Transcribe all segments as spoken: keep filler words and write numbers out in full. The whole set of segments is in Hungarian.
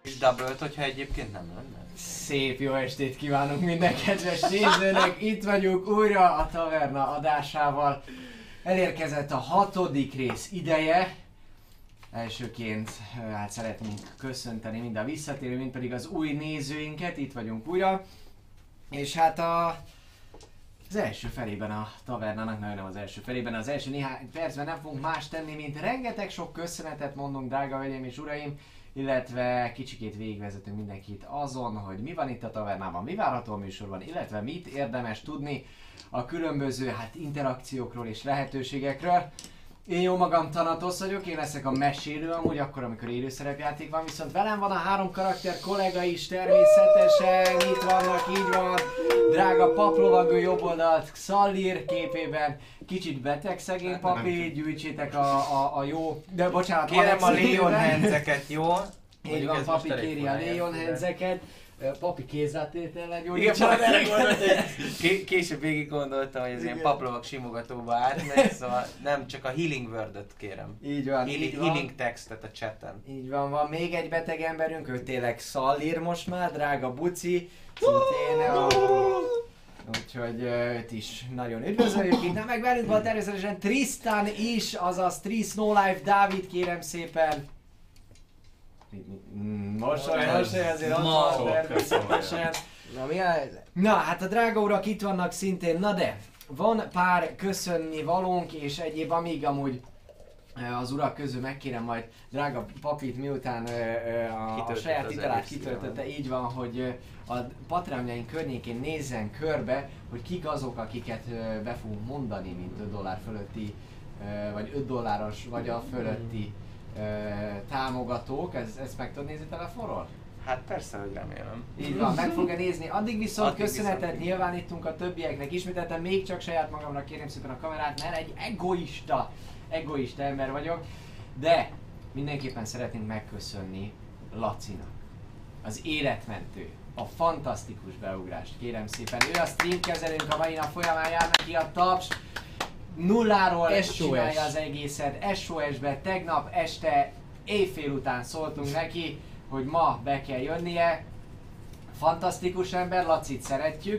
És double-t, hogyha egyébként nem lenne? Szép jó estét kívánunk minden kedves nézőnek! Itt vagyunk újra a Taverna adásával. Elérkezett a hatodik rész ideje. Elsőként hát szeretnénk köszönteni mind a visszatérő, mind pedig az új nézőinket. Itt vagyunk újra. És hát a... Az első felében a tavernának, nagyon nem az első felében, az első néhány percben nem fogunk más tenni, mint rengeteg sok köszönetet mondunk, drága hölgyeim és uraim, illetve kicsikét végigvezetünk mindenkit azon, hogy mi van itt a tavernában, mi várható a műsorban, illetve mit érdemes tudni a különböző hát, interakciókról és lehetőségekről. Én jó magam Thanatos vagyok, én leszek a mesélő amúgy akkor, amikor élőszerepjáték van, viszont velem van a három karakter kollega is természetesen, itt vannak, így van, drága paplovagő jobb oldalt Xallir képében, kicsit beteg szegény papi, gyűjtsétek a, a, a jó, de bocsánat, kérem a Leon hands-eket, jó? Így van, papi kéri a Leon hands-eket. Papi kézzeltétellel gyógyítsa. Igen, később végig gondoltam, hogy ez ilyen paplovak simogatóba átmegy, szóval nem csak a healing word-öt kérem. Így van, healing, így van. Healing textet a chaten. Így van, van még egy beteg emberünk, ő tényleg Xallir most már, drága buci. Szintén a... Úgyhogy őt is nagyon üdvözöljük itt. Na meg velünk van természetesen Tristan is, azaz Tris No Life Dávid, kérem szépen. Mosoly, mosoly, azért ott van természetesen. Na mi a helyzet? Na hát a drága urak itt vannak szintén, na de van pár köszönni valónk és egyéb, amíg amúgy az urak közül megkérem majd drága papit miután a, a saját italát kitöltötte, így van, hogy a Patreonjaink környékén nézzen körbe, hogy kik azok, akiket be fogunk mondani, mint öt dollár fölötti, vagy öt dolláros, vagy a fölötti támogatók. Ez, ezt meg tudod nézni telefonról? Hát persze, hogy remélem. Így van, meg fogja nézni. Addig viszont Addig köszönetet viszont nyilvánítunk a többieknek. Ismételten még csak saját magamnak kérem szépen a kamerát, mert egy egoista, egoista ember vagyok. De mindenképpen szeretnénk megköszönni Lacinak, az életmentő, a fantasztikus beugrást, kérem szépen. Ő a streamkezelőnk, a mai nap folyamán jár neki a taps. Nulláról es o es. csinálja az egészet, es o es-be tegnap este éjfél után szóltunk neki, hogy ma be kell jönnie. Fantasztikus ember, Lacit szeretjük.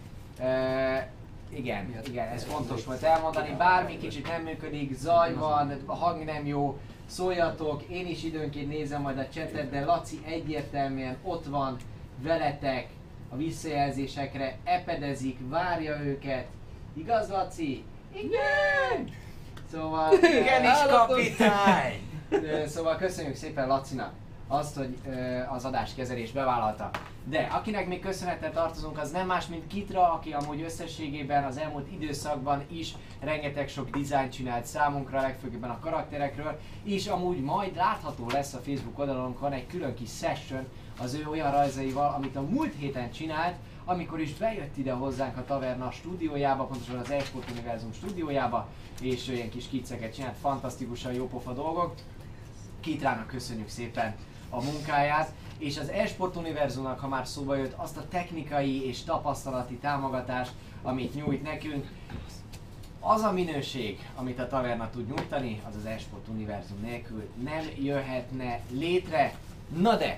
E, igen, igen, ez fontos volt elmondani, bármi kicsit nem működik, zaj van, a hang nem jó, szóljatok, én is időnként nézem majd a chatet, de Laci egyértelműen ott van veletek a visszajelzésekre, epedezik, várja őket. Igaz, Laci? Igen! Szóval... Igenis, kapitány! Szóval köszönjük szépen Lacinak azt, hogy az adáskezelés bevállalta. De akinek még köszönettel tartozunk, az nem más, mint Kitra, aki amúgy összességében az elmúlt időszakban is rengeteg sok dizájn csinált számunkra, legfőképpen a karakterekről, és amúgy majd látható lesz a Facebook oldalonkon egy külön kis session az ő olyan rajzaival, amit a múlt héten csinált, amikor is bejött ide hozzánk a Taverna stúdiójába, pontosan az eSport Univerzum stúdiójába, és ilyen kis kicceket csinált, fantasztikusan jópofa dolgok. Kitrának köszönjük szépen a munkáját, és az eSport Univerzumnak, ha már szóba jött, azt a technikai és tapasztalati támogatást, amit nyújt nekünk. Az a minőség, amit a Taverna tud nyújtani, az az eSport Univerzum nélkül nem jöhetne létre. Na de,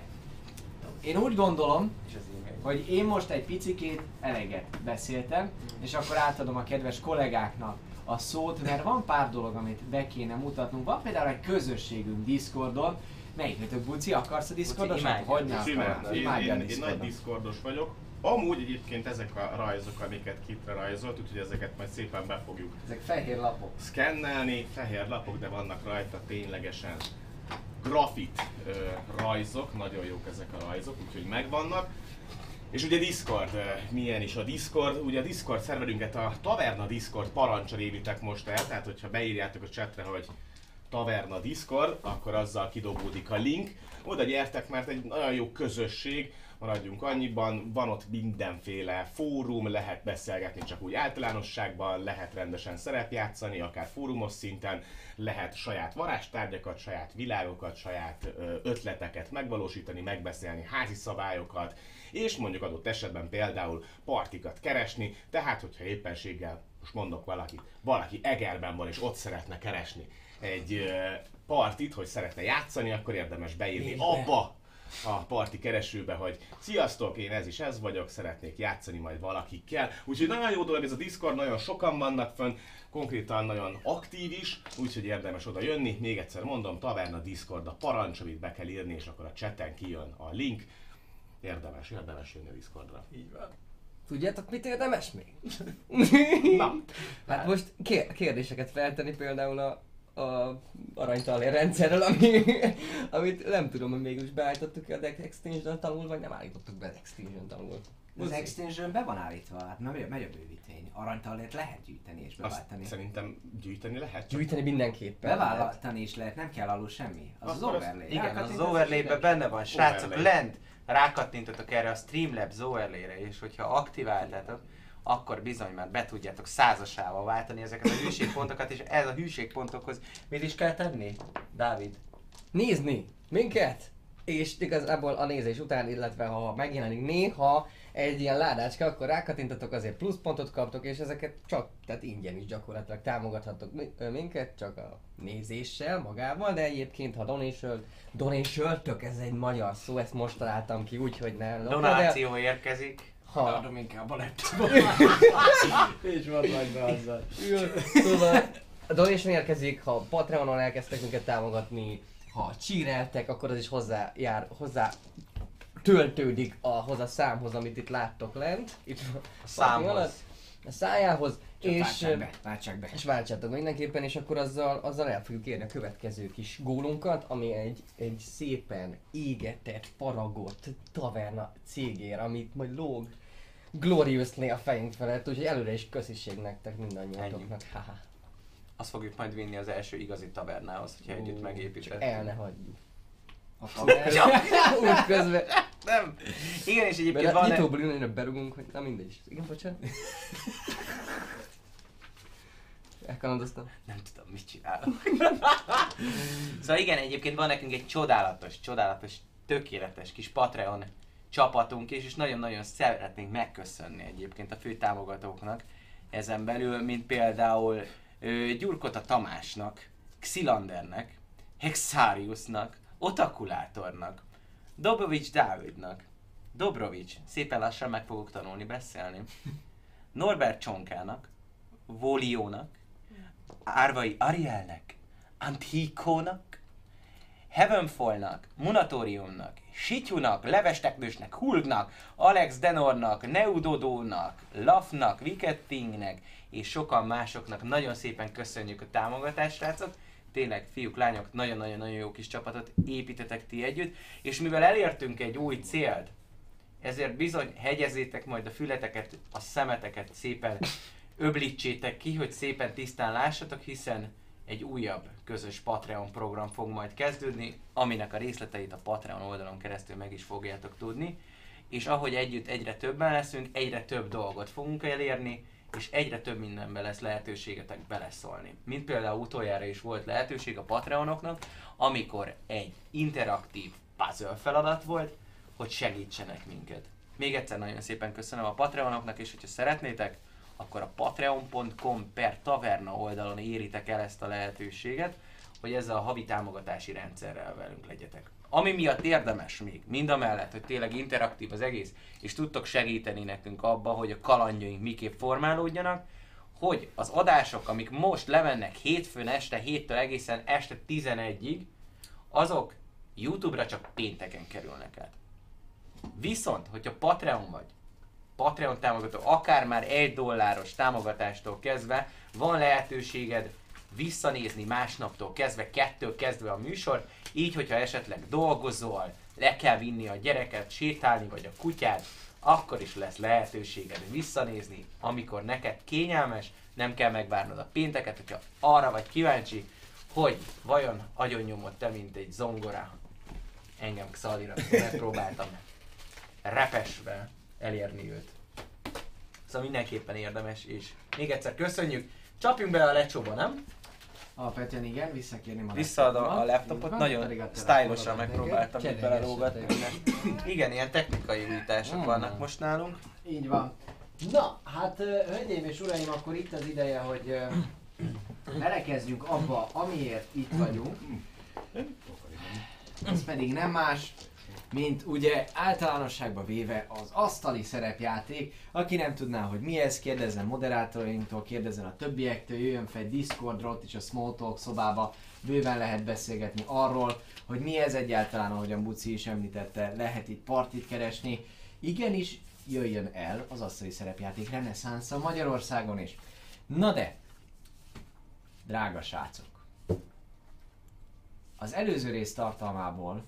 én úgy gondolom, hogy én most egy picikét eleget beszéltem, és akkor átadom a kedves kollégáknak a szót, mert van pár dolog, amit be kéne mutatnunk. Van például egy közösségünk Discordon. Melyikőtök, Buci? Akarsz a Discordos? Hogy ne akarnám? Én, én, én nagy Discordos vagyok. Amúgy egyébként ezek a rajzok, amiket Kitra rajzolt, úgyhogy ezeket majd szépen be fogjuk ezek fehér lapok. Szkennelni, fehér lapok, de vannak rajta ténylegesen grafit ö, rajzok, nagyon jók ezek a rajzok, úgyhogy megvannak. És ugye Discord, milyen is a Discord? Ugye a Discord szerverünket a Taverna Discord parancsal évitek most el, tehát hogyha beírjátok a chatre, hogy Taverna Discord, akkor azzal kidobódik a link. Oda gyertek, mert egy nagyon jó közösség, maradjunk annyiban, van ott mindenféle fórum, lehet beszélgetni csak úgy általánosságban, lehet rendesen szerepjátszani, akár fórumos szinten, lehet saját varázstárgyakat, saját világokat, saját ötleteket megvalósítani, megbeszélni házi szabályokat, és mondjuk adott esetben például partikat keresni, tehát hogyha éppenséggel, most mondok valaki, valaki Egerben van és ott szeretne keresni egy partit, hogy szeretne játszani, akkor érdemes beírni abba a parti keresőbe, hogy sziasztok, én ez is ez vagyok, szeretnék játszani majd valakikkel. Úgyhogy nagyon jó dolog ez a Discord, nagyon sokan vannak fönn, konkrétan nagyon aktív is, úgyhogy érdemes oda jönni. Még egyszer mondom, Taverna Discord a parancs, amit be kell írni, és akkor a chaten kijön a link. Érdemes, érdemes jönni a Discordra. Így van. Tudjátok, mit érdemes még? Na, Hát most kér- kérdéseket feltenni például a, a aranytalér rendszerrel, ami, amit nem tudom, hogy mégis beállítottuk a Deck Extinction tanul, vagy nem állítottuk be Extinction tanul. Az Extinction be van állítva, hát megy, megy a bővítény. Aranytallért lehet gyűjteni és beváltani. azt szerintem gyűjteni lehet. Gyűjteni mindenképpen. Beváltani is lehet, nem kell alul semmi. Az az Akkor az- overlay. Igen, az Rákattintasz, overlay-ben benne van. Srácok, Overlay. lent rákattintotok erre a Streamlabs overlay-re, és hogyha aktiváltátok, akkor bizony már be tudjátok százasával váltani ezeket a hűségpontokat, és ez a hűségpontokhoz mit is kell tenni, Dávid? Nézni minket, és igazából a nézés után, illetve ha megjelenik néha egy ilyen ládácska, akkor rákattintatok, azért pluszpontot kaptok, és ezeket csak, tehát ingyen is gyakorlatilag támogathatok mi- ö, minket, csak a nézéssel magával, de egyébként ha donation, donation-tök, ez egy magyar szó, ezt most találtam ki, úgyhogy ne lopjad el. Donáció érkezik. Ha Adom inkább a laptopot. és van vagy be azzal. Szóval a donation érkezik, ha Patreonon elkezdtek minket támogatni, ha csíreltek, akkor az is hozzá jár, hozzá töltődik ahhoz a számhoz, amit itt láttok lent. Itt A számhoz. a szájához, Csak és, váltsák be, váltsák be. és váltsátok mindenképpen, és akkor azzal, azzal el fogjuk érni a következő kis gólunkat, ami egy, egy szépen égetett, faragott taverna cégér, amit majd lóg gloriously a fejünk felett, úgyhogy előre is köszönség nektek mindannyiatoknak. Haha. Azt fogjuk majd vinni az első igazi tavernához, hogyha együtt Ú, megépítettük. El ne hagyjuk. A taverna. Úgy közben. Nem. Igen, és egyébként Mert van... a egy- nyitóból ülőre berugunk, hogy na mindegy. Igen, bocsánat. Elkalandoztam. Nem tudom, mit csinálok. Szóval igen, egyébként van nekünk egy csodálatos, csodálatos, tökéletes kis Patreon csapatunk is, és nagyon-nagyon szeretnénk megköszönni egyébként a fő támogatóknak ezen belül, mint például ö, Gyurkota Tamásnak, Xilandernek, Hexariusnak, Otakulátornak, Dobrovics Dávidnak, Dobrovics, szépen lassan meg fogok tanulni beszélni, Norbert Csonkának, Voliónak, Árvai Arielnek, Antikónak, Heavenfallnak, Munatoriumnak, Sityunak, Levesteknősnek, Hulknak, Alex Denornak, Neudodónak, Lafnak, Wicketingnek és sokan másoknak nagyon szépen köszönjük a támogatást, srácok. Tényleg, fiúk, lányok, nagyon-nagyon-nagyon jó kis csapatot építetek ti együtt, és mivel elértünk egy új célt, ezért bizony hegyezétek majd a fületeket, a szemeteket szépen öblítsétek ki, hogy szépen tisztán lássatok, hiszen egy újabb közös Patreon program fog majd kezdődni, aminek a részleteit a Patreon oldalon keresztül meg is fogjátok tudni, és ahogy együtt egyre többen leszünk, egyre több dolgot fogunk elérni, és egyre több mindenben lesz lehetőségetek beleszólni. Mint például utoljára is volt lehetőség a Patreonoknak, amikor egy interaktív puzzle feladat volt, hogy segítsenek minket. Még egyszer nagyon szépen köszönöm a Patreonoknak, és hogyha szeretnétek, akkor a patreon pont com per taverna oldalon éritek el ezt a lehetőséget, hogy ezzel a havi támogatási rendszerrel velünk legyetek. Ami miatt érdemes még, mind a mellett, hogy tényleg interaktív az egész, és tudtok segíteni nekünk abba, hogy a kalandjaink miképp formálódjanak, hogy az adások, amik most lemennek hétfőn este héttől egészen este tizenegyig, azok YouTube-ra csak pénteken kerülnek át. Viszont, hogyha Patreon vagy, Patreon támogató, akár már egy dolláros támogatástól kezdve, van lehetőséged visszanézni másnaptól kezdve, kettől kezdve a műsor, így, hogyha esetleg dolgozol, le kell vinni a gyereket, sétálni, vagy a kutyát, akkor is lesz lehetőséged visszanézni, amikor neked kényelmes, nem kell megvárnod a pénteket, hogyha arra vagy kíváncsi, hogy vajon agyonnyomod te, mint egy zongora, engem Xalira, megpróbáltam repesve elérni őt. Szóval mindenképpen érdemes, és még egyszer köszönjük. Csapjunk bele a lecsóba, nem? Alapvetően igen, visszakérném a Visszaadom a laptopot. laptopot, Így van, nagyon pedig a stylish-an telefonodat megpróbáltam itt Cseréljessek belelógatni. Igen, ilyen technikai újítások Mm. vannak most nálunk. neked. Így van. Na, hát ö, hölgyeim és uraim, akkor itt az ideje, hogy ö, belekezdjünk abba, amiért itt vagyunk. Ez pedig nem más, mint ugye általánosságban véve az asztali szerepjáték. Aki nem tudná, hogy mi ez, kérdezzen moderátorainktól, kérdezzen a többiektől, jöjjön fel Discordra, ott is a Small Talk szobába, bőven lehet beszélgetni arról, hogy mi ez egyáltalán, ahogy a Buci is említette, lehet itt partit keresni. Igenis, jöjjön el az asztali szerepjáték reneszánsza Magyarországon is. Na de, drága srácok, az előző rész tartalmából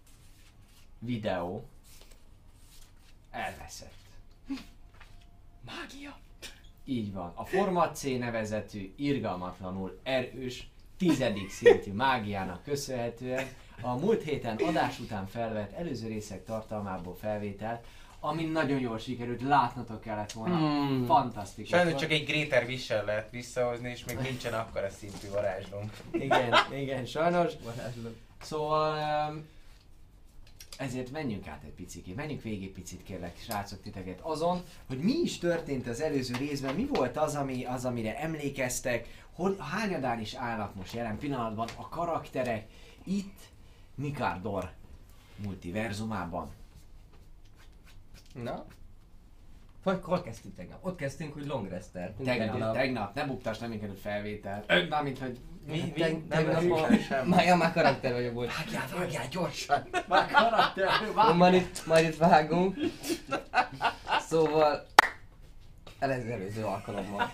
videó elveszett. Mágia! Így van. A Forma C nevezetű, irgalmatlanul erős, tizedik szintű mágiának köszönhetően a múlt héten adás után felvett előző részek tartalmából felvétel, ami nagyon jól sikerült, látnotok kellett volna. Hmm. Fantasztikus. Sajnos volt. csak egy Greater Wish-el lehet visszahozni, és még nincsen akkora szintű varázslónk. Igen, igen, sajnos. Varázsló. Szóval um, ezért menjünk át egy picit, menjünk végig egy picit kérlek, srácok titeket azon, hogy mi is történt az előző részben, mi volt az, ami, az amire emlékeztek, hogy hányadán is állnak most jelen pillanatban a karakterek itt Mikardor multiverzumában. Na? Hogy hol kezdtünk tegnap? Ott kezdtünk, hogy Long Rester. Tegnap, tegnap, ne buktass, nem minket felvétel. Mármint, hogy Mi? Mi? Teg- Nem tegnap leszünk a- fel sem. Már, ja, már karakter vagyok volt. Vágjál, vágjál, gyorsan! már karakter, Jó, majd itt, majd itt vágunk. Szóval... El ez előző alkalommal.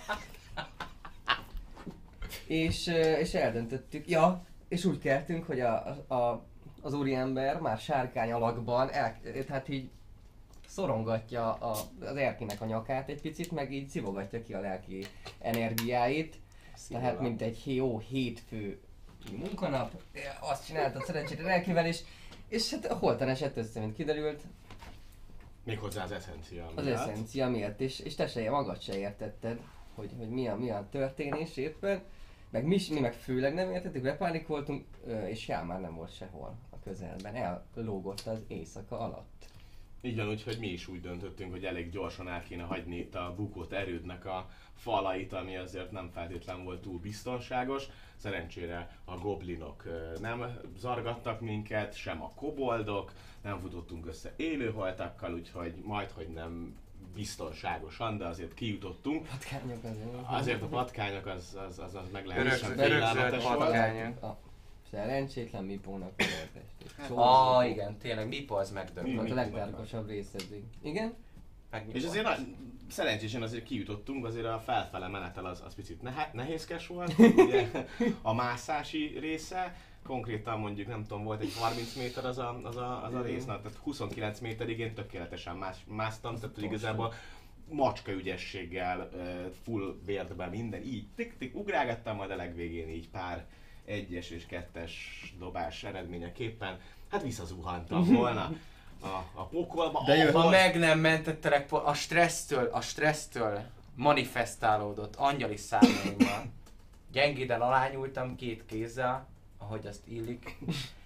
És, ö, és eldöntöttük, ja, és úgy keltünk, hogy a, a, az úriember már sárkány alakban, el, tehát így szorongatja a, az Erkinek a nyakát egy picit, meg így szivogatja ki a lelki energiáit. Tehát mint egy jó hétfő munkanap, azt csináltad szerencsére Erkivel is, és hát holtan esett össze, mint kiderült, Méghozzá az eszencia az miatt. eszencia miatt, és, és te se magad se értetted, hogy, hogy mi, a, mi a történés éppen, meg mi, mi meg főleg nem értettük, bepánikoltunk, ö, és Ján már nem volt sehol a közelben, ellógott az éjszaka alatt. Így van, úgyhogy mi is úgy döntöttünk, hogy elég gyorsan el kéne hagyni itt a bukott erődnek a falait, ami azért nem feltétlen volt túl biztonságos. Szerencsére a goblinok ö, nem zargattak minket, sem a koboldok, nem futottunk össze élőholtakkal, úgyhogy majdhogy nem biztonságosan, de azért kijutottunk. Patkányok azért. Azért a patkányok az, az, az, az meglehetősen Örökzöld félelmetes volt. patkányok. A szerencsétlen Mipónak a test. Ah, igen, tényleg, Mipo az Mi- megdöbbent. A mi- legdárgosabb rész eddig. Igen? Megnyugodt. És azért nagy, szerencsésen azért kijutottunk, azért a felfele menetel az, az picit nehe, nehézkes volt, ugye a mászási része, konkrétan mondjuk nem tudom, volt egy harminc méter az a, az a, az a rész, na, tehát huszonkilenc méterig én tökéletesen más, másztam, tehát hogy igazából macska ügyességgel, full vértben minden, így tik-tik ugrálgattam, majd a legvégén így pár egyes és kettes dobás eredményeképpen, hát visszazuhantam volna a, a pokolba. De jó, Ha ahol- meg nem mentettelek, po- a stressztől, a stressztől manifestálódott angyali szárnyaimmal. Gyengéden alányultam két kézzel, ahogy azt illik.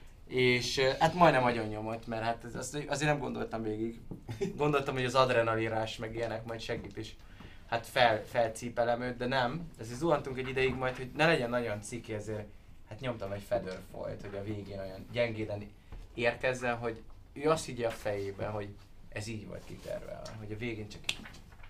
És eh, hát majdnem agyon nyomott, mert hát ez, azt azért nem gondoltam végig. Gondoltam, hogy az adrenalírás meg ilyenek majd segít, és hát fel, felcípelem őt, de nem. Ezért zuhantunk egy ideig majd, hogy ne legyen nagyon ciki, ezért hát nyomtam egy fedőrfolyt, hogy a végén olyan gyengéden érkezzen, hogy ő azt higgye a fejében, hogy ez így volt kitervelve, hogy a végén csak így.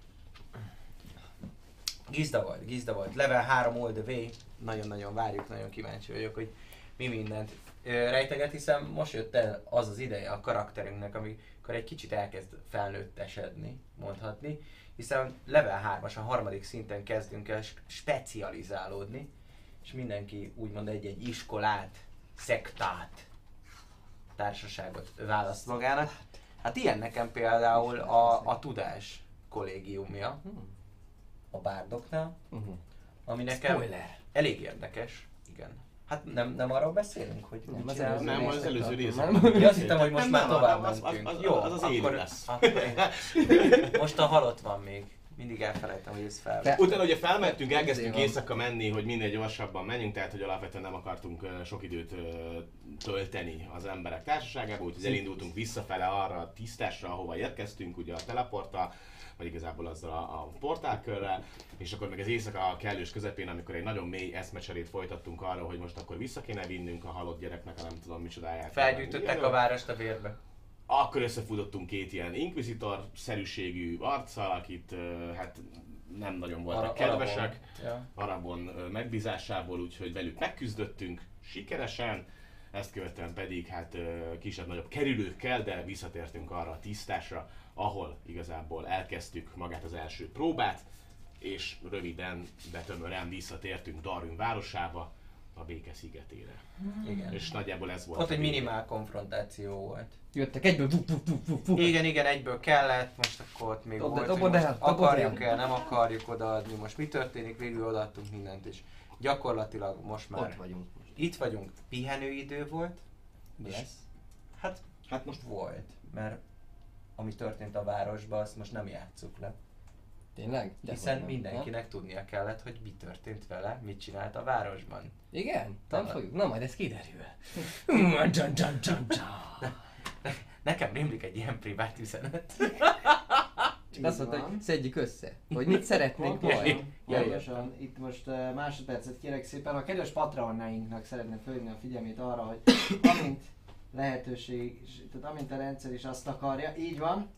Gizda volt, gizda volt. Level három all the way. Nagyon-nagyon várjuk, nagyon kíváncsi vagyok, hogy mi mindent ö, rejteget, hiszen most jött el az az ideje a karakterünknek, amikor egy kicsit elkezd felnőttesedni, mondhatni, hiszen level hármas, a harmadik szinten kezdünk el specializálódni, és mindenki úgymond egy-egy iskolát, szektát, társaságot választ magának. Hát ilyen nekem például a, a tudás kollégiumja a bárdoknál, Uh-huh. ami nekem Spoiler. elég érdekes. Igen. Hát nem, nem arról beszélünk, hogy Nem, mit az csinálunk? Nem, az részek előző tartom, rész. nem? Ja, azt hittem, hogy most Nem, már nem, tovább az- az- mentünk. az- Jó, az az élő akkor, lesz. akkor én- most a halott van még. Mindig elfelejtem, hogy ez fel. Te- Utána ugye felmentünk, elkezdtünk Azért van. éjszaka menni, hogy minél gyorsabban menjünk, tehát hogy alapvetően nem akartunk ö, sok időt ö, tölteni az emberek társaságában, úgyhogy elindultunk visszafele arra a tisztásra, ahova érkeztünk, ugye a teleporttal, vagy igazából azzal a, a portálkörrel, és akkor meg az éjszaka a kellős közepén, amikor egy nagyon mély eszmecserét folytattunk arról, hogy most akkor vissza kéne vinnünk a halott gyereknek, a nem tudom micsodáját. Felgyűjtöttek a várost a vérbe. Akkor összefutottunk két ilyen inkvizitor-szerűségű arccal, akit uh, hát nem nagyon voltak Ara- kedvesek. Arabon. Ja. Arabon uh, megbízásából, úgyhogy velük megküzdöttünk sikeresen. Ezt követően pedig hát uh, kisebb-nagyobb kerülőkkel, de visszatértünk arra a tisztásra, ahol igazából elkezdtük magát az első próbát, és röviden, de tömören visszatértünk Darwin városába, a béke szigetére. Igen. És nagyjából ez volt. Ott a egy vége. minimál konfrontáció volt. Jöttek egyből, vuk, vuk, vuk, vuk, vuk. Igen, igen, egyből kellett, most akkor ott még Dobd- volt, dobod hogy most el, dobod akarjuk el. el, nem akarjuk odaadni, most mi történik, végül odaadtunk mindent, és gyakorlatilag most már Ott vagyunk most. itt vagyunk, pihenőidő volt, és Lesz. hát, hát most volt, mert ami történt a városban, azt most nem játsszuk le. Tényleg? De Hiszen nem, mindenkinek tudnia kellett, hogy mi történt vele, mit csinált a városban. nem? Igen? Nem Talán. fogjuk? Na majd ez kiderül. Csan, csan, csan, csan. Nekem rémlik egy ilyen privát üzenet. Csak azt mondta, hogy szedjük össze. Hogy mit szeretnénk majd. Pontosan, Jaj, pontosan. Itt most uh, másodpercet kérek szépen. A kedves patronainknak szeretném fölhívni a figyelmét arra, hogy amint lehetőség, tehát amint a rendszer is azt akarja, így van,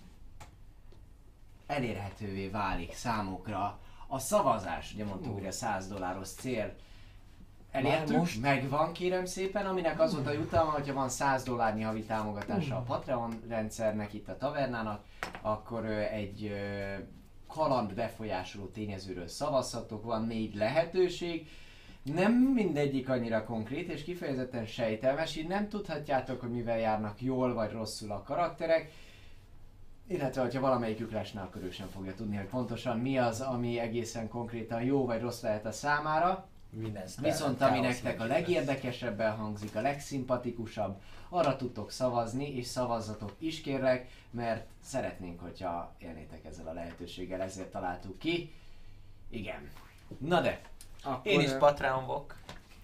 elérhetővé válik számukra a szavazás. Ugye mondtuk, hogy a száz dolláros cél elértük, Már most? megvan kérem szépen, aminek az volt a jutalma, hogyha van száz dollárnyi havi támogatása a Patreon rendszernek, itt a tavernának, akkor ö, egy ö, kaland befolyásoló tényezőről szavazhatok, van négy lehetőség, nem mindegyik annyira konkrét és kifejezetten sejtelmes, így nem tudhatjátok, hogy mivel járnak jól vagy rosszul a karakterek, illetve, hogyha valamelyikük lesne, akkor ő sem fogja tudni, hogy pontosan mi az, ami egészen konkrétan jó vagy rossz lehet a számára. Minden Viszont ami nektek a legérdekesebben hangzik, a legszimpatikusabb, arra tudtok szavazni, és szavazzatok is kérlek, mert szeretnénk, hogyha élnétek ezzel a lehetőséggel, ezért találtuk ki. Igen. Na de, akkor... Én is ö, Patreonvok.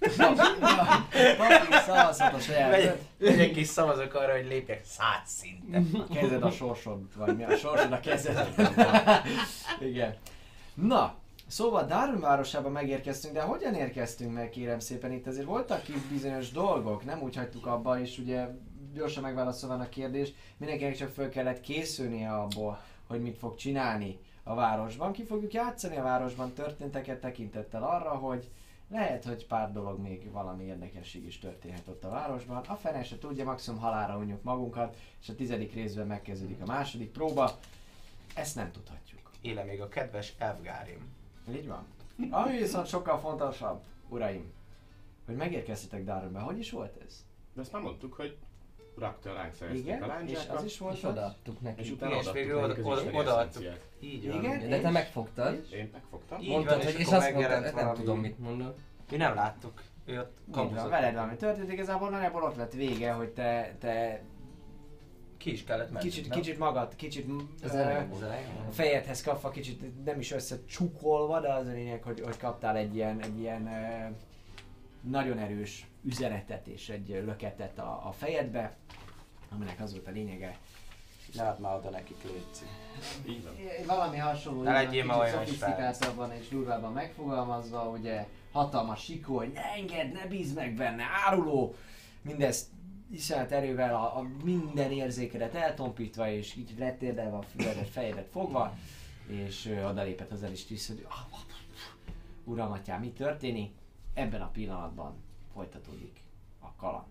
Papi, szavazhat a saját... Megyek, megyek és szavazok arra, hogy lépjek száz szinten. A kezed a sorsod, vagy mi a sorsod a kezed. Igen. Na, szóval Darwin városában megérkeztünk, de hogyan érkeztünk meg, kérem szépen? Itt azért voltak itt bizonyos dolgok, nem úgy hagytuk abba, és ugye gyorsan megválaszolva a kérdést, mindenkinek csak föl kellett készülnie abból, hogy mit fog csinálni a városban. Ki fogjuk játszani a városban történteket tekintettel arra, hogy lehet, hogy pár dolog még valami érdekesség is történhet ott a városban. A fene se tudja, maximum halálra unjuk magunkat, és a tizedik részben megkezdődik a második próba. Ezt nem tudhatjuk. Éle még a kedves Elfgárim. Így van. Ami viszont sokkal fontosabb, uraim, hogy megérkeztetek Darwinbe. Hogy is volt ez? De ezt már mondtuk, hogy rakta ránk szerezték a Igen, és lándzsákat, az is volt, És hogy... odaadtuk neki. és utána Igen, és odaadtuk végül nekik az oda- isteni odaadtuk. eszenciát. Így van. Igen, De te és- megfogtad. Én megfogtam. Így Mondtad, van, hogy és és akkor azt mondtad, megjelent nem valami- tudom mit mondod. Mi nem láttuk. Ő ott Így van, kamuzott. veled valami történt, igazából nagyjából ott lett vége, hogy te, te Ki is kellett menni. kicsit, nem? kicsit magad, kicsit Ez ö, elég Az elején? a fejedhez kapva, kicsit nem is összecsukolva, de az a lényeg, hogy, hogy kaptál egy ilyen, egy ilyen ö, nagyon erős üzenetet és egy löketet a, a fejedbe, aminek az volt a lényege. Ne add már oda nekik, létszik. Így van. Valami hasonló, Ne így van, legyél már kicsit olyan szofisztikáltabban és durvábban megfogalmazva, ugye hatalmas sikó, hogy ne engedd, ne bízd meg benne, áruló, mindezt iszonyat erővel a, a minden érzékedet eltompítva, és így letérdelve a füledet, fejedet fogva, és ö, odalépett az el is tiszt, hogy ah, ah, uram, atyám, mi történik? Ebben a pillanatban folytatódik a kaland.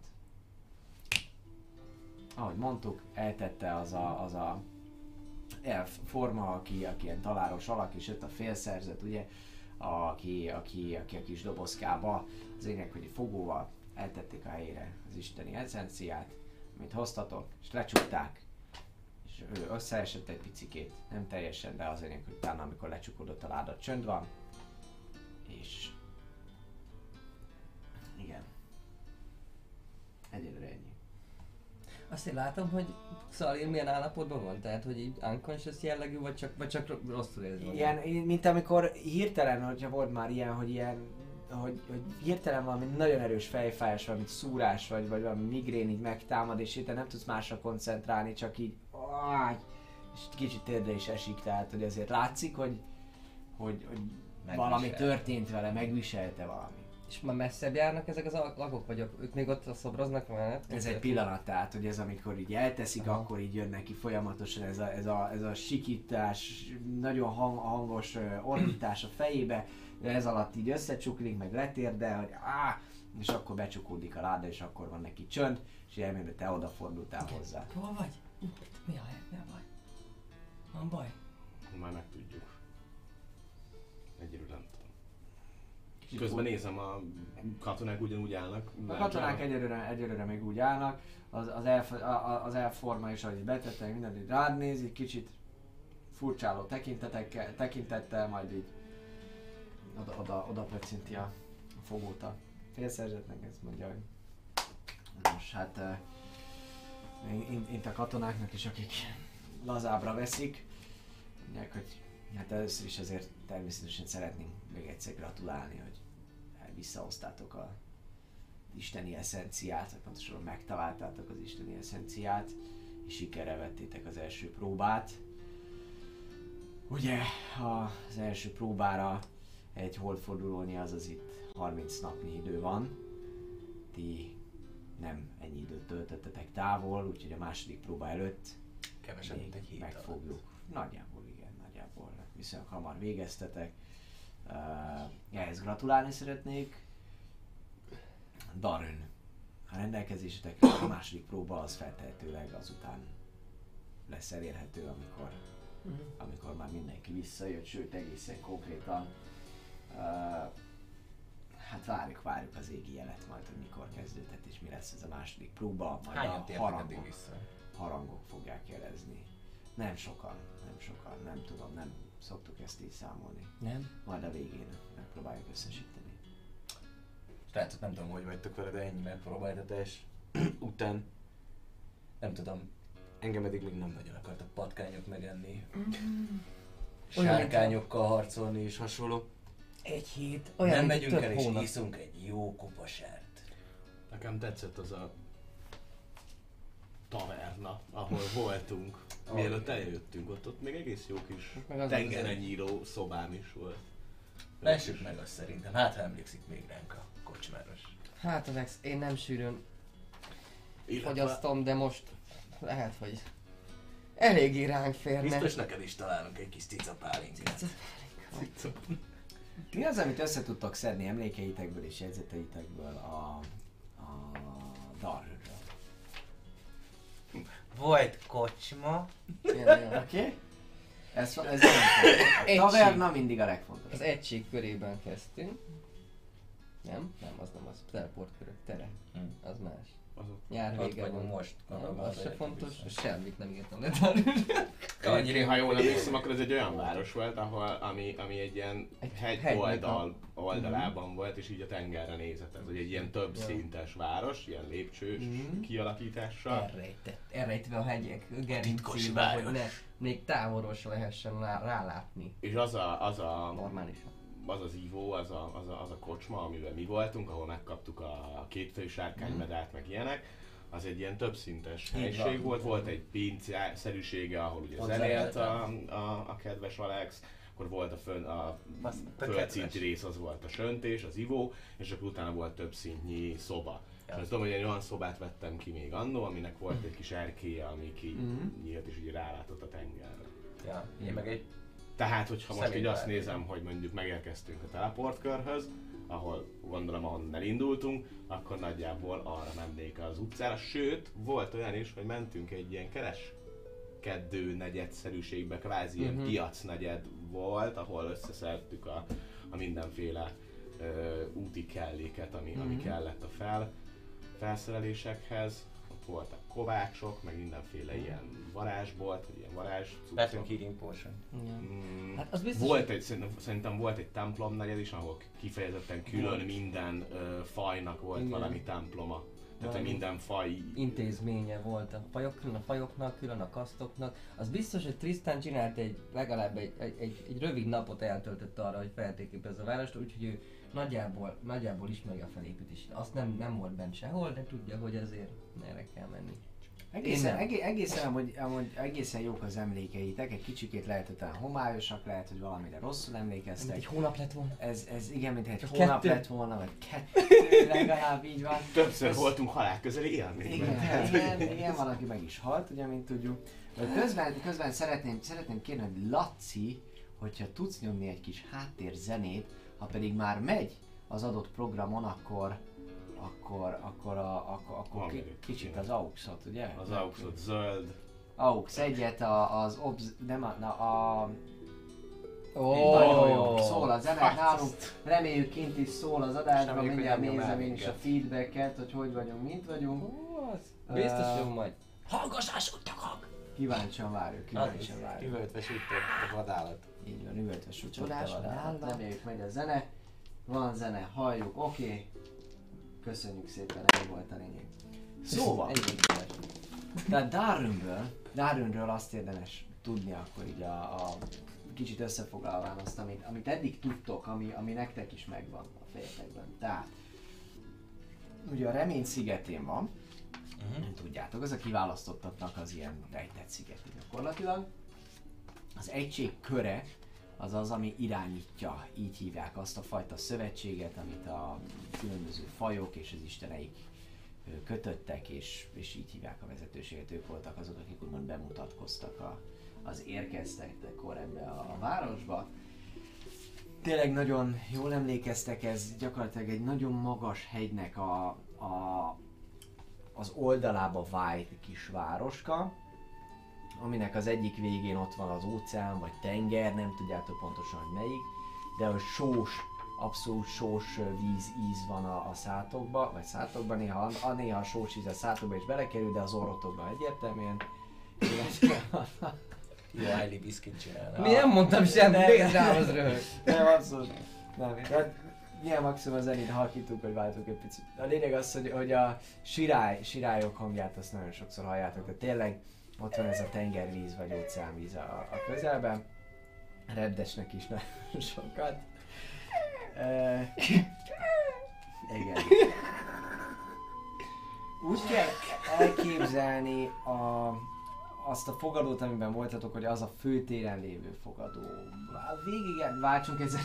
Ahogy mondtuk, eltette az a, az a elf forma, aki, aki ilyen taláros alak, és jött a félszerzet, ugye, aki, aki, aki a kis dobozkába, az lényeg, hogy fogóval eltették a helyére az isteni eszenciát, amit hoztatok, és lecsukták, és ő összeesett egy picikét, nem teljesen, de az lényeg, hogy utána, amikor lecsukódott a láda, csönd van, és igen, egyelőre ennyi. Azt én látom, hogy Szalir milyen állapotban van, tehát hogy így unconscious jellegű, vagy csak, vagy csak rosszul érzi magát? Ilyen, mint amikor hirtelen, hogyha volt már ilyen, hogy ilyen, hogy, hogy hirtelen valami nagyon erős fejfájás, valami szúrás, vagy, vagy valami migrén így megtámad, és hirtelen nem tudsz másra koncentrálni, csak így, áj, és kicsit térdre is esik, tehát hogy azért látszik, hogy, hogy, hogy valami történt vele, megviselte valami. És már messzebb járnak ezek az alakok, vagy ők még ott szobroznak már? Ez egy pillanat, tehát, hogy ez amikor így elteszik, Aha. akkor így jön neki folyamatosan ez a, ez a, ez a sikítás, nagyon hang, hangos ö, ordítás a fejébe, de ez alatt így összecsuklik, meg letérdel, hogy áh, és akkor becsukódik a láda, és akkor van neki csönd, és elméletben te odafordultál hozzá. Hol vagy? Mi a hely? Mi a baj? Van baj? Már megtudjuk. Egyről nem tudom. Kicsit Közben úgy- nézem, a katonák ugyanúgy állnak. A katonák egyelőre, egyelőre még úgy állnak, az, az, elf, a, a- az elforma is, ahogy betettek, mindent így rád néz, így kicsit furcsáló tekintetekkel, tekintettel, majd így oda, oda, oda pöccinti a, a fogót a félszerzetnek, ezt mondja, hogy nos, hát uh, int a katonáknak is, akik lazábra veszik, mondják, hogy hát először is azért természetesen szeretnénk még egyszer gratulálni, hogy visszahoztátok a isteni eszenciát, vagy pontosabban megtaláltátok az isteni eszenciát, és sikerre vettétek az első próbát. Ugye az első próbára egy holdfordulónyi, azaz itt harminc napnyi idő van. Ti nem ennyi időt töltöttetek távol, úgyhogy a második próba előtt Kevesebb, mint egy még hét meg alatt. fogjuk. Nagyjából igen, nagyjából viszonylag hamar végeztetek. Uh, ehhez gratulálni szeretnék. Darön, a rendelkezésetekre a második próba az feltehetőleg azután lesz elérhető, amikor, amikor már mindenki visszajött, sőt egészen konkrétan uh, hát várjuk, várjuk az égi jelet majd, hogy mikor kezdődhet és mi lesz ez a második próba, majd Hányan a tértek eddig harangok, vissza? harangok fogják jelezni. Nem sokan, nem sokan, nem tudom, nem szoktuk ezt így számolni. Nem? Majd a végén megpróbáljuk összesíteni. Srácok, nem tudom, hogy vagytok vele, de ennyi megpróbáltatás után, nem tudom, engem eddig még nem nagyon akartak patkányok megenni, Olyan, sárkányokkal harcolni és hasonló. Egy hét. Olyan, nem mint megyünk több el és hónap. iszunk egy jó kupa sört. Nekem tetszett az a taverna, ahol voltunk. Mielőtt eljöttünk, ott, ott még egész jó kis Meg az- tengeren nyíró szobám is volt. Lássuk meg azt szerintem, hát ha emlékszik még ránk a kocsmáros. Hát Alex, én nem sűrűn Illetve fogyasztom, de most lehet, hogy eléggé ránk férne. Biztos neked is találunk egy kis cicapálinkát. Mi az, amit össze tudtok szedni emlékeitekből és jegyzeteitekből a, a Darről? Volt kocsma. Jaj, jaj. Oké? Okay? Ez, ez nem fontos. A taverna mindig a legfontosabb. Az egység körében kezdtünk. Nem? Nem, az nem az. Teleportkörök tere. Hm. Az más. az ott Nyár Ott vége vagyunk van. most. Nem, az se fontos. Vissza. Semmit nem írtam le Darről. Annyira, ha jól emlékszem, akkor ez egy olyan város volt, ahol, ami, ami egy ilyen Egy hegy hegynek oldal, oldalában volt, és így a tengerre nézett. Ez egy ilyen több Ja. szintes város, ilyen lépcsős Mhm. kialakítással. Elrejtett, elrejtve a hegyek titkos gerincébe, hogy város. ne, még távolról se lehessen rá, rálátni. És az a, az a Normálisan. az az ívó, az a, az, a, az a kocsma, amiben mi voltunk, ahol megkaptuk a kétfejű sárkánymedát, meg ilyenek, az egy ilyen többszintes Így helység van. volt, volt egy pincszerűsége, ahol ugye Ott zenélt zenéltem. a, a, a kedves Alex, akkor volt a, fön, a Azt a földszinti kedves. rész, az volt a söntés, az ivó, és akkor utána volt több szintnyi szoba. Ja. És azt tudom, hogy egy olyan szobát vettem ki még annó, aminek volt egy kis erkélye, ami ki Mhm. nyílt, és így rálátott a tengerre. Ja, én meg egy Tehát, hogyha most így Szemét azt várni. nézem, hogy mondjuk megérkeztünk a teleportkörhöz, ahol gondolom ahonnan elindultunk, akkor nagyjából arra mennék az utcára. Sőt, volt olyan is, hogy mentünk egy ilyen kereskedő negyedszerűségbe, kvázi ilyen Mhm. piacnegyed volt, ahol összeszedtük a, a mindenféle ö, úti kelléket, ami, ami Mhm. kellett a fel, felszerelésekhez. Ott voltak kovácsok, meg mindenféle ilyen varázsbolt, vagy ilyen varázs Patrick Healing Potion. Igen. Mm, Hát az biztos, volt egy, szerintem, szerintem volt egy templom negyed is, ahol kifejezetten külön Volt. minden ö, fajnak volt Igen. valami temploma. Tehát, hogy Valami minden faj... intézménye volt a fajok, külön a fajoknak, külön a kasztoknak. Az biztos, hogy Tristan csinált egy, legalább egy, egy, egy, egy rövid napot eltöltött arra, hogy feltérképezze a várost, úgyhogy ő nagyjából, nagyjából ismeri a felépítést. Azt nem, nem volt bent sehol, de tudja, hogy azért merre kell menni. Egészen, egé, egészen, amúgy, amúgy egészen jók az emlékeitek, egy kicsikét lehet, hogy talán homályosak, lehet, hogy valamire rosszul emlékeztek. Egy hónap lett volna. Ez, ez igen, mint egy Vagy hónap kettő. lett volna, vagy kettő, legalább így van. Többször Ez- voltunk halálközeli élményben. Igen, igen, igen, van, aki meg is halt, ugye, mint tudjuk. Közben, közben szeretném, szeretném kérni, hogy Laci, hogyha tudsz nyomni egy kis háttérzenét, ha pedig már megy az adott programon, akkor akkor, akkor, a, akkor, akkor Van ki, még egy kicsit kicsi. az auxot, ugye? Az auxot zöld. Aux, egyet a, az obz... nem a... Na, a Ó, nagyon jó, szól a zene, Hát nálunk reméljük kint is szól az adásban, Reméljük, mindjárt hogy nem nyom nézem el én is a minket. feedbacket, hogy hogy vagyunk, mint vagyunk. Ó, az biztos Ö, jó majd. Hallgassás utakak! Kíváncsian várjuk, kíváncsian várjuk. Üvöltve sütött a vadállat. Így van, üvöltve sütött Csodás a vadállat. vadállat. Reméljük megy a zene. Van zene, halljuk, oké. Okay. Köszönjük szépen, ennyi volt a lényeg. Szóval, Ennyi volt. tehát Darwinből, Darwinről azt érdemes tudni akkor így a, a kicsit összefoglalván azt, amit, amit eddig tudtok, ami, ami nektek is megvan a fejetekben. Tehát, ugye a Remény szigetén van, uh-huh. tudjátok, az a kiválasztottaknak az ilyen rejtett szigeti gyakorlatilag. Az egység köre az az, ami irányítja, így hívják azt a fajta szövetséget, amit a különböző fajok és az isteneik ö, kötöttek, és, és így hívják a vezetőséget. Ők voltak azok, akik úgymond bemutatkoztak, a, az érkeztekkor ebbe a, a városba. Tényleg nagyon jól emlékeztek, ez gyakorlatilag egy nagyon magas hegynek a, a, az oldalába vájt kis városka, aminek az egyik végén ott van az óceán vagy tenger, nem tudjátok pontosan, hogy melyik, de a sós, abszolút sós víz íz van a, a szátokba, vagy szátokban, néha, a, néha a sós íz a szátokba is belekerül, de az orrotokban egyértelműen. Jó, Hailey biszkit csinálna. Mi nem mondtam semmit, nézd rám, az röhög. Nem, abszolút. Nem, tehát milyen maximum a zenét halkítunk, hogy váltunk egy picit. A lényeg az, hogy, hogy a sirály, sirályok hangját azt nagyon sokszor halljátok, tehát tényleg ott van ez a tengervíz vagy óceánvíz a, a közelben. Reddesnek is nagyon sokat. E, igen. Úgy kell elképzelni a, azt a fogadót, amiben voltatok, hogy az a főtéren lévő fogadó. Végig váltsunk ezen.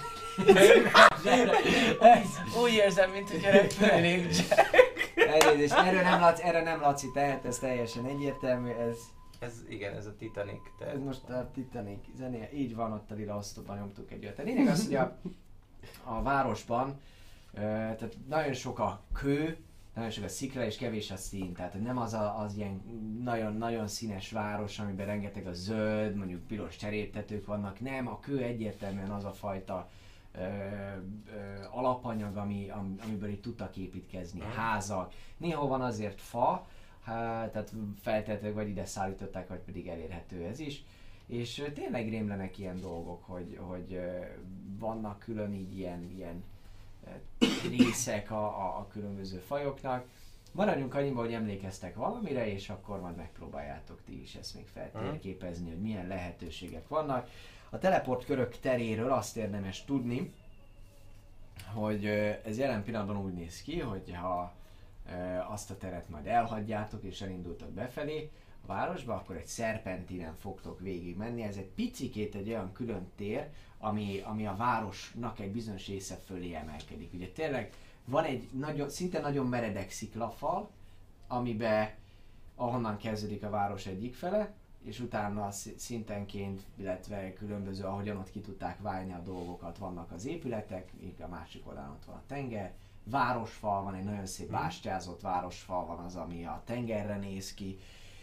Úgy érzem, mint hogy repülnék. Elnézést, erről nem, Laci, erről nem Laci tehet, ez teljesen egyértelmű, ez, Ez igen, ez a Titanic. Te... ez most a Titanic zenéje, így van, ott a lila osztopban nyomtuk egy olyat. A lényeg az, hogy a, a városban, ö, tehát nagyon sok a kő, nagyon sok a szikla és kevés a szín, tehát hogy nem az a, az ilyen nagyon-nagyon színes város, amiben rengeteg a zöld, mondjuk piros cseréptetők vannak, nem, a kő egyértelműen az a fajta Ö, ö, alapanyag, ami, am, amiből itt tudtak építkezni, házak. Néha van azért fa, há, tehát feltétlenül vagy ide szállították, vagy pedig elérhető ez is. És ö, tényleg rémlenek ilyen dolgok, hogy, hogy ö, vannak külön így ilyen, ilyen ö, részek a, a, a különböző fajoknak. Maradjunk annyiba, hogy emlékeztek valamire, és akkor majd megpróbáljátok ti is ezt még feltérképezni, hogy milyen lehetőségek vannak. A teleportkörök teréről azt érdemes tudni, hogy ez jelen pillanatban úgy néz ki, hogy ha azt a teret majd elhagyjátok és elindultok befelé a városba, akkor egy szerpentinen fogtok végig menni. Ez egy picikét egy olyan külön tér, ami, ami a városnak egy bizonyos része fölé emelkedik. Ugye tényleg van egy nagyon, szinte nagyon meredek sziklafal, amiben ahonnan kezdődik a város egyik fele, és utána szintenként, illetve különböző, ahogyan ott ki tudták válni a dolgokat, vannak az épületek, még a másik oldalon ott van a tenger, városfal van, egy nagyon szép bástyázott városfal van az, ami a tengerre néz ki,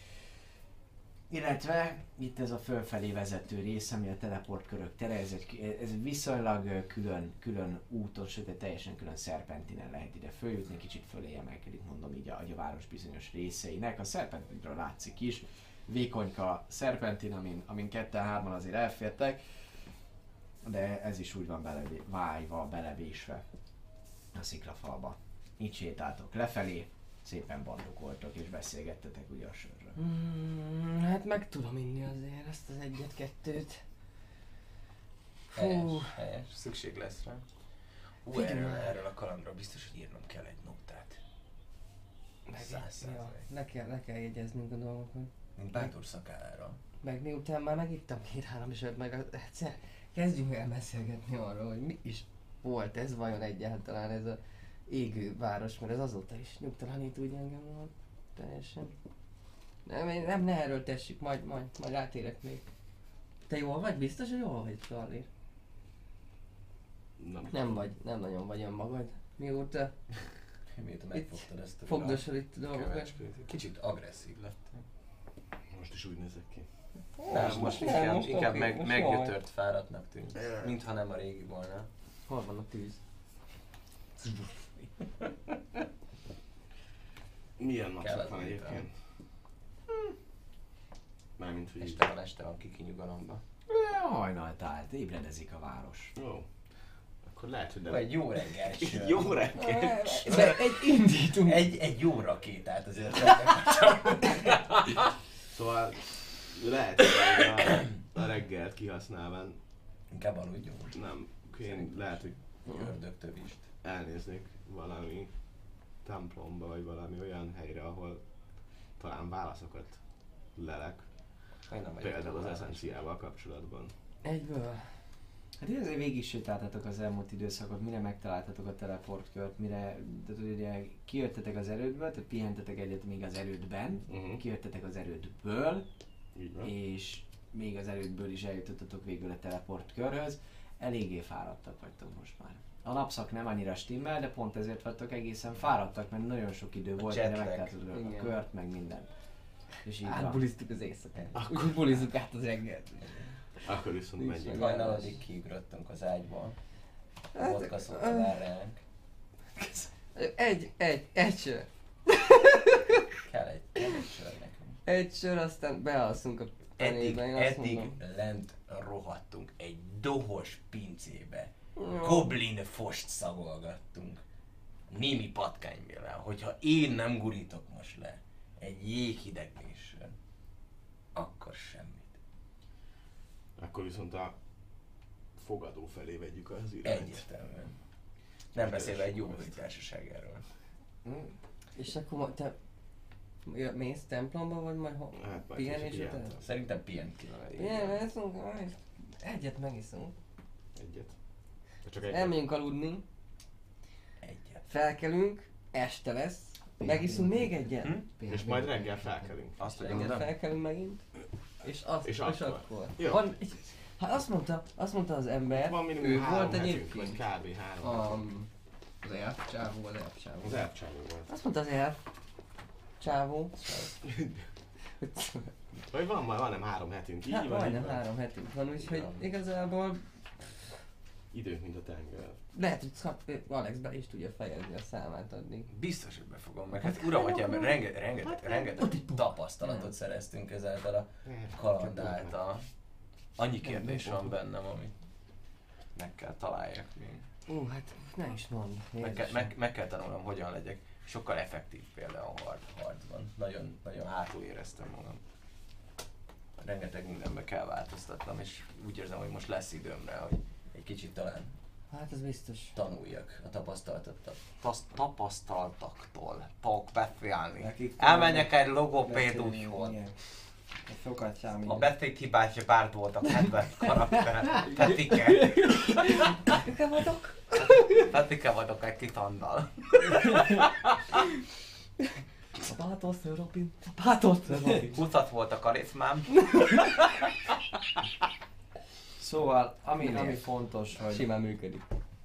illetve itt ez a fölfelé vezető rész, ami a teleportkörök tere, ez egy, ez egy viszonylag külön, külön úton, sőt egy teljesen külön szerpentinen lehet ide följutni, kicsit fölé emelkedik, mondom így a, a város bizonyos részeinek. A szerpentinről látszik is, vékonyka szerpentin, amin, amin ketten-hárman azért elfértek, de ez is úgy van belevé, vájva, belevésve a sziklafalba. Így sétáltok lefelé, szépen bandokoltok és beszélgettetek ugye a sörről. Mm, hát meg tudom inni azért ezt az egyet-kettőt. Fú. Helyes, helyes, szükség lesz rá. Ú, Figyelj erről, már. erről a kalandról biztos, hogy írnom kell egy nótát. Száz Ja, százalék. le kell, le kell jegyeznünk a dolgokat. Mint bátor szakára. Meg miután már megittam két-három is, meg az- egyszer kezdjünk el beszélgetni arról, hogy mi is volt ez vajon egyáltalán ez a égő város, mert ez azóta is nyugtalanít úgy engem volt teljesen. Nem, én- nem, ne erről tessük, majd, majd, majd átérek még. Te jól vagy? Biztos, hogy jól vagy, Charlie? Nem. Nem vagy, nem nagyon vagy önmagad. Mióta Mióta megfogtad ezt a fogdosol itt dolgokat? kövecskét. Kicsit agresszív lettem. Most is úgy nézek ki. Nem, most nem, inkább, most inkább oké, meg, most meggyötört, fáradtnak tűnt. Mintha nem a régi volna. Hol van a tűz? Milyen napok Kellett van miután. egyébként? Mármint, hogy így. Este van, este van, kiki nyugalomba. Hajnal tált, ébredezik a város. Jó. Akkor lehet, hogy nem. Egy jó reggel sör. Jó reggel. De egy indítunk. Egy, egy jó rakétát azért. Szóval lehet, hogy a, a reggelt kihasználván Inkább aludjunk. nem, én lehet, hogy Ördögtövist. elnéznék valami templomba, vagy valami olyan helyre, ahol talán válaszokat lelek. Én nem vagyok Például az város. eszenciával kapcsolatban. Egyből. Hát így azért végig sétáltatok az elmúlt időszakot, mire megtaláltatok a teleportkört, mire tehát ugye kijöttetek az erődből, tehát pihentetek egyet még az erődben, Uh-huh. kijöttetek az erődből, Így van. és még az erődből is eljutottatok végül a teleportkörhöz. Eléggé fáradtak vagytok most már. A napszak nem annyira stimmel, de pont ezért vagytok egészen fáradtak, mert nagyon sok idő volt, mire jetlag. megtaláltatok a Igen. kört, meg minden. És így van. Átbuliztuk az éjszakát. Úgyhogy bulizzuk át az reggelt. Akkor viszont Nincs menjünk. meg. Hajnalodig kiugrottunk az ágyból. Hát, Vodka szóltad el ránk. Egy, egy, egy sör. Kell egy, kell egy sör nekünk. Egy sör, aztán bealszunk a Eddig, penébe, én azt eddig mondom. lent rohadtunk egy dohos pincébe. Jó. Goblin fost szagolgattunk. Némi patkánybélel. Hogyha én nem gurítok most le egy jéghideg mégsör, akkor semmit. Akkor viszont a fogadó felé vegyük az irányt. Egyértelműen. Nem beszélve egy jó társaság erről. És akkor ma, te ja, mész templomba, vagy majd ho- Hát majd pihenés kicsit után? pihentem. Szerintem pihent kéne. Igen, veszünk, egyet megiszunk. Egyet. De csak egyet. Elmegyünk aludni, Egyet. felkelünk, este lesz, megiszunk még egyet. Hm? És majd reggel felkelünk. Azt, hogy Reggel oda? felkelünk megint, és, azt, És és, akkor. akkor. Jó. Van, és, hát azt mondta, azt mondta az ember, Van minimum ő három volt hetünk, egyébként. vagy kb. három A, hetünk. az elf csávó, az elf csávó. Az elfcsávó volt. Azt mondta az elf csávó, Vagy van, van nem három hetünk, így hát van, így majdnem van. három hetünk van, úgyhogy Ja. igazából Időnk, mint a tenger. lehet, hogy szab, Alex be is tudja fejezni a számát addig. Biztos, hogy befogom meg. Hát uram, atyám, mert rengeteg, rengeteg, rengeteg tapasztalatot szereztünk ezáltal a kaland által. Annyi kérdés van bennem, amit meg kell találjak még. Ó, hát ne is mondd. Meg kell, meg, meg kell tanulnom, hogyan legyek sokkal effektív például hard, harcban. Nagyon, nagyon hátul éreztem magam. Rengeteg mindenbe kell változtatnom, és úgy érzem, hogy most lesz időmre, hogy egy kicsit talán Hát az biztos. tanuljak a tapasztaltatok. Tapasztaltaktól fogok beszélni. Nekik Elmenjek egy logopédushoz. Igen. Sokat számít. A beszédhibás párt volt a kedvenc karakterem. Petike. Kike vagyok? Petike vagyok egy titannal. A bátorször Robin. A bátorször Robin. húsz volt a karizmám. Szóval, ami, ami fontos, hogy Simán működik.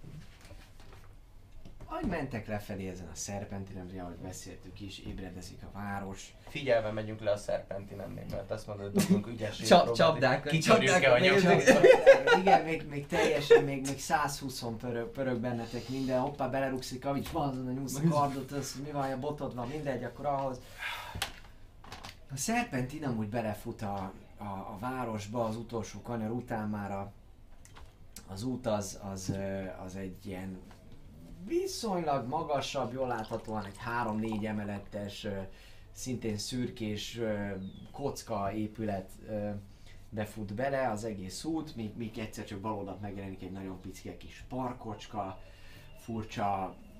ahogy mentek lefelé ezen a szerpentinen, ahogy beszéltük is, ébredezik a város. Figyelve megyünk le a szerpentinen még, mert azt mondod, hogy dobunk ügyesség Csap- próbálni. csapdákat, Kicsapjuk-e a csapdákat nyomot? nézzük. Igen, még, még teljesen, még, még százhúszon pörög, pörög bennetek minden, hoppá belerúgsz egy kavics, van azon a nyúlsz a kardot, az, mi van, a botod van, mindegy, akkor ahhoz. A szerpentin amúgy belefut a, a, a városba az utolsó kanyar után már a, az út az, az, ö, az egy ilyen viszonylag magasabb, jól láthatóan egy három-négy emeletes, ö, szintén szürkés ö, kocka épület ö, befut bele az egész út, míg, míg egyszer csak bal oldalt megjelenik egy nagyon picike kis parkocska, furcsa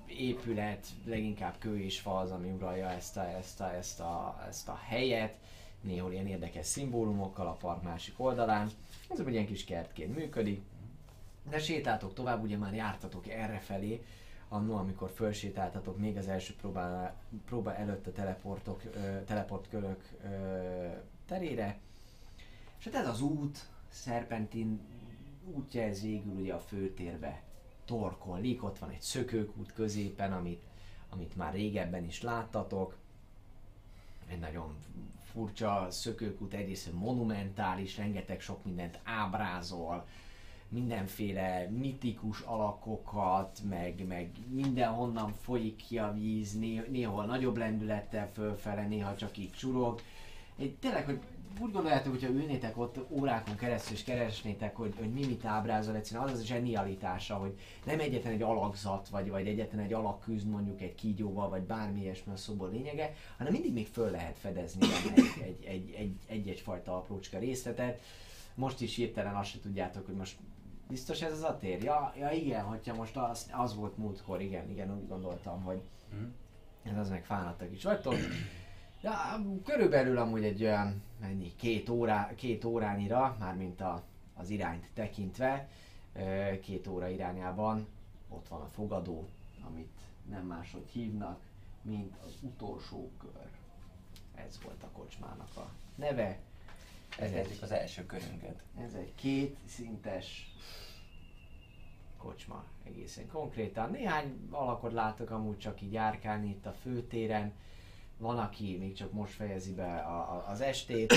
épület, leginkább kő és fa az, ami uralja ezt a, ezt a, ezt a, ezt a helyet. Néhol ilyen érdekes szimbólumokkal a park másik oldalán. Ez egy ilyen kis kertként működik. De sétáltok tovább, ugye már jártatok errefelé, annó, amikor fölsétáltatok még az első próbá, próba előtt a teleportok, ö, teleportkörök ö, terére. És hát ez az út, Szerpentin útja, ez végül ugye a főtérbe torkollik. Ott van egy szökőkút középen, amit, amit már régebben is láttatok. Egy nagyon furcsa szökőkút, egyrészt monumentális, rengeteg sok mindent ábrázol, mindenféle mitikus alakokat, meg, meg mindenhonnan folyik ki a víz, né- néhol nagyobb lendülettel fölfele, néha csak így csurog. Egy, tényleg, hogy úgy gondoljátok, hogyha ülnétek ott órákon keresztül és keresnétek, hogy, hogy mi mit ábrázol, egyszerűen az az a zsenialitása, hogy nem egyetlen egy alakzat, vagy, vagy egyetlen egy alakküzd mondjuk egy kígyóval, vagy bármi ilyesmi a szobor lényege, hanem mindig még föl lehet fedezni egy, egy, egy, egy, egy-egy fajta aprócska részletet. Most is hirtelen azt se tudjátok, hogy most biztos ez az a tér? Ja, ja igen, hogyha most az, az volt múltkor, igen, igen, úgy gondoltam, hogy ez az, meg fánadtak is vagytok. Ja, körülbelül amúgy egy olyan, mennyi, két, órá, két órányira, mármint a, az irányt tekintve, két óra irányában ott van a fogadó, amit nem máshogy hívnak, mint az utolsó kör. Ez volt a kocsmának a neve. Ez egy, az első körünket. Ez egy két szintes kocsma egészen konkrétan. Néhány alakot látok amúgy csak így járkálni itt a főtéren. Van, aki még csak most fejezi be a, a, az estét.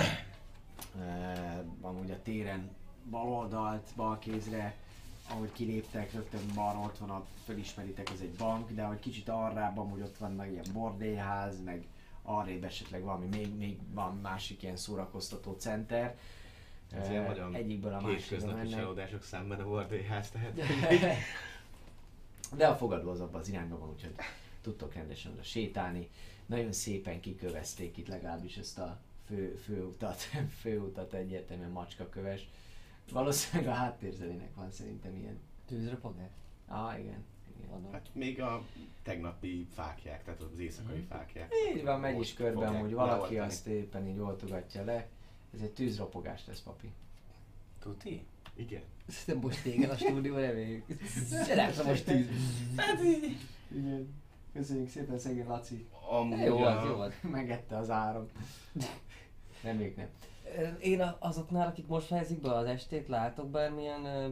e, amúgy a téren bal oldalt, bal kézre, ahogy kiléptek, rögtön balra ott van, a, felismeritek, ez egy bank, de ahogy kicsit arrább, amúgy ott van meg ilyen bordélyház, meg arrébb esetleg valami, még, még van másik ilyen szórakoztató center. Ez ilyen nagyon egyikből a másikba hétköznapi mennek. csalódások szemben a bordélyház, tehát... De a fogadó az abban az irányban van, úgyhogy tudtok rendesen oda sétálni. Nagyon szépen kikövezték itt legalábbis ezt a fő, főutat, főutat egyértelműen macskaköves. Valószínűleg a háttérzelének van szerintem ilyen. Tűzropogás? Ah, igen. igen. Hát még a tegnapi fákják, tehát az éjszakai Mhm. fákják. Így van, megy is Most körben, fogják hogy valaki leoltani. azt éppen így oltogatja le. Ez egy tűzropogás lesz, papi. Tuti? Igen. Szerintem most téged a stúdió reméljük. Se látom most tűz. Igen. Köszönjük szépen, szegény Laci. Amúgy Jó volt, a- jó volt. Megette az áram. Nem, még nem. Én a- azoknál, akik most fejezik be az estét, látok bármilyen ö,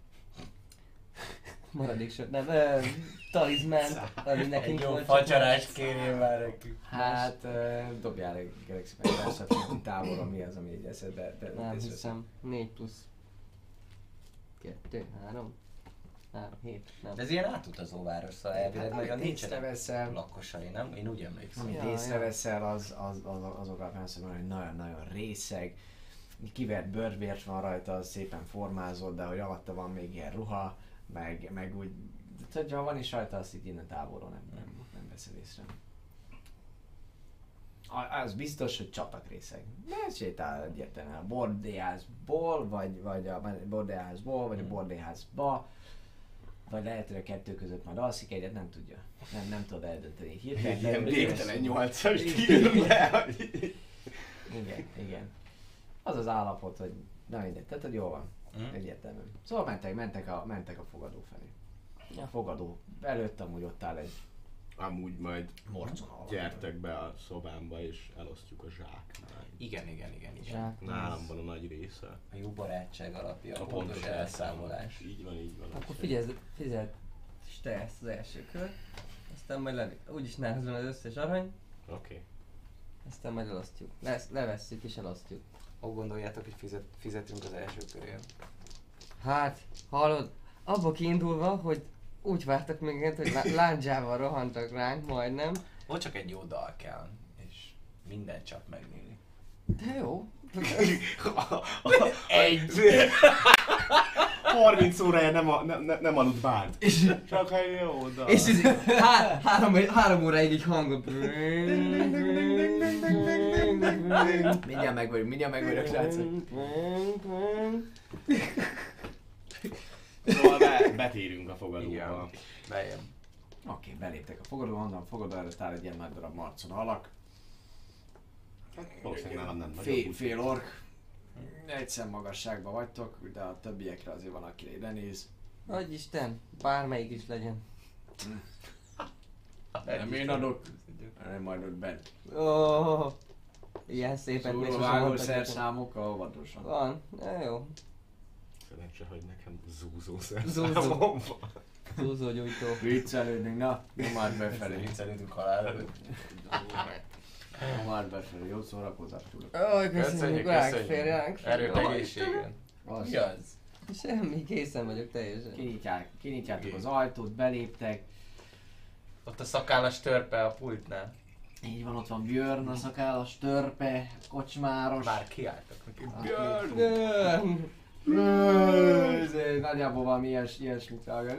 maradék sor, nem, ö, talizmánt, ami nekünk Egy jó volt. facsarást kérjél már nekünk. Hát, uh, dobjál egy Galaxy Megvásat, hogy távolra mi az, ami így eszedbe be, Nem észreveszed. hiszem, négy plusz kettő, három, három, hét, nem. De ez ilyen átutazó város, szóval elvileg Hát, nagyon amit nincsenek észreveszel, lakosai, nem? Én úgy emlékszem. amit Ja, észreveszel, az, az, az, azok alapján azt mondom, hogy nagyon-nagyon részeg. Kivert bőrvért van rajta, az szépen formázott, de hogy alatta van még ilyen ruha, meg, meg úgy, tehát ha van is rajta, azt itt innen távolról nem, nem, nem veszed észre. A- Az biztos, hogy csatakrészeg. Ne sétál egyértelműen a bordélyházból, vagy, vagy a bordélyházból, vagy a bordélyházba, vagy lehet, hogy a kettő között majd alszik egyet, nem tudja. Nem, nem tudod eldönteni. Hirtelen Ilyen leül, végtelen és- nyolcas írunk le, hogy... Igen, igen. Az az állapot, hogy na mindegy, tehát hogy jól van. Mm. Egyértelmű. Szóval mentek, mentek a, mentek a fogadó felé. A fogadó előtt amúgy ott áll egy Amúgy majd morcon alapú. gyertek be a szobámba és elosztjuk a zsákmányt. Igen, igen, igen, igen. Zsák. Nálam van a nagy része. A jó barátság alapja, a A pontos elszámolás. Így van, így van. Akkor figyelj, fizet te ezt az első kört, aztán majd le, úgyis nálad van az összes arany, Oké. Okay. aztán majd elosztjuk. Lesz, levesszük és elosztjuk. Úgy gondoljátok, hogy fizet, fizetünk az első körén? Hát, hallod, abba kiindulva, hogy úgy vártak minket, hogy lá- lándzsával rohantak ránk, majdnem. Ott csak egy jó dal kell, és minden csak megnyílik. De jó. Egy! harminc órája nem, a, nem, nem, nem aludt bárd. Csak ha jó, de... És ez há- három, három óráig így hangot. Mindjárt meg vagyok, mindjárt meg vagyok, srácok. Szóval be, betérünk a fogadóba. Igen. Bejön. Oké, beléptek a fogadóba, mondom, a fogadó előtt áll egy ilyen nagy darab marcon alak. Valószínűleg nálam nem Fél, nagyon. fél ork. Egy szem magasságban vagytok, de a többiekre azért van, akire ide néz. Nagy Isten, bármelyik is legyen. Nem én adok, hanem majd ott bent. Oh, ilyen szépet még sosem Szóróvágó mondtak nekem. szerszámokkal óvatosan. Van, ja, jó. Szerencse, hogy nekem zúzó Zúzó. szerszámom van. Zúzógyújtó. Viccelődünk, na, nyomát befelé. Viccelődünk halál előtt. Nyomát befelé, jó szórakozást tudok. Ó, köszönjük, Köszönjük, rákfér, köszönjük. rákfér. Erőt egészségen. Az. Mi az? Semmi, készen vagyok teljesen. Kinyitják, kinyitjátok az ajtót, beléptek. Ott a szakállas törpe a pultnál. Így van, ott van Björn, a szakállas törpe, kocsmáros. Már kiálltak neki. Aki- Björn! Ez nagyjából valami ilyes, ilyesmit vágál.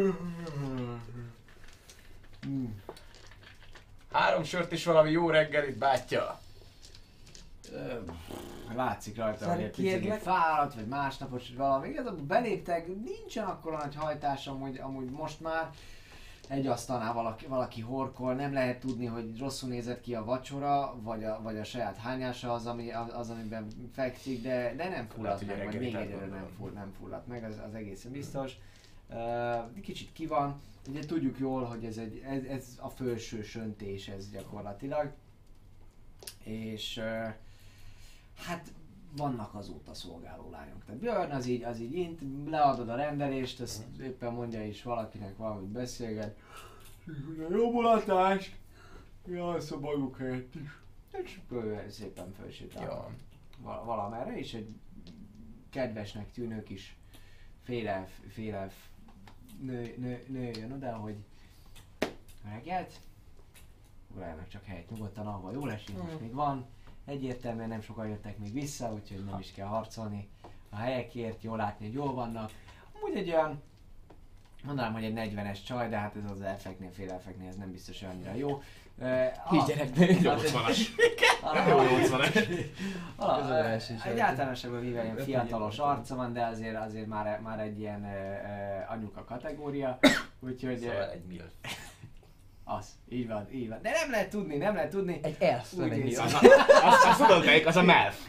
Három sört és valami jó reggelit, bátya. Ö, Látszik rajta, Szeri, hogy egy picit kérlek. fáradt, vagy másnapos, vagy valami. Igazából beléptek, nincsen akkora nagy hajtás amúgy, amúgy most már. Egy asztalnál valaki, valaki horkol, nem lehet tudni, hogy rosszul nézett ki a vacsora, vagy a, vagy a saját hányása az, ami, az, amiben fekszik, de, de nem fulladt hogy a meg, vagy reggelit még egyre nem, átgondolom. full, nem fulladt meg, az, az egészen biztos. Uh, kicsit ki van, ugye tudjuk jól, hogy ez, egy, ez, ez a felső söntés ez gyakorlatilag. És uh, hát vannak azóta szolgáló lányok. Tehát Björn az így, az így int, leadod a rendelést, azt éppen mondja is valakinek valamit beszélget. Jó mulatás! Jaj, szobajuk helyett is. És ő szépen felsétál Jó. val- valamerre, és egy kedvesnek tűnő kis féle, féle nő, nő, nő jön oda, hogy reggelt, uráljanak csak helyet nyugodtan, ahol jól esik, most még van. Egyértelműen nem sokan jöttek még vissza, úgyhogy nem is kell harcolni a helyekért, jól látni, hogy jól vannak. Amúgy egy olyan, mondanám, hogy egy negyvenes csaj, de hát ez az elfeknél, fél elfeknél ez nem biztos, hogy annyira jó. Kis gyereknél. nyolcvanas. Jó nyolcvanas. Ez a vers is. Egy általánosságban véve ilyen fiatalos arca van, de azért, azért már, már egy ilyen uh, anyuka kategória, úgyhogy Szóval uh, egy milf. az, így van, így van. De nem lehet tudni, nem lehet tudni. Egy elf, Úgy nem egy néz milf. ki. Azt, azt tudod melyik? Az a melf.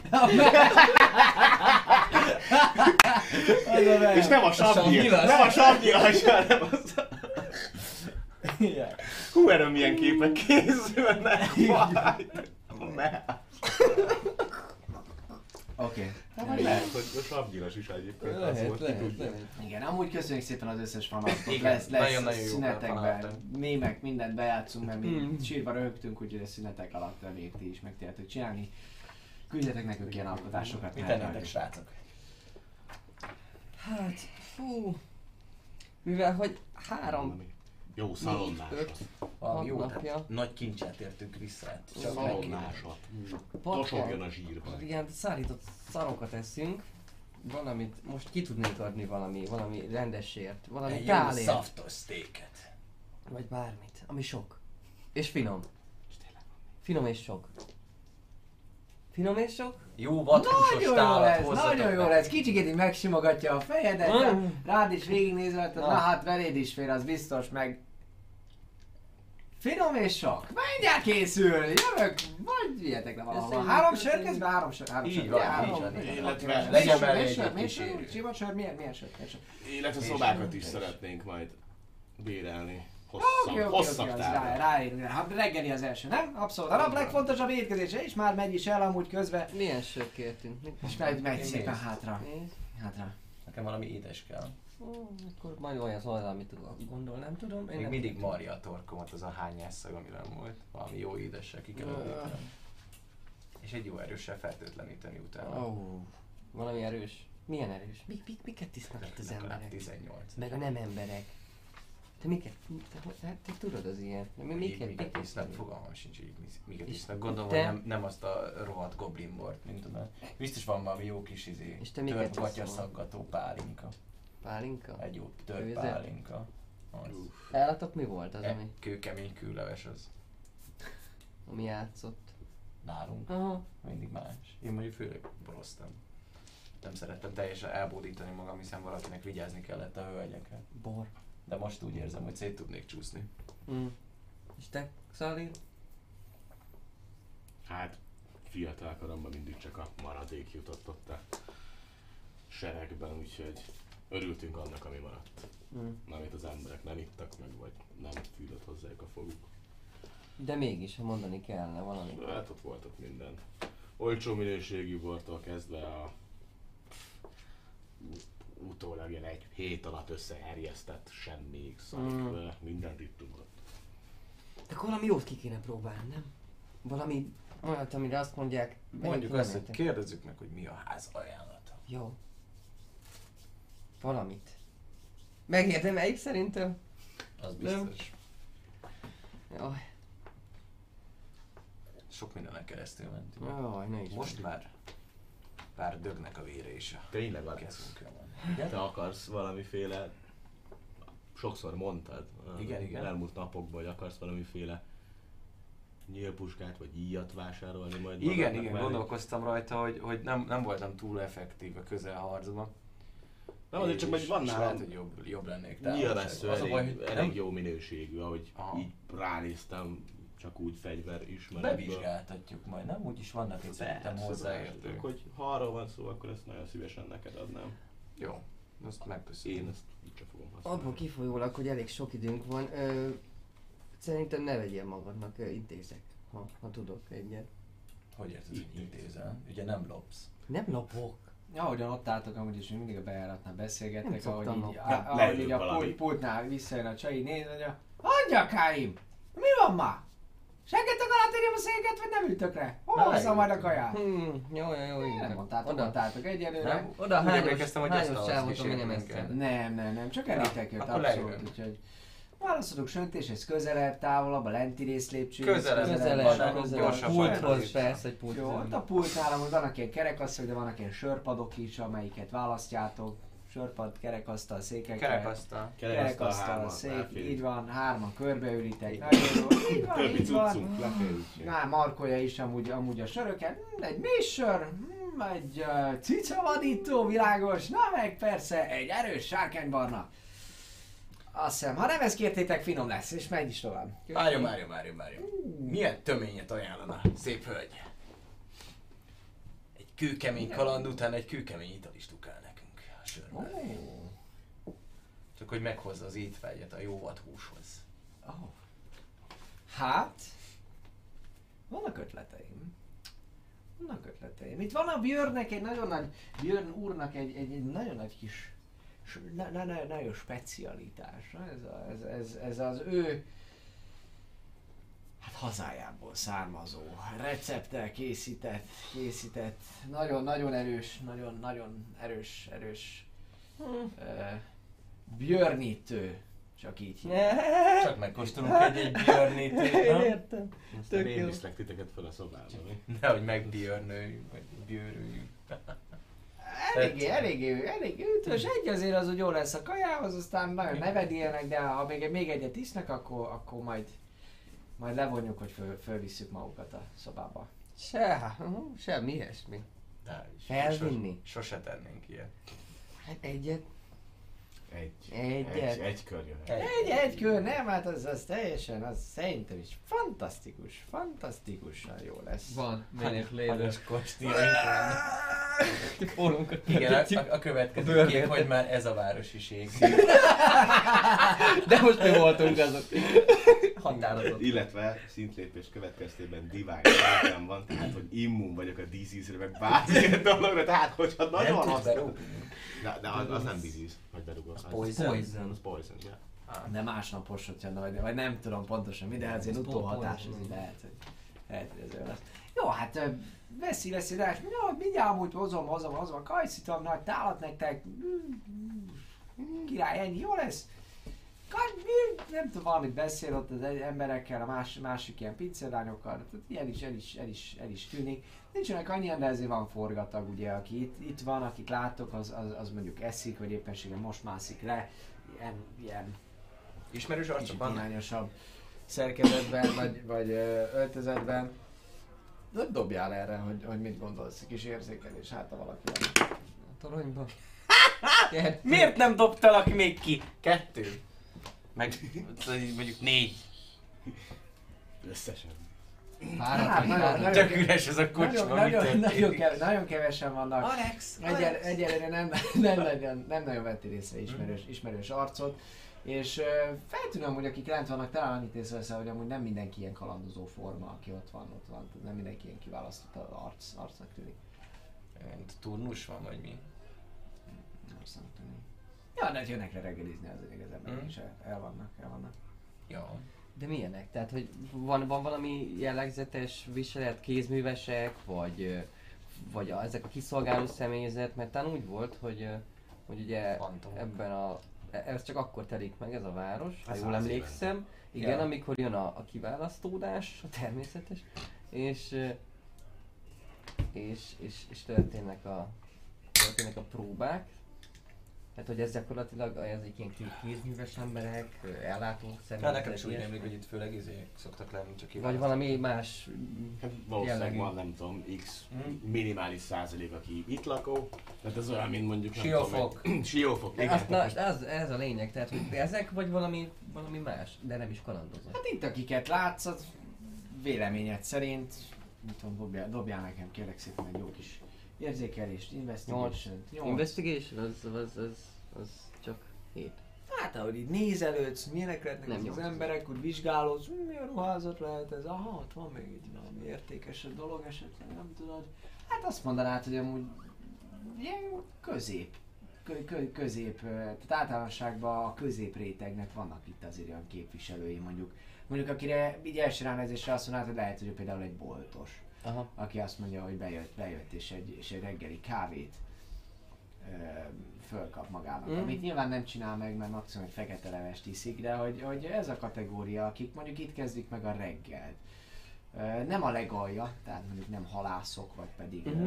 Az a És nem a savnyil. savnyilas. Nem a savnyilas, hanem az a... Igen. Hú, erről milyen képek készülnek. Vaj. A melf. Oké. Hát vagy lehet, hogy a savnyilas is egyébként az Lehet, volt, ki lehet, tudja. lehet. Igen, amúgy köszönjük szépen az összes fanatot. Igen, Lesz, lesz nagyon-nagyon jó szünetekben, fanartok. mémek, mindent bejátszunk, mert mi Mm. sírva röhögtünk, úgyhogy a szünetek alatt reméljük ti is meg tudjátok csinálni. Küldjetek nekünk ilyen alkotásokat. Mit mert tennétek, várjuk. srácok? Hát, fú. Mivel, hogy három, Jó négy, szalonnásat. öt, Valami jó, Hat hát napja. nagy kincset értünk vissza. hát Csak meg Szalonnásat. Tosogjon a zsírba. ilyen szállított szarokat eszünk. Valamit, most ki tudnék adni valami, valami rendesért, valami egy jó tálért, szaftos steaket. vagy bármit, ami sok. És finom. Finom és sok. Finom és sok? Jó vadhúsos Nagyon jó tálat lesz, hozzatok nagyon jó be. lesz. Kicsikét így megsimogatja a fejedet, Mm. rá- rád is végignézve, hogy Na. na hát veléd is fér, az biztos, meg finom és sok. Mindjárt készül, jövök, vagy vihetek le valahol. Köszönjük, Három sör köszönjük. kezdve, három sör, három Így sör. van, Három, így van, igen, illetve oké. legyen Milyen belőle sör, egy milyen kis sör, kísérő. Sima sör, milyen, milyen sör, milyen sör. Illetve És szobákat is és- szeretnénk majd bérelni. Oké, Hosszabb, oké, oké, hosszabb az távon. rá, ráérünk. Hát reggeli az első, nem? Abszolút. A nap legfontosabb étkezése, és már megy is el amúgy közben. Milyen sört kértünk? Mit És megy, megy Én szépen nézd. hátra. Nézd. Hátra. Nekem valami édes kell. Ó, akkor majd olyan szólal, amit gondol, nem tudom. Én Még nem mindig tudom. marja a torkomat, az a hányás szag, ami nem volt. Valami jó édessel ki kell öblíteni. És egy jó erőssel fertőtleníteni utána. Ó, valami erős. Milyen erős? Mik, mik, miket isznak itt az Legalább emberek? tizennyolc. Meg a nem emberek. Te miket? Te, te, te tudod az ilyen? De mi, miket, Miket miket isznak? isznak? Fogalmam sincs, hogy mi- miket És isznak. Gondolom, te- hogy nem, nem azt a rohadt goblin bort, mint tudom. Biztos van valami jó kis izé. És te miket tört iszol? gatyaszaggató pálinka. Pálinka? Egy jó tört Főzet? pálinka. Az. Nálatok mi volt az, E, ami, kőkemény kőleves az. ami játszott? Nálunk. Aha. Mindig más. Én mondjuk főleg boroztam. Nem szerettem teljesen elbódítani magam, hiszen valakinek vigyázni kellett a hölgyekre. Bor. De most úgy érzem, hogy szét tudnék csúszni. Mm. És te, Xali? Hát, fiatal koromban mindig csak a maradék jutott ott a seregben, úgyhogy örültünk annak, ami maradt. Mm. Amit az emberek nem ittak meg, vagy nem fűlött hozzájuk a foguk. De mégis, ha mondani kellene valami. Hát ott volt ott minden. Olcsó minőségű bortól kezdve a utólag ilyen egy hét alatt összeherjesztett semmi szak, Mm. mindent ittunk ott. De akkor valami jót ki kéne próbálni, nem? Valami olyat, amire azt mondják... Mondjuk menjünk, azt, hogy menjetek. kérdezzük meg, hogy mi a ház ajánlata. Jó. Valamit. Megérdemeljük szerintem? Az Nem. biztos. Jaj, Sok mindenen keresztül mentünk. jaj, ne is. Most már pár dögnek a vére is a Tényleg van. kezünkön van. Te akarsz valamiféle, sokszor mondtad Igen, az igen. elmúlt napokban, hogy akarsz valamiféle nyílpuskát vagy íjat vásárolni majd Igen, magadnak igen, mellé. gondolkoztam rajta, hogy, hogy nem, nem voltam túl effektív a közelharcban. Nem, azért csak, És- hogy van és nálam lehet, hogy jobb, jobb lennék. nyilvessző, Az a elég, baj, hogy elég nem jó minőségű, ahogy Aha. így ránéztem, csak úgy fegyver ismeretből. bevizsgáltatjuk majd, nem? Úgyis vannak itt szerintem Persze, hozzáértők. hogy ha arról van szó, akkor ezt nagyon szívesen neked adnám. Jó, azt megköszönöm. Én ezt úgyse fogom használni. Abból kifolyólag, hogy elég sok időnk van, ö, szerintem ne vegyél magadnak, ö, intézek, ha, ha tudok egyet. Hogy érted, hogy intézel? Ugye nem lopsz. Nem lopok. Ahogyan ott álltok, amúgy is mindig a bejáratnál Nem beszélgettek, szoktam ahogy így, lopni. á- ahogy Leülünk így a valami. pult, pultnál visszajön a csai, néz, mondja, Anyakáim! Mi van ma? Seggetek alá térjem a széket, vagy nem ültök rá? Hol Na, hozzam majd a leültünk. kaját? Hmm, jó, jó, jó, Nem inkább. mondtátok, Oda, mondtátok egyelőre. Nem? oda Úgy hányos, emlékeztem, hogy hányos asztalhoz sávot, ami kísértünk nem ezt el. Nem, nem, nem, csak elétek jött, akkor abszolút, leülünk. úgyhogy választodok söntéshez közelebb, távolabb, a lenti részlépcső. Közelebb, közelebb, Közelebb, közelebb, gyorsabban pulthoz, elindítsam. persze, hogy pult. Jó, ott a pultnál amúgy vannak ilyen kerekasztalok, de vannak ilyen sörpadok is, amelyiket választjátok. Sörpad, kerekasztal, székek. Kerekasztal. Kerekasztal, hárman, szék, elférünk. így van, hárman körbeülitek, nagyon jó, így van, Többi így van. cuccunk, lekerültség. Na, markolja is amúgy, amúgy a söröket, Mm, egy mély sör, mm, egy uh, cicavadító világos, na meg persze egy erős sárkánybarna. Azt hiszem, ha nem ezt kértétek, finom lesz, és megy is tovább. Várjon, várjon, várjon, várjon. Milyen töményet ajánlana, szép hölgy? Egy kőkemény kaland után egy kőkemény ital is tukál nekünk a sör mellé. Csak hogy meghozza az étvágyat a jó vadhúshoz. Oh. Hát, vannak ötleteim. Vannak ötleteim. Itt van a Björnnek egy nagyon nagy, Björn úrnak egy, egy, egy nagyon nagy kis, s- na, na, na, nagyon specialitás. Ez, a, ez, ez, ez az ő hát hazájából származó, recepttel készített, készített, nagyon-nagyon erős, nagyon-nagyon erős, erős uh, björnítő. Csak így hívják. Csak megkóstolunk egy-egy björnítőt, Én nem? értem. Aztán Tök én jó. viszlek titeket fel a szobába, mi? Nehogy megbjörnőjünk, vagy björüljünk. Eléggé, eléggé, eléggé ütös. Egy azért az, hogy jó lesz a kajához, aztán nagyon nevedélnek, de ha még, még egyet isznak, akkor, akkor majd, majd levonjuk, hogy föl, fölvisszük magukat a szobába. Se, uh, semmi ilyesmi. De is Elvinni? Sose, sose tennénk ilyet. Hát egyet. Egy, Egyet. egy, egy kör jöhet. Egy, egy kör, nem, hát az, az teljesen, az szerintem is fantasztikus, fantasztikusan jó lesz. Van, Hanyas hanyas kóstoljaink van. Pólunkat Igen, a, a, a következő Bőrgét. kép, hogy már ez a városiség. De most mi voltunk azok. Határozott. Illetve szintlépés következtében divány váltám van, tehát hogy immun vagyok a disease-re, meg bármilyen dologra, tehát hogyha nagyon Nem tudsz használ... berúgni. De, de az, az nem disease, hogy berugom. Az poison. Poison. Az poison, ja. De másnapos, hogyha vagy, vagy nem tudom pontosan mi, de azért Ez utóhatás, pont- ez így lehet, hogy, lehet, hogy ez olyan lesz. Jó, hát ö, veszi, veszi, de jó, mindjárt amúgy hozom, hozom, hozom, kajszítom, nagy tálat nektek, király, ennyi, jó lesz. Kaj- mi- Nem tudom, valamit beszél ott az egy- emberekkel, a más, másik ilyen pincérlányokkal, tehát ilyen is, el is, el is, el is tűnik. Nincsenek annyian, de ezért van forgatag, ugye, aki itt, itt van, akit láttok, az, az, az mondjuk eszik, vagy éppenséggel most mászik le, ilyen, ilyen Ismerős kicsit arcok vannak? hiányosabb szerkezetben, vagy, vagy ö, öltözetben. De dobjál erre, hogy, hogy mit gondolsz, kis érzékelés, hát ha valaki van. A toronyba. Kettő. Miért nem dobtalak még ki? Kettő. Meg mondjuk négy. Összesen. Fáradt Hát, vagy, nagyon- fáradt. nagyon- Tök üres ez a Nagyon, kocsma, mi nagyon, nagyon, történik? kev, nagyon kevesen vannak. Alex! Egyel, Alex! egyelőre nem, nem, nagyon, nem nagyon vettél észre ismerős, ismerős arcot. És uh, feltűnöm, hogy akik lent vannak, talán annyit észreveszel, hogy amúgy nem mindenki ilyen kalandozó forma, aki ott van, ott van. Tehát nem mindenki ilyen kiválasztott arc, arcnak tűnik. Mint turnus van, vagy mi? Arcnak tűnik. Ja, de jönnek le reggelizni, az az emberek Mm. is el, el vannak, el vannak. Jó. De milyenek? Tehát, hogy van, van valami jellegzetes viselet, kézművesek, vagy, ö, vagy a, ezek a kiszolgáló személyzet, mert talán úgy volt, hogy, ö, hogy ugye Fantom. ebben a, e- ez csak akkor telik meg ez a város, ha Ez jól száz emlékszem. Igen, Ja. amikor jön a, a kiválasztódás, a természetes, és, ö, és, és, és történnek, a, történnek a próbák. Tehát, hogy ez gyakorlatilag ezek ilyen ké- kézműves emberek, ö, ellátók, Hát személyek. nekem is úgy ilyesmi. emlék, hogy itt főleg izék szoktak lenni, csak Vagy valami más Hát valószínűleg jellegű. van, nem tudom, x Mm. minimális százalék, aki itt lakó. Tehát ez olyan, mint mondjuk nem Siófok. tudom, egy- Siófok, De igen. azt, na, az, ez a lényeg, tehát hogy ezek vagy valami, valami más, de nem is kalandozó. Hát itt akiket látsz, az véleményed szerint, nem tudom, dobjál, dobjál nekem kérlek szépen egy jó kis érzékelést, investigation. Nyolc. Investigation az, az, az, az csak hét. Hát ahogy így nézelődsz, milyenek lehetnek Nem ezek az nyolc. emberek, úgy vizsgálódsz, "Hm, milyen ruházat lehet ez, aha, ott van még egy valami értékesebb dolog esetleg, nem tudod. Hát azt mondanád, hogy amúgy ilyen közép, kö, kö, közép, ö, tehát általánosságban a középrétegnek vannak itt azért olyan képviselői mondjuk. Mondjuk akire így első ránézésre azt mondanád, hogy lehet, hogy ő például egy boltos, Aha. aki azt mondja, hogy bejött, bejött és, egy, és egy reggeli kávét ö, fölkap magának. Mm. Amit nyilván nem csinál meg, mert maximum egy fekete levest iszik, de hogy, hogy ez a kategória, akik mondjuk itt kezdik meg a reggelt. Ö, nem a legalja, tehát mondjuk nem halászok, vagy pedig Mhm. ö,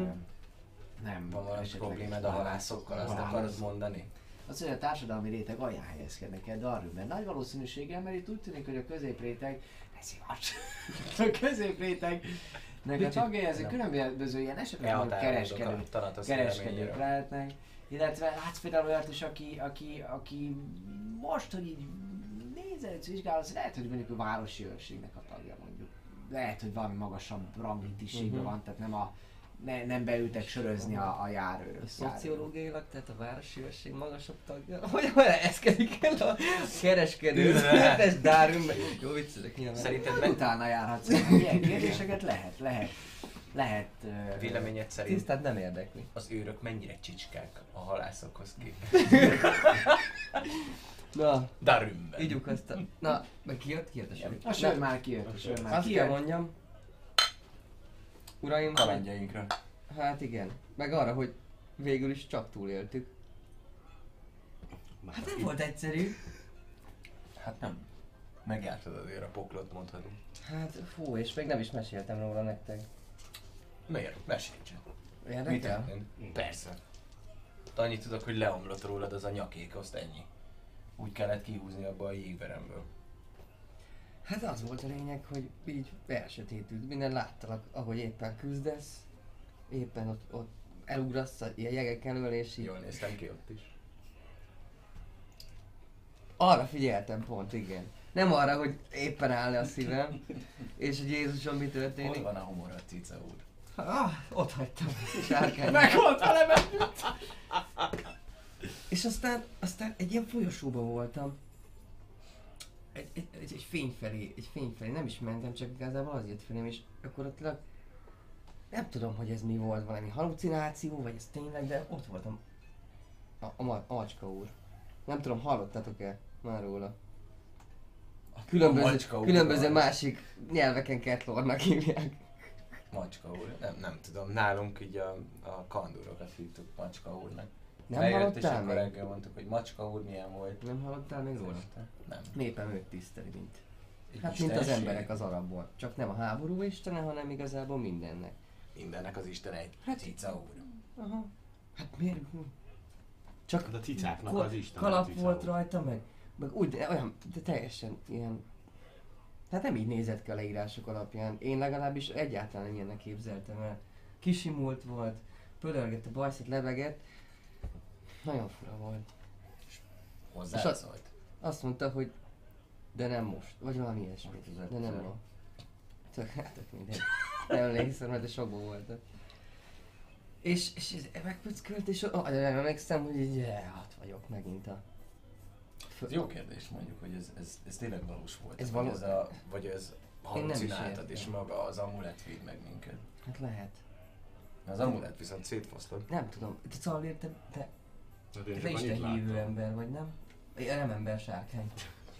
nem Van valami esetleg problémád a halászokkal, azt halál- akarod mondani? Az, hogy a társadalmi réteg alján helyezkednek el Darwinben. Nagy valószínűséggel, mert itt úgy tűnik, hogy a középréteg, ne szívacs, a középrétegnek a tagjai, ezek különböző ilyen esetleg mondjuk kereskedők, kereskedők lehetnek. Illetve látsz például olyat is, aki, aki, aki most, hogy így nézelődsz, vizsgálsz, lehet, hogy mondjuk a városi őrségnek a tagja mondjuk. Lehet, hogy valami magasabb rangú tisztségben Mhm. van, tehát nem a ne, nem beültek sörözni a, a járőrök. A szociológiailag, tehát a városi őrség magasabb tagja, hogy hogy helyezkedik el a kereskedő, ez Darwinben. Jó viccelek nyilván. Szerinted meg Utána járhatsz. Ilyen kérdéseket lehet, lehet, lehet. ö, véleményed szerint Tisztát nem érdekli. az őrök mennyire csicskák a halászokhoz képest? Na, Darwinben. ígyuk azt a... Na, meg ki jött? Ki jött a sör? A sör már kijött, a sör már Azt kell kijött. mondjam, uraim, hogy- Kalandjainkra. hát igen, meg arra, hogy végül is csak túléltük. Hát nem volt egyszerű. Hát nem. Megjártad azért a poklot, mondhatunk. Hát fú, és még nem is meséltem róla nektek. Miért? Mesélj csak. Mi Érdekel? történt? Persze. Annyit tudok, hogy leomlott rólad az a nyakék, azt ennyi. Úgy kellett kihúzni abba a jégveremből. Hát az volt a lényeg, hogy így elsötétült, minden láttalak, ahogy éppen küzdesz, éppen ott, ott elugrasz a ilyen jegek elől, és így Jól néztem ki ott is. arra figyeltem pont, igen. Nem arra, hogy éppen állna a szívem, és hogy Jézusom mi Hol történik. van a humor, a cica úr? Ah, ott hagytam, sárkány. Meg volt vele bennünk! És aztán, aztán egy ilyen folyosóban voltam. Egy, egy, egy, egy fény felé, egy fény felé, nem is mentem, csak igazából az jött felém, és gyakorlatilag nem tudom, hogy ez mi volt, valami halucináció, vagy ez tényleg, de ott voltam. A, a, ma- a macska úr. Nem tudom, hallottatok-e már róla? A Különböző, macska úr különböző van. másik nyelveken Catlordnak hívják. Macska úr. Nem, nem tudom, nálunk így a, a kandúrokat hívtuk Macska úrnak. Nem Bejött, és hallottál akkor még? reggel mondtuk, hogy Macska úr milyen volt. Nem hallottál még róla? Nem. Népem őt tiszteli, mint. Egy Hát mint az istenség. emberek az arabból. Csak nem a háború istene, hanem igazából mindennek. Mindennek az Isten egy Hát- cica úr. Aha. Hát miért? Csak Hát a cicáknak ko- az Isten. kalap a cica volt úr. rajta, meg, meg úgy, de olyan, de teljesen ilyen... Hát nem így nézett ki a leírások alapján. Én legalábbis egyáltalán nem ilyennek képzeltem el. Kisimult volt, pödörgett a bajszét, lebegett. Nagyon fura volt. Hozzá És a- szólt. Azt mondta, hogy De nem most. Vagy valami ilyesmi. De nem ma. Tök, tök mindegy. Nem emlékszem, mert sokban voltam. És, és ez megpöckölt, és oh, nem emlékszem, hogy így hát vagyok megint a... Ez jó kérdés mondjuk, hogy ez, ez, ez tényleg valós volt. Ez vagy valós. Ez a, vagy ez halucináltad, és értem. maga az amulett véd meg minket. Hát lehet. Az amulett viszont szétfosztod. Nem tudom. Te szóval érted, te, Hát én te csak Isten annyit hívő láttam. ember vagy, nem? Ja, nem ember, sárkány.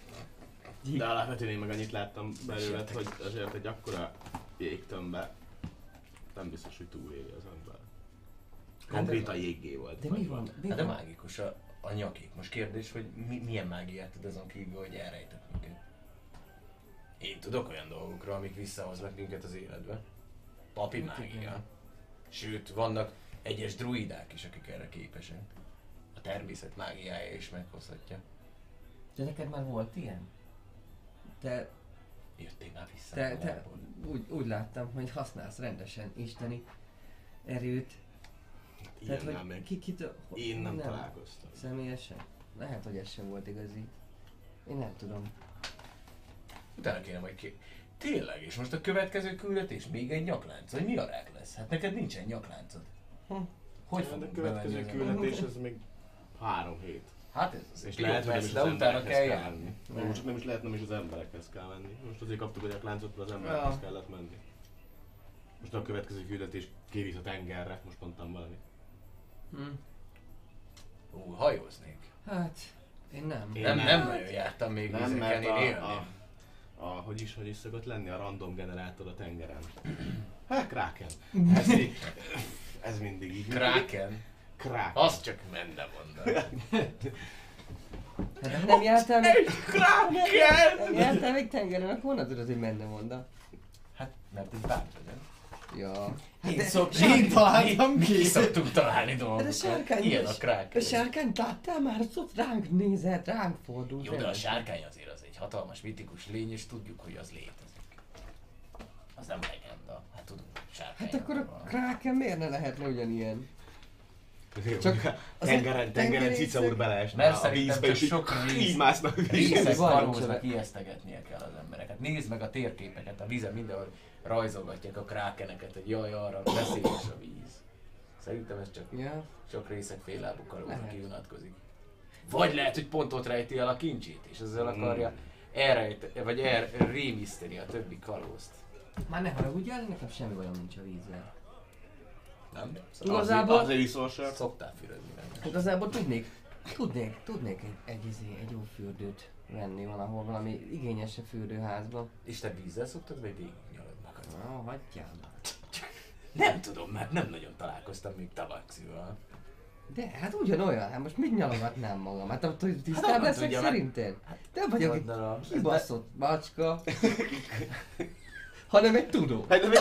De alapvetően én meg annyit láttam belőled, Meséltek. hogy azért egy akkora jégtömbbe nem biztos, hogy túléli az ember. Konkrétan jéggé volt. De vagy mi van? Mi Hát de van? mágikus a, a nyakik. Most kérdés, hogy mi, milyen mágiát tud azon kívül, hogy elrejtett minket. Én tudok olyan dolgokra, amik visszahoznak minket az életbe. Papi mágia. Sőt, vannak egyes druidák is, akik erre képesek. A természet mágiája is meghozhatja. De neked már volt ilyen? Te, Jöttél már vissza te, te magából. úgy, úgy láttam, hogy használsz rendesen isteni erőt. Tehát, Ilyennel hogy még ki, ki, én nem, találkoztam. Személyesen? Lehet, hogy ez sem volt igazi. Én nem tudom. Utána kéne majd ki. Tényleg, és most a következő küldetés még egy nyaklánc, vagy mi a rák lesz? Hát neked nincsen nyakláncod. Hm. Hogy A fogunk következő bevenni? küldetés ez még három hét. Hát ez az És jó lehet, hogy nem lesz, is de az utána emberekhez kell kell járni. menni. Most nem is lehet, nem is az emberekhez kell menni. Most azért kaptuk a nyakláncot, mert az emberekhez Ja. kellett menni. Most a következő küldetés kivisz a tengerre, most mondtam valami. Hm. Ú, hajóznék. Hát, én nem. Én Nem, nem. nem nagyon jártam még Nem, vizeken, mert én a, élném. a, a, hogy is, hogy is szokott lenni a random generátor a tengeren. Hát, Kraken. Ez, így, ez mindig így. Kraken? Kraken. Az csak menne mondani. Hát, de nem jártál még, Kraken! nem jártál még tengeren, akkor honnan tudod, hogy menne monda? Hát, mert egy bárt vagyok. Ja. Én szoktam, én találtam Mi ki. szoktunk találni Hát a dolgokat. sárkány, Ilyen a Kraken. a sárkányt láttál már? Az ott ránk nézett, ránk fordult. Jó, de a rendesen. sárkány azért az egy hatalmas mitikus lény, és tudjuk, hogy az létezik. Az nem legenda. Hát tudunk, sárkány. Hát akkor a Kraken miért ne lehetne ugyanilyen? Csak Csak tengeren, azért tengeren tengerészek- cica úr beleesne Mert a szerintem vízbe, csak és így, sok víz- így másznak a vízbe. Részek Van, kalóznak, nincs ijesztegetnie kell az embereket. Nézd meg a térképeket, a vízen mindenhol rajzolgatják a krákeneket, hogy jaj, arra veszélyes a víz. Szerintem ez csak Ja. sok részek féllábú kalóz, Lehet. aki unatkozik. Vagy lehet, hogy pont ott rejti el a kincsét, és ezzel Mm. akarja elrejt, vagy elrémiszteni a többi kalózt. Már ne haragudjál, nekem semmi bajom nincs a vízzel. Nem? Igazából- Azért, azért iszol sört. Szoktál fürödni, nem? Igazából tudnék, tudnék, tudnék egy, egy, izé, egy jó fürdőt venni valahol, valami igényesebb fürdőházban. És te vízzel szoktad, vagy végig nyalod magad? Ah, hagyjál már. Nem tudom, mert nem nagyon találkoztam még tabaxival. De hát ugyanolyan, hát most mit nyalogatnám magam? Hát attól Hát tisztában nem leszek tudja, mert- szerinted? De vagyok egy Gondolom. kibaszott bacska. Hanem egy tudó. Hát, de még-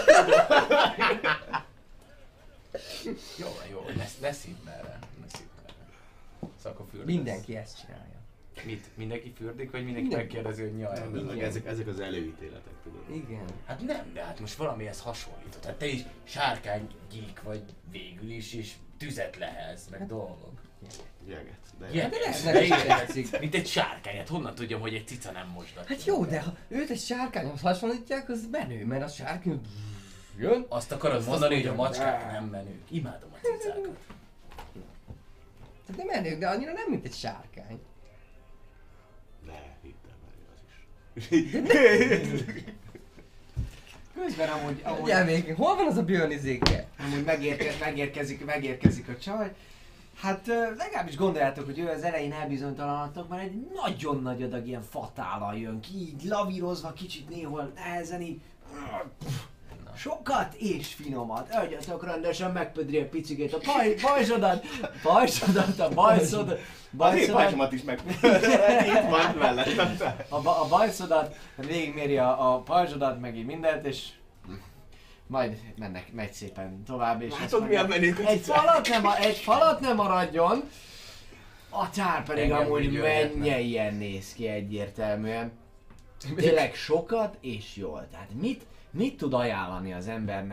Jó, jó, ne, ne szídd merre, ne szídd merre. Szóval akkor fürdesz. Mindenki ezt csinálja. Mit? Mindenki fürdik, vagy mindenki Mindenki. megkérdezi, hogy nyaj? Nem, vagy? meg ezek, ezek az előítéletek, tudod. Igen. Hát nem, de hát most valamihez hasonlított. Hát te is sárkánygyík vagy végül is, és tüzet lehelsz, meg dolgok. Jeget. De Ilyen. Hát de lehet, De nem is igen. tetszik. Mint egy sárkány, hát honnan tudjam, hogy egy cica nem mosdatja? Hát jó, de ha őt egy sárkányhoz hasonlítják, az menő, mert a sárkány jön. Azt akarod Azt mondani, azt hogy a mondja, macskák "Áh." nem menők. Imádom a cicákat. Tehát nem menők, de annyira nem, mint egy sárkány. Ne, hittem el, az is. Közben amúgy, amúgy, Ugye még, hol van az a Björn izéke? amúgy megérke, megérkezik, megérkezik a csaj. Hát ö, legalábbis gondoljátok, hogy ő az elején elbizonytalanodtok, mert egy nagyon nagy adag ilyen fatállal jön ki, így lavírozva, kicsit néhol nehezen így. Sokat és finomat. Adjatok rendesen megpödri a picikét a paj, pajzsodat, pajzsodat, a bajszodat, Azért bajszodat, pajzsomat is meg... Itt van mellettem. a, ba- a bajszodat, végigméri a, a pajzsodat, meg így mindent, és majd mennek, megy szépen tovább, és azt Látod mondja, milyen menők a egy cicák? falat nem, egy falat nem maradjon, a tár pedig Engem amúgy úgy jöhetnek. mennyien néz ki egyértelműen. Tényleg sokat és jól. Tehát mit, mit tud ajánlani az embernek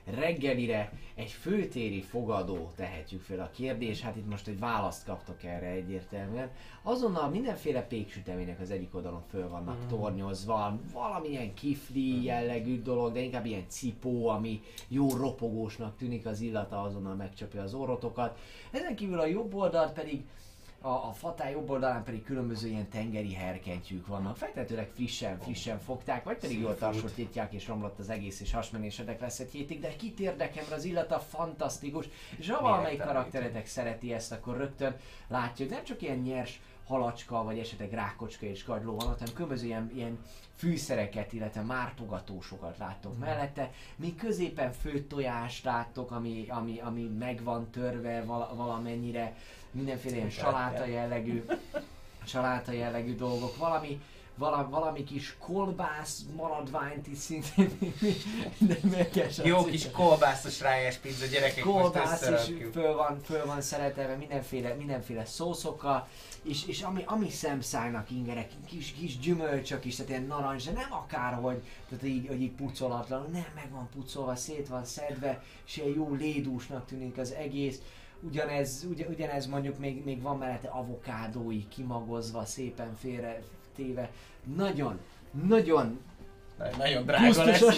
reggelire egy főtéri fogadó, tehetjük fel a kérdés, hát itt most egy választ kaptok erre egyértelműen. Azonnal mindenféle péksütemények az egyik oldalon föl vannak mm. tornyozva, valamilyen kifli jellegű dolog, de inkább ilyen cipó, ami jó ropogósnak tűnik, az illata azonnal megcsapja az orrotokat. Ezen kívül a jobb oldalt pedig A, a fatály jobb oldalán pedig különböző ilyen tengeri herkentyűk vannak. Feltehetőleg frissen, frissen fogták, vagy pedig jól tarsítják és romlott az egész és hasmenésedek lesz egy hétig, de kit érdekem, az illata fantasztikus, és ha valamelyik karakteretek szereti ezt, akkor rögtön látja, hogy nem csak ilyen nyers halacska, vagy esetleg rákocska és kagyló van, hanem különböző ilyen, ilyen fűszereket, illetve mártogatósokat láttok mm. mellette, míg középen főtt tojást láttok, ami, ami, ami meg van törve val- valamennyire, mindenféle ilyen saláta jellegű, saláta jellegű dolgok, valami, vala, valami kis kolbász maradványt is szintén, de mérges. Jó kis kolbászos rájás pizza, gyerekek, kolbász is föl van, föl van szeretelve mindenféle, mindenféle szószokkal, és, és ami, ami szemszájnak ingerek, kis, kis gyümölcsök is, tehát ilyen narancs, de nem akárhogy, tehát így, hogy így pucolatlan, nem, meg van pucolva, szét van szedve, és ilyen jó lédúsnak tűnik az egész. Ugyanez, ugy, ugyanez mondjuk még, még van mellette avokádói kimagozva, szépen félre téve. Nagyon, nagyon... Nagyon drága lesz.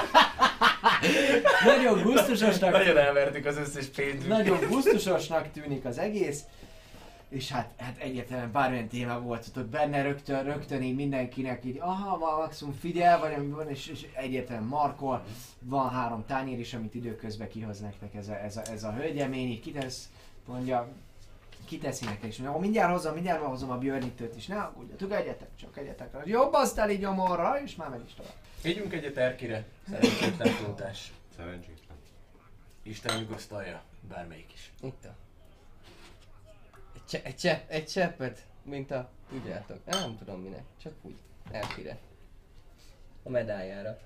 Nagyon gusztusosnak... Nagyon elvertük az összes pénzt. Nagyon gusztusosnak tűnik az egész. És hát, hát egyértelműen bármilyen téma volt ott benne, rögtön, rögtön így mindenkinek így, aha, van maximum figyel, vagy ami van, és, és egyértelműen markol. Van három tányér is, amit időközben kihoz nektek ez a, ez a, ez a hölgyemény, így kitesz, mondja, kiteszi nektek, és mondja, mindjárt hozom, mindjárt hozom a björnítőt is, ne aggódjatok, egyetek, csak egyetek. Jobb aztán így gyomorra, és már megy is tovább. Vigyünk egyet Erkire. Szerencsétlen tótás. Szerencsétlen. Isten nyugosztalja, bármelyik is. Itt a... Egy, cse- egy, csepp, egy cseppet, mint a... Tudjátok, nem tudom minek, csak úgy. Erkire. A medáljára.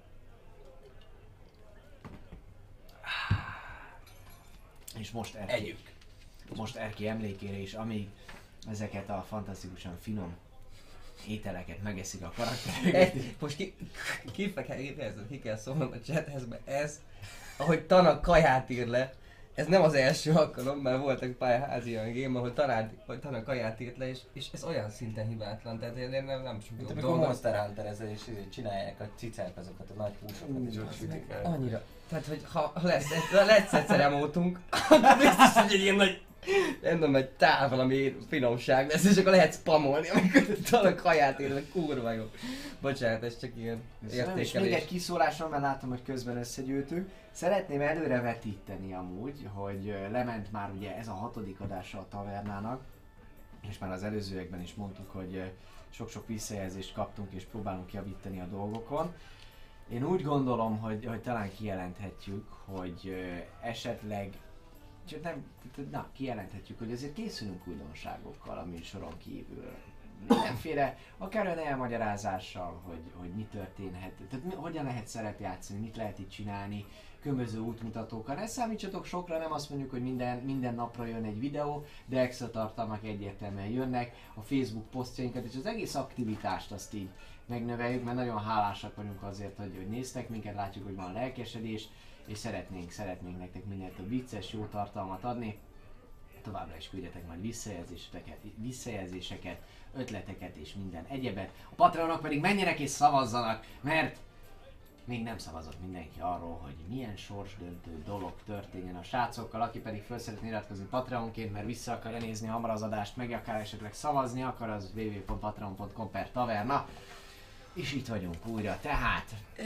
És most Erki, Együk. most Erki emlékére is, amíg ezeket a fantasztikusan finom ételeket megeszik a karaktereket. Egy, most ki, ki, ki, ki, ki kell szólnom a chathez, mert ez, ahogy Tana kaját ír le, ez nem az első alkalom, mert voltak pályaházi olyan game, ahol Tana, hogy Tana kaját írt le, és, és ez olyan szinten hibátlan, tehát én nem, nem sok Mint jobb amikor dolgot. Monster Hunter ezzel és ezért csinálják a cicák, azokat a nagy húsokat, és ott sütik el. Annyira. Tehát, hogy ha lesz, lesz egyszer emótunk, akkor biztos, hogy egy ilyen nagy, nem tudom, egy tál valami finomság lesz, és akkor lehet spamolni, amikor Tana kaját ír le, kurva jó. Bocsánat, ez csak ilyen És még egy értékelés. kiszólásom, mert látom, hogy közben összegyűjtünk. Szeretném előre vetíteni amúgy, hogy ö, lement már ugye ez a hatodik adása a tavernának, és már az előzőekben is mondtuk, hogy ö, sok-sok visszajelzést kaptunk és próbálunk javítani a dolgokon. Én úgy gondolom, hogy, hogy talán kijelenthetjük, hogy ö, esetleg, csak nem, na, kijelenthetjük, hogy azért készülünk újdonságokkal a műsoron kívül. Mindenféle, akár olyan elmagyarázással, hogy, hogy mi történhet, tehát mi, hogyan lehet szerepjátszani, mit lehet itt csinálni, különböző útmutatókkal. Ne számítsatok sokra, nem azt mondjuk, hogy minden, minden napra jön egy videó, de extra tartalmak egyértelműen jönnek, a Facebook posztjainkat és az egész aktivitást azt így megnöveljük, mert nagyon hálásak vagyunk azért, hogy, hogy néztek minket, látjuk, hogy van lelkesedés, és szeretnénk, szeretnénk nektek minél több vicces, jó tartalmat adni. Továbbra is küldjetek majd visszajelzéseket, visszajelzéseket, ötleteket és minden egyebet. A Patreonok pedig menjenek és szavazzanak, mert még nem szavazott mindenki arról, hogy milyen sorsdöntő dolog történjen a srácokkal, aki pedig föl szeretné iratkozni Patreonként, mert vissza akar nézni hamar az adást, meg akár esetleg szavazni akar, az double-u double-u double-u pont patreon pont com per taverna. És itt vagyunk újra, tehát...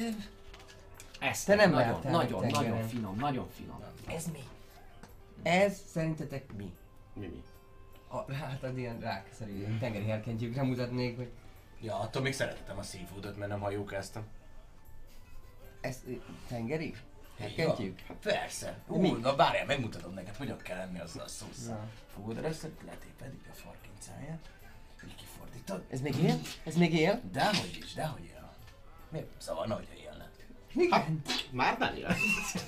Ez Te nem nagyon, láttál nagyon, meg nagyon tengeren. finom, nagyon finom. Ez mi? Ez szerintetek mi? Mi mi? A, hát az ilyen rákszerű tengeri herkentyűkre mutatnék, hogy Ja, attól még szeretem a seafoodot, mert nem hajókáztam. ez ö, tengeri? Herkentyűk? Ja, persze. Ú, Mi? na várjál, megmutatom neked, hogyan kell enni azzal a szószal. Na. Fogod először, letéped itt a farkincáját, így kifordítod. Ez még él? Ez még él? Dehogy is, dehogy él. Miért szavarna, hogyha élne? Igen. Már nem él.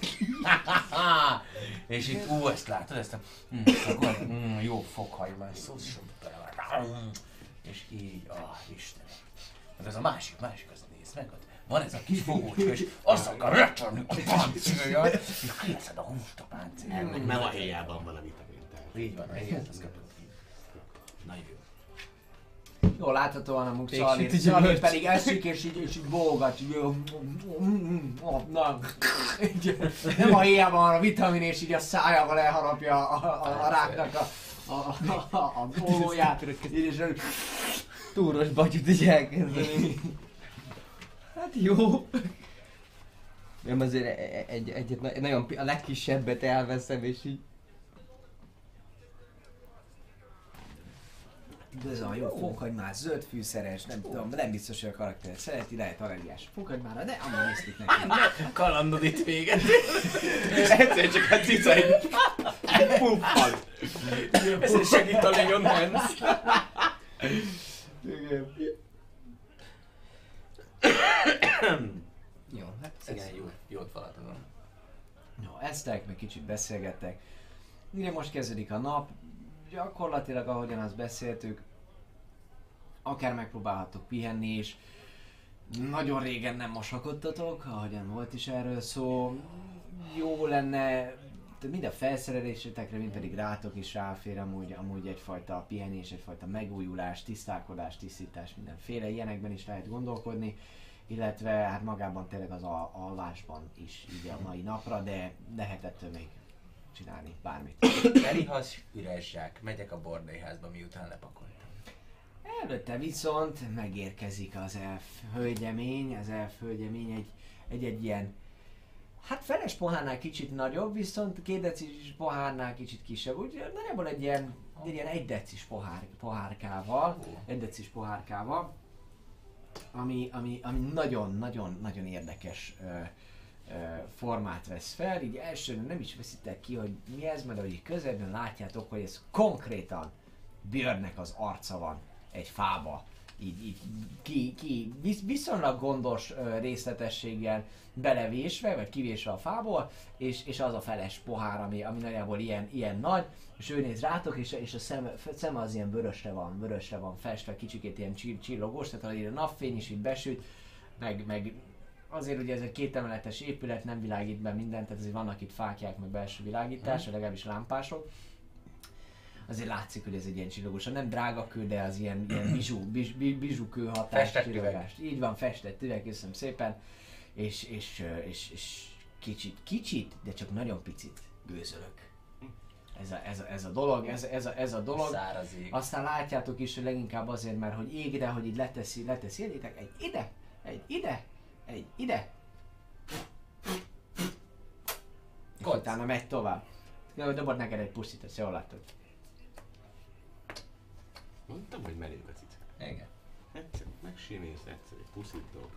És itt, ú, ezt látod, ezt a mm, akkor, mm, jó fokhagymás szósz, és így, ah, Istenem. Hát ez a másik, másik, az nézd meg, ott van ez a kis fogócska, és azt akar recsarni a páncéljat, és kieszed a húst a páncéljat. Nem a héjában van a vitamin. Tehát. Így van, igen, azt kapod. Nagyon jó. Jól láthatóan a Még Muxali, süt, Szali így pedig eszik és így, és így bógat, így, na, így, nem a héjában van a vitamin és így a szájával elharapja a, a, a ráknak a, a, a, a, a dolgóját, így és Túros batyut is elkezdeni. Hát jó. Nem azért e- e- egy, egyet na- nagyon pi- a legkisebbet elveszem és így. Bizony, jó, fokhagymás, zöld fűszeres, nem tudom, nem biztos, hogy a karakter szereti, lehet allergiás fokhagymárra, de amúgy néztük neki. Kalandod itt véget. Egyszer csak a cica egy puffad. Ezért segít a Leon Hans. Jó, hát Igen, jó, jót falatodom. Jó, eztek, meg kicsit beszélgettek. Mire most kezdődik a nap, gyakorlatilag ahogyan azt beszéltük, akár megpróbálhatok pihenni is. Nagyon régen nem mosakodtatok, ahogyan volt is erről szó. Jó lenne, de mind a felszerelésetekre, mind pedig rátok is ráfér amúgy, amúgy egyfajta pihenés, egyfajta megújulás, tisztálkodás, tisztítás, mindenféle ilyenekben is lehet gondolkodni. Illetve hát magában tényleg az a alvásban is így a mai napra, de lehet ettől még csinálni bármit. Telihasz, üres zsák, megyek a bordélyházba, miután lepakoltam. Előtte viszont megérkezik az elf hölgyemény, az elf hölgyemény egy, egy, egy ilyen, hát feles pohárnál kicsit nagyobb, viszont két decis pohárnál kicsit kisebb, úgy nagyjából egy ilyen, egy ilyen egy decis pohár, pohárkával, egy decis pohárkával, ami, ami, ami nagyon-nagyon-nagyon érdekes ö, ö, formát vesz fel, így elsőre nem is veszitek ki, hogy mi ez, mert ahogy közelben látjátok, hogy ez konkrétan Björnnek az arca van egy fába, így, így ki, ki visz, viszonylag gondos ö, részletességgel belevésve, vagy kivésve a fából, és, és az a feles pohár, ami, ami nagyjából ilyen, ilyen nagy, és ő néz rátok, és, és a szeme, szeme az ilyen vörösre van, vörösre van festve, kicsikét ilyen csill, csillogós, tehát ahogy a napfény is így besüt, meg, meg azért ugye ez egy kétemeletes épület, nem világít be mindent, tehát azért vannak itt fákják, meg belső világítás, hmm. legalábbis lámpások. Azért látszik, hogy ez egy ilyen csillogós, nem drága kő, de az ilyen, ilyen bizsú, bizs, bizsú kő hatás, festett csillogást. Így van, festett üveg, köszönöm szépen. És, és, és, és kicsit, kicsit, de csak nagyon picit gőzölök. Ez a, ez a, ez a dolog, ez, ez, a, ez a dolog. Száraz ég. Aztán látjátok is, hogy leginkább azért, mert hogy égre, hogy így leteszi, leteszi, érjétek, egy ide, egy ide, egy ide. És utána megy tovább. Dobod neked egy pusztit, ezt jól látod. Mondtam, hogy merünk a cica. Igen. Egyszer megsimélsz, egyszer egy puszit dob.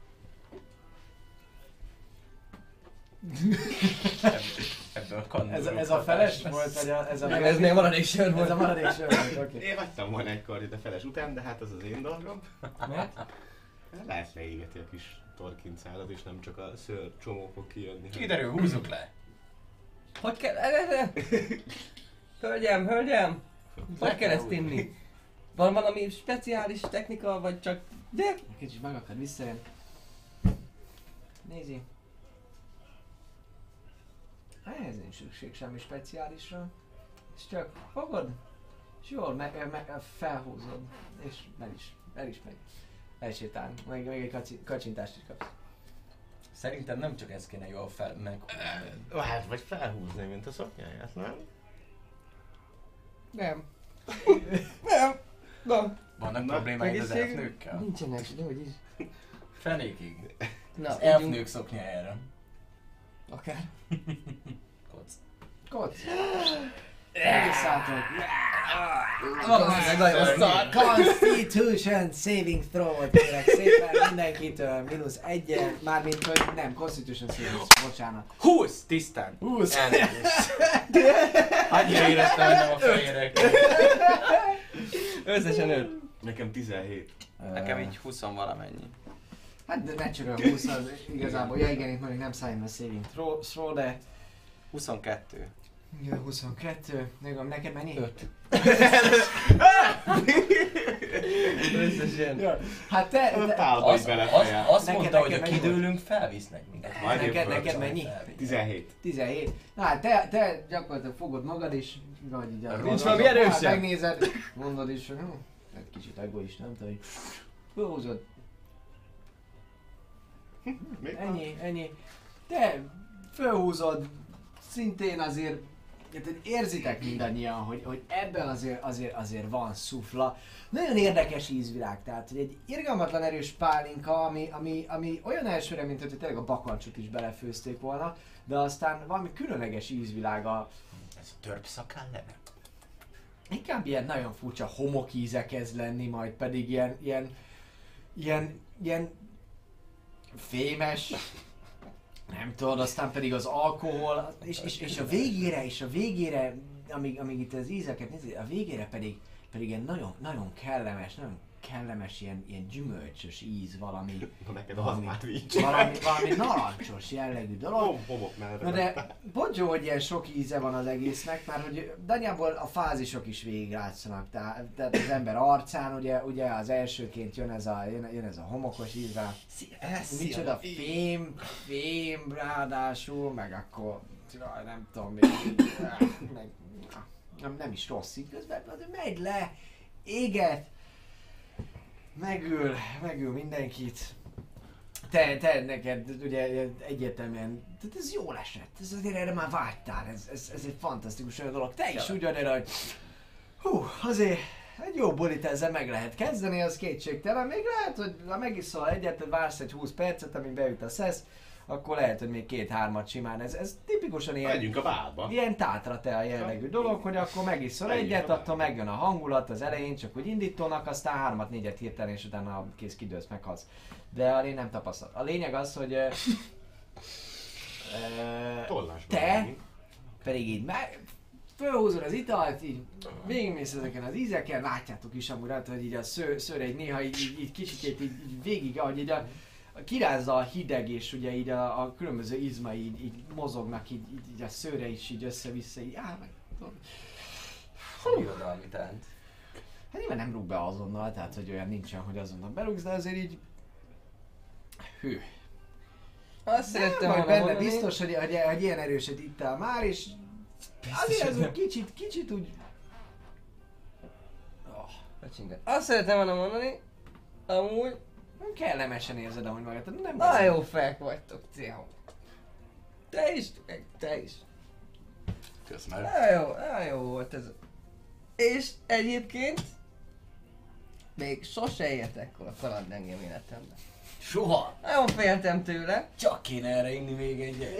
Ebből a kannó. Ez, ez a feles volt, vagy a, ez a Nem, ez még maradék sör Ez volt. a maradék sör volt, oké. Én hagytam volna egy kardit a feles után, de hát az az én dolgom. Miért? Lehet leégeti a kis torkincálat, és nem csak a szőr csomó fog kijönni. Kiderül, húzzuk le. Hogy kell... Hölgyem, hölgyem! Hogy kell ezt inni? Van valami speciális technika, vagy csak... De... Kicsit meg akar visszajön. Nézi. Ez nincs szükség semmi speciálisra. És csak fogod, és jól me- me- felhúzod, és el is, el is megy. Elsétál, még, még egy kacsi- kacsintást is kapsz. Szerintem nem csak ezt kéne jól fel meg... Hát, vagy felhúzni, mint a szoknyáját, nem? Nem. Nem. Nem. Vannak Na, problémáid az egészség- elfnőkkel? Nincsenek, de hogy is. Fenékig. Na, Az ígyunk. elfnők szoknyájára. Akár. Koc. Koc! Elvisszátok! Valószínűleg nagyon szar. Constitution saving throw-ot kérek szépen mindenkitől, mínusz egyen, mármint hogy nem, Constitution saving, bocsánat. húsz tisztán! húsz! Elnézést. Annyira éreztem, hogy nem a fejérek. Összesen öt. Nekem tizenhét. Nekem így húsz valamennyi. Hát de natural húsz az igazából, ja igen, itt mondjuk nem számít a saving throw, throw, de huszonkettő. Ja, huszonkettő. Megom, neked mennyi? öt. Összesen. Ja. Hát te, Öt te álba Azt, is azt, belefejel. azt Neked- mondta, hogy neked a mennyi kidőlünk, felvisznek minket. Majd neked, jön föl. neked mennyi? tizenhét. tizenhét. Na hát te, te gyakorlatilag fogod magad is, vagy így a... Nincs valami erősebb? Hát megnézed, mondod is, hogy hm, egy kicsit egoista, nem tudom, hogy fölhúzod. Még van? Ennyi, ennyi. Te fölhúzod, szintén azért, hát érzitek mindannyian, hogy, hogy ebben azért, azért, azért van szufla. Nagyon érdekes ízvilág, tehát hogy egy irgalmatlan erős pálinka, ami, ami, ami olyan elsőre, mint hogy tényleg a bakancsot is belefőzték volna, de aztán valami különleges ízvilága. Ez a törpszakál leve? Inkább ilyen nagyon furcsa homokíze kezd lenni, majd pedig ilyen, ilyen, ilyen, ilyen fémes, nem tudod, aztán pedig az alkohol, és, és, és a végére, és a végére, amíg, amíg itt az ízeket nézi, a végére pedig, pedig ilyen nagyon, nagyon kellemes, nagyon kellemes ilyen, ilyen gyümölcsös íz, valami, Na neked az valami, már nincs. valami, valami narancsos jellegű dolog. Hom, homok mellett. Na de bocs, jó, hogy ilyen sok íze van az egésznek, mert hogy nagyjából a fázisok is végiglátszanak, tehát, tehát az ember arcán ugye, ugye az elsőként jön ez a, jön, jön ez a homokos ízvel, micsoda fém, fém ráadásul, meg akkor, jaj, nem tudom, még, meg, nem, nem is rossz így közben, de megy le, éget, megül, megül mindenkit. Te, te neked ugye egyértelműen, tehát ez jól esett, ez azért erre már vágytál, ez, ez, ez egy fantasztikus olyan dolog. Te is úgy vagy, hogy hú, azért egy jó bulit ezzel meg lehet kezdeni, az kétségtelen. Még lehet, hogy ha megiszol egyet, vársz egy húsz percet, amíg beüt a szesz, akkor lehet, hogy még két-hármat simán. Ez, ez tipikusan ilyen, Megyünk a vádba. ilyen tátra te a jellegű dolog, hogy akkor megiszol Megyünk egyet, a attól megjön a hangulat az elején, csak úgy indítónak, aztán hármat, négyet hirtelen, és utána kész kidőlsz, meghalsz. De a lény nem tapasztal. A lényeg az, hogy ö, ö, Tollásban te megyünk. pedig így meg fölhúzod az italt, így végigmész ezeken az ízeken, látjátok is amúgy rajta, hogy így a sző, szőre így néha így, így, így kicsit így, így végig, ahogy így a, a kirázza a hideg, és ugye így a, a különböző izmai így, így mozognak, így, így, így a szőre is így össze-vissza, így áh, meg tudom. Irodalmi tánc. Hát nyilván nem rúg be azonnal, tehát hogy olyan nincsen, hogy azonnal berúgsz, de azért így... Hű. Azt szerettem Vagy volna benne mondani. biztos, hogy, hogy, hogy ilyen erőset ittál már, és azért ez úgy kicsit, kicsit úgy... Oh, Becsinget. Azt szerettem volna mondani, amúgy, nem kellemesen érzed amúgy magad, nem nagyon jó fejek vagytok, Ciao. Te is, meg te is. Köszönöm. Nagyon jó, nagyon jó volt ez. És egyébként még sose értek a kaland engem életemben. Soha! Nagyon féltem tőle. Csak kéne erre inni még egyet.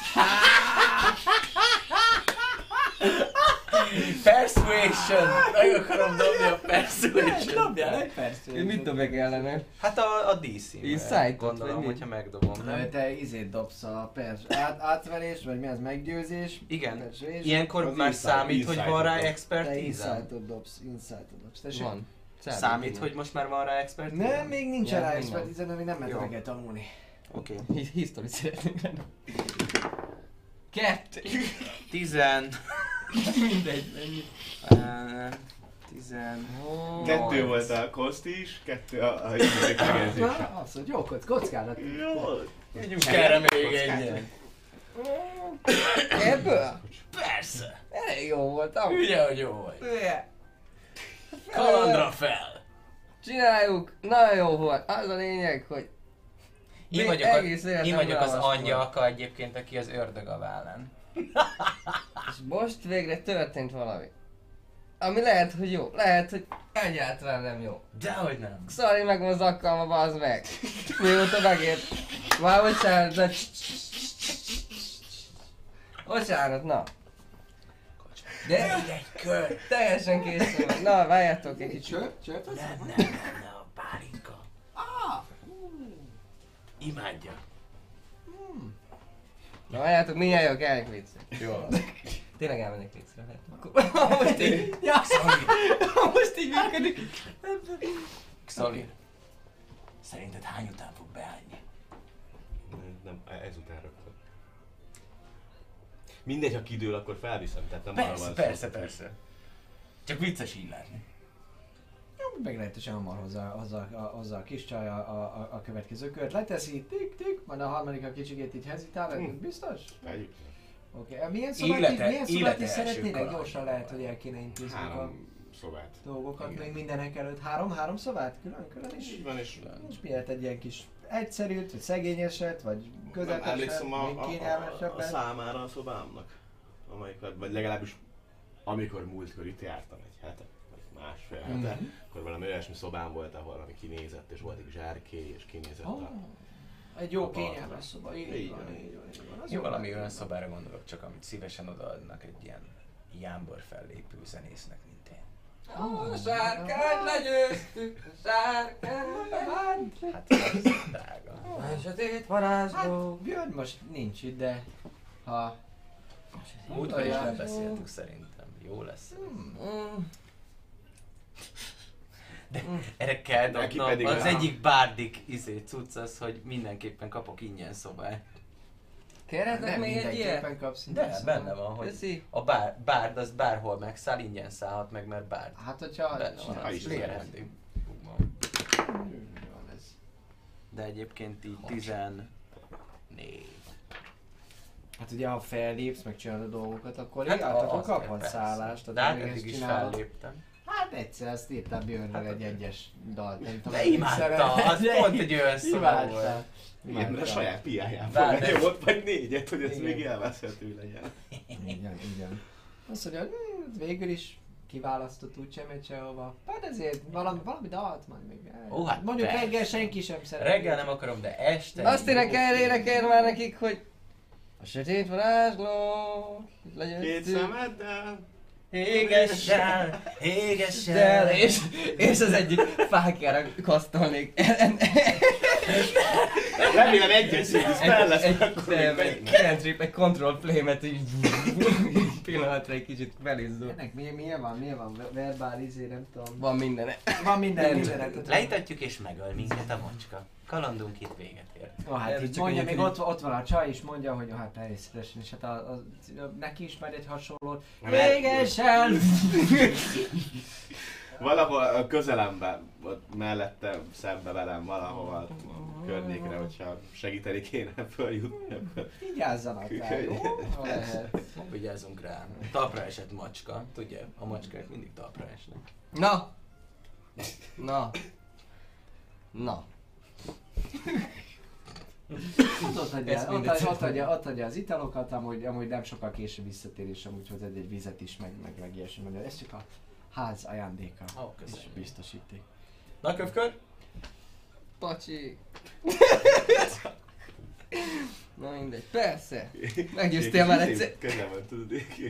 Persuasion! Meg akarom dobni a persuasion. Dobjál egy perc. Én mit dobjak ellene? Hát a, a dé cé-vel. Insight-ot, Gondolom, vagy mi? hogyha megdobom. Na, Nem? te izét dobsz a pers, át, átverés, vagy mi az meggyőzés? Igen. Persuasion. Ilyenkor Az már insight- számít, hogy van rá insight-ot. Te expertízem? insight-ot dobsz, insight-ot dobsz. Tessék? Van. Számít, hogy most már van rá expertízem? Nem, még nincsen Ja, rá még expertízen, de még nem Jó. mentem meg tanulni. Oké. Hi- History szeretnék lenni. Kettő. Tizen... Mindegy, ennyi. Uh, tizen... Kettő Nyolc. volt a koszt is, kettő a, a izék megérzése. Na, azt mondja, jó kock, kockázat. Jó. Vigyünk erre még Kockázat. egyet. Ebből? Persze! Elég jó volt, amúgy. Ugye, hogy jó vagy. Hülye. Kalandra fel! Csináljuk, nagyon jó volt. Az a lényeg, hogy Én még vagyok, a, egész életem én vagyok az unalmas volt. angyalka egyébként, aki az ördög a vállán. És most végre történt valami. Ami lehet, hogy jó, lehet, hogy egyáltalán nem jó. Dehogy nem. Szari meg van zakkalma, bazd meg. Mióta megért. Már bocsánat, de... Bocsánat, na. De egy kör! teljesen készen van. Na, várjátok egy kicsit. Csöp, csöp, az? Nem, nem, nem, nem, a pálinka. Imádja. Na, várjátok, mindjárt jövök, elég vicc. Jó. Tényleg elmennék viccre. Akkor most így... Ja, most így működik. Xoli, szerinted hány után fog beállni? Nem, nem, ezután rögtön. mindegy, ha kidől, akkor felviszem, tehát nem arra Persze, van persze, szó. persze. Csak vicces így látni. Meglehetősen hamar hozzá, hozzá, a, hozzá a kis csaj a, a, a következő kört. Leteszi, tik tik, majd a harmadik a kicsikét így hezitál, Hm. biztos? Tegyük. Oké, okay. milyen szobát, Élete- milyen szobát élete is első szeretnének? kalandja. Gyorsan lehet, hogy el kéne intézni a Három szobát. dolgokat, Igen. még mindenek előtt. Három, három szobát? Külön, külön is? Így van, és Nincs miért egy ilyen kis egyszerűt, vagy szegényeset, vagy nem közepeset, emlékszem a, még a, a, a kényelmesebben. számára a szobámnak. Amelyik, vagy legalábbis amikor múltkor itt jártam egy hete, vagy másfél hete, Mhm. akkor valami olyasmi szobám volt, ahol ami kinézett, és volt egy zsárkély, és kinézett Oh, a... egy jó a kényelmes balra. szoba, így, Így van, van. így van, így van. Az Jó, jó valami lenne. olyan szobára gondolok, csak amit szívesen odaadnak egy ilyen jámbor fellépő zenésznek, mint én. A sárkány legyőztük, a sárkány. Hát ez drága. A sötét varázsló. Hát, Björn most nincs itt, de ha... Múltkor is Olyan- lebeszéltük szerintem. Jó lesz. Mm. Erre kell Neki dobnom. pedig Az a- egyik bárdik izé cucc az, hogy mindenképpen kapok ingyen szobát. Kérhetek Nem még egy ilyet? mindenképpen kapsz ingyen De, szobát. benne van, hogy Köszi. a bár, bárd az bárhol megszáll, ingyen szállhat meg, mert bárd. Hát, hogyha... Benne van, Ha az is milyen lehet. vendég. Van ez. De egyébként így tizennégy. Hát ugye, ha fellépsz, meg csinálod a dolgokat, akkor Hát hát, hát akkor azt kaphatsz persze. szállást. De Tehát hát még eddig ezt is csinálod. felléptem. Hát egyszer azt írtál Björnről egy egyes dalt, nem tudom. De hogy imádta, szereted. az pont egy olyan szoba Imádta. volt. Igen, mert a saját piájában Várj, de- megnyomott vagy négyet, hogy ez Igen. még élvezhető legyen. Igen, igen. Azt mondja, hogy hm, végül is kiválasztott úgy sem megy sehova. Hát ezért valami, valami dalt majd még. Ó, hát Mondjuk persze. reggel senki sem szeret. Reggel nem akarom, de este... Azt énekel, énekel már nekik, hogy a sötét varázsló Két legyőztük. szemeddel. Égessel, égessel. El, és, és az egyik fákjára kasztolnék. Remélem egyes szintű spell lesz, egy, akkor még nem, egy bejönnek. cantrip, egy control flame-et így pillanatra egy kicsit felizzul. Ennek mi, milyen van, milyen van? Verbál izé, nem tudom. Van minden. Van minden mindenet. Leítatjuk és megöl minket a macska. Kalandunk itt véget ér. Oh, hát Ez így csak mondja, egy- még ott, ott van a csaj is mondja, hogy hát természetesen, és hát a, a, a, neki is majd egy hasonlót. Végesen! Valahol a közelemben, ott mellette, szembe velem, valahol a környékre, hogyha segíteni kéne följutni, akkor... Vigyázzanak rá, jó? Ha lehet. Vigyázzunk rá. Talpra esett macska. Tudja, a macskák mindig talpra esnek. Na! Na! Na! Ott, ott, adja, Ez ott, mindegy. adja, ott, adja, ott adja az italokat, amúgy, amúgy nem sokkal később visszatér, és amúgy hoz egy, egy vizet is, meg, meg, meg ilyesmi. Mondja, ez csak a ház ajándéka. Ó, És köszönjük. biztosíték. Na, kövkör? Pacsi! Na mindegy, persze! Meggyőztél már egyszer! Könnyen van, tudod,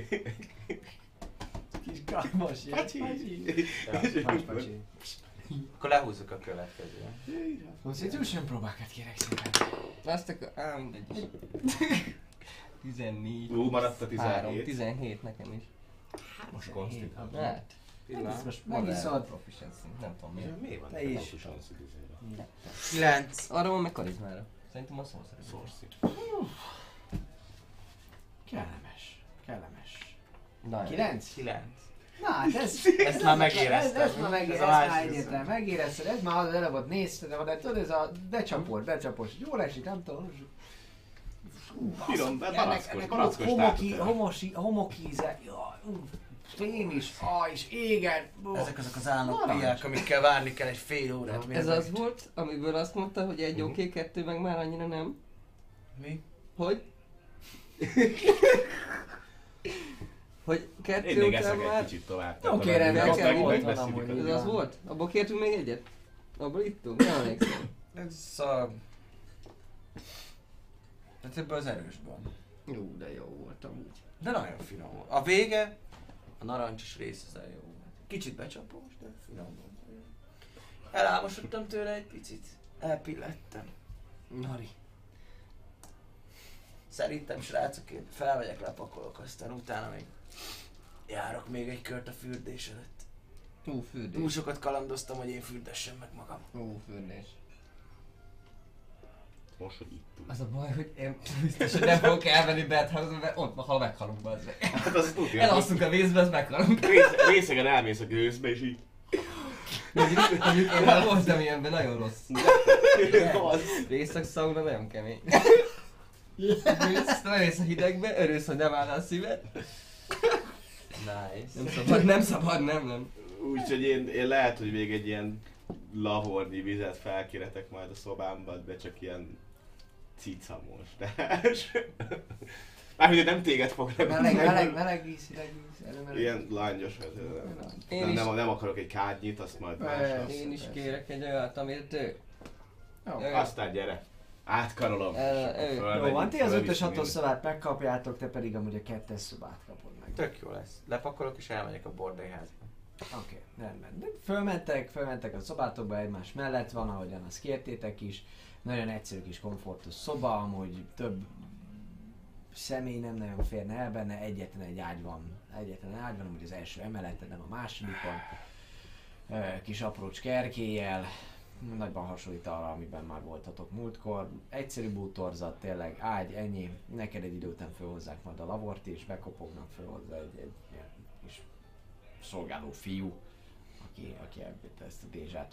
Kis karmos jön. Pacsi! Pacsi, pacsi. Akkor lehúzzuk a következő. Constitution próbákat kérek szépen. Azt akar... Ám, mindegy is. tizennégy. Ú, maradt a három, tizenhét. tizenhét nekem is. Most konsti. Hát, Ez most modern megiszod. proficiency, nem tudom miért. Mi van? Te is. kilenc. Arra van meg karizmára. Szerintem a szószerű. Sorszi. Kellemes. Kellemes. Na, Kilenc? kilenc. Na hát ez... Ezt már megéreztem. Ez, ez már meg, Ez ez a már másik egyértelmű. Megérezted, ez már az előbb ott nézted, de tudod ez a becsapós, becsapós. Jól esik, nem tudom. Pirom, Ennek, balackos, ennek balackos homoki, tápotál. homosi, homokíze. Jaj, ú, fém is, aj, és égen. Ú. Ezek azok az Narancs. állatpiák, amikkel várni kell egy fél órát. Ez az volt, amiből azt mondta, hogy egy oké, kettő meg már annyira nem. Mi? Hogy? Hogy Én kettő még után eszek egy már... kicsit tovább. Oké, tehát rendben, meg- oké, meg- volt megbeszéljük valami. a- Ez az volt? Abból kértünk még egyet? Abból ittunk? Nem emlékszem. Ez a... Tehát ebből az erősből. Jó, de jó volt amúgy. De nagyon finom volt. A vége, a narancsos rész az jó volt. Kicsit becsapós, de finom volt. Elálmosodtam tőle egy picit. Elpillettem. Nari. Szerintem srácok, én felmegyek, lepakolok, aztán utána még járok még egy kört a fürdés előtt. Ó, Túl fürdés. sokat kalandoztam, hogy én fürdessem meg magam. Ó, fürdés. most, hogy itt ülsz. Az a baj, hogy én biztos, hogy nem fogok elvenni Bedhouse-ba, mert ott ha meghalunk be az. Hát az tudja. Elalszunk a vízbe, az meghalunk. Rész, részegen elmész a gőzbe, és így... Mondjuk, mondjuk én már voltam ilyenben, nagyon rossz. Az. Részszakszauna nagyon kemény. Mész, mész a hidegbe, örülsz, hogy nem áll a szíved. Nice. Nem szabad, nem szabad, nem, nem. Úgyhogy én, én lehet, hogy még egy ilyen lavornyi vizet felkéretek majd a szobámba, de csak ilyen cicamos. Mármint, hogy nem téged fog Meleg, meleg, meleg víz, hideg víz, előmeleg. Ilyen langyos, hát nem, Én nem, is- nem, nem akarok egy kádnyit, azt majd másra. Én is kérek egy olyat, amit ő. Jó. Jaj. Aztán gyere, átkarolom. El- és akkor ő- fölmegyünk, Jó van, ti az fölviszünk ötös hatos mindent. szobát megkapjátok, te pedig amúgy a kettes szobát kapod meg. Tök jó lesz. Lepakolok és elmegyek a bordélyházba. Oké, okay, rendben. De fölmentek, fölmentek a szobátokba egymás mellett van, ahogyan azt kértétek is. Nagyon egyszerű kis komfortos szoba, amúgy több személy nem nagyon férne el benne, egyetlen egy ágy van. Egyetlen egy ágy van, amúgy az első emeleten, nem a másodikon. Ö, Kis aprócska erkélyel, nagyban hasonlít arra, amiben már voltatok múltkor. Egyszerű bútorzat, tényleg ágy, ennyi. Neked egy idő után fölhozzák majd a lavort is, bekopognak föl hozzá egy, egy ilyen kis szolgáló fiú, aki, aki elvitte ezt a dézsát.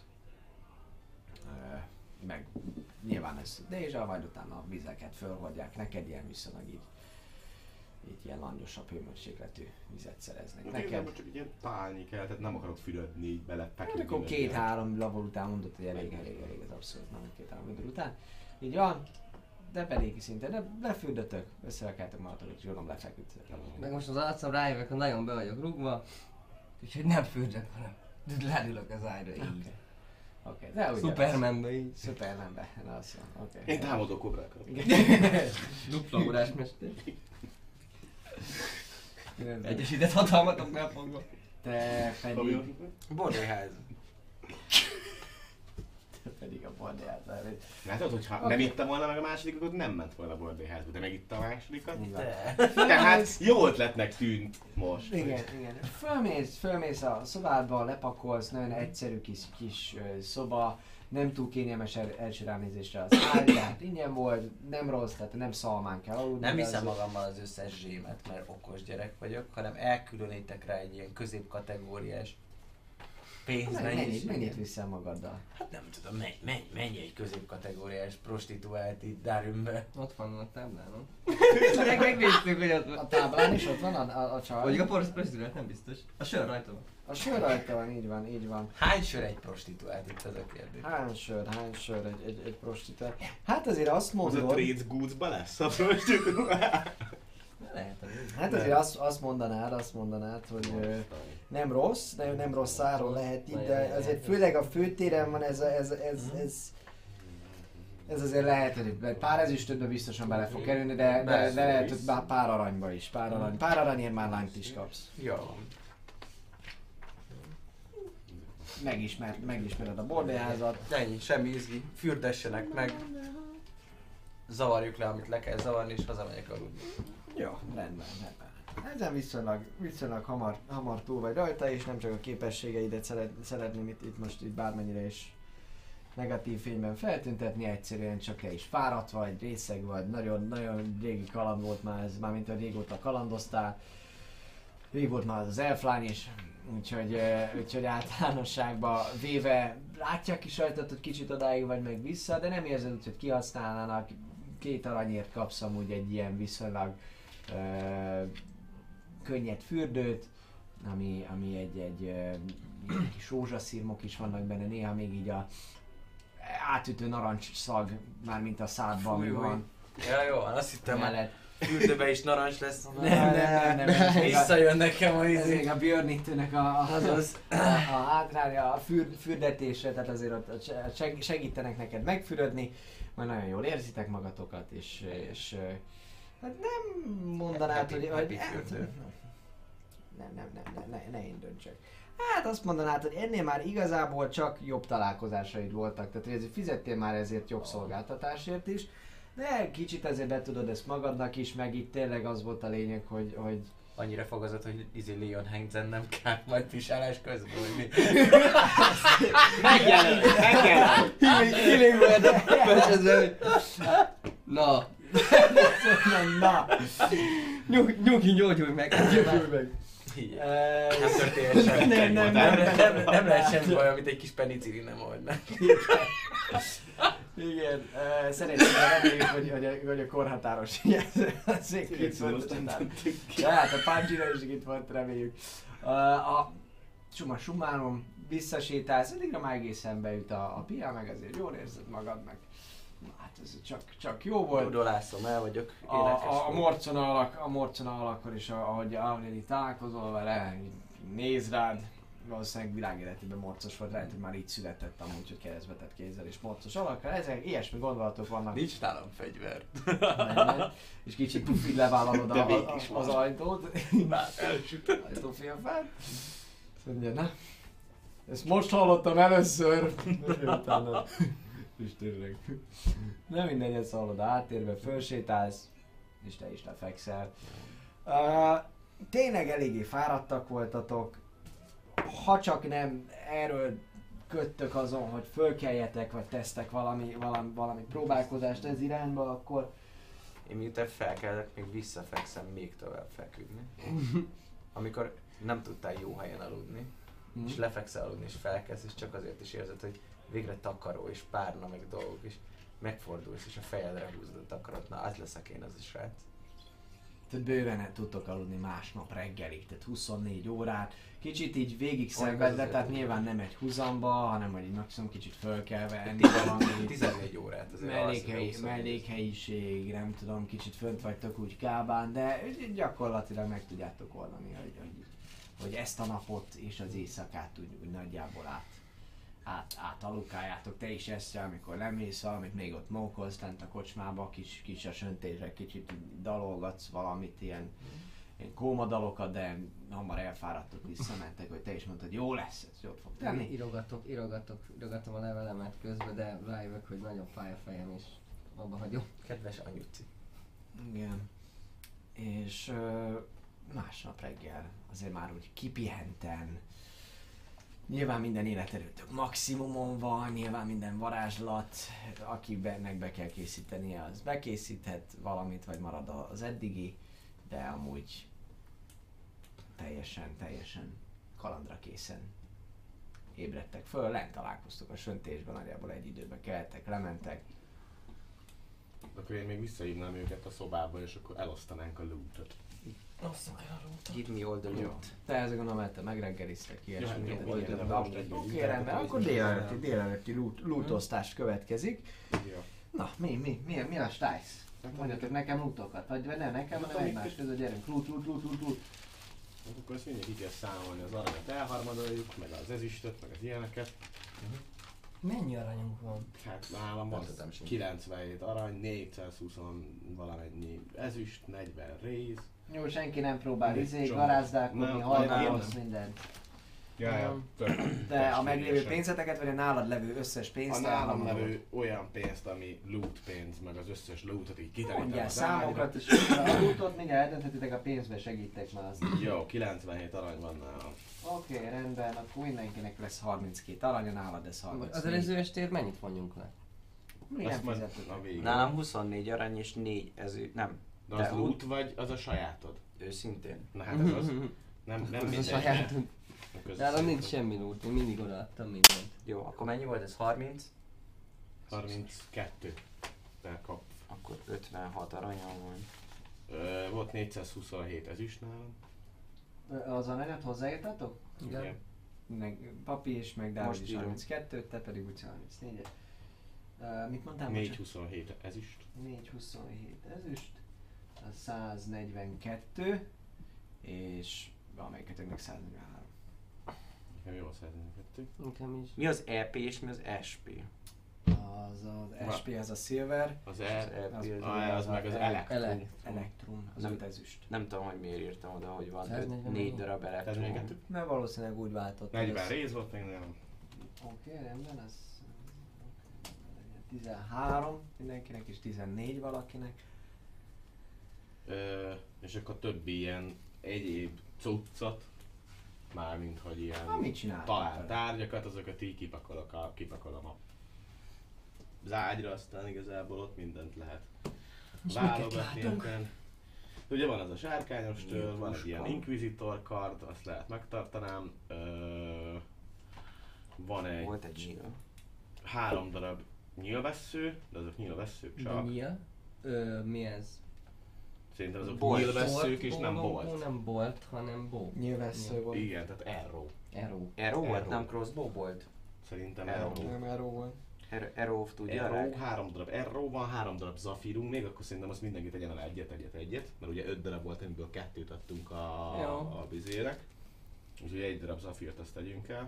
Ö, meg nyilván ez dézsa, majd utána a vizeket fölhagyják neked, ilyen viszonylag így, így ilyen langyosabb hőmérsékletű vizet szereznek Hát neked. igazából csak egy ilyen tálni kell, tehát nem akarok fürödni, így bele Hát feküdni. akkor meg két-három lavor után mondod, hogy elég, elég, elég, ez abszolút nem két-három idő után. Így van, de pedig szinte, de lefürdötök, összerakjátok magatokat, és gondolom lefeküdtök. Meg most az arcom rájövök, hogy nagyon be vagyok rúgva. Úgyhogy nem fürdök, hanem leülök az ágyra így. Oké, okay, de úgy Supermanbe így. Supermanbe, na azt mondom, oké. Én támadó kobrákat. Dupla órás mester. Egyesített hatalmatoknál fogva. Te pedig, Bordélyház. te pedig a bordélyát. Látod, hogyha Oké. nem ittam volna meg a másodikat, akkor nem ment volna a bordélyházba, de megitta a másodikat. Így van. Tehát jó ötletnek tűnt most. Igen, igen. Fölmész, fölmész a szobádba, lepakolsz, nagyon egyszerű kis, kis ö, szoba, nem túl kényelmes el, első ránézésre az ágy, tehát ingyen volt, nem rossz, tehát nem szalmán kell aludni. Nem de viszem azért- magammal az összes zsémet, mert okos gyerek vagyok, hanem elkülönítek rá egy ilyen középkategóriás Mennyit, pénzmennyiséget. mennyit viszel magaddal? Hát nem tudom, menj, menj, menj egy középkategóriás prostituált itt Darümbe. Ott van a táblán. Meg megnéztük, hogy ott A van. táblán is ott van a, a, a csaj? Mondjuk a Porsche President nem biztos. A sör rajta van. A sör rajta van, így van, így van. Hány sör egy prostituált itt az a kérdés? Hány sör, hány sör egy, egy, egy prostituált? Hát azért azt Az a mondod, Trades Goods-ba lesz a prostitúál. Lehet, hogy hát azért azt, azt mondanád, azt mondanád, hogy ö, nem rossz, nem, nem rossz áron lehet itt, de azért főleg a főtéren van ez, a, ez, ez, ez, ez azért lehet, hogy egy pár ezüstödbe biztosan bele fog kerülni, de, de, de lehet, hogy bá- pár aranyba is, pár arany, pár aranyért már lányt is kapsz. Jó van. Megismer, megismered a bordélyházat. Ennyi, semmi izgi. Fürdessenek meg. Zavarjuk le, amit le kell zavarni, és hazamegyek aludni. Jó, rendben, rendben. Ezen viszonylag, viszonylag hamar, hamar túl vagy rajta, és nem csak a képességeidet szeret, szeretném itt, itt most itt bármennyire is negatív fényben feltüntetni, egyszerűen csak te is fáradt vagy, részeg vagy, nagyon, nagyon régi kaland volt már ez, mármint a régóta kalandoztál, rég volt már az az elflány is, úgyhogy, eh, úgyhogy általánosságban véve látják is rajtad, hogy kicsit odáig vagy meg vissza, de nem érzed úgy, hogy kihasználnának, két aranyért kapsz amúgy egy ilyen viszonylag uh, könnyed fürdőt, ami, ami egy, egy uh, kis rózsaszírmok is vannak benne, néha még így a átütő narancs szag, mármint a szádban, ami Fúj, fúj. van Ja, jó, van, azt hittem már mellett. fürdőbe is narancs lesz. Nem, nem, nem, nem, nem, nem. Visszajön nekem a Ez izé. még a bőrnítőnek a, a, Azaz. a, a hátrányja, a fürd, fürdetésre, tehát azért ott ott seg- segítenek neked megfürödni, majd nagyon jól érzitek magatokat, és, és hát nem mondanád, Happy- hogy... happy hogy fürdő. nem, nem, nem, nem, ne, ne én döntsek. Hát azt mondanád, hogy ennél már igazából csak jobb találkozásaid voltak, tehát hogy ezért fizettél már ezért jobb szolgáltatásért is, de kicsit azért be tudod ezt magadnak is, meg itt tényleg az volt a lényeg, hogy, hogy Annyira fogazott, hogy izé Leon Heinzen nem kell majd pisálás közben, hogy mi. Megjelöl, megjelöl. Healing word. Na, Na, nyug, nyugi, gyógyulj meg. gyökülj meg. Nem történt semmi. Nem, nem, nem, nem, nem, nem, nem lehet semmi baj, amit egy kis penicillin nem oldna. Igen, uh, szeretném reméljük, hogy, hogy, a, hogy a korhatáros szék itt volt. Tehát a Páncsira is itt volt, reméljük. Uh, a summa summarum, visszasétálsz, addigra már egészen beüt a, a pia, meg azért jól érzed magad, meg hát ez csak, csak jó volt. Udolászom, el vagyok A, énekes. a, a morcona alak, a morcona alakkor is, ahogy Aureli találkozol vele, néz rád, valószínűleg világéletében morcos volt, lehet, hogy már így született amúgy, hogy keresztbe tett kézzel és morcos alakkal, ezek ilyesmi gondolatok vannak. Nincs nálam fegyver. Benned, és kicsit pufid levállalod De a, mégis a, van. az ajtót. Már elsütött. Ajtófélfát. Azt mondja, na, ezt most hallottam először. Utána. És tényleg. Nem mindegy, ezt hallod a háttérbe, fölsétálsz, és te is lefekszel. Uh, tényleg eléggé fáradtak voltatok. Ha csak nem erről köttök azon, hogy fölkeljetek, vagy tesztek valami, valami, valami próbálkozást ez irányba, akkor Én miután felkelek, még visszafekszem még tovább feküdni. Amikor nem tudtál jó helyen aludni, Mhm. és lefekszel aludni és felkelsz, és csak azért is érzed, hogy végre takaró és párna meg dolgok, és megfordulsz és a fejedre húzod a takarat. Na, az leszek én az a srác. tehát bőven tudtok aludni másnap reggelig, tehát huszonnégy órát. Kicsit így végig szenvedve, tehát nyilván nem egy húzamba, hanem hogy így maximum kicsit fölkelve enni valami. tizennégy órát azért Mellékhely, alszol, mellékhelyiség, nem tudom, kicsit fönt vagytok úgy kábán, de gyakorlatilag meg tudjátok oldani, hogy, hogy, hogy ezt a napot és az éjszakát úgy, úgy nagyjából át, át, átalukáljátok. Te is ezt, amikor lemész valamit, még ott mókolsz lent a kocsmába, kis, kis a söntésre, kicsit dalolgatsz valamit, ilyen, ilyen kómadalokat, de hamar elfáradtok, visszamentek, hogy te is mondtad, jó lesz, ez jót fog tenni. Írogatok, írogatok, írogatom a levelemet közben, de rájövök, hogy nagyon fáj a fejem, és abba hagyom. Kedves anyuci. Igen. És ö, másnap reggel azért már úgy kipihenten. Nyilván minden életerőtök maximumon van, nyilván minden varázslat, akinek be kell készítenie, az bekészíthet valamit, vagy marad az eddigi, de amúgy teljesen, teljesen kalandra készen ébredtek föl, lent találkoztok a söntésben, nagyjából egy időben keltek, lementek. Akkor én még visszahívnám őket a szobába, és akkor elosztanánk a lootot. Give me all the Jó. loot. Te ezek gondolom, hogy te megreggeliztek Ja, ilyesmi. jó, de volt igen, ez a de most amúgy- reggeli, Oké, tehát rendben, akkor akkor is délelőtti, délelőtti loot, lootosztás következik. Ja. Na, mi, mi, mi, mi a stájsz? Mondjatok nekem lootokat, vagy vagy nem nekem, hanem egymás között gyerünk. Loot, loot, loot, loot, loot. Akkor ezt mindig ki kell számolni, az aranyat elharmadoljuk, meg az ezüstöt, meg az ilyeneket. Mennyi aranyunk van? Hát nálam Nem az tudom sem. kilencvenhét arany, négyszázhúsz valamennyi ezüst, negyven réz. Jó, senki nem próbál Mindig izé, csomó. garázdálkodni, Nem, hajrálsz, nem. mindent. Ja, ja, Um, tök De a testvéresen. meglévő pénzeteket, vagy a nálad levő összes A pénzt nálam elhamolod? levő olyan pénzt, ami loot pénz, meg az összes lootot így kiterítem Mondjál az számokat, ágyra. és a lootot mindjárt eldönthetitek a pénzbe, segítek már azt. Jó, kilencvenhét arany van nálam. Oké, okay, rendben, akkor mindenkinek lesz harminckét aranya, nálad lesz harmincnégy. Az előző estér mennyit vonjunk le? Mi Azt nem majd fizettetek? a végén. Nálam huszonnégy arany és négy ezü... Nem. De De az loot vagy az a sajátod? Őszintén. Na hát ez az. Nem, nem Ez a mindegy. sajátunk. Közös Nálam nincs szépen. semmi loot, én mindig odaadtam mindent. Jó, akkor mennyi volt ez? harminc? harminckettő per kap. Akkor ötvenhat aranyam van. Ö, volt négyszázhuszonhét ezüst nálam. Az aranyat hozzáírtatok? Igen. Meg Papi és meg Dávid Most is írom. harminckettőt, te pedig úgy harmincnégyet. Uh, mit mondtál? négyszázhuszonhét ezüst. négyszázhuszonhét ezüst, az száznegyvenkettő, és valamelyikötöknek száznegyvenhárom. Nekem jó a száznegyvenkettő. Nekem is. Mi az E P és mi az S P? Az az es pé, az a Silver, Az Az E, E P az- az... ah, az meg az Elektrum. Elek. Elektrum, az Nem. öt ezüst. Nem tudom, hogy miért írtam oda, hogy van száznegyven négy arany. darab elektrum. száznegyvenkettő. Mert valószínűleg úgy váltott. negyven rész volt meg nálam. Oké, okay, rendben, az tizenhárom mindenkinek és tizennégy valakinek. Ö, és akkor többi ilyen egyéb cuccot, mármint hogy ilyen Na, mit csináltál talált vele? tárgyakat, azokat így kipakolok a, kipakolom a az ágyra, aztán igazából ott mindent lehet válogatni. Éppen. Ugye van az a sárkányos től, van egy ilyen inquisitor kard, azt lehet megtartanám. Ö, van egy, Volt egy nyíl. három darab nyílvessző, de azok nyílvesszők De csak. nyíl? Ö, mi ez? Szerintem azok Bolt. nyílvesszők és nem Bó, bolt. nem bolt, hanem bó. Nyilvessző volt. Igen, tehát arrow. Arrow. Arrow volt, Arrow. nem crossbow volt? Szerintem Arrow. arrow. Nem arról volt. Ar- Arrow, tudja? Arrow, három darab arrow van, három darab zafírunk, még akkor szerintem azt mindenki tegyen el egyet, egyet, egyet, mert ugye öt darab volt, amiből kettőt adtunk a, Jó. a bizérek. Úgyhogy egy darab zafírt azt tegyünk el.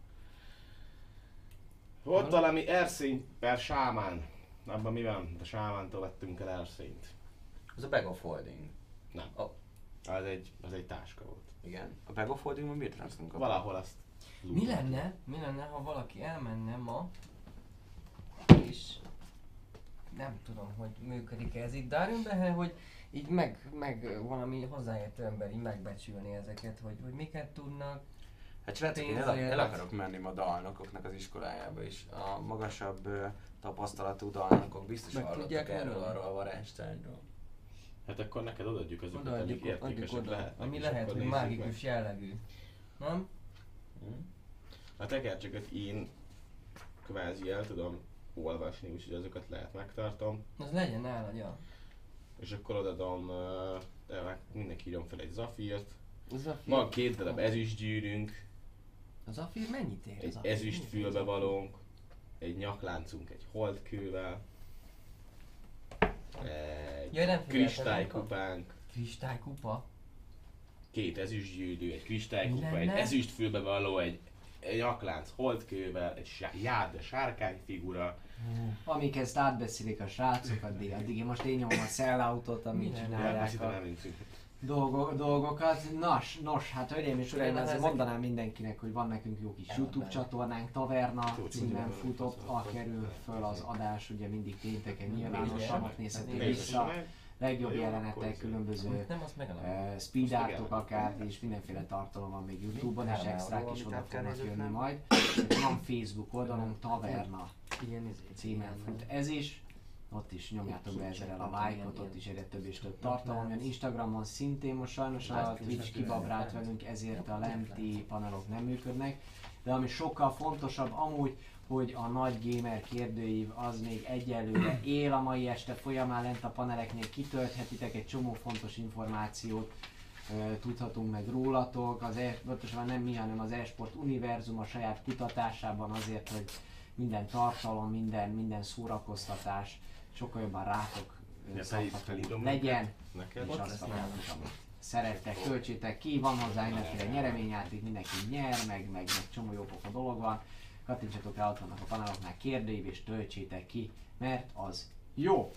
Volt valami erszény per sámán. Abban mi van? A sámántól vettünk el erszényt. Az a bag of holding. Nem. Oh. Az egy, az egy táska volt. Igen. A bag of holdingban miért transztunk? Valahol azt... Mi lenne, mi lenne, ha valaki elmenne ma, és nem tudom, hogy működik ez itt Darwinben, hogy így meg, meg valami hozzáértő ember így megbecsülni ezeket, hogy, hogy miket tudnak. Hát srácok, én el, Pénzért. el akarok menni ma dalnokoknak az iskolájába is. A magasabb ö, tapasztalatú dalnokok biztos Meg hallottak tudják erről, mondani. arról a varázstárgyról. Hát akkor neked odaadjuk azokat, amik Odaadjuk, adjuk értékesek oda, lehetnek. ami és lehet, akkor hogy nézzük mágikus jellegű. Nem? Hm? A tekercseket én kvázi el tudom olvasni, úgyhogy azokat lehet megtartom. Az legyen nálad, ja. És akkor odadom, ö, de hát mindenki írjon fel egy zafírt. Az a Van két darab ezüstgyűrűnk, Az afír mennyit ér? egy az afír? ezüst fülbevalónk, egy nyakláncunk egy holdkővel, egy Ja, nem figyeltem, kristálykupánk, Kristálykupa? két ezüstgyűrű, egy kristálykupa, Mi egy lenne? ezüst fülbevaló, egy, egy nyaklánc holdkővel, egy sá- járde sárkányfigura. Amíg ezt átbeszélik a srácok, addig, addig most én nyomom a selloutot, amit Mi lenne? Hát csinálják most ide a nem vincünk. dolgo, dolgokat. Nos, nos, hát hölgyeim és uraim, Igen, azért ezek- mondanám mindenkinek, hogy van nekünk jó kis Elmondom. YouTube csatornánk, Taverna Jó, címen jó, futott, jó, ha jó, kerül jó, föl az adás, ugye mindig pénteken nyilvánosan, Igen. ott nézhető Igen. vissza, legjobb Jó, jelenetek, akkor különböző Nem, azt megadom. uh, speed Azt artok megállom. akár, és mindenféle tartalom van még YouTube-on, és Hármával, extrák is amit oda át kell fognak nézzük, jönni nem? majd. Van Facebook oldalunk, Taverna Igen, ezért. címen fut ez is. Ott is nyomjátok be ezzel a like-ot, ott is egyre több és több tartalom jön. Instagramon szintén most sajnos a Twitch kibabrált velünk, ezért a lenti panelok nem működnek. De ami sokkal fontosabb amúgy, hogy a nagy gamer kérdőív az még egyelőre él a mai este folyamán lent a paneleknél, kitölthetitek egy csomó fontos információt, ö, tudhatunk meg rólatok, az e, pontosan nem mi, hanem az e-sport univerzum a saját kutatásában azért, hogy minden tartalom, minden, minden szórakoztatás sokkal jobban rátok ö, Ja, szabható felírom legyen, neked. és Ott azt lesz akarjuk, amit szerettek, töltsétek ki, van hozzá mindenféle nyereményjáték, mindenki nyer, meg, meg, meg csomó jó pofa dolog van. Kattintsatok rá, ott vannak a paneloknál kérdőív, és töltsétek ki, mert az jó.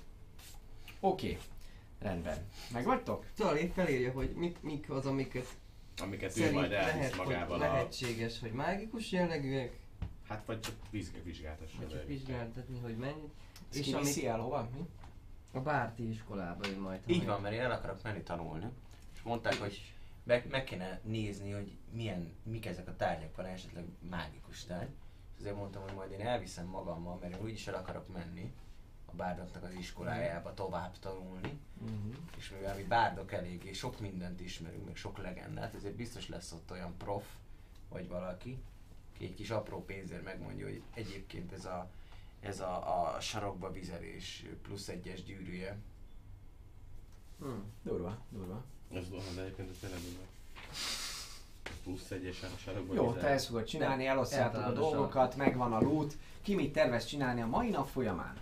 Oké, okay. Rendben. Megvagytok? Zoli felírja, hogy mit, mik az, amiket Amiket ő szerint majd elvisz lehet, hogy magával a... lehetséges, hogy mágikus jellegűek, Hát vagy csak vizsg- vizsgáltassa vagy be. csak vizsgáltatni, hogy mennyit. És És ki amit viszi el hova? Mi? a Bárti iskolába ő majd. ha Így meg- van, mert én el akarok menni tanulni. És mondták, hogy meg, meg kéne nézni, hogy milyen, mik ezek a tárgyak, van esetleg mágikus tárgy. És azért mondtam, hogy majd én elviszem magammal, mert én úgyis el akarok menni a bárdoknak az iskolájába tovább tanulni. Uh-huh. És mivel mi bárdok eléggé sok mindent ismerünk, meg sok legendát, ezért biztos lesz ott olyan prof, vagy valaki, aki egy kis apró pénzért megmondja, hogy egyébként ez a, ez a, a sarokba vizelés plusz egyes gyűrűje. Hmm. Durva, durva. Ez van, de egyébként ez tényleg durva. Plusz egyes a sarokban. Jó, te ezt fogod csinálni, elosztjátok a eltalálod a dolgokat, megvan a loot. Ki mit tervez csinálni a mai nap folyamán?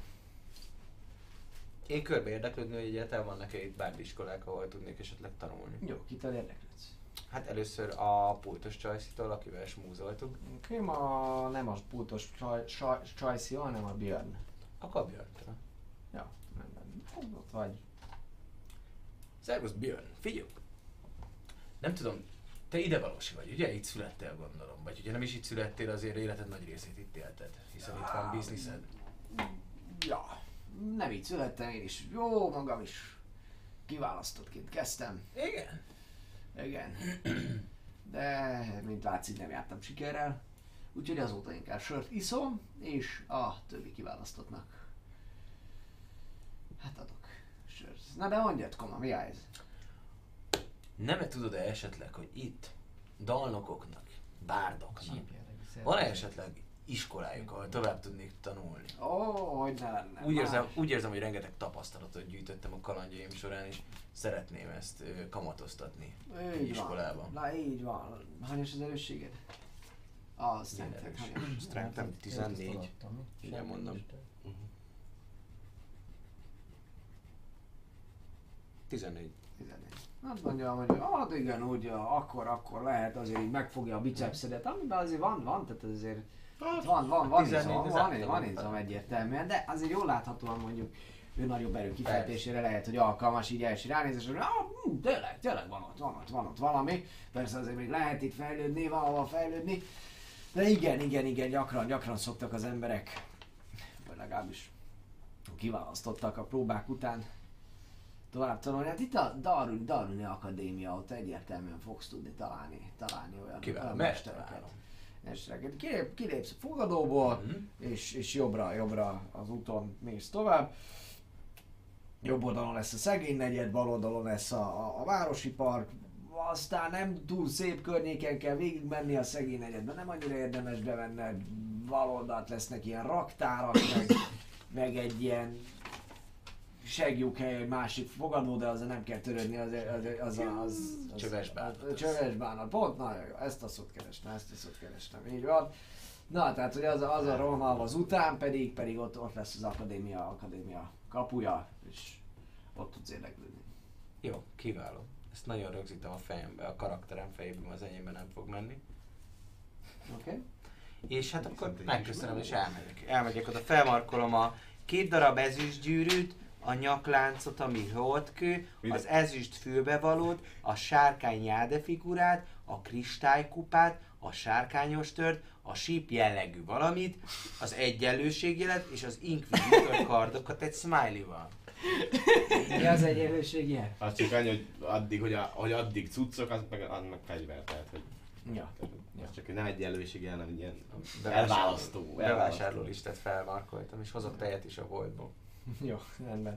Én körbe érdeklődni, hogy egyáltalán vannak-e itt bárdiskolák, ahol tudnék esetleg tanulni. Jó, kitől érdeklődsz? Hát először a pultos csajszitól, akivel smúzoltuk, Oké, ma nem az pultos csaj, csaj, csajszi, hanem a Björn. a kabjörtől. Ja, nem, nem. Ott vagy. Szervusz Björn, figyelj! Nem tudom, te idevalósi vagy, ugye? Itt születtél, gondolom. Vagy ugye nem is itt születtél, azért életed nagy részét itt élted, hiszen itt van bizniszed. Ja, nem így születtem én is. Jó, magam is kiválasztottként kezdtem. Igen? Igen. De, mint látszik, nem jártam sikerrel. Úgyhogy azóta inkább sört iszom, és a többi kiválasztottnak. Hát adok sört. Na de mondjad, Koma, mi ez? Nem tudod-e esetleg, hogy itt dalnokoknak, bárdoknak van-e esetleg iskolájuk, ahol tovább tudnék tanulni? Ó, oh, hogy ne lenne. Úgy érzem, úgy érzem, hogy rengeteg tapasztalatot gyűjtöttem a kalandjaim során, és szeretném ezt ö, kamatoztatni Így iskolában. van. Na így van. Hanyas az erősséged? A strength hanyas. Strength tizennégy. Igen, mondom. tizennégy. tizennégy. Hát mondja, hogy hát igen, úgy, akkor, akkor lehet azért így megfogja a bicepszedet, amiben azért van, van, tehát azért van, van, van izom, van, van izom egyértelműen, de azért jól láthatóan mondjuk ő nagyobb erő kifejtésére lehet, hogy alkalmas így első ránézés, hogy ah, hm, tényleg, tényleg van ott, van ott, van ott valami, persze azért még lehet itt fejlődni, valahol fejlődni, de igen, igen, igen, gyakran, gyakran szoktak az emberek, vagy legalábbis kiválasztottak a próbák után tovább tanulni. Hát itt a Darwin, Darwini Akadémia, ott egyértelműen fogsz tudni találni, találni olyan, olyan mestereket. mestereket. Kilép, kilépsz a fogadóból, mm-hmm. és, és jobbra, jobbra az úton mész tovább. Jobb oldalon lesz a szegény negyed, bal oldalon lesz a, a, a városi park, aztán nem túl szép környéken kell végigmenni a szegény negyedben, nem annyira érdemes bevenned, bal oldalt lesznek ilyen raktárak, meg, meg egy ilyen segjuk hely, egy másik fogadó, de azzal nem kell törődni, az az, az, az, az, az csöves bánat. A csöves bánat, pont, nagyon jó, ezt a szót kerestem, ezt a szót kerestem, így van. Na, tehát hogy az, az a Roma az után, pedig, pedig ott, ott lesz az akadémia, akadémia kapuja, és ott tudsz érdeklődni. Jó, kiváló. Ezt nagyon rögzítem a fejembe, a karakterem fejében, az enyémben nem fog menni. Oké? Okay. És hát akkor megköszönöm és elmegyek. Elmegyek oda, felmarkolom a két darab ezüstgyűrűt, a nyakláncot, ami holdkő, az ezüst fülbevalót, a sárkány nyádefigurát, a kristálykupát, a sárkányos tört, a síp jellegű valamit, az egyenlőségjelet és az inkvizítor kardokat egy smiley-val. Mi az egyenlőség ilyen? Az csak annyi, hogy addig, hogy, a, hogy addig cuccok, az meg, az meg fegyver, tehát hogy... Ja. Az csak nem egyenlőség, hanem egy ilyen Bevásárló, elválasztó. bevásárló listát felmarkoltam, és hozok tejet is a boltból. Jó, rendben.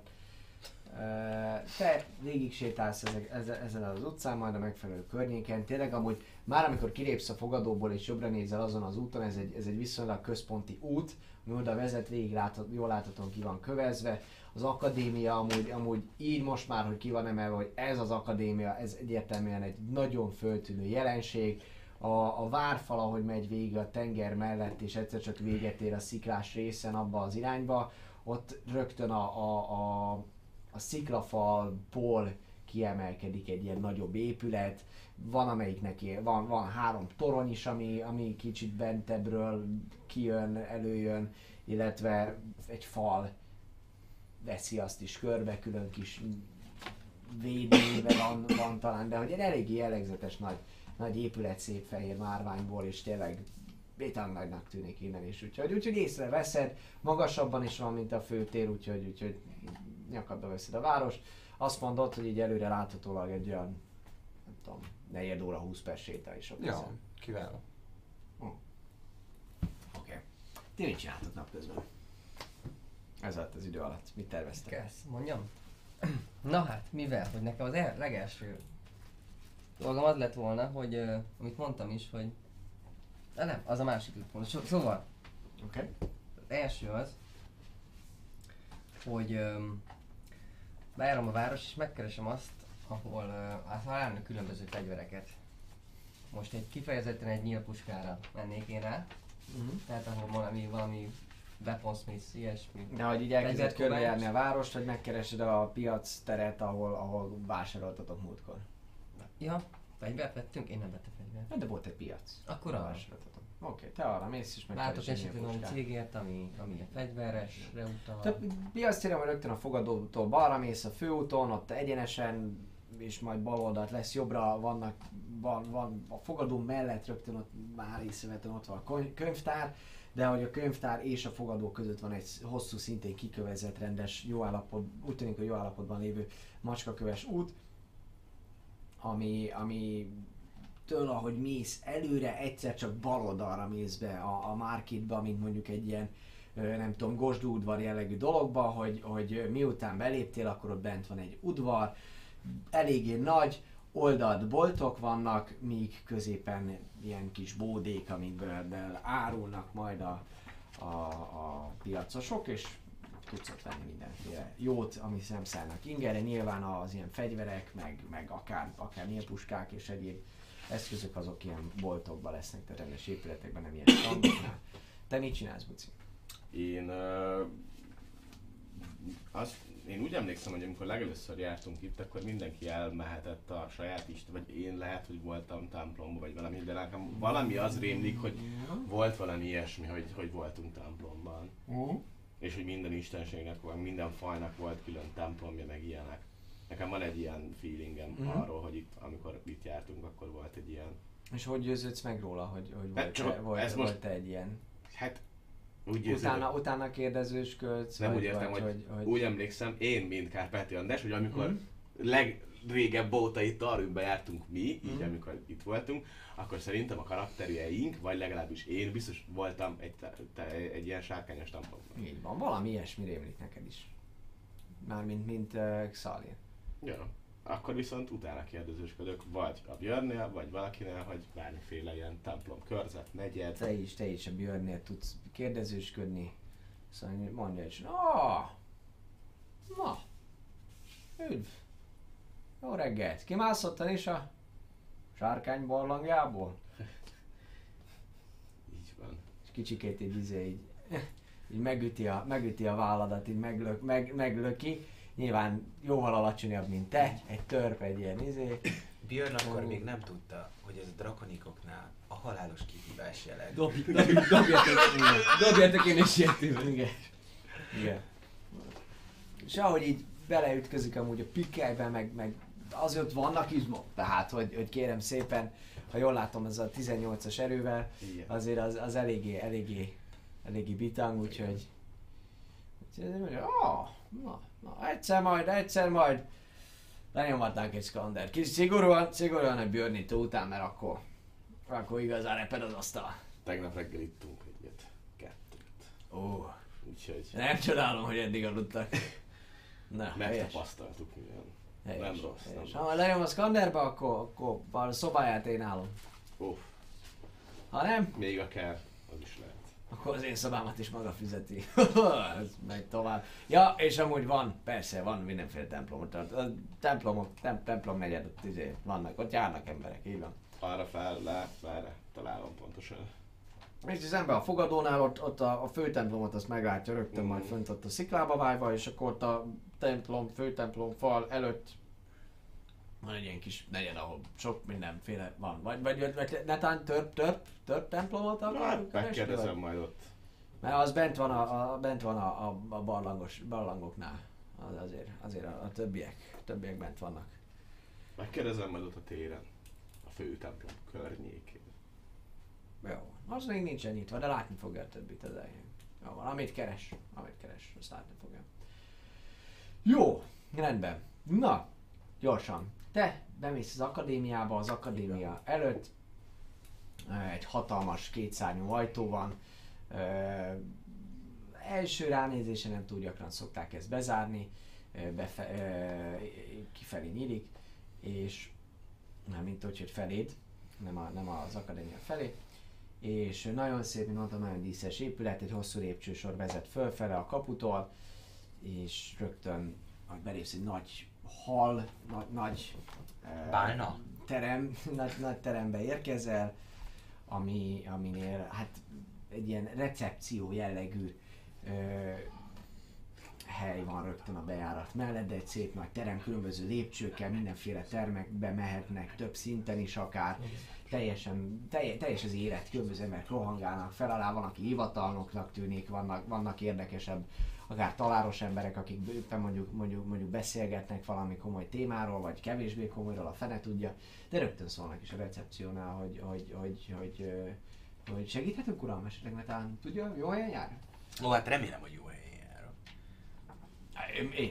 Te végig sétálsz ezen az utcán, majd a megfelelő környéken. Tényleg amúgy már amikor kilépsz a fogadóból és jobbra nézel azon az úton, ez egy, ez egy viszonylag központi út, ami oda vezet, végig láthat, jól láthatóan ki van kövezve. Az akadémia amúgy, amúgy így most már, hogy ki van emelve, hogy ez az akadémia, ez egyértelműen egy nagyon föltűnő jelenség. A, a várfal, ahogy megy végig a tenger mellett, és egyszer csak véget ér a sziklás részen abba az irányba, ott rögtön a, a, a, a sziklafalból kiemelkedik egy ilyen nagyobb épület. Van amelyiknek van, van három torony is, ami, ami kicsit bentebbről kijön, előjön, illetve egy fal veszi azt is körbe, külön kis védővel van, van talán, de hogy egy eléggé jellegzetes nagy, nagy épület szép fehér márványból, és tényleg vételen nagynak tűnik innen is, úgyhogy, úgyhogy észreveszed, magasabban is van, mint a főtér, úgyhogy, úgyhogy nyakadba veszed a város. Azt mondod, hogy így előre láthatólag egy olyan, nem tudom, negyed óra, húsz perc sétál is ott. Ja, kiváló. Hm. Oké. Okay. Ti mit csináltok napközben? Ez alatt az idő alatt. Mit terveztek? Kezd, mondjam? Na hát, mivel, hogy nekem az el, legelső dolgom az lett volna, hogy uh, amit mondtam is, hogy de nem, az a másik lett volna. So, szóval, Oké. Okay. az első az, hogy um, bejárom a város és megkeresem azt, ahol uh, hát találnak különböző fegyvereket. Most egy kifejezetten egy nyílpuskára mennék én rá, uh-huh. Tehát ahol valami, valami weaponsmith, ilyesmi. De hogy így elkezded körbejárni a várost, hogy megkeresed a piac teret, ahol, ahol vásároltatok múltkor. Ja, fegyvert vettünk? Én nem vettem fegyvert. De volt egy piac. Akkor arra. Oké, okay, te arra mész és megkeresed. Látok esetleg valami cégért, ami, ami a fegyveresre utal. Te piac térem, hogy rögtön a fogadótól balra mész a főúton, ott egyenesen, és majd bal oldalt lesz jobbra, vannak, van, van a fogadó mellett rögtön ott már észrevetően ott van a könyvtár, de hogy a könyvtár és a fogadó között van egy hosszú, szintén kikövezett, rendes, jó állapot, úgy tűnik, hogy jó állapotban lévő macskaköves út, ami, ami től, ahogy mész előre, egyszer csak bal oldalra mész be a, a marketba, mint mondjuk egy ilyen, nem tudom, gosdúudvar jellegű dologba, hogy, hogy miután beléptél, akkor ott bent van egy udvar, eléggé nagy, oldalt boltok vannak, míg középen ilyen kis bódék, amikből árulnak majd a, a, a piacosok, és tudsz ott venni mindenféle jót, ami nem szállnak ingerre, nyilván az ilyen fegyverek, meg, meg akár, akár nyílpuskák és egyéb eszközök azok ilyen boltokban lesznek, tehát rendes épületekben, nem ilyen standoknál. Te mit csinálsz, Buci? Én, uh, azt, én úgy emlékszem, hogy amikor legelőször jártunk itt, akkor mindenki elmehetett a saját Isten, vagy én lehet, hogy voltam templomban, vagy valami, de nekem valami az rémlik, hogy volt valami ilyesmi, hogy, hogy voltunk templomban. Uh-huh. És hogy minden istenségnek, vagy minden fajnak volt külön templomja, meg ilyenek. Nekem van egy ilyen feelingem uh-huh. arról, hogy itt, amikor itt jártunk, akkor volt egy ilyen... És hogy győződsz meg róla, hogy, hogy hát volt, e, volt, ez volt most... egy ilyen? Hát... Úgy utána, érzem, utána kérdezősködsz, nem vagy, úgy értem, vagy, hogy, hogy, hogy... úgy emlékszem, én, mint Kárpáti András, hogy amikor Mhm. legrégebb óta itt Arrumba jártunk mi, így Mhm. amikor itt voltunk, akkor szerintem a karakterjeink, vagy legalábbis én biztos voltam egy, te, te, egy ilyen sárkányos templomban. Így van, valami ilyesmi rémlik neked is. Mármint, mint uh, Xalir. Ja. Akkor viszont utána kérdezősködök, vagy a Björnnél, vagy valakinél, hogy bármiféle ilyen templom, körzet, negyed. Te is, te is a Björnnél tudsz kérdezősködni. Szóval mondja, hogy ah, na, üdv, jó reggelt, kimászottan is a sárkány barlangjából? Így van. És kicsikét így, izé, így, így megüti, a, megüti a válladat, így meglök, meg, meglöki. Nyilván jóval alacsonyabb, mint te, egy törp, egy ilyen izé. Björn akkor még nem tudta, hogy ez a drakonikoknál a halálos kihívás jelent. Dobj, dobj, dobjatok, dobjatok én is ilyetűvel, igen. Igen. És ahogy így beleütközik amúgy a pikkelybe, meg, meg azért vannak izmok, tehát hogy, hogy kérem szépen, ha jól látom, ez a tizennyolcas erővel, Igen. azért az, az eléggé, eléggé, eléggé bitang, úgyhogy... úgyhogy mondja, ah, na, na, egyszer majd, egyszer majd lenyomatnánk egy Skander. Kis szigorúan, szigorúan egy Björnító után, mert akkor, akkor igazán reped az asztal. Tegnap reggel ittunk egyet, kettőt. Ó, Úgyhogy nem csodálom, hogy eddig aludtak. Na, helyes. megtapasztaltuk milyen. Helyes, Nem rossz, nem helyes. rossz. Ha lejön a Skanderbe, akkor, akkor a szobáját én állom. Uff, Ha nem, még akár az is lehet. akkor az én szobámat is maga fizeti. Ez megy tovább. Ja, és amúgy van, persze, van mindenféle templomot. A templomok, tem, templom negyed, ott izé vannak, ott járnak emberek, így van. Arra fel, le, erre találom pontosan. És szemben a fogadónál ott, ott a, a főtemplomot azt meglátja rögtön Mm. majd fönt ott a sziklába vájva, és akkor ott a templom, főtemplom fal előtt van egy ilyen kis negyed, ahol sok mindenféle van. Vagy, vagy, vagy, vagy netán törp, törp, törp templomot Hát akarunk keresni, megkérdezem vagy? majd ott. Mert az bent van a, a, bent van a, a, a barlangos, barlangoknál. Az azért, azért a, a többiek, többiek bent vannak. Megkérdezem majd ott a téren. A fő templom környékén. Jó, az még nincsen nyitva, de látni fogja a többit az elején. Jó van, amit keres, amit keres, azt látni fogja. Jó, rendben. Na, gyorsan. Te bemész az akadémiába, az akadémia előtt ö, egy hatalmas kétszárnyú ajtó van. Ö, első ránézésen nem túl gyakran szokták ezt bezárni, ö, befe, ö, kifelé nyílik, és nem mint úgy, hogy feléd, nem, a, nem az akadémia felé. És nagyon szép, mint mondtam, nagyon díszes épület, egy hosszú lépcsősor vezet fölfele a kaputól, és rögtön, ahogy belépsz, egy nagy hall, nagy, nagy eh, Bálna? terem, nagy, nagy terembe érkezel, ami, aminél hát egy ilyen recepció jellegű eh, hely van rögtön a bejárat mellett, de egy szép nagy terem, különböző lépcsőkkel, mindenféle termekbe mehetnek, több szinten is akár. Teljesen, telj, teljes az élet, különböző emberek rohangálnak fel alá, van, aki hivatalnoknak tűnik, vannak, vannak érdekesebb, akár taláros emberek, akik éppen mondjuk, mondjuk, mondjuk beszélgetnek valami komoly témáról, vagy kevésbé komolyról, a fene tudja, de rögtön szólnak is a recepciónál, hogy, hogy, hogy, hogy, hogy, hogy segíthetünk uram, esetleg, mert tudja, jó helyen jár? Ó, hát remélem, hogy jó helyen járok. Én, én is.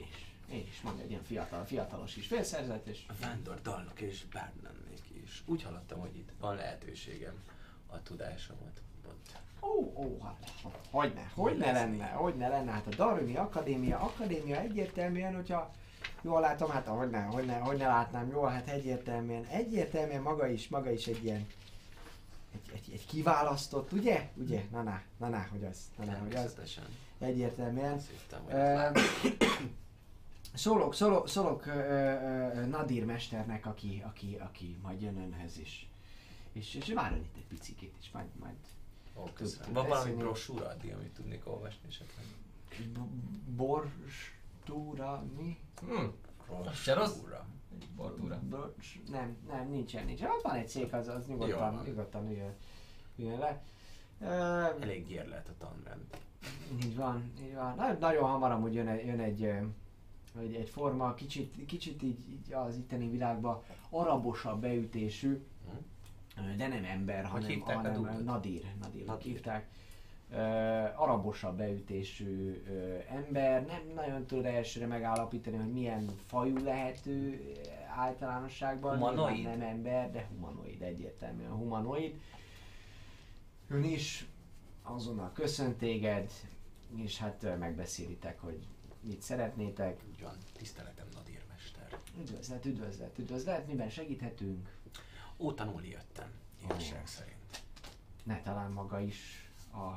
Én is mondja, egy ilyen fiatal, fiatalos is félszerzett, és... A vándor dalnak és bár lennék is. Úgy hallottam, hogy itt van lehetőségem a tudásomat ott. Ó, ó, hát, hogyne, hogyne lenne, hogyne lenne, hát a Darwini Akadémia, Akadémia egyértelműen, hogyha jól látom, hát hogyne, hogyne, hogyne látnám jól, hát egyértelműen, egyértelműen maga is, maga is egy ilyen, egy, egy, egy kiválasztott, ugye? Ugye? Na, na, na, na, hogy az, na, na, hogy az, Természetesen. egyértelműen. Azt hittem, hogy Ö, uh, Szólok, szólok, szólok ö, ö, Nadir mesternek, aki, aki, aki majd jön önhöz is. És, és várjon itt egy picikét, és majd, majd Ó, köszönöm. Tud- Van valami beszélni. brosúra addig, amit tudnék olvasni esetleg? b- borstúra, mi? Hm. Se rossz? Brosúra. Bortúra. Bors, nem, nem, nincsen, nincsen. Ott van egy szék, az, az Jó nyugodtan, van. nyugodtan üljön, üljön le. Ö, Elég gyér lehet a tanrend. így van, így van. Na, nagyon hamar amúgy jön egy, jön egy, ö, egy, egy forma, kicsit, kicsit így, így az itteni világban arabosabb beütésű, Hm? de nem ember, hanem, hívták a hanem dúdot? Nadir, Nadirnak Nadir. hívták. Uh, arabosabb beütésű uh, ember, nem nagyon tud elsőre megállapítani, hogy milyen fajú lehet ő uh, általánosságban. Humanoid? Nyilván nem ember, de humanoid, egyértelműen humanoid. Ön is azonnal köszönt téged, és hát uh, megbeszélitek, hogy mit szeretnétek. Úgy van, tiszteletem Nadir mester. Üdvözlet, üdvözlet, üdvözlet, miben segíthetünk? Ó, tanulni jöttem, igazság szerint. Ne talán maga is a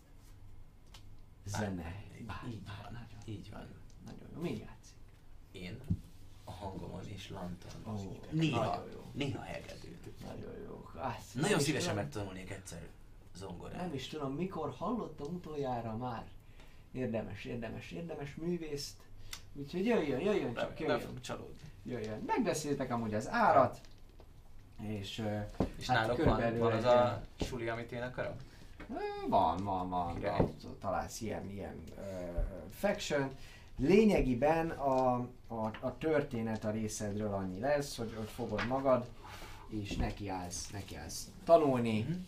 zene. Bár, így bár, van, nagyon, így van. nagyon jó. Mi játszik? Én a hangomon és lanton. Ó, Néha, nagyon jó. néha hegedű. Nagyon jó. Azt, nem Nagyon is szívesen tudom- megtanulnék egyszer zongorát. Nem is tudom, mikor hallottam utoljára már. Érdemes, érdemes, érdemes művészt. Úgyhogy jöjjön, jöjjön csak, Nem jöjjön. fog csalódni. Jöjjön. Megbeszéltek amúgy az árat. És, ö, És hát náluk van, körülbelül van az egy a suli, amit én akarok? Ö, Van, van, van, Király. van. Találsz ilyen, ilyen uh, faction. Lényegében a, a, a történet a részedről annyi lesz, hogy, hogy fogod magad, és nekiállsz, nekiállsz tanulni. Mhm.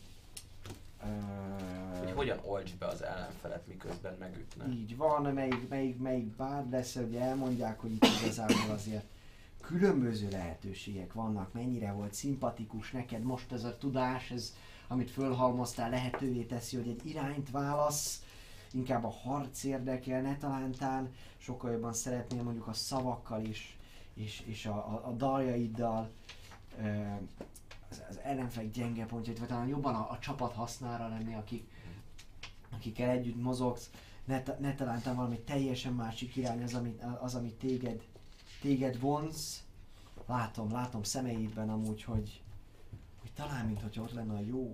Ö, Hogy hogyan olcs be az ellenfelet, miközben megütne. Így van, melyik, melyik, melyik bárd lesz, ugye elmondják, hogy itt igazából azért különböző lehetőségek vannak, mennyire volt szimpatikus neked most ez a tudás, ez, amit fölhalmoztál, lehetővé teszi, hogy egy irányt válasz, inkább a harc érdekel, ne talántán sokkal jobban szeretnél mondjuk a szavakkal is, és, és a, a, a daljaiddal, ö, az, az ellenfelek gyenge pontjait, vagy talán jobban a, a csapat hasznára lenni, akik, akikkel együtt mozogsz, ne, ta- ne talántán valami teljesen másik irány az, amit, az, amit téged, téged vonz. Látom, látom szemeidben amúgy, hogy, hogy talán mint hogy ott lenne a jó,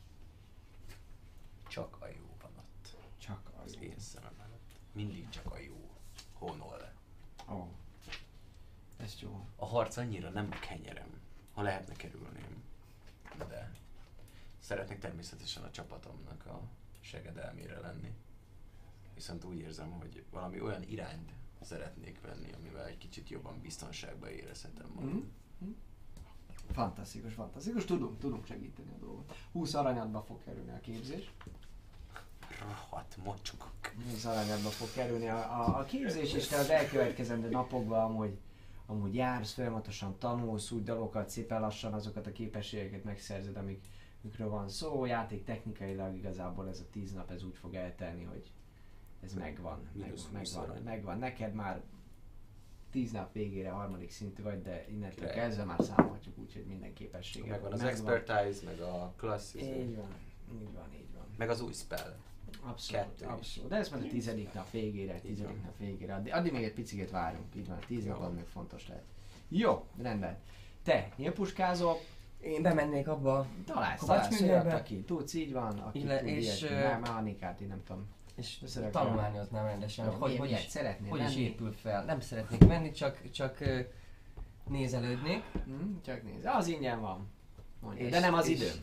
Csak a jó van ott. csak az Az én szemem előtt. Mindig csak a jó honol. Ó, oh. Ez jó. A harc annyira nem kenyerem. Ha lehetne, kerülném. De szeretnék természetesen a csapatomnak a segedelmére lenni. Viszont úgy érzem, hogy valami olyan irányt szeretnék venni, amivel egy kicsit jobban biztonságban érezhetem magam. Mhm. Fantasztikus, fantasztikus. Tudunk, tudunk segíteni a dolgot. húsz aranyadba fog kerülni a képzés. Rohadt mocsokok. húsz aranyadba fog kerülni a, a, a képzés, és te az elkövetkezendő napokban amúgy, amúgy jársz, folyamatosan tanulsz, úgy dalokat, szépen lassan azokat a képességeket megszerzed, amik, amikről van szó. Játék technikailag igazából ez a tíz nap ez úgy fog eltelni, hogy ez megvan. Meg, Mínusz húsz megvan, arany. megvan. Neked már tíz nap végére harmadik szintű vagy, de innentől Király. kezdve már számolhatjuk úgy, hogy minden képessége Megvan az expertise, meg a klassz, Így van, így van, így van. meg az új spell. Abszolút, Kettő is. abszolút. De ez majd a tizedik nap végére, tizedik van. nap végére. Addig, addig még egy picit várunk, így van, tíz Jó. nap az még fontos lehet. Jó, rendben. Te, nyilpuskázol, Én bemennék abba, találsz, Kovács találsz műhelybe. olyat, aki tudsz, így van, aki Ille- tud és, ilyesmi, ö, me- mechanikát, én nem tudom. és Összerakni. tanulmányoznám rendesen, Jó, hogy, hogy, milyen- hogy, milyet is, szeretnél hogy is lenni? épül fel. Nem szeretnék menni, csak, csak ö, nézelődnék. Hm, csak nézd, az ingyen van. Mondja. És- De nem az és- időm.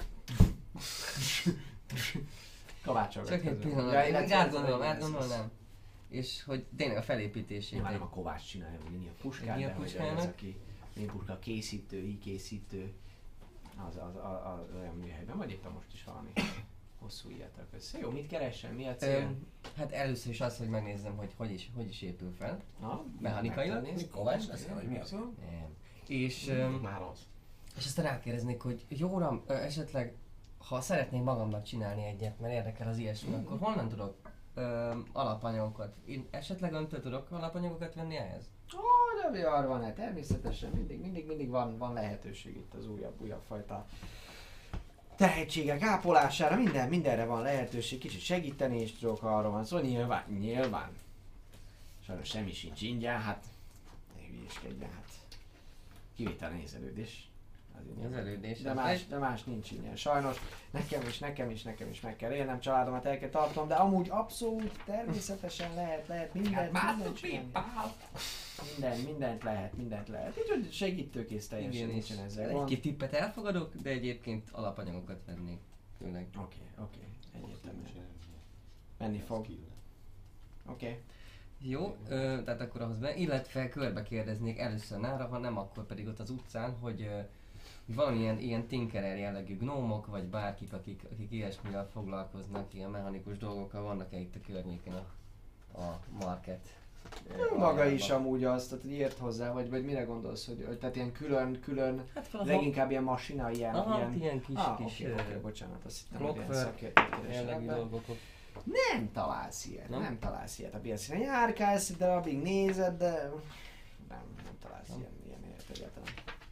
Kovácsolgat. Csak egy közben. pillanat, Ja, én még illetve- átgondolom, ez- ez- átgondolnám. És hogy tényleg a felépítését. Nyilván nem egy- a Kovács csinálja, hogy inni a puskát, Inni a de hogy puskának. az, aki puska készítő, íkészítő, az, az, az, az olyan műhelyben, vagy éppen most is valami, hosszú íjat össze. Jó, mit keresel? Mi a cél? Öm, hát először is az, hogy megnézzem, hogy hogy is, hogy is épül fel. Na, Mechanikailag. megnézd. Kovács lesz, vagy mi az? Nem. És, öm, Már az. és aztán rákérdeznék, hogy jó uram, ö, esetleg ha szeretnék magamnak csinálni egyet, mert érdekel az ilyesmi, mm. akkor honnan tudok öm, alapanyagokat? Én esetleg öntől tudok alapanyagokat venni ehhez? Ó, de mi arra van-e? Természetesen mindig, mindig, mindig van, van lehetőség itt az újabb, újabb fajta tehetségek ápolására, minden, mindenre van lehetőség, kicsit segíteni is tudok, arra van szó, nyilván, nyilván. Sajnos semmi sincs ingyen, hát ne hülyéskedjen, hát kivétel a nézelődés. Nézelődés. De más, de más nincs ingyen. Sajnos nekem is, nekem is, nekem is meg kell élnem, családomat el kell tartom, de amúgy abszolút természetesen lehet, lehet mindent, mindent csinálni. Minden, mindent lehet, mindent lehet. Úgyhogy segítőkész teljesen Igen, és nincsen ezzel gond. egy-két tippet elfogadok, de egyébként alapanyagokat vennék. Főleg. Oké, oké, egyértelműen. Menni fog. Oké. Okay. Jó, ö, tehát akkor ahhoz be, illetve körbe kérdeznék először nára, ha nem, akkor pedig ott az utcán, hogy ö, valamilyen ilyen tinkerer jellegű gnómok, vagy bárkik, akik, akik ilyesmivel foglalkoznak, ilyen mechanikus dolgokkal, vannak-e itt a környéken a, a market? Ő maga is amúgy az, tehát hogy ért hozzá, vagy, vagy mire gondolsz, hogy, hogy tehát ilyen külön, külön, Hát fel leginkább ilyen masina, ilyen, aha, ilyen, ilyen kis, ah, kis oké, ö, oké, bocsánat, azt hittem, hogy ilyen clockwork szakértőt keresel jellegű ebben. dolgok. Nem találsz ilyet, nem, Nem? nem találsz ilyet a piacon. Járkálsz, de addig nézed, de nem, nem találsz Nem. ilyen, ilyen ilyet egyáltalán.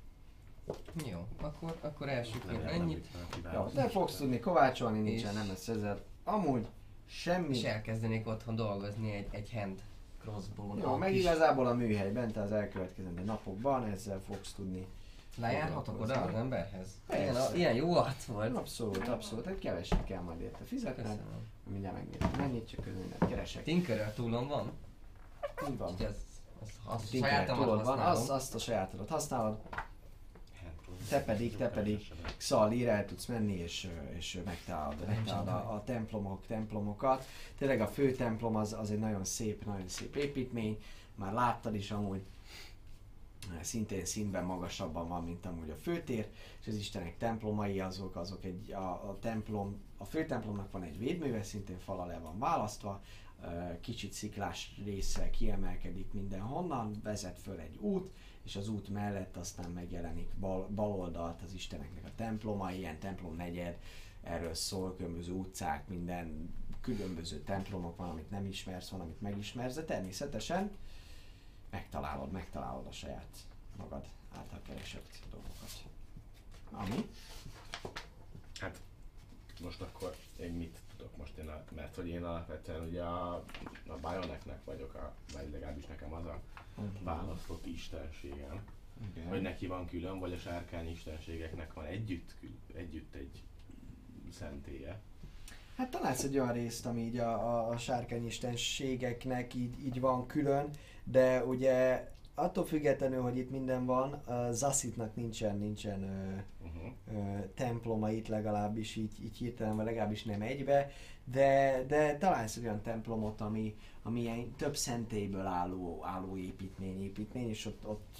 Jó, akkor, akkor elsőként ennyit, Jó, te fogsz tudni kovácsolni, nincsen, És- nem lesz ezzel. Amúgy semmi. és elkezdenék otthon dolgozni egy, egy hand crossbow-n. Jó, a meg kis- igazából a műhelyben, te az elkövetkezendő napokban ezzel fogsz tudni. Lejárhatok oda az emberhez? Persze. Ilyen, a, ilyen jó arc volt. Abszolút, abszolút, egy keveset kell majd érte fizetned. Köszönöm. Mindjárt megnézem, mennyit, csak közben mindent keresek. Tinkerer túlon van? Így van. Úgyhogy az, az, az Tinkerer sajátomat túlod van, használom. azt, azt a sajátodat használod. Te pedig, te pedig Xalira el tudsz menni és, és megtalálod, megtalálod a, a templomok, templomokat. Tényleg a fő templom az, az egy nagyon szép, nagyon szép építmény. Már láttad is amúgy, szintén színben magasabban van, mint amúgy a főtér, és az istenek templomai azok, azok egy, a, a templom, a fő templomnak van egy védműve, szintén fala le van választva, kicsit sziklás része kiemelkedik mindenhonnan, vezet föl egy út, és az út mellett aztán megjelenik bal, bal oldalt az isteneknek a temploma, ilyen templom negyed, erről szól, különböző utcák, minden különböző templomok van, amit nem ismersz, van, amit megismersz, de természetesen megtalálod, megtalálod a saját magad által keresett dolgokat. Ami? Hát most akkor én mit tudok most én, a, mert hogy én alapvetően ugye a, a Bioneknek vagyok, a, vagy legalábbis nekem az a választott istenségem. Igen. Hogy neki van külön, vagy a sárkány istenségeknek van együtt, kül- együtt egy szentélye. Hát találsz egy olyan részt, ami így a, a, a sárkányistenségeknek így, így van külön, de ugye attól függetlenül, hogy itt minden van, a Zasitnak nincsen, nincsen ö, Uh-huh. ö, temploma itt legalábbis így, így hirtelen, vagy legalábbis nem egybe, de, de találsz egy olyan templomot, ami, ami ilyen több szentélyből álló, álló építmény, építmény, és ott, ott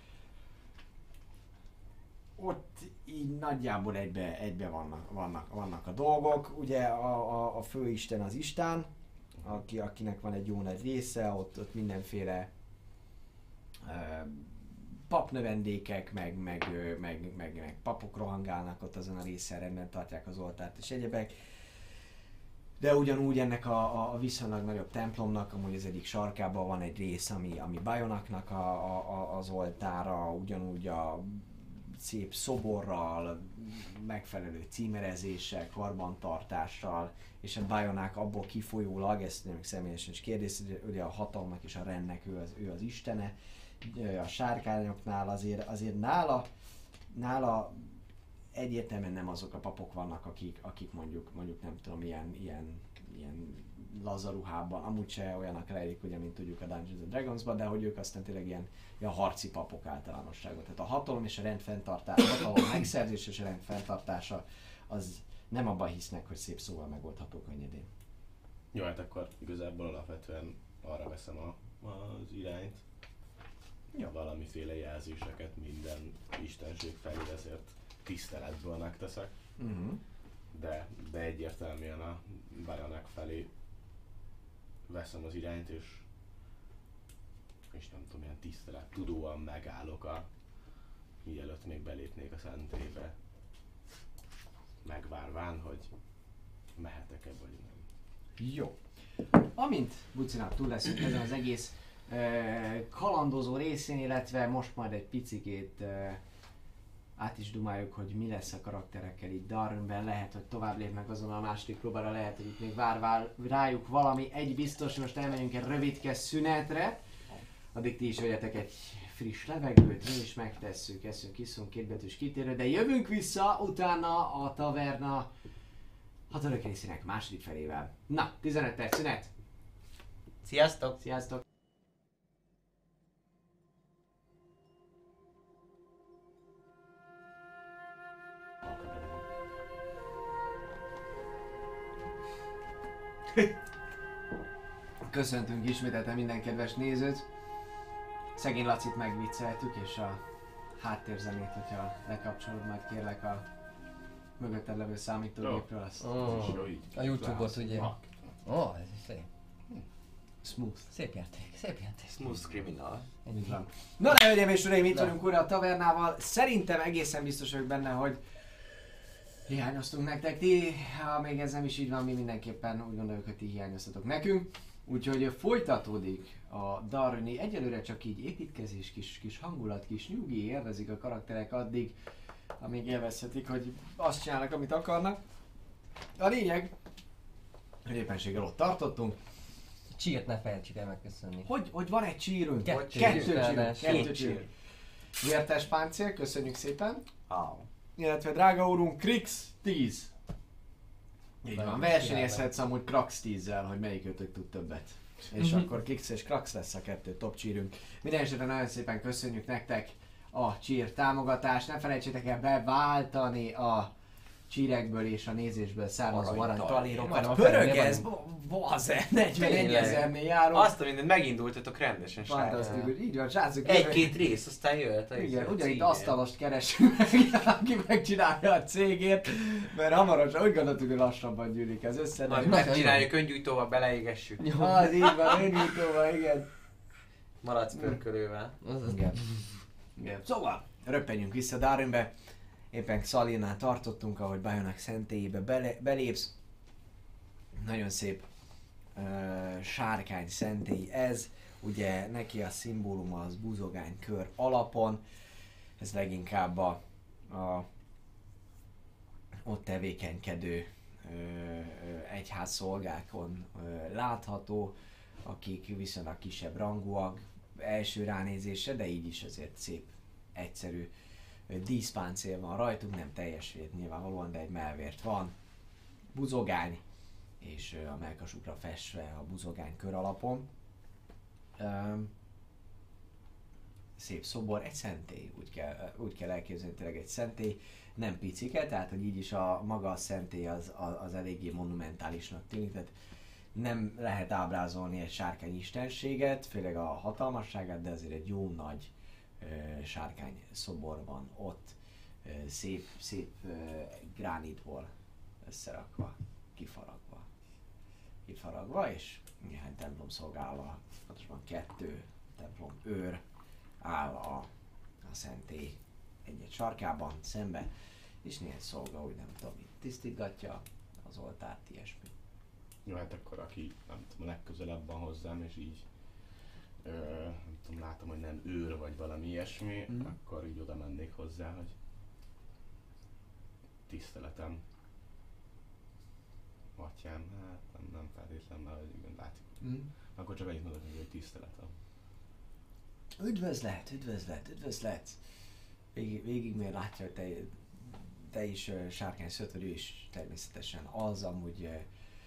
ott így nagyjából egybe, egybe vannak, vannak, vannak a dolgok. Ugye a, a, a főisten az Isten, aki, akinek van egy jó nagy része, ott, ott mindenféle uh, papnövendékek, meg, meg, meg, meg, meg, meg papok rohangálnak ott azon a részen, rendben tartják az oltárt és egyebek. De ugyanúgy ennek a, a, a viszonylag nagyobb templomnak, amúgy az egyik sarkában van egy rész, ami, ami Bionaknak a, a, a, az oltára, ugyanúgy a szép szoborral, megfelelő címerezéssel, karbantartással, és a Bionák abból kifolyólag, ezt nem személyesen is kérdés, ugye a hatalomnak és a rendnek ő az, ő az istene, a sárkányoknál azért, azért nála, nála egyértelműen nem azok a papok vannak, akik, akik mondjuk, mondjuk nem tudom, ilyen, ilyen, ilyen lazaruhában, amúgy se olyanak rejlik, ugye, mint tudjuk a Dungeons and Dragonsban, de hogy ők aztán tényleg ilyen, ilyen harci papok általánosságban. Tehát a hatalom és a rend fenntartása, a hatalom megszerzés és a rend fenntartása, az nem abban hisznek, hogy szép szóval megoldható könnyedén. Jó, hát akkor igazából alapvetően arra veszem a, az irányt. Ja, valamiféle jelzéseket minden istenség felé, ezért tiszteletből megteszek. Uh-huh. De, de egyértelmű Bajonek felé veszem az irányt, és és nem tudom, ilyen tisztelet tudóan megállok a mielőtt még belépnék a szentélybe, megvárván, hogy mehetek-e vagy nem. Jó. Amint Bucinak túl leszünk ezen az egész uh, kalandozó részén, illetve most majd egy picikét uh, át is dumáljuk, hogy mi lesz a karakterekkel itt Darwinben, lehet, hogy tovább lépnek azon a második próbára, lehet, hogy itt még vár, vár rájuk valami. Egy biztos, most elmegyünk egy rövidke szünetre, addig ti is vegyetek egy friss levegőt, mi is megtesszük, eszünk, iszunk, kétbetűs kitérő, de jövünk vissza utána a taverna hatodik részének második felével. Na, tizenöt perc szünet! Sziasztok! Sziasztok! Köszöntünk ismételten minden kedves nézőt. Szegény Lacit megvicceltük, és a háttérzenét, hogyha lekapcsolod majd kérlek a mögötted levő számítógépről, azt Oh, Jó, így. a Youtube-ot ugye. Ha. Ó, oh, ez szép. smooth. Szép játék, szép játék. Smooth Criminal. Így van. Na de hölgyeim és uraim, itt Na. vagyunk újra a tavernával. Szerintem egészen biztos vagyok benne, hogy hiányoztunk nektek. Ti, ha még ez nem is így van, mi mindenképpen úgy gondoljuk, hogy ti hiányoztatok nekünk. Úgyhogy folytatódik a Darwini, egyelőre csak így építkezés, kis, kis hangulat, kis nyugi, élvezik a karakterek addig, amíg élvezhetik, hogy azt csinálnak, amit akarnak. A lényeg, hogy éppenséggel ott tartottunk, Csírt ne felejtsük el megköszönni. hogy, hogy van egy csírünk, Kettő hogy kettő csír, csírünk, ráadásul. kettő Két csírünk. Vértes páncél, köszönjük szépen. Oh. Illetve drága úrunk, Krix tíz. Így Nagyon van, is versenyezhetsz amúgy Krax tízzel, hogy melyikőtök tud többet. És akkor Krix és Krax lesz a kettő top csírünk. Minden esetre nagyon szépen köszönjük nektek a csír támogatást. Ne felejtsétek el beváltani a csírekből és a nézésből származó Arany aranytalérokat. talér. Pörög Van, ez, bazen, negyvenegy Tényleg. ezernél járunk. Azt a mindent megindultatok rendesen, srácok. Fantasztikus, így van, srácok. Egy-két rész, aztán jöhet a Igen, a ugyanitt címe. asztalost keresünk meg, aki megcsinálja a cégét, mert hamarosan úgy gondoltuk, hogy lassabban gyűlik ez össze. de- Majd megcsináljuk öngyújtóval, beleégessük. Az így van, öngyújtóval, igen. Malac pörkölővel. Az az Igen. Igen. Szóval, röppenjünk vissza Darwinbe. Éppen Xalinál tartottunk, ahogy Bajonak szentélyébe bele, belépsz. Nagyon szép uh, sárkány szentély ez. Ugye neki a szimbóluma az buzogánykör alapon. Ez leginkább a, a ott tevékenykedő ö, ö, egyházszolgákon ö, látható, akik viszonylag kisebb rangúak első ránézésre, de így is azért szép, egyszerű ö, díszpáncél van rajtunk, nem teljes vért nyilvánvalóan, de egy mellvért van. Buzogány, és ö, a mellkasukra festve a buzogány kör alapon. Öm, szép szobor, egy szentély, úgy kell, úgy kell elképzelni, tényleg egy szentély, nem picike, tehát hogy így is a maga a szentély az, az, az eléggé monumentálisnak tűnik, tehát nem lehet ábrázolni egy sárkány istenséget, főleg a hatalmasságát, de azért egy jó nagy ö, sárkány szobor van ott, ö, szép, szép ö, gránitból összerakva, kifaragva, kifaragva, és néhány templom szolgálva, pontosan kettő templom őr áll a, a szentély egy-egy sarkában szembe, és néhány szolga, úgy nem tudom, itt tisztítgatja az oltárt, ilyesmi. Jó, hát akkor aki nem tudom, legközelebb van hozzám, és így ö, nem tudom, látom, hogy nem őr vagy valami ilyesmi, Mhm. akkor így oda mennék hozzá, hogy tiszteletem. Atyám, hát nem, nem feltétlenül, mert hogy igen, látjuk. Mm. Akkor csak annyit mondok, hogy tiszteletem. Üdvözlet, üdvözlet, üdvözlet! Végig, végig miért látja, hogy te, te is uh, sárkány szötör, ő is természetesen az, amúgy uh,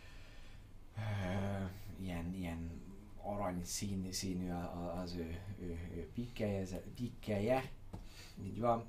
uh, ilyen, ilyen arany szín, színű a- a- az ő, ő, ő pikkelje, ez- pikkelje, így van.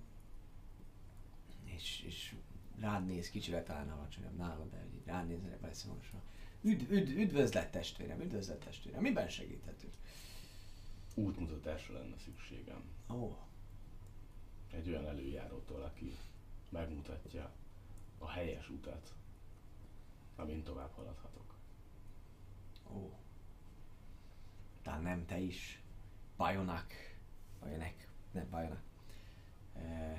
És, és rád néz, kicsivel talán alacsonyabb nálad, de így rád néz, persze most Üdv, üdv, üdvözlet testvérem, üdvözlet testvérem, miben segíthetünk? Útmutatásra lenne szükségem. Ó, oh. Egy olyan előjárótól, aki megmutatja a helyes utat. amin tovább haladhatok. Ó. Talán nem te is. Bajonak. Bajonek. Nem Bajonak. E...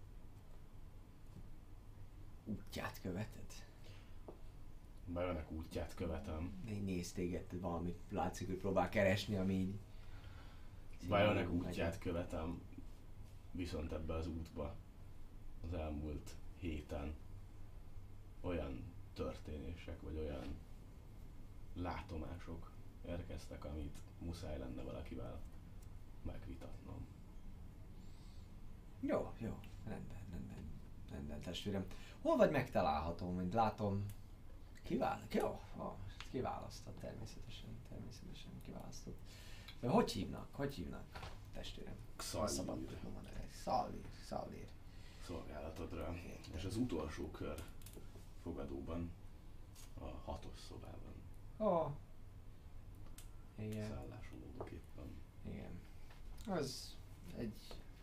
útját követed? Bajonek útját követem. Én néz téged, valamit látszik, hogy próbál keresni, ami így... Bajonek útját követem, viszont ebbe az útba az elmúlt héten olyan történések, vagy olyan látomások érkeztek, amit muszáj lenne valakivel megvitatnom. Jó, jó. Rendben, rendben. Rendben, testvérem. Hol vagy megtalálható, mint látom? Kivál... Jó, oh, kiválasztott természetesen. Természetesen kiválasztott. Hogy hívnak? Hogy hívnak, testvérem? Xalír. Szabad tudom mondani. Szalír, Szalír. Szolgálatodra. És az utolsó kör fogadóban, a hatos szobában. Ó. Oh. Igen. Szállásomódok éppen. Igen. Az egy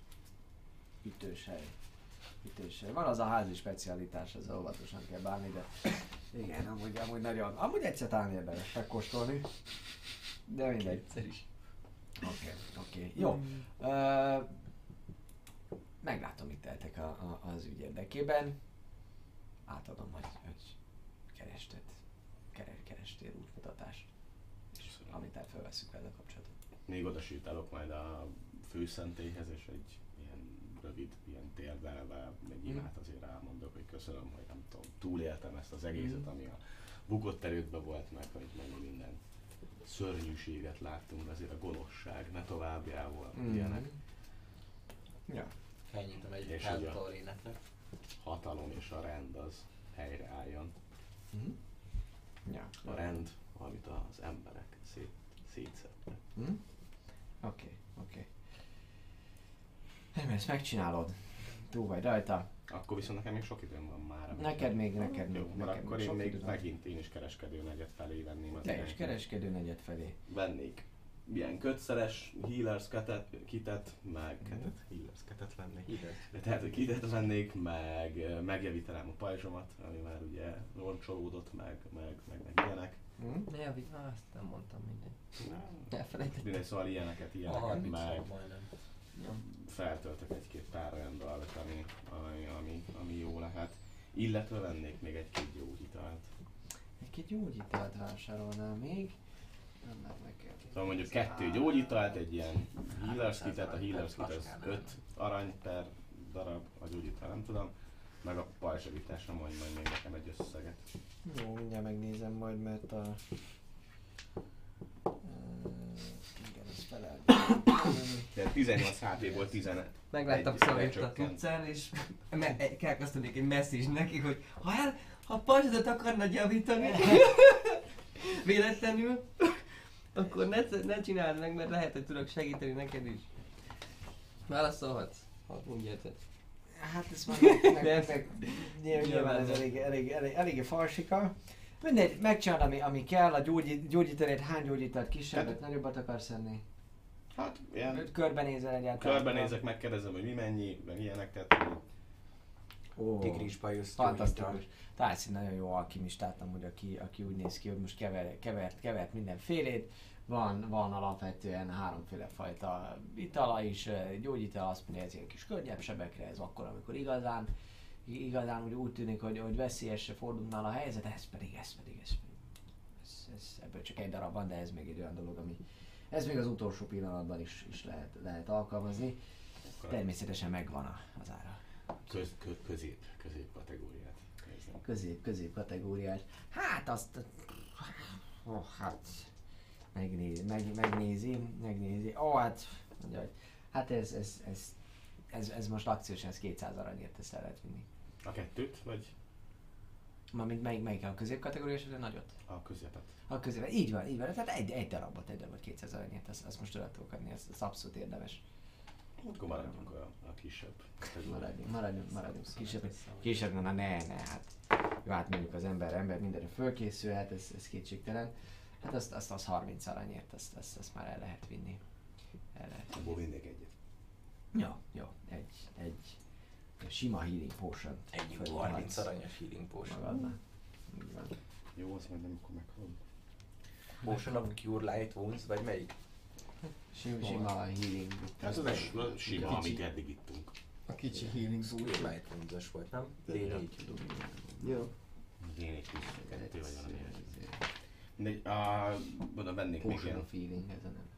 ütős hely. Ütős hely. Van az a házi specialitás, az óvatosan kell bánni, de igen, amúgy, amúgy nagyon, amúgy egyszer talán érdemes megkóstolni. De mindegy. Egyszer is. Oké, okay, oké. Okay. Jó. Uh, meglátom, mit teltek a, a, az ügy érdekében. Átadom, hogy, hogy kerested, keres, kerestél útmutatást. És amit el felveszünk vele a kapcsolatot. Még oda sétálok majd a főszentélyhez, és egy ilyen rövid, ilyen térdelve egy imát azért elmondok, hogy köszönöm, hogy nem tudom, túléltem ezt az egészet, ami a bukott erődben volt, meg hogy mennyi minden szörnyűséget láttunk, azért a gonoszság ne továbbjával, Mm. ilyenek. Ja. Felnyitom egy És háttal énekre. Hatalom és a rend az helyreálljon. Mm. Ja. A rend, amit az emberek szét, szétszedtek. Hm? Oké, okay, oké. Okay. Ezt megcsinálod. Túl vagy rajta. Akkor viszont nekem még sok időm van már. amit- Neked még, neked Jó, még. mert neked akkor én sok még időd van. megint én is kereskedő negyed felé venném az Te is irányt. kereskedő negyed felé. Vennék ilyen kötszeres healers ketet, kitet, meg ketet, healers ketet vennék. Ide. Tehát, hogy kitet vennék, meg ö, megjavítanám a pajzsomat, ami már ugye roncsolódott, meg, meg, meg, meg ilyenek. Hm? Ne javít, ah, azt nem mondtam mindegy. Elfelejtettem. Mindegy, szóval ilyeneket, A ilyeneket, harminc meg majdnem. feltöltök egy-két pár olyan dolgot, ami, ami, ami, ami jó lehet. Illetve vennék még egy-két gyógyitalt. Egy-két gyógyitalt vásárolnál még. Nem, nem, meg kell. Szóval mondjuk kettő gyógyitalt, egy ilyen healers kitet, a healers kit az öt arany per darab, a gyógyital nem tudom, meg a pajzsavításra mondj majd még nekem egy összeget. Jó, mindjárt megnézem majd, mert a... Uh, igen, ez felel. Tehát tizennyolc há pé-ból tizenegy. Megláttam Egy Xavét a lecsökkent. utcán, és me- elkezdték egy message neki, hogy ha el, ha a pajzsodat akarnád javítani, véletlenül, akkor ne, ne csináld meg, mert lehet, hogy tudok segíteni neked is. Válaszolhatsz, ha úgy érted. Hát ez már meg, meg, De- meg, nyilván, nyilván ez elég, elég, elég, eléggé falsika. Mindegy, megcsinálod, ami, ami kell, a gyógyi, gyógyítelét, hány gyógyítalt kisebbet, nagyobbat akarsz enni? Hát ilyen Körbenézel egyáltalán? körbenézek, megkérdezem, hogy mi mennyi, meg ilyenek, tehát Ó, Tigrisbajusz fantasztikus. Találsz egy nagyon jó alkimistát, amúgy, aki, aki úgy néz ki, hogy most kever, kevert, kevert mindenfélét. Van, van alapvetően háromféle fajta itala is, eh, gyógyital, azt mondja, ez ilyen kis könnyebb sebekre, ez akkor, amikor igazán, igazán úgy, úgy tűnik, hogy, hogy veszélyesre fordulnál a helyzet, ez pedig, ez pedig, ez, ez, ez, ebből csak egy darab van, de ez még egy olyan dolog, ami ez még az utolsó pillanatban is, is lehet, lehet alkalmazni. akkor Természetesen megvan a, az ára. köz, köz, közép, közép kategóriát nézem. Közép, közép kategóriás. Hát azt... Oh, hát... Megnézi, meg, megnézi, megnézi. Ó, oh, hát... Mondja, hogy hát ez, ez, ez, ez, ez most akciós, ez kétszáz aranyért ezt el lehet vinni. A kettőt, vagy Mármint melyik, melyik a közép kategóriás, vagy a nagyot? a közepet? A közép, így van, így van. Tehát egy, egy darabot, egy darabot kétszáz aranyért, azt, azt most oda tudok adni, ez, ez abszolút érdemes. Akkor maradjunk a, a kisebb kategóriát. Maradjunk, maradjunk, maradjunk. Kisebb, kisebb, na, na ne, ne, hát. Jó, hát mondjuk az ember, ember mindenre fölkészülhet, ez, ez kétségtelen. Hát azt, azt, azt harminc aranyért, azt, azt, azt már el lehet vinni. El lehet Abból vinnék egyet. Jó, jó, egy, egy sima healing potion. Egy Föl- harminc aranyos healing potion. magadnak. Így van. Jó, az majd amikor meghalom. Potion of Cure Light Wounds, vagy melyik? Sima, sima healing. Hát az egy sima, amit eddig ittunk. A kicsi healing Cure Light Wounds-os volt, nem? D négy. Jó. Én egy plusz kettő vagy valami. Mindegy, uh, oda vennék még Potion ilyen, of healing, ez a nem.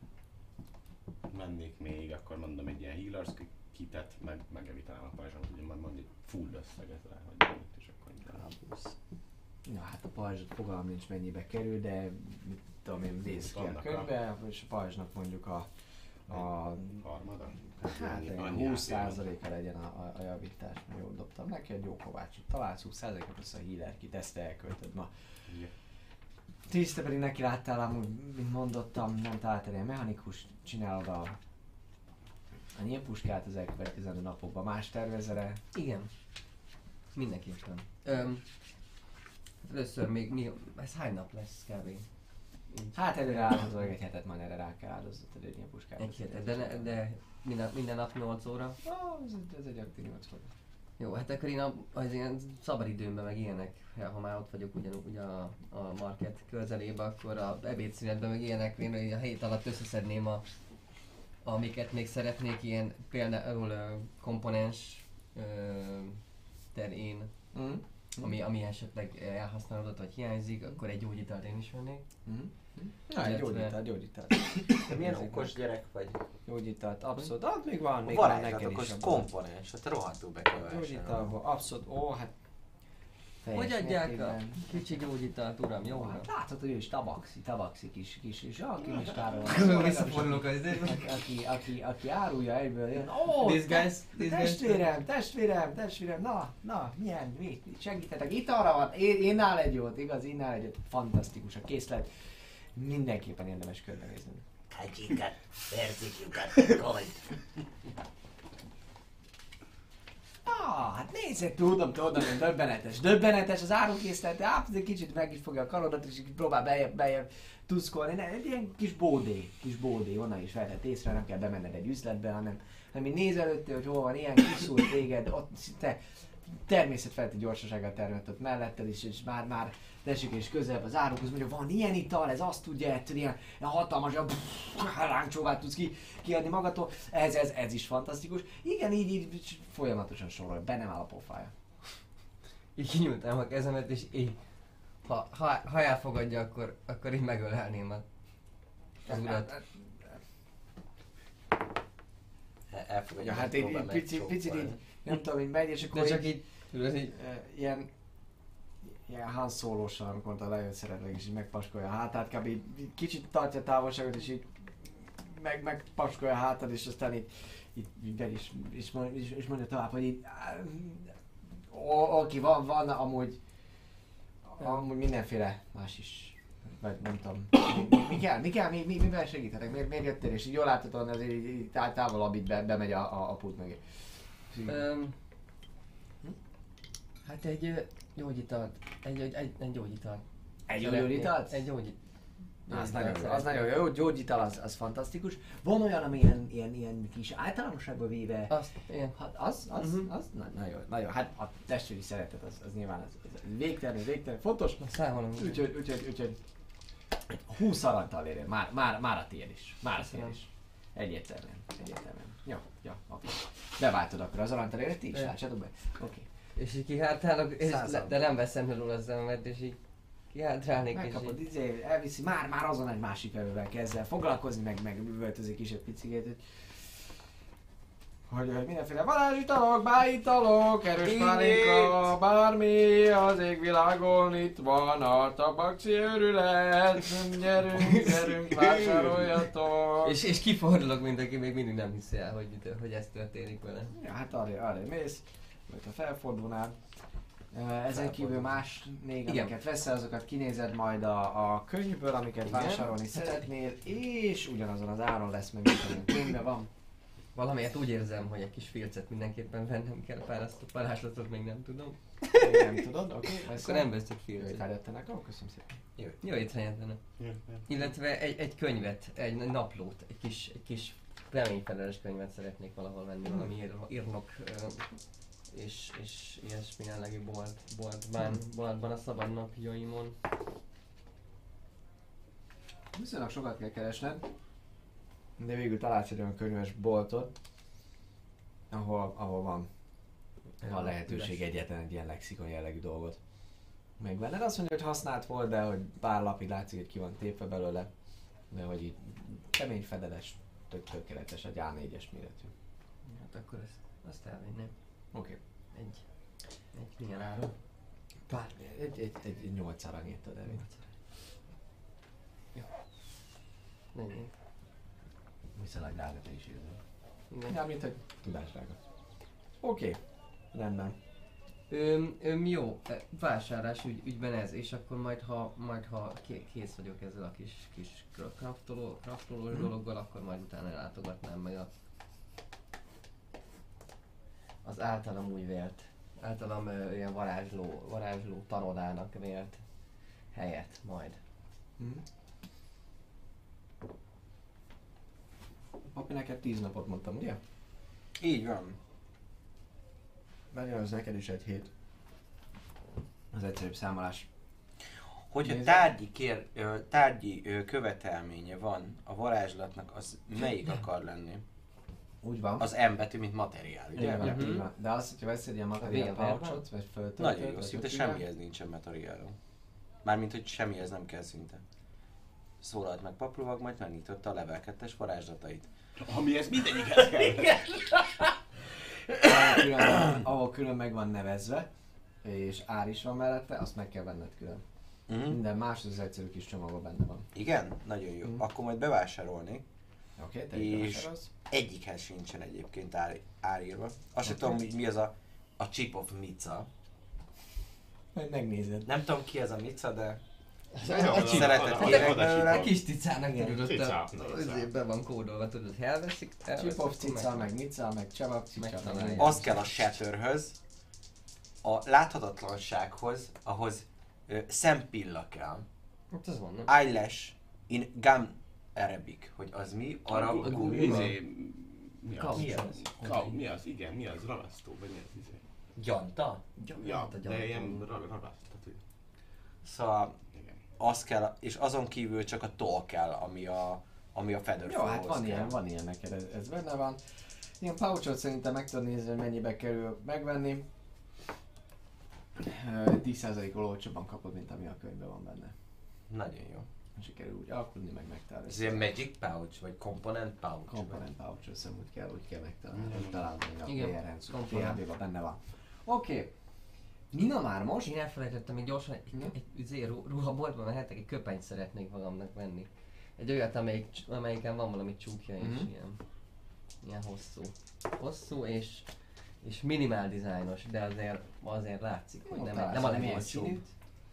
vennék még, akkor mondom egy ilyen healers kitet, meg megevíteném a pajzsomat, ugye majd mondjuk full összeget rá, hogy valamit, és akkor inkább. Na hát a pajzsot fogalmam nincs mennyibe kerül, de mit tudom én, néz ki a Vannak könyvbe, és a pajzsnak mondjuk a, a Harmada? hát ilyen Annyi húsz átérem. százaléka legyen a, a, a javítás, mert jól dobtam neki, egy jó kovácsot találsz, húsz százalékot össze a healer kit, ezt elköltöd ma. Igen. tíz te pedig neki láttál amúgy, mint mondottam, nem találtál ilyen mechanikus, csinálod a, a nyílpuskát az elkövetkezendő napokban, más tervezere. Igen. Mindenképpen. Öm, először még mi, ez hány nap lesz kb? Így. Hát előre áldozol, egy hetet majd erre rá kell áldoznod egy nyílpuskát. Egy hétet, de, ne, de minden, minden nap nyolc óra. Oh, ez, ez egy aktív nyolc óra. Jó, hát akkor én a, az ilyen szabadidőmben meg ilyenek, ha már ott vagyok ugyanúgy ugye a, a market közelébe, akkor a ebédszünetben meg ilyenek, én a hét alatt összeszedném a, amiket még szeretnék, ilyen például ö, komponens ö, terén, Mm. ami, ami esetleg elhasználódott vagy hiányzik, akkor egy gyógyitalt én is vennék. Mm. Na, egy Illetve- gyógyitalt, gyógyitalt. Te milyen Ezek okos meg. gyerek vagy? Gyógyitalt, abszolút. Ah, még van, még van neked is. Varázslatos abban. komponens, hát rohadtul be kell vásárolni. Gyógyítalba, abszolút. Ó, hát... teljes Hogy adják a mértékben. kicsi gyógyitalt, uram, jó? Ó, hát láthatod, ő is tabaxi, tabaxi kis, kis, és aki is tárol. Visszafordulok az Aki, aki, aki árulja egyből, jön, ó, These te- guys, these guys. testvérem, testvérem, testvérem, na, na, milyen, mit, mit segíthetek, itt arra van, én, én nál egy jót, igaz, én nál egy jót, fantasztikus a készlet, mindenképpen érdemes körbenézni. Kagyikat, percikjukat, koly. Ah, hát nézzek, tudom, tudom, hogy döbbenetes, döbbenetes az árukészlet, de hát egy kicsit meg is fogja a karodat, és így próbál bejebb, bejebb tuszkolni, ne, egy ilyen kis bódé, kis bódé, onnan is vehetett észre, nem kell bemenned egy üzletbe, hanem, hanem így néz előtte, hogy hol van, ilyen kiszúr téged, ott szinte természetfeletti gyorsasággal termett ott melletted is, és már, már tessék és közelebb az árukhoz, mondja, van ilyen ital, ez azt tudja ettől, ilyen, ilyen hatalmas, lángcsóvát tudsz ki, kiadni magadtól, ez, ez, ez is fantasztikus. Igen, így, így folyamatosan sorol, be nem áll a pofája. Így kinyújtám a kezemet, és így, ha, ha, ha elfogadja, akkor, akkor így megölelném a- az urat. Elfogadja, Ja, hát így, így picit, picit így, nem tudom, így megy, és akkor De csak így, tudod, így, e, ilyen, ilyen Han Solo-san, amikor te lejön szeretleg, és így megpaskolja a hátát, kb. Így, így kicsit tartja a távolságot, és így meg, megpaskolja a hátad, és aztán így, így, így be is, és, mond- és, és mondja tovább, hogy így, á, ó, oké, van, van amúgy, amúgy mindenféle más is, vagy nem tudom, mi, mi, mi kell, mi kell, mi, mi, mivel segíthetek, miért, miért jöttél, és így jól láthatod, azért így, így tá- távolabb így be, bemegy a, a, a pult mögé. öm, hát egy ö, gyógyitalt, egy, egy, egy, egy gyógyitalt. Egy jó Szeretnék. gyógyitalt? Egy gyógyit. Na, az gyógyitalt nagyon jó, az szeretnék. nagyon jó, jó gyógyital, az, az fantasztikus. Van olyan, ami ilyen, ilyen, ilyen kis általánosságban véve, Azt, igen. hát az, az, Mhm. az, na, nagyon, nagyon, hát a testvéri szeretet, az, az nyilván az, az végtelen, végtelen fontos. Na, számolom. Úgyhogy, úgyhogy, úgyhogy húsz aranytal érjen, már, már, már a tiéd is, már a tiéd Köszönöm. is. Egyértelműen, egyértelműen. Jó, jó, oké. Beváltod akkor az aranytal érjet, ti is, Ö. látsátok be? Oké. És így kihátálok, és Százal. le, de nem veszem le róla a szememet, és így kihátrálnék, és Megkapod, így. izé, elviszi, már, már azon egy másik vevővel kezd el foglalkozni, meg, meg üvöltözik is egy picit, hogy hogy, hogy mindenféle varázsitalok, bájitalok, erős Innét! pálinka, bármi az égvilágon itt van a tabaxi őrület, gyerünk, gyerünk, vásároljatok! És, és kifordulok mindenki, még mindig nem hiszi el, hogy, hogy ez történik vele. Ja, hát arra, arra mész, vagy ha felfordulnál. Ö, Ezen kívül más még, Igen. amiket veszel, azokat kinézed majd a, a könyvből, amiket Igen. vásárolni szeretnél, és ugyanazon az áron lesz meg, mint amilyen könyvben van. Valamiért úgy érzem, hogy egy kis filcet mindenképpen vennem kell, párasztott varázslatot még nem tudom. Még nem tudod, oké? Okay, Akkor nem veszek Jó filcet. étvágyattenek, ó, köszönöm szépen. Jó étvágyat benne. Illetve egy, egy könyvet, egy naplót, egy kis, egy kis reményfelelős könyvet szeretnék valahol venni, valami ír, írnok ö, és, és ilyesmi jelenlegi bolt, boltban, boltban a szabad napjaimon. Viszonylag sokat kell keresned, de végül találsz egy olyan könyves boltot, ahol, ahol van, van lehetőség egyetlen egy ilyen lexikon jellegű dolgot megvenned. Azt mondja, hogy használt volt, de hogy pár lapig látszik, hogy ki van tépve belőle, de hogy így kemény fedeles, tök tökéletes, egy á négyes méretű. Hát akkor ezt, azt elvinném. Oké. Okay. Egy, egy milyen áron? Bármi, egy, egy, egy, egy nyolc aranyét tud elvinni. Ennyi. Viszonylag drága, te is érzem. Igen. Ja, mint hogy tudásdrága. Oké, okay. Rendben. Öm, öm, jó, e, vásárlás ügy, ügyben ez, és akkor majd ha, majd ha ké- kész vagyok ezzel a kis, kis kraftoló, kraftolós Mhm. dologgal, akkor majd utána látogatnám meg a, az általam úgy vélt, általam ö, ilyen varázsló, varázsló tanodának vélt helyet majd. Mhm. Papi, neked tíz napot mondtam, ugye? Így van. Bárján az neked is egy hét. Az egyszerűbb számolás. Hogyha Nézd. tárgyi, kér, ö, tárgyi ö, követelménye van a varázslatnak, az melyik akar lenni? Úgy van. Az M betű, mint materiál, ugye? Így van, Mhm. így van. De azt, hogyha veszed ilyen materiál vélben? pouchot, vagy föltöltöd, Nagyon jó vagy szívű, de tudja, semmihez nincsen materiálom. Mármint, hogy semmihez nem kell szinte. Szólalt meg Paplovag, majd megnyitotta a level kettes varázslatait. Amihez mindegyikhez kell. ahol külön, ahol külön meg van nevezve, és ár is van mellette, azt meg kell venned külön. Mhm. Minden más az egyszerű kis csomagban benne van. Igen? Nagyon jó. Mhm. Akkor majd bevásárolni. Oké, okay, te És- is vásárolsz. Egyikhez sincsen egyébként ár, árírva. Azt sem Oké. tudom, hogy mi az a, a Chip of Mica. Majd megnézed. Nem tudom ki az a Mica, de Jó, szeretet oda- kérek oda A csipog. kis cicának Igen. tudod, Cica, ott a- cica. azért be van kódolva, tudod, ha elveszik, elveszik, Chip of akkor cica, meg- meg mica, meg csavak cica, Megtalálja. meg az kell a Shatterhöz, a láthatatlansághoz, ahhoz ö, szempilla kell. Hát az van, nem? Eyelash in Gum Arabic, hogy az mi? Arab Gu- gumi. Izé, mi az? Kau. Mi az? Kau, mi az? Igen, mi az? Ragasztó, vagy mi az? Izé. Gyanta? Ja, a de ilyen gyantom. rag- ragasztó, tehát, hogy Szóval igen. az kell, és azon kívül csak a toll kell, ami a, ami a feather Jó, hát flowhoz van kell. ilyen, van ilyen neked, ez, ez benne van. Ilyen pouchot szerintem meg tudod nézni, hogy mennyibe kerül megvenni. Ö, tíz százalékkal olcsóbban kapod, mint ami a könyvben van benne. Nagyon jó. Sikerül úgy alkudni, meg megtalálni. Ez ilyen magic pouch, vagy component pouch? Komponent pouch, azt hiszem, úgy kell, úgy kell megtalálni. Mm. Úgy találni, hogy a Igen, pé er en szó, komponent. té há bé-ban benne van. Oké. Okay. Nina már most? Én elfelejtettem még gyorsan, egy, Na? egy, egy izé, ru- ruhaboltban mehetek, egy köpenyt szeretnék magamnak venni. Egy olyat, amelyik, amelyiken van valami csúkja és Mhm. ilyen, ilyen hosszú. Hosszú és, és minimál dizájnos, de azért, azért látszik, hogy Jó, nem, persze, nem a milyen legolcsóbb. színűt?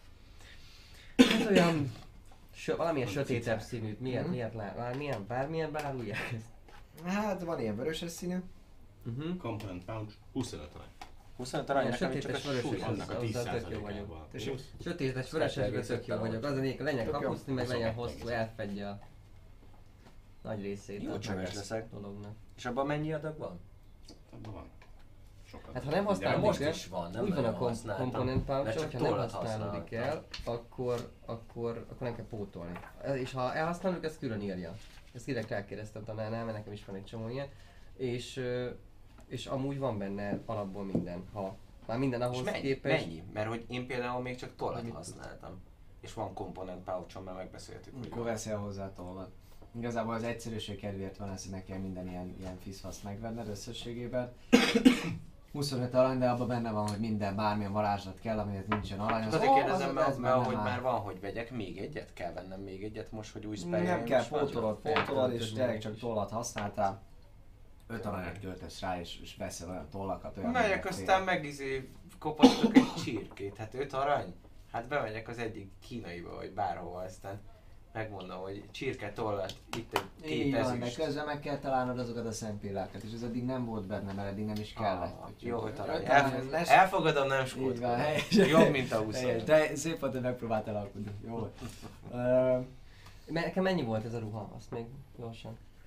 Ez olyan, sö, valamilyen Van sötétebb cicák. színűt, miért, Mhm. miért lá, már milyen, bármilyen beárulják ezt. Hát van ilyen vöröses színű. Uh-huh. Component pouch, huszonöt arany. huszonöt arany, Ilyen nekem még csak a sötétes, vöröses, súly. az- Annak a azzal tök jó vagyok. tíz százalékával. Tessék? Sötétes, vörösesben tök jó vagyok. Az a lényeg, legyen Tök jó. kapuszni, meg legyen Szokott hosszú, meg. elfedje a nagy részét Jó a csöves leszek. dolognak. És abban mennyi adag van? Abban van. Sokat. Hát ha nem De használódik most el, is van, nem úgy van a nagyon kom- használtam, komponent pouch, mert csak hogyha nem tollat használódik használtam. el, akkor, akkor, akkor nem kell pótolni. És ha elhasználjuk, ezt külön írja. Ezt direkt elkérdeztem tanárnál, mert nekem is van egy csomó ilyen. És, ö, és amúgy van benne alapból minden, ha már minden És ahhoz mennyi? képest. mennyi? Mert hogy én például még csak tollat Mit használtam. És van komponent pouchom, mert megbeszéltük, hogy Akkor veszel hozzá tolvat. Igazából az egyszerűség kedvéért van ez, hogy nekem minden ilyen, ilyen fiszfaszt megvenned összességében. huszonöt arany, de abban benne van, hogy minden, bármilyen varázslat kell, amihez nincsen arany. Csak az- azért ó, kérdezem, az- mert, ez mert benne hogy áll. már van, hogy vegyek még egyet? Kell vennem még egyet most, hogy új spelljeim Nem kell, is van? pótolod, pótolod, és Elköltöd tényleg meg csak is. tollat használtál. öt aranyat költesz rá, és, és veszel olyan tollakat, olyan... Megyek, amelyek aztán megizé kopasztok egy csirkét. Hát öt arany? Hát bemegyek az egyik kínaiba, vagy bárhova, aztán megmondom, hogy csirke tollat, itt egy két Így van, de ezüst. közben meg kell találnod azokat a szempillákat, és ez eddig nem volt benne, mert eddig nem is kellett. Ah, Úgyhogy jó, hogy öt talán. arany, ez Elf- lesz. elfogadom, nem Így van, skótkodom. helyes. Jobb, mint a Helyes, huszonöt. de szép volt, hogy megpróbáltál alkudni. Jó volt. Ö, Mert nekem mennyi volt ez a ruha? Azt még gyorsan.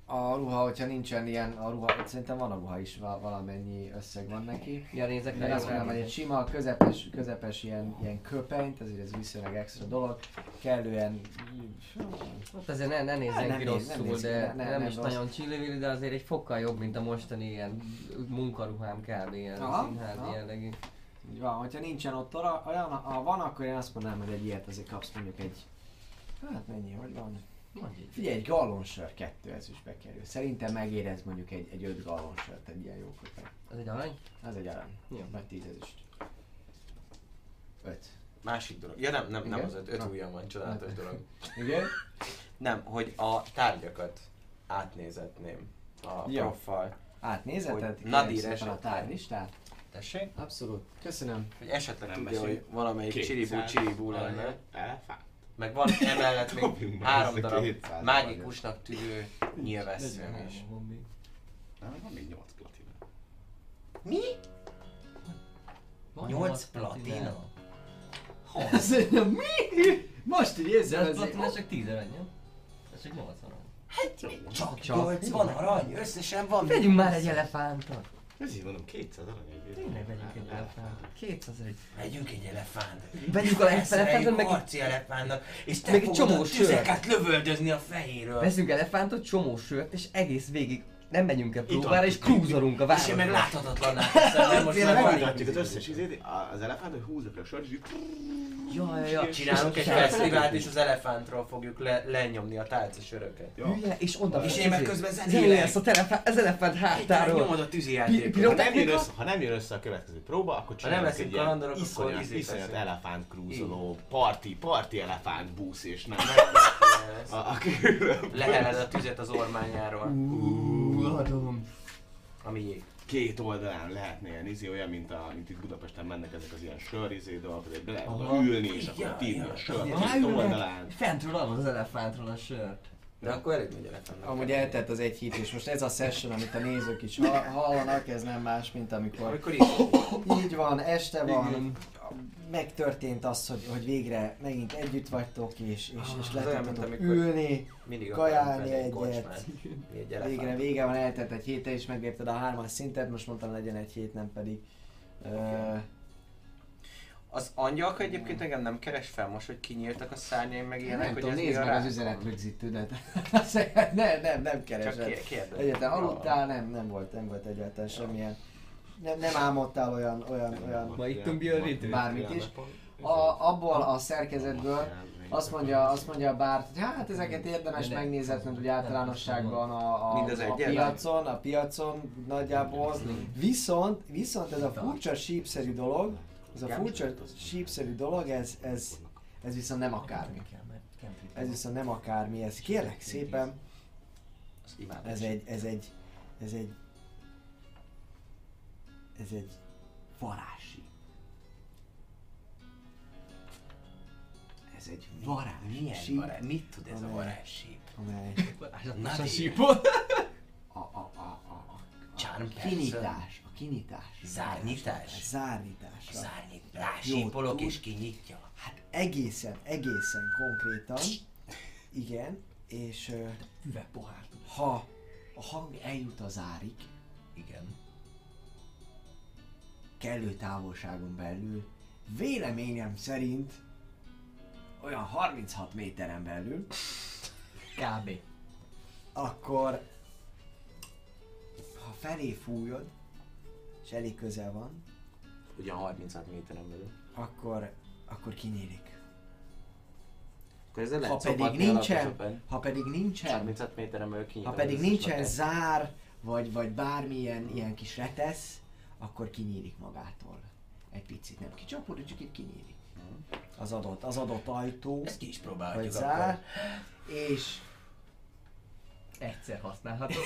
A ruha, hogyha nincsen ilyen, a ruha, szerintem van a ruha is, val- valamennyi összeg van neki. Ja, nézek Én rá, azt jó mondom, hogy egy elnézést. sima, közepes, közepes ilyen, ilyen köpenyt, ezért ez viszonylag extra dolog. Kellően... Hát azért ne, ne Hát nézzen nem ki néz- nem rosszul, néz ki, de ne- ne- nem nem is rossz. nagyon csillivili, de azért egy fokkal jobb, mint a mostani ilyen munkaruhám kb. Ilyen Aha, színházi aha. jellegű. Így van, hogyha nincsen ott ora- olyan, ha van, akkor én azt mondanám, hogy egy ilyet azért kapsz mondjuk egy... Hát mennyi, hogy van? Mondj egy. Figyelj, egy gallonsör kettő ezüstbe kerül. Szerintem megérez mondjuk egy, egy öt gallonsört, egy ilyen jó köpeny. Az egy arany? Az egy arany. Jó. Vagy tíz ezüst. Öt. Másik dolog. Ja nem, nem, nem Igen? az öt, öt Na. ujjam van, csodálatos dolog. Igen? Nem, hogy a tárgyakat átnézetném a Jó. proffal. Átnézeted? Hogy Nadir Kérem szépen a esetleg. tárlistát? Tessék? Abszolút. Köszönöm. Hogy esetleg Nem tudja, beszél. hogy valamelyik csiribú kétszáz csiribú lenne. arany elefánt. Meg van emellett még Dobjunk be három össze darab kétszáz mágikusnak tűnő nyilvesszőm is. Nem, van még nyolc platina. Mi? Van nyolc platina? Ez egy- mi? Most így De érzem, az ez platina csak tíz arany, nem? Ez csak nyolc arany. Csak Csak. nyolcvan arany? Összesen van még Vegyünk már egy elefántot! Ez így mondom, kétszáz arany egy Tényleg vegyünk egy elefántot. kétszáz egy. Vegyünk egy elefántot. Vegyük a elefántot, meg harci elefántnak, és te meg egy fogod csomó a sört. tüzeket lövöldözni a fejéről. Veszünk elefántot, csomó sört, és egész végig nem megyünk el Itt próbára, van. és cruiserunk a És én meg városba. láthatatlanná teszem, mert most Tényleg már van megmutatjuk az így. összes izét, az elefánt, hogy húzzuk le a sort, és így... Ja, ja, ja. Csinálunk egy És- fesztivált, és az elefántról fogjuk le, lenyomni a tálcasöröket. Jó. Hülye, és onnan És én meg közben zenélek zenélek. lesz a telefá- az elefánt hátáról. Nyomod a tűzi Pi- játékot. pilot- Ha nem, jön Technika? össze, ha nem jön össze a következő próba, akkor nem csinálunk leszünk egy ilyen kalandorok, akkor iszonyat, izét iszonyat veszünk. elefánt krúzoló, party, party elefánt busz, és nem. A, a Leheled a tüzet az ormányáról, Ú, adom. ami jég. két oldalán lehetne ilyen izé, olyan, mint, a, mint itt Budapesten mennek ezek az ilyen sörizé dolgok, hogy be lehet oda Aha. ülni, és akkor Ja, tírni ja. a sört két Ráülnek, oldalán. fentről alad az elefántról a sört. De akkor elég nagy elefántnak. Amúgy kell eltelt az egy hét, és most ez a session, amit a nézők is ha- hallanak, ez nem más, mint amikor Amikor is. így van, este van, Igen. megtörtént az, hogy, hogy végre megint együtt vagytok, és, és, és Az le olyan, mint tudtok amikor ülni, Mindig kajálni akarunk venni egy egyet. kocsmát. Mi egy végre elefánt. vége van, eltelt egy hét, te is meglépted a hármas szintet, most mondtam legyen egy hét, nem pedig. Uh, Az angyalka egyébként engem nem keres fel most, hogy kinyíltak a szárnyaim, meg ilyenek, nem hogy tudom, ez nézd mi a meg az rá? üzenet rögzítődet. nem, nem, nem Csak keresed. kér- kérdez. Egyáltalán aludtál, nem, nem volt, nem volt egyáltalán semmilyen. Nem, nem álmodtál olyan, olyan, olyan, Ma ittunk bioritőt. bármit is. A, abból a szerkezetből azt mondja, azt mondja a Bárt, hogy hát ezeket érdemes De ne- megnézetned úgy általánosságban a, a, Mind az a egyet? piacon, a piacon nagyjából. Viszont, viszont ez a furcsa sípszerű dolog, ez a furcsa sípszerű dolog, ez, ez, ez viszont nem akármi. Ez viszont nem akármi, ez kérlek szépen, Az imádom. ez egy, ez egy, ez egy, ez egy varázssíp. Ez egy Milyen varázssíp, varázs? Mit tud ez a amely- varázssíp? amely Varázslatos a Nadir. sípot. a, a, a, a, a, Charm a kinyitás, a kinyitás. Zárnyitás? A zárnyitás. Zárnyit, Jó, rásípolok tud- és kinyitja. Hát egészen, egészen konkrétan. Igen, és ö, Üvegpohár. ha a hang eljut az árig, Igen. kellő távolságon belül, véleményem szerint olyan harminchat méteren belül, Kb. akkor ha felé fújod, és elég közel van, Ugyan harminchat méteren belül. akkor, akkor kinyílik. Akkor ezzel Ha lehet pedig szopatni nincsen, alaposabb. ha pedig nincsen, harminchat méteren belül kinyílik. ha pedig nincsen zár, vagy, vagy bármilyen ilyen kis retesz, akkor kinyílik magától. Egy picit, nem kicsapódik, csak itt kinyílik. Az adott, az adott ajtó, Ezt ki is vagy próbáljuk zár, akkor. és Egyszer használható.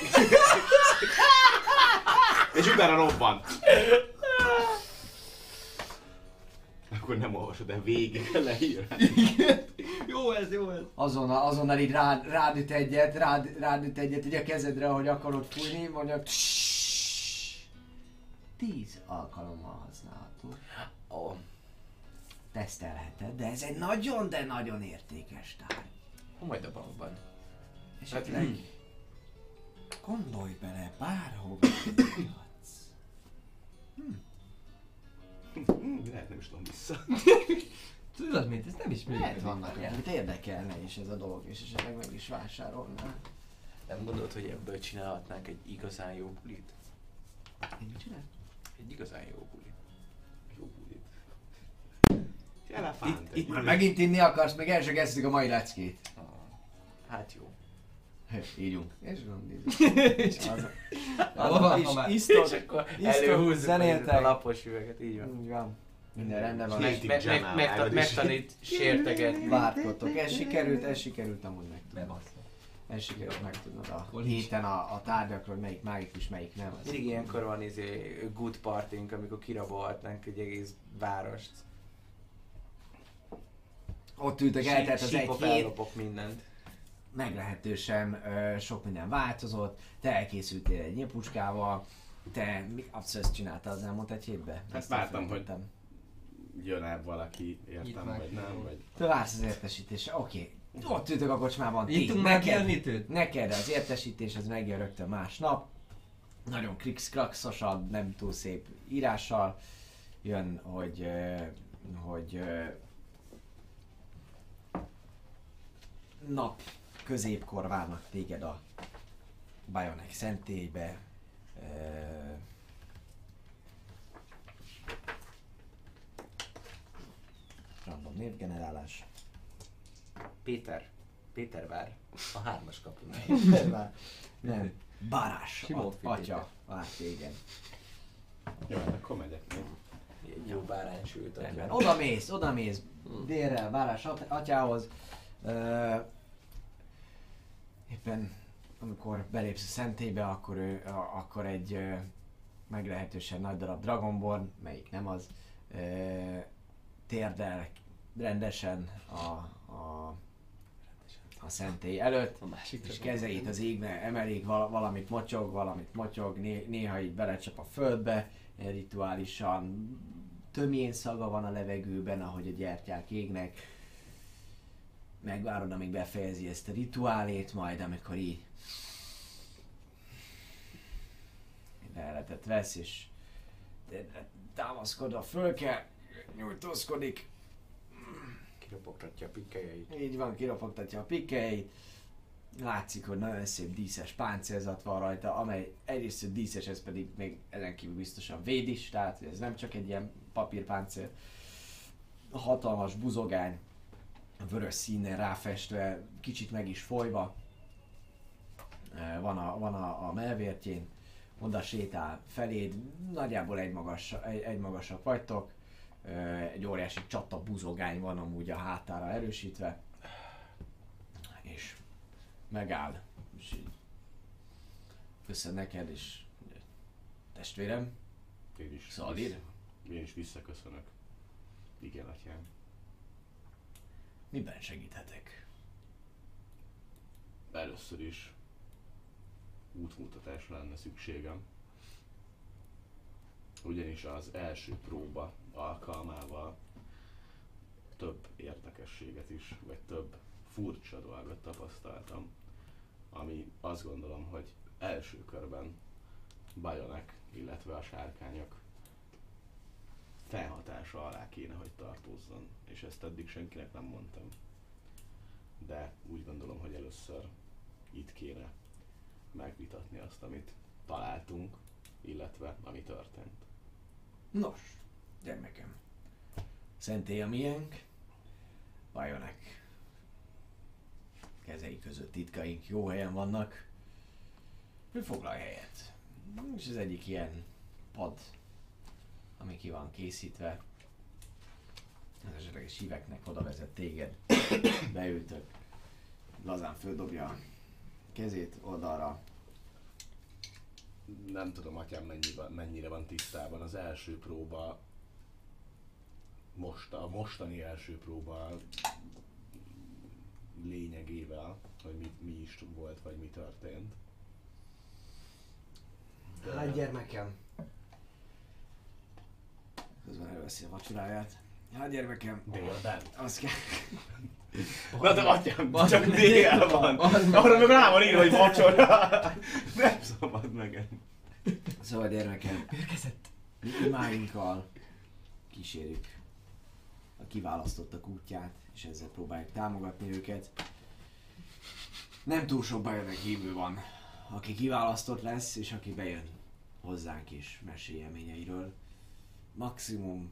És utána robban. Akkor nem olvasod el végig a leírás. Jó ez, jó ez. azonnal, azonnal így rád, rád üt egyet, rád, rád üt egyet így a kezedre, ahogy akarod fújni, mondja tíz alkalommal használható. Ó, Tesztelheted, de ez egy nagyon, de nagyon értékes tárgy. hol majd a bankban? Esetleg Gondolj bele, bárhova indulhatsz. Lehet nem is tudom vissza. Tudod mit? Ez nem is Lehet működik. vannak, amit érdekelne is ez a dolog, és esetleg meg is vásárolná. Nem gondolod, hogy ebből csinálhatnánk egy igazán jó bulit? Én mit csinál? Egy igazán jó bulit. Jó bulit. Elefánt. Itt- Már megint inni akarsz, meg el se kezdtük a mai leckét. Hát jó. Ígyunk. És gondolom, Hol van, is ha már- És isztok, akkor isztok, előhúzzuk zenéltek. a lapos üveget, így van. Így van. Minden rendben van. És És Native meg, meg, Jam meg, állod is. megtanít sértegetni. Várkodtok. Ez sikerült, ez sikerült amúgy meg. Bebasz. Ez sikerült megtudnod a Hol is? héten a, a tárgyakról, hogy melyik mágikus, melyik nem. Ez Mindig ilyenkor van izé good partink, amikor kirabolhatnánk egy egész várost. Ott ültök, eltelt az egy Sípok, hét, ellopok mindent. meglehetősen ö, sok minden változott, te elkészültél egy nyipuskával, te mi abszolút ezt csináltál az elmúlt egy hétben? Hát Ezt vártam, elfelejtettem. Jön-e valaki, értem, Nyitvány vagy nem, kívül. vagy... Te vársz az értesítésre, oké. Ott ültök a kocsmában, ti, Ittunk már neked, kielnítőt? neked az értesítés az megjön rögtön másnap. Nagyon krix-kraxosan, nem túl szép írással jön, hogy, ö, hogy ö, nap középkor várnak téged a Bajonek szentélybe. Ö, random névgenerálás. Péter. Péter vár. A hármas kapunál. Nem, Barás, Simó at, Péter. atya, vár téged. Jó, hát akkor megyek még. Egy jó bárány sült Rendben. atya. Oda mész, oda mész délre Bárás at- atyához. Ö, éppen amikor belépsz a szentélybe, akkor, ő, a, akkor egy ö, meglehetősen nagy darab Dragonborn, melyik nem az, ö, térdel rendesen a, a, a szentély előtt. A másik És kezeit az égbe emelik, val- valamit motyog, valamit motyog, né- néha így belecsap a földbe, ilyen rituálisan tömjén szaga van a levegőben, ahogy a gyertyák égnek. Megvárod, amíg befejezi ezt a rituálét, majd amikor így leheletet vesz, és támaszkodva föl kell, nyújtózkodik. Kiropogtatja a pikkelyeit. Így van, kiropogtatja a pikkeit. Látszik, hogy nagyon szép díszes páncélzat van rajta, amely egyrészt díszes, ez pedig még ezen kívül biztosan véd is, tehát ez nem csak egy ilyen papírpáncél. Hatalmas buzogány, vörös színen ráfestve, kicsit meg is folyva. Eh, Van a, van a, a mellvértjén, oda sétál feléd, nagyjából egy, magas, egy, egy magasak vagytok. Ö, egy óriási csata buzogány van amúgy a hátára erősítve, és megáll, és így köszön neked, és mondja, testvérem, Én is, Szalír? vissza- én is visszaköszönök. Igen, atyám. miben segíthetek? Először is útmutatásra lenne szükségem. Ugyanis az első próba alkalmával több érdekességet is, vagy több furcsa dolgot tapasztaltam, ami azt gondolom, hogy első körben Bajonek, illetve a sárkányok felhatása alá kéne, hogy tartozzon, és ezt eddig senkinek nem mondtam. De úgy gondolom, hogy először itt kéne megvitatni azt, amit találtunk, illetve ami történt. Nos, gyermekem, szentély a miénk, Bajonek kezei között titkaink jó helyen vannak. Ő foglalj helyet. És az egyik ilyen pad, ami ki van készítve, az esetleges híveknek oda vezet téged. Beültök, lazán földobja a kezét oldalra. Nem tudom, atyám mennyire, mennyire van tisztában az első próba, most, a mostani első próba lényegével, hogy mi, mi is volt, vagy mi történt. De- Hát gyermekem. Közben elveszi a vacsoráját. Hát gyermekem, Délben. azt kell... Na de atyám, csak dél van. Arra meg rá van írva, hogy vacsora. Nem szabad megenni. Szóval gyermekem, mi imáinkkal kísérjük a kiválasztottak útját, és ezzel próbáljuk támogatni őket. Nem túl sok bajnak hívő van, aki kiválasztott lesz, és aki bejön hozzánk is mesélyelményeiről. Maximum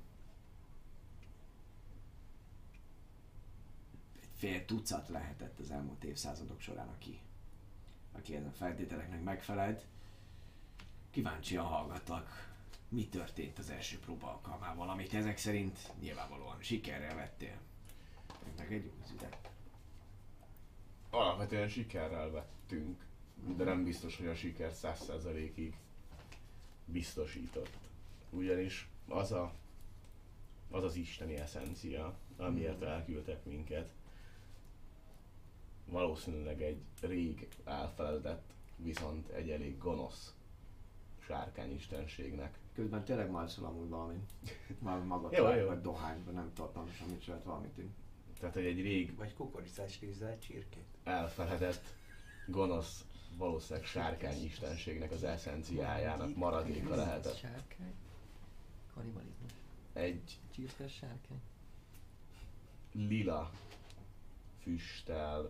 egy fél tucat lehetett az elmúlt évszázadok során, aki, aki ezen feltételeknek megfelelt. Kíváncsian hallgatlak, mi történt az első próba alkalmával, amit ezek szerint nyilvánvalóan sikerrel vettél. Megegyük az üdet. Alapvetően sikerrel vettünk, de nem biztos, hogy a siker száz százalékig biztosított. Ugyanis az a, az, az isteni eszencia, amiért elküldtek minket, valószínűleg egy rég elfeledett, viszont egy elég gonosz sárkányistenségnek. Közben tényleg majd szól amúgy valami, valami magot Jó, jó. vagy dohányban, nem tudom pontosan mit csinált valamit. Tehát, hogy egy rég Vagy kukoricás rizzel csirkét. elfeledett, gonosz, valószínűleg sárkányistenségnek az eszenciájának maradéka lehetett. Sárkány. Kannibalizmus. Egy Csirkes sárkány. lila füsttel,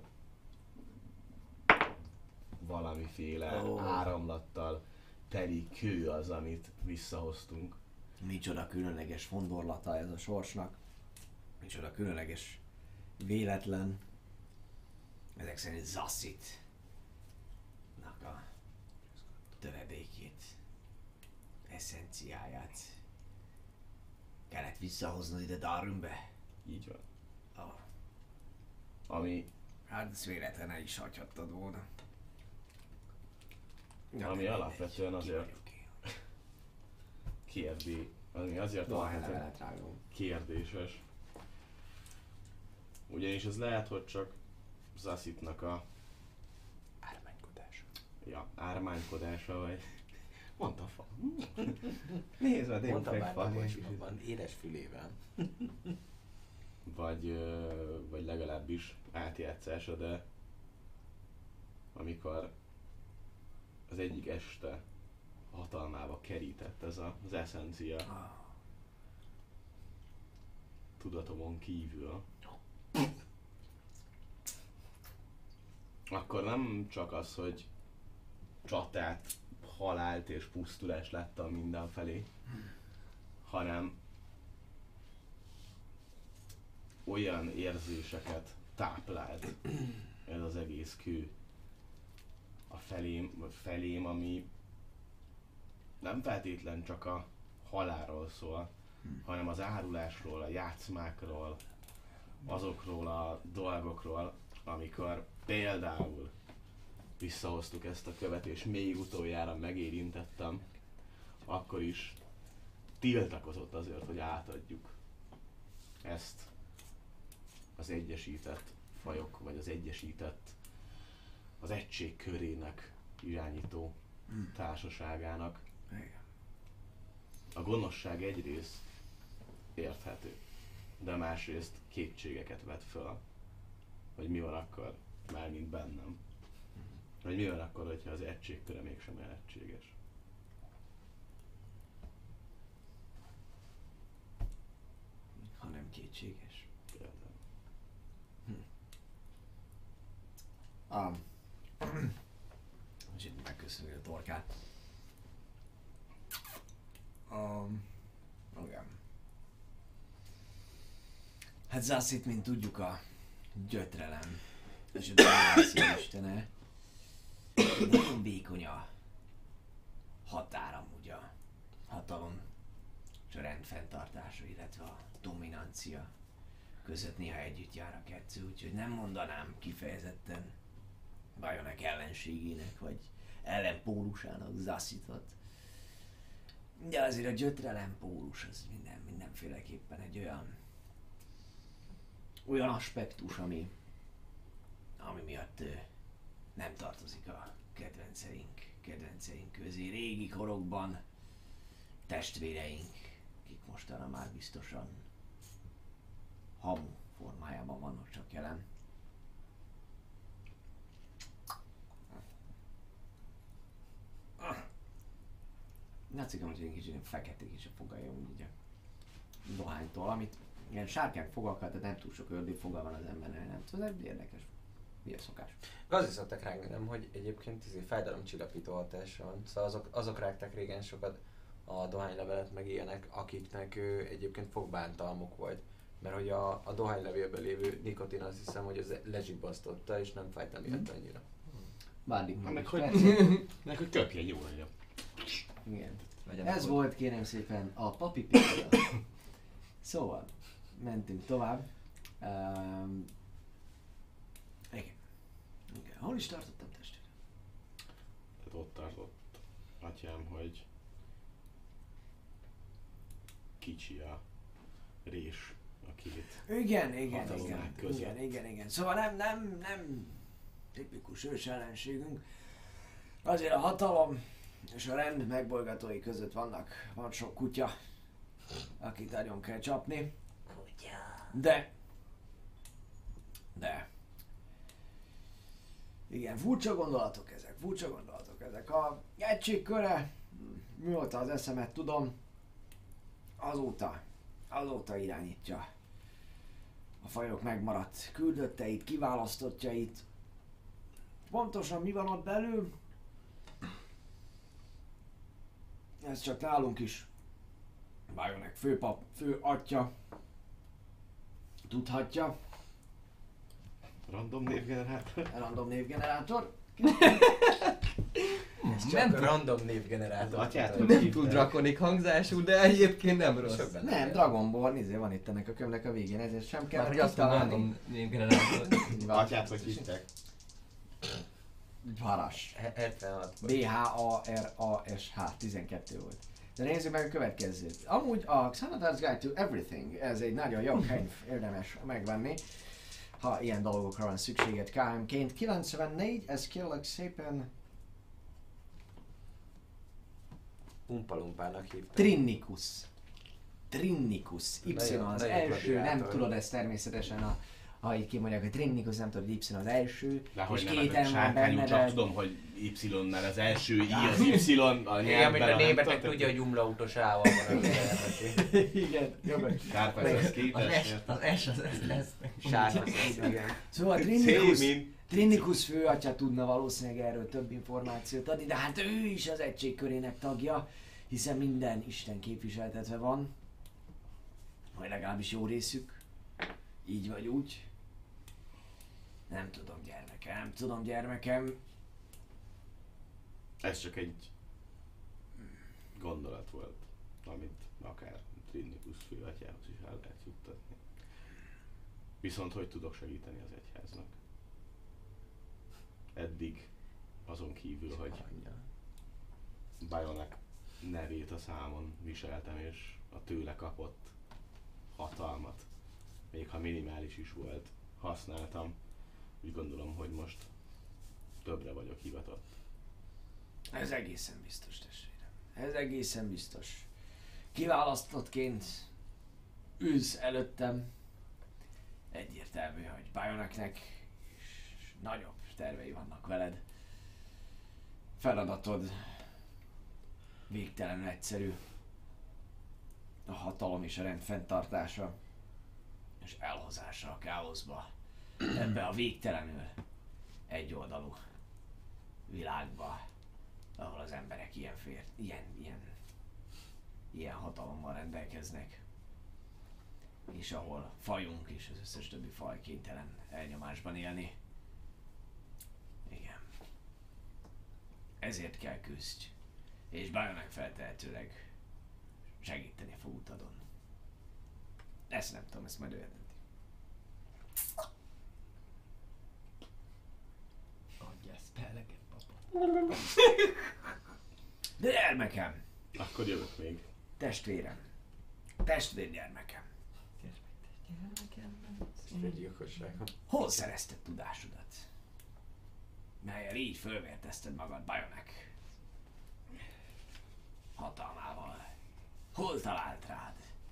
valamiféle Ó. áramlattal teli kő az, amit visszahoztunk. Micsoda különleges fondorlata ez a sorsnak. Micsoda különleges véletlen. Ezek szerint Zassit a töredékét, eszenciáját kellett visszahoznod ide Darumbe. Így van. Oh, Ami, hát ezt véletlen el is hagyhattad volna. ami de alapvetően mindegy, ki azért vagyok én. kérdé, ami azért Dohány alapvetően levelet rágom. kérdéses. Ugyanis ez lehet, hogy csak Zassitnak a Ármánykodás. ja, ármánykodása, vagy mondta fa. Nézd meg, Mondtam én már, fa. hogy édes fülével. Vagy, ö, vagy legalábbis átjátszása, de amikor az egyik este hatalmába kerített ez a, az eszencia Ah, tudatomon kívül, akkor nem csak az, hogy csatát, halált és pusztulást láttam mindenfelé, hanem olyan érzéseket táplált ez az egész kő a felém, vagy felém, ami nem feltétlen csak a halálról szól, hanem az árulásról, a játszmákról, azokról a dolgokról, amikor például visszahoztuk ezt a követ, és még utoljára megérintettem, akkor is tiltakozott azért, hogy átadjuk ezt az egyesített fajok, vagy az egyesített, az egység körének irányító társaságának. igen. A gonoszság egyrészt érthető, de másrészt kétségeket vet föl, hogy mi van akkor, mármint bennem. Hogy mi van akkor, hogyha az egységköre mégsem lehetséges. Ha nem kétséges. Például. Um, és itt megköszönjük a torkát. Um, igen. Hát Zassit, mint tudjuk, a gyötrelem és a dominancia istene. Nagyon vékony a határa, ugye a hatalom és a rendfenntartása, illetve a dominancia között néha együtt jár a kettő, úgyhogy nem mondanám kifejezetten Bajonek ellenségének, vagy ellenpólusának Zassitot. De azért a gyötrelem pólus az minden, mindenféleképpen egy olyan olyan aspektus, ami ami miatt ö, nem tartozik a kedvenceink, kedvenceink közé. Régi korokban testvéreink, akik mostanra már biztosan hamu formájában vannak csak jelen. látszik, hogy egy kicsit feketék is a fogalja, úgy így a dohánytól, amit ilyen sárkány fogakkal, tehát nem túl sok ördögfogal van az embernek, nem tudom, ez érdekes. Mi a szokás? Azért szoktak rágni, nem, hogy egyébként izé fájdalomcsillapító hatása van. Szóval azok, azok rágták régen sokat a dohánylevelet meg ilyenek, akiknek ő, egyébként fogbántalmuk volt. Mert hogy a, a dohánylevélben lévő nikotin azt hiszem, hogy az lezsibbasztotta és nem fájt emiatt annyira. Várdik meg. Meg hogy, meg hogy köpjen jó legyen. Igen. Legyen Ez akkor. volt kérem szépen a papi pizza. Szóval, mentünk tovább. Um, igen. igen. Hol is tartottam testvérem? Tehát ott tartott atyám, hogy kicsi a rés a két. Igen, igen, igen, hatalomák között. igen, igen, igen. Szóval nem, nem, nem tipikus ős ellenségünk. Azért a hatalom és a rend megbolygatói között vannak, van sok kutya, akit nagyon kell csapni. De, de, igen, furcsa gondolatok ezek, furcsa gondolatok ezek. A egység köre, mióta az eszemet tudom, azóta, azóta irányítja a fajok megmaradt küldötteit, kiválasztottjait. Pontosan mi van ott belül? Ez csak nálunk is. Bajonek főpap, fő atya tudhatja. Random névgenerátor. Random névgenerátor. Ez csak nem random névgenerátor. Az atyát, Nem hogy túl hívták. drakonik hangzású, de egyébként nem rossz. Nem, nem Dragon Ball, izé van itt ennek a könyvnek a végén, ezért sem kell Már hogy azt mondom, random névgenerátor. Atyát, hogy hívták? Varas. hetvenhat. B H A R A S H tizenkettő volt. De nézzük meg a következőt. Amúgy a Xanatar's Guide to Everything, ez egy nagyon jó könyv, érdemes megvenni, ha ilyen dolgokra van szükséged K M-ként. kilencvennégy, ez kérlek szépen Umpalumpának hívták. Trinnicus. Trinnicus. Y Nagyon- az nagyon első, nem gladiátor. tudod ezt természetesen, a, ha így kimondják, hogy Trinnicus, nem tudod, hogy Y az első, De hogy és nem, két ezek M van sárkányú, benne, csak de... tudom, hogy Y-nál az első I az Y, a Igen, mint nyelvben a nem németek tudom, tudja, hogy umlautos ával van az eredeti. Igen, jogos. Kárpát, ez képes. az S az S lesz. Sárga szó, igen. Szóval Trinnicus, Cémin. Trinnicus főatya tudna valószínűleg erről több információt adni, de hát ő is az egység körének tagja, hiszen minden Isten képviseltetve van, vagy legalábbis jó részük, így vagy úgy. Nem tudom, gyermekem, nem tudom, gyermekem. Ez csak egy gondolat volt, amit akár Trinnicus főatyához is el lehet juttatni. Viszont hogy tudok segíteni az egyháznak? Eddig azon kívül, hogy Bajonek nevét a számon viseltem, és a tőle kapott hatalmat, még ha minimális is volt, használtam. Úgy gondolom, hogy most többre vagyok hivatott. Ez egészen biztos, testvérem. Ez egészen biztos. Kiválasztottként ülsz előttem. Egyértelmű, hogy Bajoneknek és nagyobb tervei vannak veled. Feladatod végtelenül egyszerű. A hatalom és a rend fenntartása és elhozása a káoszba. Ebbe a végtelenül egyoldalú világba, ahol az emberek ilyen, fér, ilyen, ilyen, ilyen hatalommal rendelkeznek, és ahol fajunk és az összes többi faj kénytelen elnyomásban élni. Igen. Ezért kell küzdj, és Bajonek feltehetőleg segíteni fog utadon. Ezt nem tudom, ezt majd ő eldönti. Adj ezt peleket, papa. De gyermekem, Akkor jövök még. testvérem, testvérgyermekem, Gyilkosságon. hol szerezted tudásodat? Melyel így fölvértezted magad Bajonek hatalmával? Hol talált rád?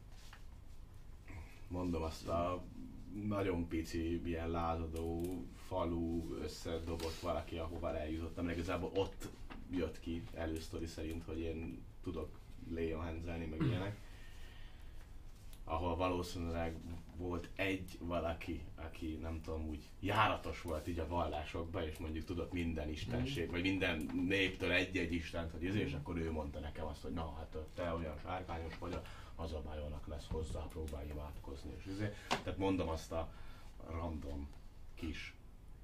Mondom, azt a nagyon pici, ilyen lázadó falu összedobott valaki, ahova eljutottam. Igazából ott jött ki elősztori szerint, hogy én tudok léjonhenzelni, meg ilyenek. Ahol valószínűleg volt egy valaki, aki nem tudom, úgy járatos volt így a vallásokban, és mondjuk tudott minden istenség, vagy minden néptől egy-egy istent, hogy ez, és akkor ő mondta nekem azt, hogy na hát te olyan sárkányos vagy, az a bájónak lesz hozzá, próbálj imádkozni, és ezért. Tehát mondom azt a random kis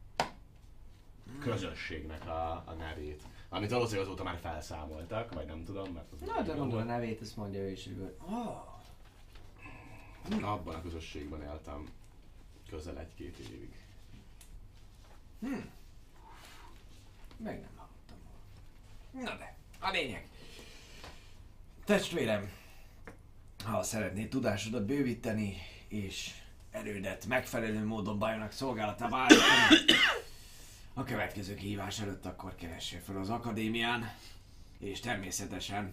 közösségnek a, a nevét, amit valószínűleg azóta már felszámoltak, vagy nem tudom, mert az Na, de mondom a nevét, azt mondja ő is, hogy oh. Abban a közösségben éltem közel egy-két évig. Hm. Meg nem hallottam volna. Na de, a lényeg. Testvérem, ha szeretnéd tudásodat bővíteni, és erődet megfelelő módon Bajonak szolgálatába állítani, a következő kihívás előtt akkor keressél fel az akadémián, és természetesen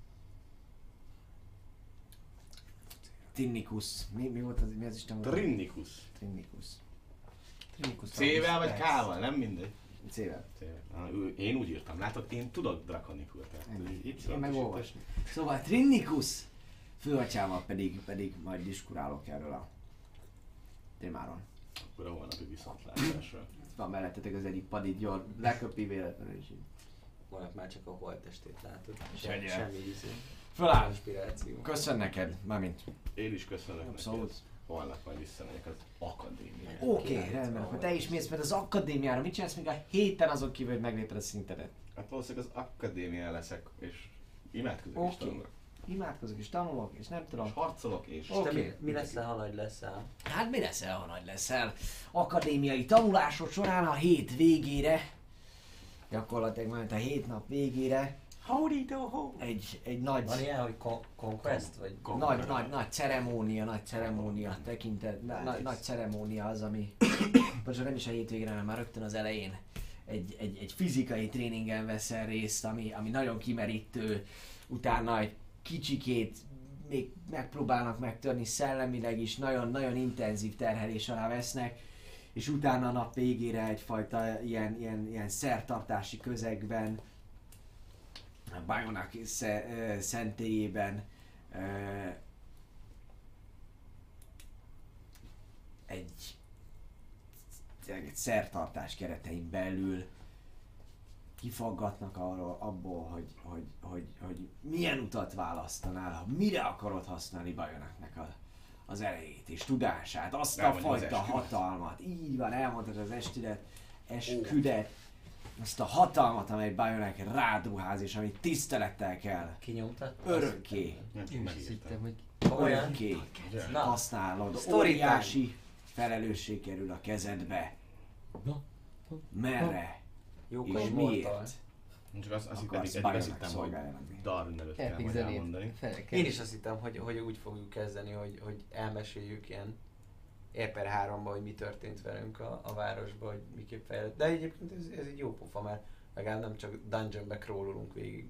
Tinnikus. Mi, mi volt az, mi az Isten volt? Trinnikus. Trinnikus. Trinnikus. C-vel vagy K-val, nem mindegy. C-vel. C-vel. Na, ő- Én úgy írtam, látod, én tudok drakonikul, tehát így- így Én szólok meg is itt. olvasni. Szóval Trinnikus főatyával pedig, pedig majd diskurálok erről a témáról. Akkor a holnapi viszontlátásra. Van mellettetek az egyik padid, jól leköpi véletlenül is így. Holnap már csak a holttestét látod. Semmi- Semmi izé. Föláll! Inspiráció. Köszön neked, mármint. Én is köszönök Abszolút. neked. Holnap majd visszamegyek az akadémiára. Oké, okay, rendben, akkor te is mész, mert az akadémiára mit csinálsz még a héten azon kívül, hogy megléped a szintedet? Hát valószínűleg az akadémián leszek, és imádkozok Oké. is tanulok. Imádkozok és tanulok, és nem tudom. És harcolok, és... Oké. Te mi, mi leszel, ha nagy leszel? Hát mi leszel, ha nagy leszel? Akadémiai tanulásod során a hét végére, gyakorlatilag majd a hét nap végére, Howdy do ho! egy, egy nagy, Van ilyen, hogy con- conquest? Vagy nagy, nagy, nagy ceremónia, nagy ceremónia tekintet, na, nagy, nagy ceremónia az, ami, most nem is a hétvégére, hanem már rögtön az elején egy, egy, egy fizikai tréningen veszel részt, ami, ami nagyon kimerítő, utána egy kicsikét még megpróbálnak megtörni szellemileg is, nagyon-nagyon intenzív terhelés alá vesznek, és utána a nap végére egyfajta ilyen, ilyen, ilyen szertartási közegben, a Bajonak sze- ö, szentélyében ö, egy, egy szertartás keretein belül kifaggatnak arról, abból, hogy, hogy, hogy, hogy milyen utat választanál, mire akarod használni Bajonaknak a, az erejét és tudását, azt a Elmondja az fajta esküdet. hatalmat. Így van, elmondtad az esküdet, esküdet, azt a hatalmat, amely Bajonak rád ruház, és amit tisztelettel kell kinyomtad? örökké, Nem csak Én is megírtam. hittem, hogy Olyan? örökké Na, használod. Story Óriási felelősség kerül a kezedbe. Na. Merre jók és vagy miért voltal. Csak azt, azt hittem, akarsz eddig azt Bajonak hittem, hogy szolgálni? Darwin előtt kell epic majd zenét elmondani. fel kell. Én is azt hittem, hogy, hogy úgy fogjuk kezdeni, hogy, hogy elmeséljük ilyen E per háromba, hogy mi történt velünk a, a városban, hogy miképp fejlett. De egyébként ez, ez egy jó pofa, mert legalább nem csak dungeonbe crawlolunk végig.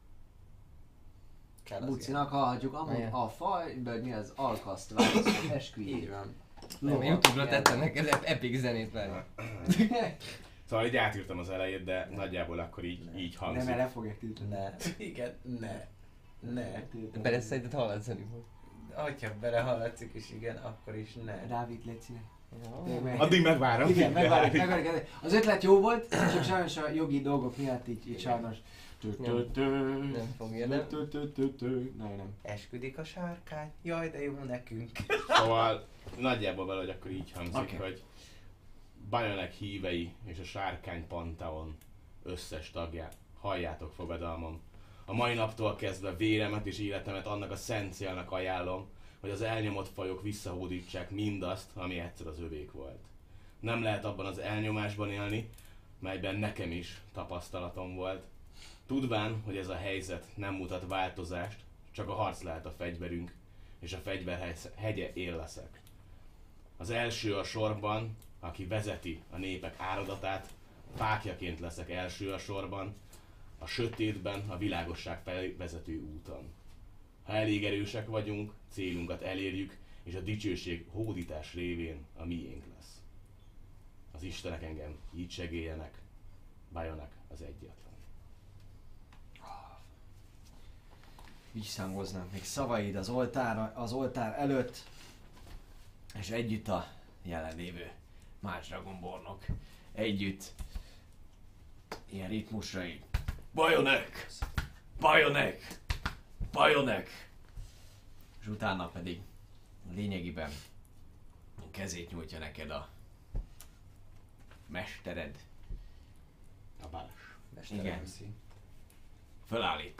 Kell az Bucinak hallhatjuk, amúgy Milyen? a faj, vagy mi az alkaszt választott ilyen. esküjé. Így van. Nem, Youtube-ra tettem neked epic zenét várni. Szóval így átírtam az elejét, de nagyjából akkor így, így Nem, hangzik. mert le fogják tiltani. Ne. Igen, ne. Ne. Bele szerinted hallatszani fog. Hogyha belehallatszik is, igen, akkor is ne. Rávitt Leci. Addig megvárom. Igen, megvárjuk, megvárjuk. Az ötlet jó volt, csak sajnos a jogi dolgok miatt így, így sajnos. Nem fogja, nem? Nem, nem. Esküdik a sárkány, jaj de jó nekünk. Szóval nagyjából valahogy akkor így hangzik, Oké. hogy Bajonek hívei és a Sárkány Pantheon összes tagját, halljátok fogadalmam. A mai naptól kezdve véremet és életemet annak a szent célnak ajánlom, hogy az elnyomott fajok visszahódítsák mindazt, ami egyszer az övék volt. Nem lehet abban az elnyomásban élni, melyben nekem is tapasztalatom volt. Tudván, hogy ez a helyzet nem mutat változást, csak a harc lehet a fegyverünk, és a fegyver hegye én leszek. Az első a sorban, aki vezeti a népek áradatát, fákjaként leszek első a sorban, a sötétben a világosság felé vezető úton. Ha elég erősek vagyunk, célunkat elérjük, és a dicsőség hódítás révén a miénk lesz. Az Istenek engem így segéljenek, Bajonak az egyetlen. visszhangoznak még szavaid az oltár, az oltár előtt, és együtt a jelenlévő más Dragonbornok együtt ilyen ritmusra így Bajonek! Bajonek! Bajonek! És utána pedig lényegében a kezét nyújtja neked a mestered. A Balázs. Igen. Fölállít.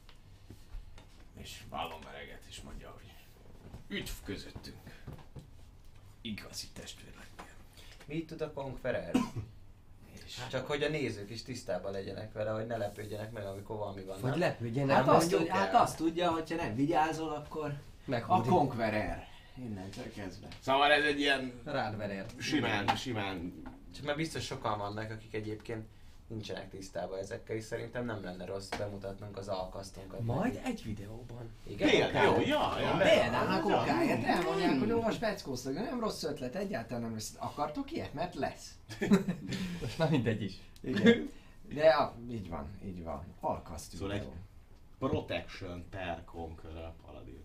És vállon vereget, és mondja, hogy üdv közöttünk. Igazi testvéreknél. Mit tud a Conqueror? És Csak hogy a nézők is tisztában legyenek vele, hogy ne lepődjenek meg, amikor valami van. Hogy nem? lepődjenek, hát, nem azt, mondjuk tud, hát el. azt tudja, hogyha nem vigyázol, akkor a Meghúzni. Conqueror. Innentől kezdve. Szóval ez egy ilyen Rád verer. simán, simán... Csak már biztos sokan vannak, akik egyébként nincsenek tisztában ezekkel, és szerintem nem lenne rossz bemutatnunk az alkasztunkat. Majd nekik. egy videóban. Igen? Például, jó, ja, ja. Például a kokáért elmondják, hogy hova speckóztak, de nem rossz ötlet, egyáltalán nem rossz. Akartok ilyet? Mert lesz. Most na mindegy is. Igen. De a, így van, így van. Alkaszt Szóval videó. Protection per Conqueror Paladin.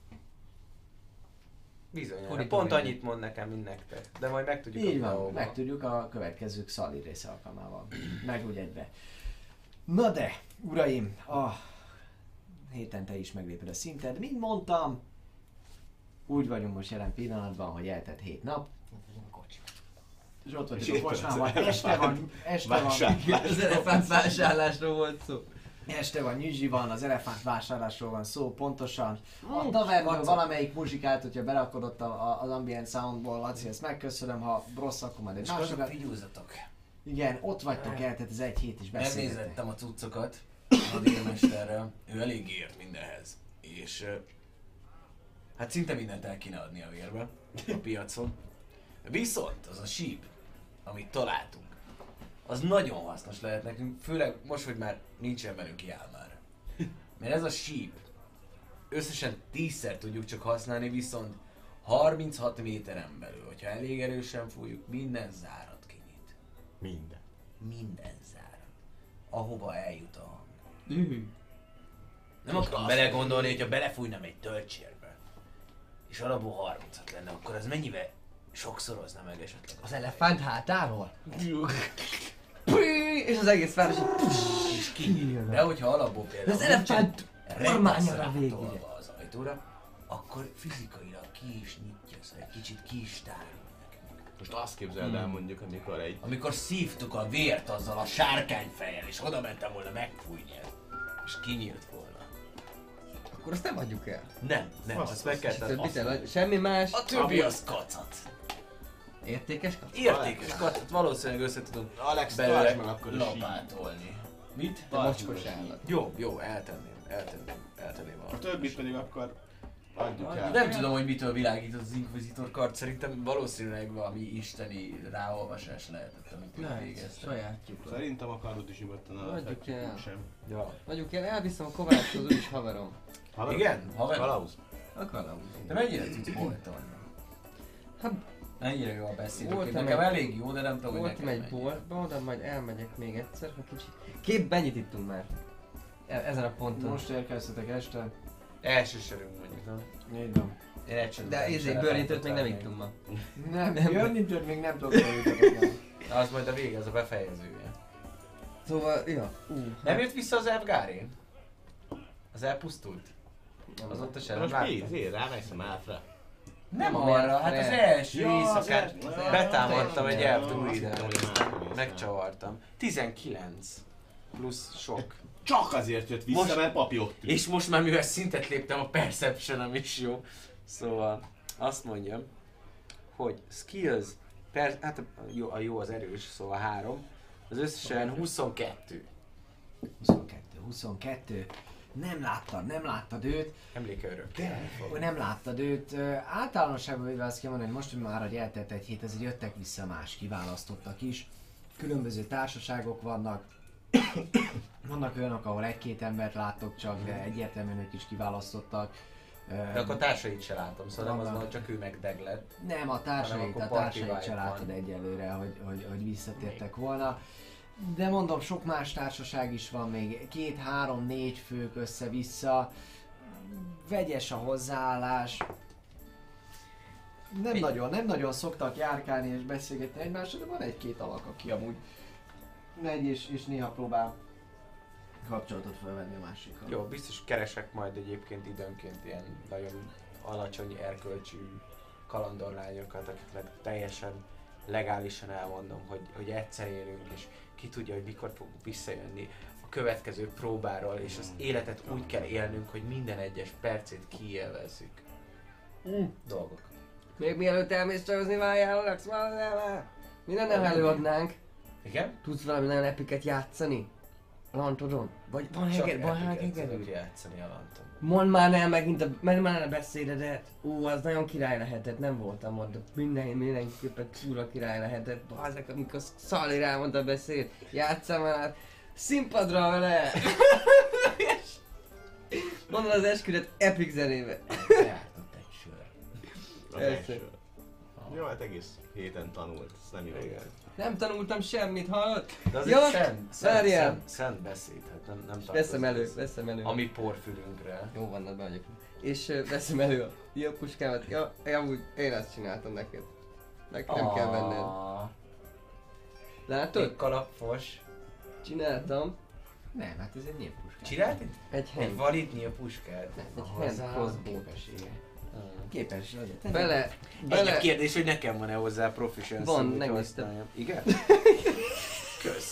Bizony, Fordítom pont meg. annyit mond nekem, mint nektek. De majd megtudjuk Így a van, videóban. megtudjuk a következő Xali rész alkalmával. Meg úgy egybe. Na de, uraim, a héten te is megléped a szinted. Mint mondtam, úgy vagyunk most jelen pillanatban, hogy eltett hét nap. És ott vagyunk a kocsmában, este van, este van, Az elefánt vásárlásról volt szó. este van, nyüzsi van, az elefánt vásárlásról van szó, pontosan. A tavernből valamelyik muzsikát, hogyha berakodott a, a, az ambient soundból, Laci, ezt megköszönöm, ha rossz, akkor majd egy És azok másikat. figyúzzatok. Igen, ott vagytok el, tehát ez egy hét is beszélgetek. Megnézettem a cuccokat a délmesterrel, ő elég ért mindenhez. És ö, hát szinte mindent el kéne adni a vérbe a piacon. Viszont az a síp, amit találtunk, az nagyon hasznos lehet nekünk, főleg most, hogy már nincsen velünk Jálmár. Mert ez a síp összesen tízszer tudjuk csak használni, viszont harminchat méteren belül, hogyha elég erősen fújjuk, minden zárat kinyit. Minden. Minden zárat. Ahova eljut a hang. Nem akarom belegondolni, hogyha belefújnám egy töltsérbe, és alapból harminchat lenne, akkor az mennyivel sokszorozna meg esetleg? Az elefánt hátáról. Püh, és az egész város így... És ki? De hogyha alapból például Az elefánt kormányra rá végig. tolva az ajtóra, akkor fizikailag ki is nyitja, szóval egy kicsit ki is tárul nekünk. Most azt képzeld el mondjuk, amikor egy... Amikor szívtuk a vért azzal a sárkányfejjel, és oda mentem volna megfújni, és kinyílt volna. Akkor azt nem adjuk el. Nem, nem, azt meg kell tenni. Többit el, semmi más. A többi az kacat. Értékes kac? Értékes kacat, valószínűleg össze tudunk Alex, belőle tartsd meg akkor a sírt. lapátolni. Mit? Te mocskos állat. Jó, jó, eltenném, eltenném, eltenném A valamit. többit pedig akkor adjuk el. Nem tudom, hogy mitől világított az Inquisitor kard, szerintem valószínűleg valami isteni ráolvasás lehetett, amit ő Nem, végezte. sajátjuk. Szerintem a karod is nyugodtan Adjuk alapvetjük el. sem. Ja. Adjuk el, elviszem a Kovácshoz, ő is haverom. Igen? Haver? Kalauz? A kalauz. De mennyire tudsz boltolni? Hát Mennyire jó a beszéd? Voltam Nekem egy- elég jó, de nem tudom, hogy voltam nekem egy mennyire. boltba, oda majd elmegyek még egyszer, ha kicsit. Két mennyit ittunk már? E- ezen a ponton. Most érkeztetek este. Első sörünk mondjuk, nem? Így van. Én egy sem De izé, bőrintőt még nem ittunk ma. Nem, nem. Jörnintőt még nem tudok eljutatni. Az majd a vége, az a befejezője. Szóval, ja. Uh, Nem jött vissza az Elfgári? Az elpusztult? nem Azóta De sem most láttam. mi? Zé, rámegyszem átra. Nem Nem arra, olyan hát az fel. első Ja, az éjszakát el- az el- Betámadtam egy Teljesen. elf Azt druidet, hittem, hogy aztán már megcsavartam. tizenkilenc plusz sok. Csak azért jött vissza, Most- mert papi ott ült. És most már mivel szintet léptem, a Perception-om is jó. Szóval azt mondjam, hogy skills, per, hát a jó, a jó az erős, szóval három. Az összesen huszonkettő. huszonkettő, huszonkettő. Nem láttad, nem láttad őt. Emléke örök. Hogy nem láttad őt. Ö, Általánosságban véve azt kell mondani, hogy most, hogy már hogy eltelt egy hét, ezért jöttek vissza más kiválasztottak is. Különböző társaságok vannak. Vannak olyanok, ahol egy-két embert láttok csak, de egyértelműen ők is kiválasztottak. Ö, De akkor társait se látom, szóval nem az Vannak. van, hogy csak ő meg Degled. Nem, a társait, akkor a party társait se vibe látod van. egyelőre, hogy, hogy, hogy visszatértek volna. De mondom, sok más társaság is van még, két, három, négy fők össze-vissza. vegyes a hozzáállás. Nem nagyon, nem nagyon szoktak járkálni és beszélgetni egymással, de van egy-két alak, aki amúgy megy és, és néha próbál kapcsolatot felvenni a másikkal. Jó, biztos keresek majd egyébként időnként ilyen nagyon alacsony erkölcsű kalandorlányokat, akiknek teljesen legálisan elmondom, hogy, hogy egyszer élünk, és ki tudja, hogy mikor fogunk visszajönni a következő próbáról, és az életet úgy kell élnünk, hogy minden egyes percét kiélvezzük. Mm. Dolgok. Még mielőtt elmész csajozni, várjál, Alex, várjál! Mi nem előadnánk? Igen? Tudsz valami nagyon epiket játszani? Lantodon? Vagy van Csak heged, van epiket tudok hegedű? játszani a lanton. Mondd már el megint a, mondd már el a beszédedet. Ú, az nagyon király lehetett, nem voltam ott, de minden, mindenképpen csúra király lehetett. Bazek, amikor Szali rámondta a beszéd, játsszam már színpadra vele! Mondod az esküdet epic zenébe. Jártott egy sör. Az Persze. első. Jó, hát egész héten tanult, ez nem jó. Igen. Nem tanultam semmit, hallod? De az Jó, egy szent, szent, várjál. szent, szent beszéd, hát nem, nem tartozik Veszem elő, ez veszem elő. A mi porfülünkre. Jó van, be vagyok. És uh, veszem elő a jó puskámat. Ja, ja, úgy én ezt csináltam neked. Nekem nem kell venned. Látod? Egy kalapfos. Csináltam Nem, hát ez egy nyílpuska. Csinált egy, egy egy hand, valid nyílpuskát? egy hand crossbow. Képes vagy. Bele, Egy bele, kérdés, hogy nekem van-e hozzá proficiency, Van, hogy megnéztem. használjam. Igen? Kösz.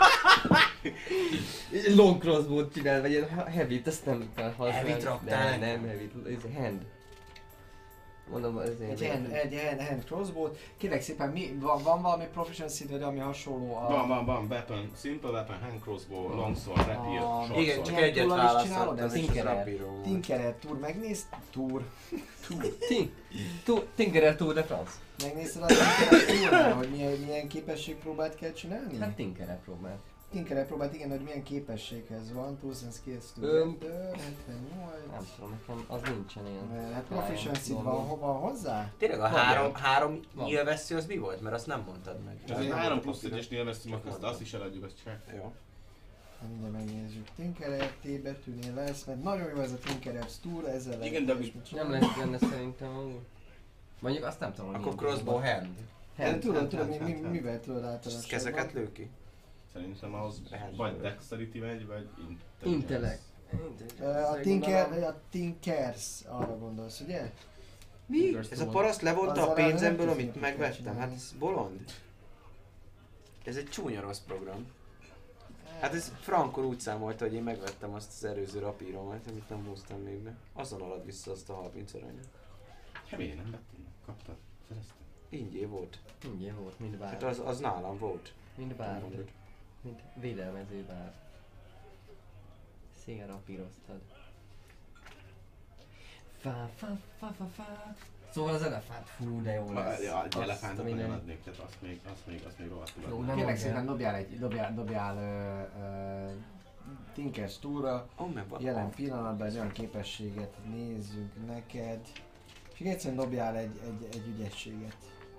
long crossbow-t csinál, vagy ilyen heavy-t, azt nem kell használni. Heavy-t raktál Nem, nekem? nem heavy-t, ez hand. Mondom, ezért. Egy hand, egy hand, hand crossbow. Kérlek szépen, mi, van, van valami proficiency ami hasonló a... Van, van, van, weapon, simple weapon, hand crossbow, longsword, rapier, Ah, short Igen, sword. csak Ilyen egyet túllal is csinálod, választottam, ez és is az Tinkerer. rapíró volt. Tinkerer Tour, megnéz? Tour. Ti- tu- Tinkerer Tour de France. Megnézted a Tinkerer Tournál, hogy milyen, milyen képességpróbát kell csinálni? Hát Tinkerer próbál. Tinkerer próbát, igen, hogy milyen képességhez van. Tools and skills to Öm. enter, hetvennyolc. Nem tudom, nekem az nincsen ilyen. Hát proficiency Lion, van dolgok. hova hozzá? Tényleg a Van. három, három Van. nyilvessző az mi volt? Mert azt nem mondtad meg. Ez egy három plusz egyesnél veszünk, Csak azt, azt is eladjuk, azt csak. Jó. Hát mindjárt megnézzük. Tinkerer T betűnél lesz, mert nagyon jó ez a Tinkerer Tour, ezzel lehet Igen, de is mit Nem csinálni. lesz benne szerintem amúgy. Mondjuk azt nem tudom, hogy Akkor milyen crossbow próba. hand. De Hand, tudod, hand, tudod, hand, mi, hand, mi, hand. mivel tudod És általánosságban? kezeket lő ki? Szerintem ahhoz Lehet, vagy hogy- dexterity megy, vagy Intellect. Ö, A Tinker, a Tinkers, arra gondolsz, ugye? Mi? Ez a paraszt levonta Azzal a pénzemből, nem amit tudsz megvettem? csinálni. Hát ez bolond. Ez egy csúnya rossz program. Hát ez Frankon úgy számolta, hogy én megvettem azt az előző rapíromat, amit nem húztam még be. Azon alad vissza azt a harminc aranyat. Hát miért nem vettem? Kaptad? Szerezted? Ingyé volt. Ingyen volt, mind Hát bár. az, az nálam volt. Mind bár. Mint védelmező bár. Szépen rapíroztad. Fá, fá, fá, fá, fá. Szóval az elefánt, fú, de jó lesz. Ja, egy Azt elefántot a nagyon minden- adnék, tehát azt még, azt még, azt még rohadtul Jó, adnék. nem Kérlek mondjál. szépen dobjál egy, dobjál, dobjál ö, ö, Tinkers Tourra. Ó, oh, meg van. Jelen pillanatban egy olyan képességet nézzünk neked. És egyszerűen dobjál egy, egy, egy ügyességet.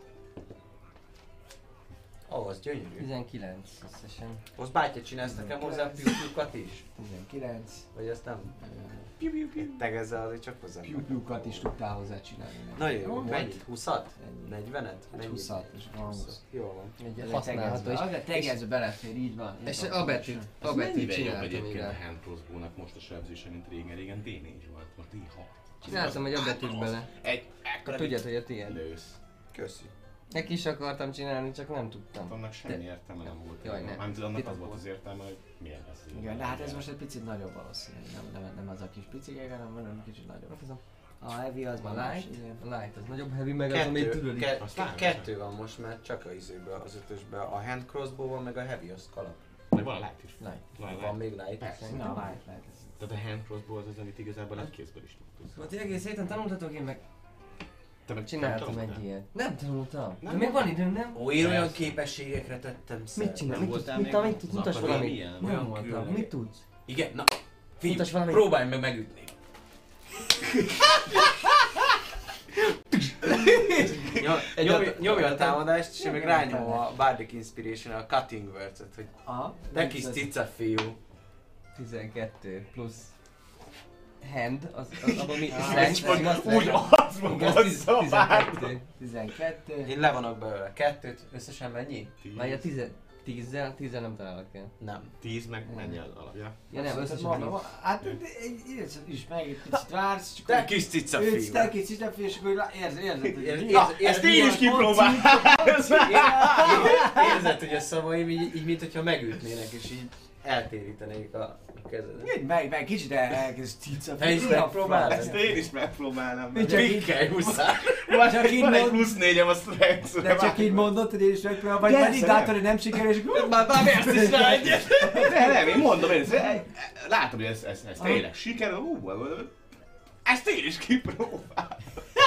Ó, az gyönyörű. tizenkilenc összesen. Az bátya csinálsz nekem hozzá piu-piukat is? tizenkilenc. Vagy ezt nem? Tegezzel azért csak hozzá. Piu-piukat is tudtál hozzá csinálni. Nagyon jó. Jó, Mennyit? húszat? Ennyi. negyvenet? Hát Mennyit? húszat, és van húsz. Jó van. Egy Ez egy használható tegezve. is. Az egy tegezve belefér, így van. így És van. a betűt, a Ez betűt mennyivel jobb csináltam egyébként a ide. hand crossbow-nak most a sebzése, mint régen? Régen D négy volt, most D hat. Csináltam egy a betűt bele. Egy ekkora Tudjad, hogy a tiéd. lősz. Köszi. Neki is akartam csinálni, csak nem tudtam. Annak semmi értelme nem volt. Jaj, nem. Mármint annak Titok az volt volt. az értelme, hogy milyen lesz. az Igen, de hát ez ilyen. most egy picit nagyobb valószínűleg. Nem, nem, nem az a kis picike, hanem hanem kicsit nagyobb. Hát ez a, A heavy az a már más, light, igen. a light az nagyobb heavy, meg az, amit Kettő, tudod ke- így. ke- kettő van most már, csak a izébe, az ötösbe. A hand crossbow van, meg a heavy az kalap. Meg van a light is. Light. Van a Van light. még light. Persze. Na, light, light. ez- Tehát a hand crossbow az az, amit igazából egy kézből is tudsz. Szóval ti egész héten tanultatok, én meg Te meg csináltam nem egy tanultál? ilyet. Nem tanultam. Nem De még van időm, nem? Ó, én olyan Persze. képességekre tettem szert. Mit csinál? Nem Mit tudsz? voltál Mit még tudsz? Mit az tudsz? Mutasd valamit. akadémián? Olyan Nem voltam. különleges. Mit tudsz? Igen, na. Figyelj, Mutasd valamit. próbálj meg megütni. Nyom- Egy nyomj- ad- Nyomja a ad- támadást, és én meg Nyomja a rányomom a Bardic Inspiration, a Cutting Words-et, hogy Aha. te kis cica fiú. tizenkettő plusz hand, az, az abban mi? Úgy úgy az bassza már. tizenkettő. Én levonok belőle kettőt, összesen mennyi? Már a tizen, tízzel, tízzel nem találok el. Nem. tíz meg mennyi az alapja? Ja nem, összesen mondom, tíz. hát így is meg egy picit vársz, csak Te kis cica Őt, fiú. te kis cicafi, és akkor érzed, érzed, hogy... Na, ezt én is kipróbálom! Érzed, hogy a szavaim így, így mint hogyha megütnének, és így eltérítenék a kezedet. Így meg, meg kicsit el- elkezd cicafi. Te is megpróbálod? Ezt én is megpróbálnám. Mit csak így, Pikkelj huszár! csak így Van egy mond, plusz négyem a strength. de csak így mondod, hogy én is megpróbálom, vagy Persze, vagy így nem. látod, hogy nem sikerül, és akkor... Már már versz is rá egyet! De nem, én mondom, én ezt, látom, hogy ez, ez, ez tényleg sikerül. Ú, ezt én is kipróbálom.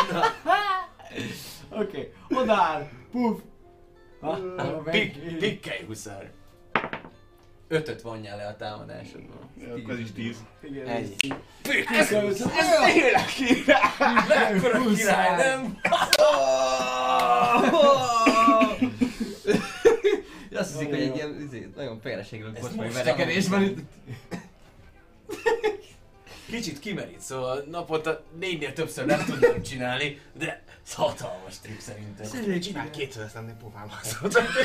Oké, odaáll, puff. Ha, Pik, pikkelj huszár! Ötöt vonjál le a támadásodból. Akkor ez is tíz. Ennyi. Ez tényleg király! Mekkora király, nem? Azt hiszik, hogy egy ilyen izé, nagyon félreségről Ez koszmai most verekedés van itt. Kicsit kimerít, szóval naponta négynél többször nem tudnám csinálni, de ez hatalmas trükk szerintem. Csinálj kétszer, ezt nem próbálkozom.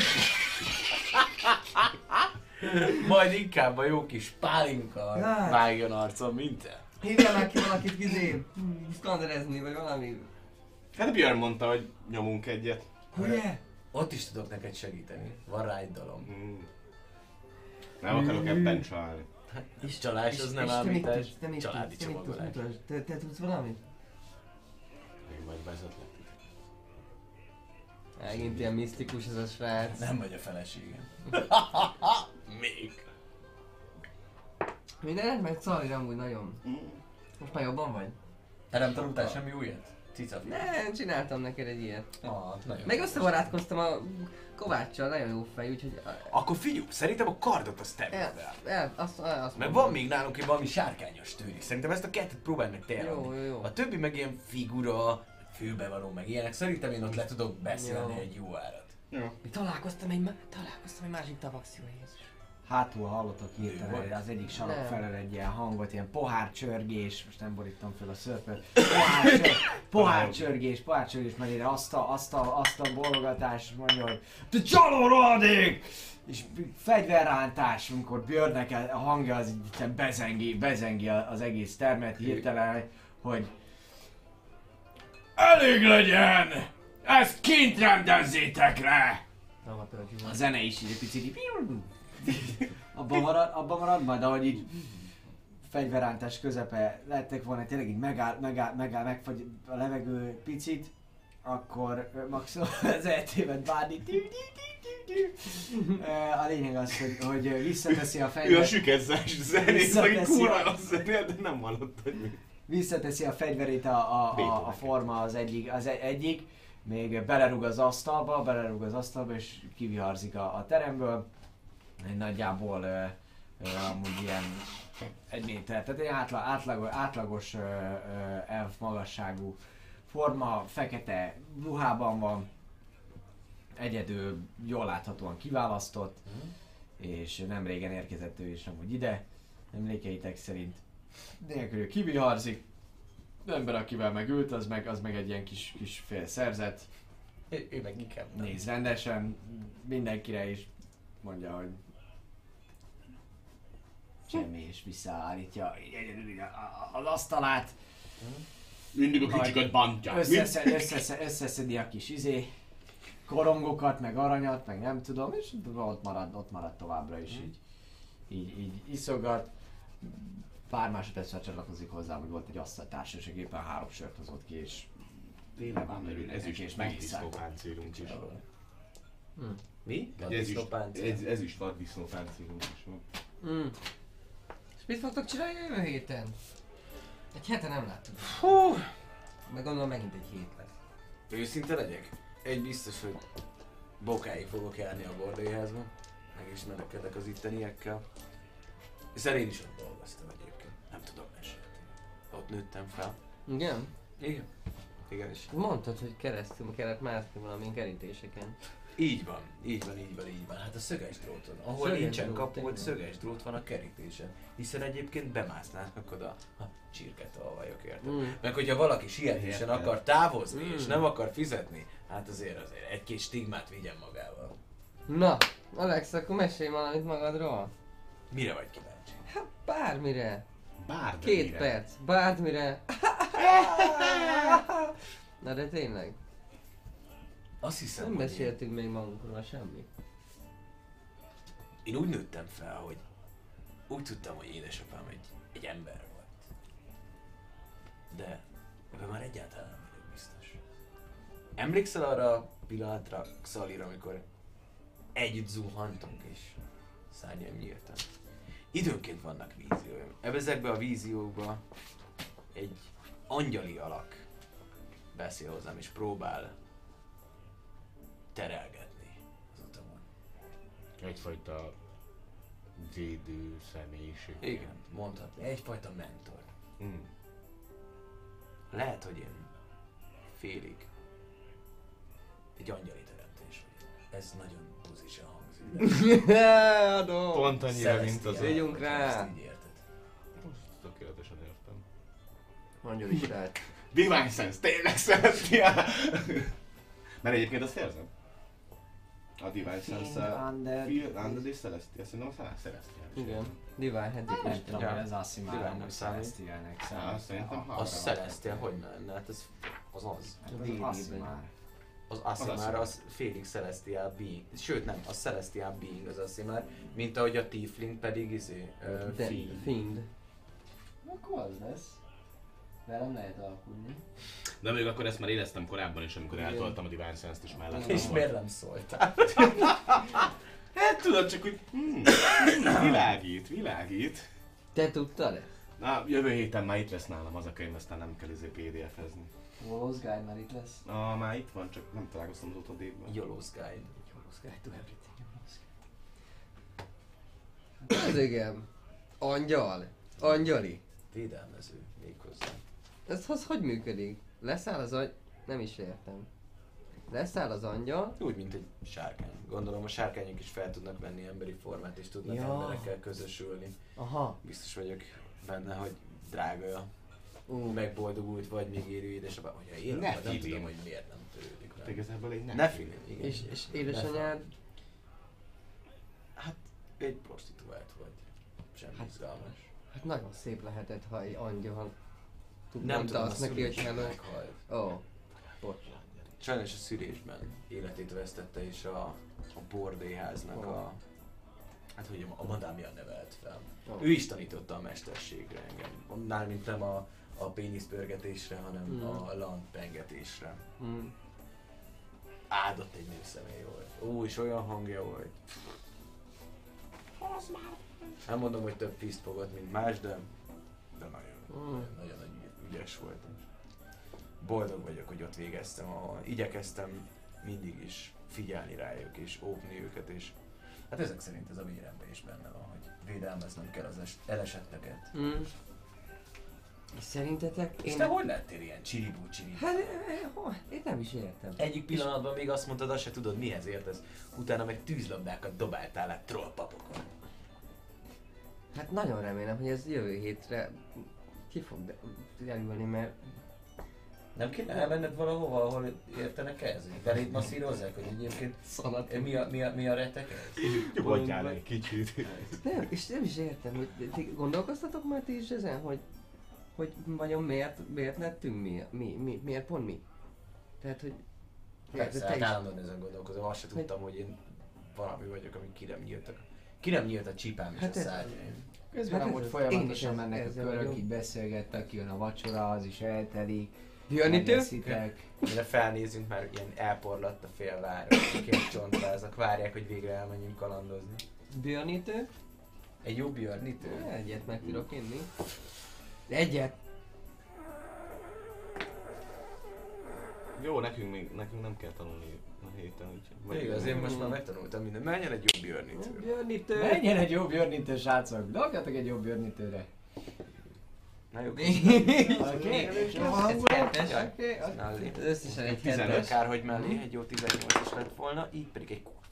Majd inkább a jó kis pálinka Jaj. vágjon arcon, mint te. Hívjál már ki valakit izé, szkanderezni vagy valami. Hát Björn mondta, hogy nyomunk egyet. Ugye? Ott is tudok neked segíteni. Van rá egy dalom. Hmm. Nem akarok ebben csalni. És csalás az nem és te mit ámítás, tudsz, te mit családi tudsz, te mit tudsz, csomagolás. mutasd. Te, te tudsz valamit? Még vagy vezetlet. Megint ilyen misztikus ez a srác. Nem vagy a feleségem. Még. Minden, meg Czarri amúgy nagyon. Most már jobban vagy? Te nem tanultál semmi újat? Cica fiú. Nem, csináltam neked egy ilyet. Ah, nagyon Meg jó. összebarátkoztam a Kováccsal, nagyon jó fej, úgyhogy... Akkor figyelj, szerintem a kardot azt te El, el. el, azt, azt Meg mondom. van még nálunk egy valami sárkányos tőri. Szerintem ezt a kettőt próbálj meg te Jó, eladni. jó, jó. A többi meg ilyen figura, főbevaló meg ilyenek. Szerintem én ott le tudok beszélni Jó. egy jó árat. Jó. Találkoztam egy, ma- találkoztam egy másik tavaxió, Jézus. Hátul hallottak hirtelen Jó. az egyik sarok Nem. felől egy ilyen hangot, ilyen pohárcsörgés, most nem borítom fel a szörpöt, pohárcsör, pohárcsörgés, pohárcsörgés, mert ide azt a, azt a, azt a bologatás mondja, hogy te csaló rohadék! És fegyverrántás, amikor Björnnek a hangja az így egyszerűen bezengi, bezengi az egész termet hirtelen, hogy elég legyen! Ezt kint rendezzétek le! A zene is így egy picit így... Abban marad, abban marad majd, ahogy így fegyverántás közepe lettek volna, tényleg így megáll, megáll, megáll, megfagy a levegő picit, akkor ö, maximum az eltéved bárni. A lényeg az, hogy, hogy visszateszi a Ő a fegyvert, sükezzás zenész, meg Visszateszi kurva a- rossz zenél, de nem hallott, hogy mi. visszateszi a fegyverét a, a, a, a forma az egyik, az egy- egyik, még belerúg az asztalba, belerúg az asztalba és kiviharzik a, a teremből. Egy nagyjából ö, ö, amúgy ilyen egy méter, tehát egy átla, átlagos, átlagos ö, ö, elf magasságú forma, fekete ruhában van, egyedül jól láthatóan kiválasztott, és nem régen érkezett ő is amúgy ide, emlékeitek szerint. Nélkül kiviharzik, ember akivel megült, az meg, az meg egy ilyen kis, kis félszerzet, Ő, ő meg inkább nem. néz rendesen mindenkire is, mondja, hogy semmi, és visszaállítja egyedül a- a- az asztalát, Mindig a kicsiket bantják. összeszed, összeszed, összeszedi a kis izé, korongokat, meg aranyat, meg nem tudom, és ott marad, ott marad továbbra is így, így, így iszogat. Pár másodperccel csatlakozik hozzá, hogy volt egy asztaltárs, és éppen három sört hozott ki, és Tényleg van belőle, ez is és megtisztó megisszák. páncélunk is. Mi? Ez is, ez, ez is vaddisznó páncélunk is van. Mm. És mit fogtok csinálni jövő héten? Egy hete nem láttuk. Hú! Meg gondolom megint egy hét lesz. Őszinte legyek? Egy biztos, hogy bokáig fogok járni a bordélyházba. Megismerkedek az itteniekkel. Hiszen én is ott dolgoztam egyébként. Nem tudom mesélni. Ott nőttem fel. Igen? Igen. Igen, és Mondtad, hogy keresztül kellett mászni valamilyen kerítéseken. Így van, így van, így van, így van. Hát a szöges dróton. Ahol Szöges nincsen drót, kapu, ott tényleg. szöges drót van a kerítésen. Hiszen egyébként bemásznának oda a csirketolvajok, érted? Mm. Meg hogyha valaki sietésen Érted. akar távozni Mm. és nem akar fizetni, hát azért azért egy-két stigmát vigyen magával. Na, Alex, akkor mesélj valamit magadról. Mire vagy kíváncsi? Hát bármire. Bár de Két mire? perc. Bármire. Na de tényleg. Azt hiszem, Nem hogy én, beszéltünk még magunkról semmi. én úgy nőttem fel, hogy úgy tudtam, hogy édesapám egy, egy ember volt. De ebben már egyáltalán nem vagyok biztos. Emlékszel arra a pillanatra, Xalir, amikor együtt zuhantunk és szárnyaim nyíltam? Időnként vannak vízióim. Ezekben a víziókban egy angyali alak beszél hozzám és próbál terelgetni az utamon. Egyfajta védő személyiség. Igen, mondhatni. Egyfajta mentor. Mm. Lehet, hogy én félig egy angyali teremtés vagyok. Ez nagyon buzisen hangzik. Adom. Pont annyira, mint az... Celestial, Vigyünk hogyha rá. ezt így érted. Most tökéletesen értem. Angyali srác. Divine Sense, tényleg Celestial! Mert egyébként azt érzem. A Divine Sense... a Undead. Feel, Undead és Celestial, szerintem a Celestial. Igen. Divine Head Nem tudom, is. hogy az Asimara Divine vagy nem számít. Celestialnek Á, számít. szerintem A- ha. A Celestial hogy ne lenne? Hát ez az az. Hát az Vérében. Asimara. Az Asimar az félig Celestial Being. Sőt nem, a Celestial Being az Asimar, mint ahogy a Tiefling pedig izé, uh, De Fiend. Fiend. Akkor az lesz. Velem lehet alkudni. De még akkor ezt már éreztem korábban is, amikor Igen. eltoltam a Divine Sense-t is mellett. És miért nem szóltál? Hát tudod, csak úgy... Hmm, világít, világít. Te tudtad ezt? Na, jövő héten már itt lesz nálam az a könyv, aztán nem kell izé pé dé ef-ezni. Wallace Guide már itt lesz. Ah, már itt van, csak nem találkoztam az utolsó évben. Yolo's Guide. Wallace Guide to everything. Ez igen. Angyal. Angyali. Védelmező méghozzá. Ez az hogy működik? Leszáll az agy... Nem is értem. Leszáll az angyal. Úgy, mint egy sárkány. Gondolom a sárkányok is fel tudnak venni emberi formát és tudnak Ja. emberekkel közösülni. Aha. Biztos vagyok benne, hogy drága, Ú, megboldogult vagy még élő édesapám. Hogyha él, Ne akkor nem figyelj. tudom, hogy miért nem törődik rá. Igazából egy nem. Ne figyelj, igen. És, és édesanyád... Hát egy prostituált vagy. Semmi Hát- izgalmas. Hát nagyon szép lehetett, ha egy angyal... Tud, Nem mondta tudom, azt a neki, hogy szülésben hello. meghalt. Ó. Oh. Bocs. Sajnos a szülésben életét vesztette és a, a bordélyháznak Ó. a... Hát hogy a madámja nevelt fel. Ó. Ő is tanította a mesterségre engem. Mármint nem a, a péniszpörgetésre, hanem Mm. a landpengetésre. Mm. Áldott egy nőszemély volt. Ó, és olyan hangja volt. Nem mondom, hogy több piszt fogott, mint más, de, de nagyon, Mm. nagyon nagy ügyes voltam. Boldog vagyok, hogy ott végeztem, ahol igyekeztem mindig is figyelni rájuk és óvni őket, és hát ezek szerint ez a véremben is benne van, hogy védelmeznem kell az es- elesetteket. Mm. És szerintetek? És te hogy lettél ilyen csiribú csiribú? Hát, eh, hol? Én nem is értem. Egyik pillanatban még azt mondtad, azt se tudod mihez értesz, utána meg tűzlabdákat dobáltál át trollpapokon. Hát nagyon remélem, hogy ez jövő hétre ki fog de- derülni, mert Nem kéne elmenned valahova, ahol értenek ez? Beléd masszírozzák, hogy egyébként szanat. mi a, mi a, mi a retek ez? Nyugodjál egy kicsit. Nem, és nem is értem, hogy ti gondolkoztatok már ti is ezen, hogy, hogy vajon miért, miért lettünk mi, mi, mi, miért pont mi? Tehát, hogy... Persze, te hát is- állandóan ezen gondolkozom, azt se tudtam, hogy én valami vagyok, ami ki nem nyíltak. Ki nem nyílt a csipám és Hát a ez- szárnyaim. Közben Hát ez amúgy az- folyamatosan én is ez- mennek a ezzel körök, vagyok. így beszélgettek, jön a vacsora, az is eltelik. Björnitő? megeszitek. Mire felnézünk, már ilyen elporlatt a félváros, két csontvázak, várják, hogy végre elmenjünk kalandozni. Björnitő? Egy jó björnitő? Egyet meg tudok inni. Egyet! Jó, nekünk még nekünk nem kell tanulni a héten, úgyhogy... Igaz, én most már megtanultam minden. Menjen egy jó björnitő. Björnitő! Menjen egy jobb björnitő, srácok! Dobjatok egy jobb björnitőre. Na jó, Oké, jó a Ez hangulat. kettes, Jaj. oké, oké. mellé. Összesen egy tizenöt. hetes. Kár, hogy mellé egy jó tizennyolc is lett volna, így pedig egy kurva.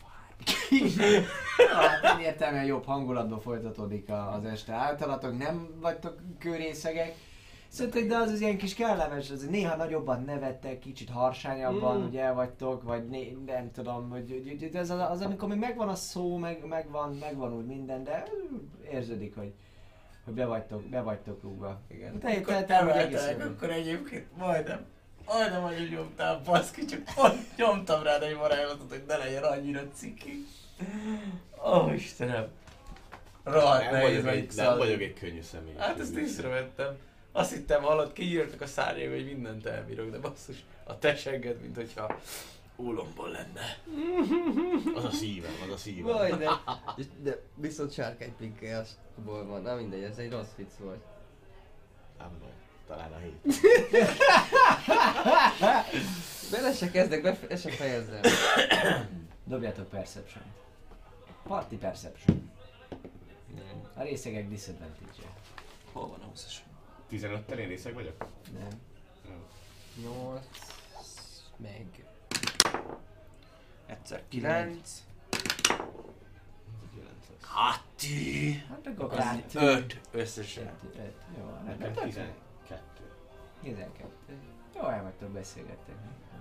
Hát egyértelműen jobb hangulatban folytatódik a- az este általatok, nem vagytok kőrészegek. Szerintem, de az az ilyen kis kellemes, az néha nagyobban nevettek, kicsit harsányabban, Mm. hogy el vagytok, vagy né, nem tudom, hogy, hogy, hogy ez az, az, amikor még megvan a szó, meg, megvan, megvan úgy minden, de érződik, hogy, hogy be vagytok, be vagytok rúgva. Igen. Te, te, Akkor te, te, hogy egész emeltelek, jól. akkor egyébként majdnem, majdnem annyit nyomtál, baszki, csak pont nyomtam rád egy varázslatot, hogy ne legyen annyira ciki. Ó, oh, Istenem. Rohadt Nem nehéz vagyok, egy, nem megszállni. vagyok egy könnyű személy. Hát ezt észrevettem. Azt hittem, hallott, kiírtak a szárnyaim, hogy mindent elbírok, de basszus, a te segged, mint hogyha ólomból lenne. Az a szívem, az a szívem. Vaj, de, de viszont sárkánypinkelyasból van, na mindegy, ez egy rossz vicc volt. Nem baj, talán a hét. Bele se kezdek, be, ezt se fejezzem. Dobjátok Perception. Party Perception. A részegek disadvantage-e. Hol van a húszas? tizenöttel én részeg vagyok? Nem. nyolc, meg... Egyszer kilenc. kilenc. Hati! Hát akkor Az kettő. öt összesen. Kettő, öt. Jó, hát Nekem akkor tizenkettő. tizenkettő. Jó, el vagytok beszélgettek.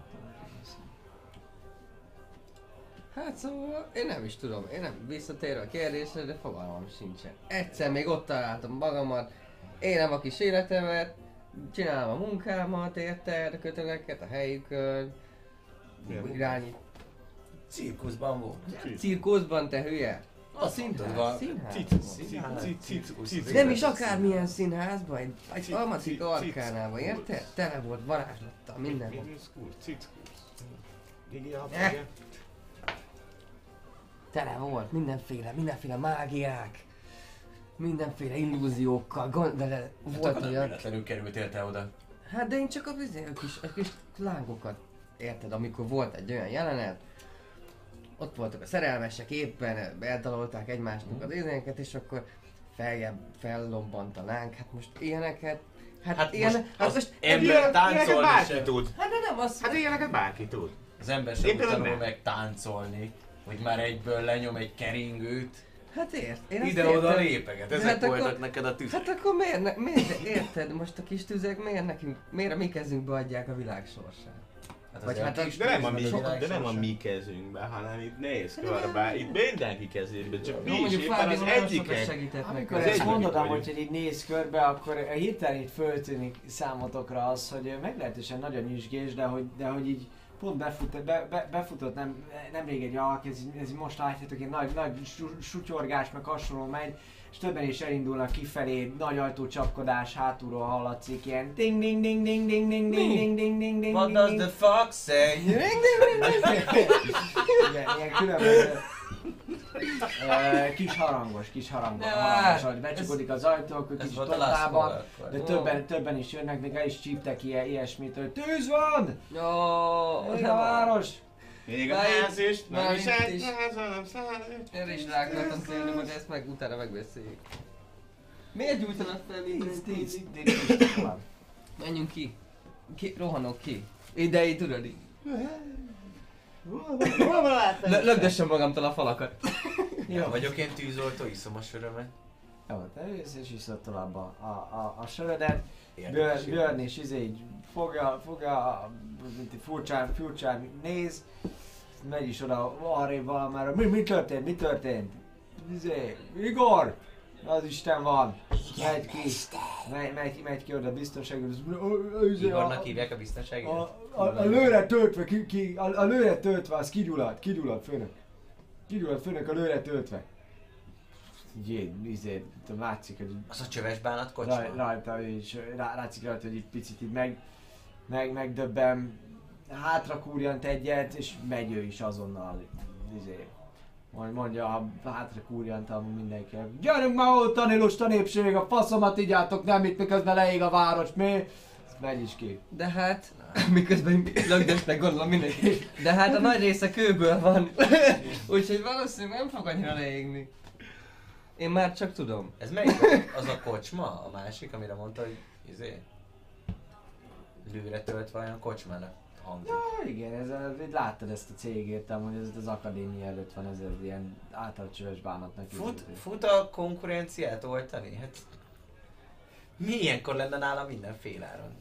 Hát szóval, én nem is tudom, én nem visszatérve a kérdésre, de fogalmam sincsen. Egyszer még ott találtam magamat, élem a kis életemet, csinálom a munkámat, érted, a köteleket a helyükön, Milyen irányít. Cirkuszban volt. Cirkuszban, te hülye? A színházban. Színházban. Színház. Nem is akármilyen színházban, egy, egy Cic- almatik cic- arkánában, cic- érted? Tele volt varázslattal, minden volt. Eh. Tele volt, mindenféle, mindenféle mágiák, mindenféle illúziókkal, gond, vele volt Nem olyan... véletlenül kerültél te oda. Hát de én csak a, bizony, a, kis, a kis lángokat érted, amikor volt egy olyan jelenet, ott voltak a szerelmesek, éppen eltalolták egymásnak az izénket, és akkor feljebb fellobbant a láng, hát most ilyeneket, hát, Hát ilyen, most hát az most ember Ilyeneket táncolni bárki sem. tud. hát de nem az, Hát ilyeneket bárki tud. Az ember sem Én úgy például tanul nem. meg táncolni, hogy már egyből lenyom egy keringőt, hát ért, én ezt ide-oda értem. lépeget. De Ezek hát akkor- voltak neked a tüzek. Hát akkor miért, ne, miért de érted, most a kis tüzek miért nekünk, miért a mi kezünkbe adják a világ sorsát? Hát vagy azért hát a a- kis De nem, a mi, tűznek Sokat- de nem a világsorsa. mi kezünkben, hanem itt néz körbe, itt mindenki kezében, csak mi Jó, is mondjuk éppen Fábio az nagyon sokat egyikek. segített Amikor nekünk. ezt egyik mondod vagyunk. amúgy, hogy így néz körbe, akkor hirtelen itt föltűnik számotokra az, hogy meglehetősen nagyon nyüzsgés, de hogy, de hogy így pont befut, be, be, befutott nem, nemrég egy alk, ez, így- ez így most látjátok, egy nagy, nagy su- sutyorgás meg hasonló megy, és többen is elindulnak kifelé, nagy ajtócsapkodás, hátulról hallatszik ilyen ding ding ding ding ding ding ding ding ding ding ding What ding does ding. the fox say? Igen, ilyen különböző ö, kis harangos, kis harangos, Ja, harangos, hogy becsukodik az ajtó, akkor Ez kicsit volt a Last tottában, Call akkor. de többen, többen is jönnek, még el is csíptek ilyen, ilyesmit, hogy tűz van! Jó, Még nem a város! Még a Már ház is, már nem is itt egy is. ház, hanem száz. Erre is rá akartam térni, de ezt meg utána megbeszéljük. Miért gyújtanak fel Tíz, mindent? tíz, tíz, tíz van. Menjünk ki. ki. Rohanok ki. Ide, így tudod így. Lö- Lögdössem magamtól a falakat. Jó, Vagyok én tűzoltó, iszom a sörömet. jó, te jössz és iszod tovább a, a, a, a sörödet. Érdekes. Björn, Björn is izé így fogja, fogja, mint így furcsán, furcsán néz, megy is oda arrébb valamára, mi, mi történt, mi történt? Izé, Igor! Az Isten van! Megy ki, megy, megy, megy ki oda a biztonságos, izé, Igornak hívják a biztonsági? a, a, a lőre töltve, ki, ki, a, a lőre töltve, az kigyulladt, kigyulladt főnök. Kigyulladt főnök a lőre töltve. Jé, izé, látszik, hogy Az a csöves bánat Raj, kocsma? rajta is, rá, látszik rajta, hogy egy picit így meg, meg, megdöbben, hátra kúrjant egyet, és megy ő is azonnal, izé, majd mondja a hátra kúrjant amúgy mindenki. Gyerünk már ott, tanílusta népség, a faszomat igyátok, nem itt, miközben leég a város, mi? Ezt megy is ki. De hát, miközben lögdösnek gondolom mindenki. De hát a nagy része kőből van. Úgyhogy valószínűleg nem fog annyira leégni. Én már csak tudom. Ez melyik volt? Az a kocsma? A másik, amire mondta, hogy izé, lőre töltve olyan kocsmának hangzik. Ah, igen, ez a, láttad ezt a cégértem, hogy ez az akadémia előtt van, ez az ilyen által csöves bánatnak. Fut, fut a konkurenciát oltani? Hát mi ilyenkor lenne nála minden féláron?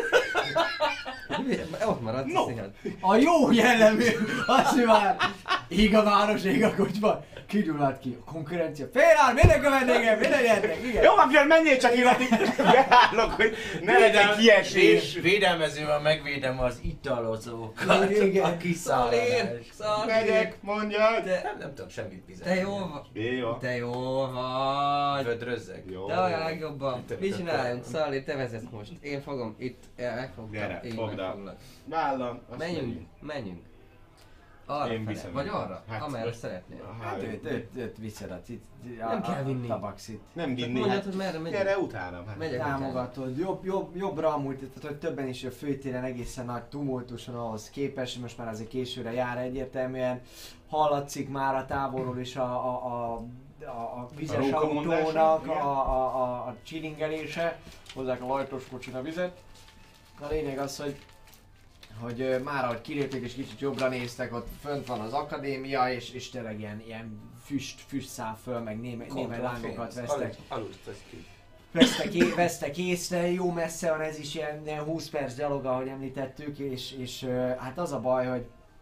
Ott maradt No. a színhad. A jó jellemű, azt mi már ég a város, ég a kocsma, kigyulladt ki a konkurencia. Félár, mindenki a vendégem, minden gyertek, igen. Jó, akkor menjél csak iratik, beállok, hogy ne legyen kiesés. Véd, védelmezővel megvédem az italozókat, Igen. a kiszállás. Megyek, mondjad. De nem, nem tudok semmit fizetni. Te jó vagy. Jó. Te jó vagy. Vödrözzeg. Jó. De olyan legjobban. Te- Mit te- csináljunk? Szalli, te vezetsz most. Én fogom itt, ja, megfogtam. Gyere, Én fogd el. megfoglak. Vállam, azt Menjünk, menjünk. menjünk. Arra Én fele. viszem. Vagy arra? Hát, Amerre most- szeretnél. Hát őt, őt, őt viszed a cit, a, Nem kell vinni. a tabaxit. Nem vinni, Mondjad, hát hogy merre megyünk. gyere utánam. Hát. Megyek. Támogatod, jobb, jobb, jobbra amúgy, tehát hogy többen is a főtéren egészen nagy tumultuson ahhoz képest, most már azért későre jár egyértelműen, hallatszik már a távolról is a, a, a, a, a vizes A rókamondása, autónak igen. a, a, a, a csilingelése, hozzák a lajtos kocsin a vizet. A lényeg az, hogy hogy ö, már ahogy kilépték és kicsit jobbra néztek, ott fönt van az akadémia, és, és tényleg ilyen, ilyen füst, füst száll föl, meg néme, néme lángokat vesztek. Aludt az ki. Vesztek, é- vesztek észre, jó messze van ez is, ilyen, ilyen húsz perc gyalog, ahogy említettük, és, és ö, hát az a baj, hogy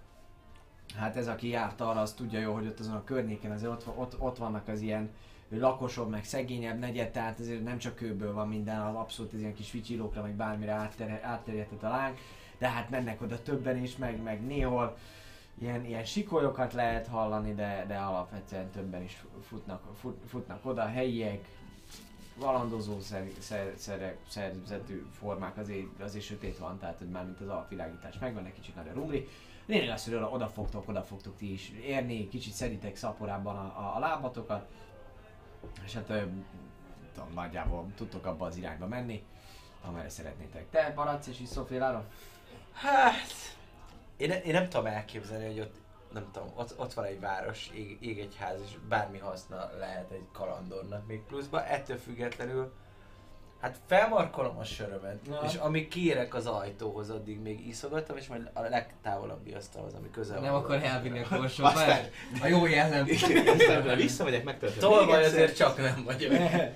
hát ez aki járt arra, az tudja jó, hogy ott azon a környéken azért ott, ott, ott vannak az ilyen lakosabb, meg szegényebb negyed, tehát azért nem csak kőből van minden, az abszolút ez ilyen kis vicsílókra, meg bármire átter, átterjedhet a láng, de hát mennek oda többen is, meg, meg néhol ilyen, ilyen sikolyokat lehet hallani, de, de alapvetően többen is futnak, fut, futnak oda, helyiek, valandozó szer, szer, szer, szerzetű formák, azért, azért sötét van, tehát hogy már mint az alapvilágítás megvan, egy kicsit nagy a rumli. Lényeg az, hogy oda, oda fogtok, oda fogtok ti is érni, kicsit szeditek szaporában a, a, a lábatokat, és hát ö, tudom, nagyjából tudtok abba az irányba menni, amerre szeretnétek. Te maradsz és iszol félára? Hát... Én, ne- én nem tudom elképzelni, hogy ott, nem tudom, ott, ott van egy város, ég, ég egy ház, és bármi haszna lehet egy kalandornak még pluszba, ettől függetlenül hát felmarkolom a sörömet, Na. és amíg kiérek az ajtóhoz, addig még iszogatom, és majd a legtávolabbi asztalhoz, ami közel Nem van. akar elvinni a korsót, már a jó jellem. Aztán visszamegyek, megtöltöm. Tolvaj azért csak nem vagyok.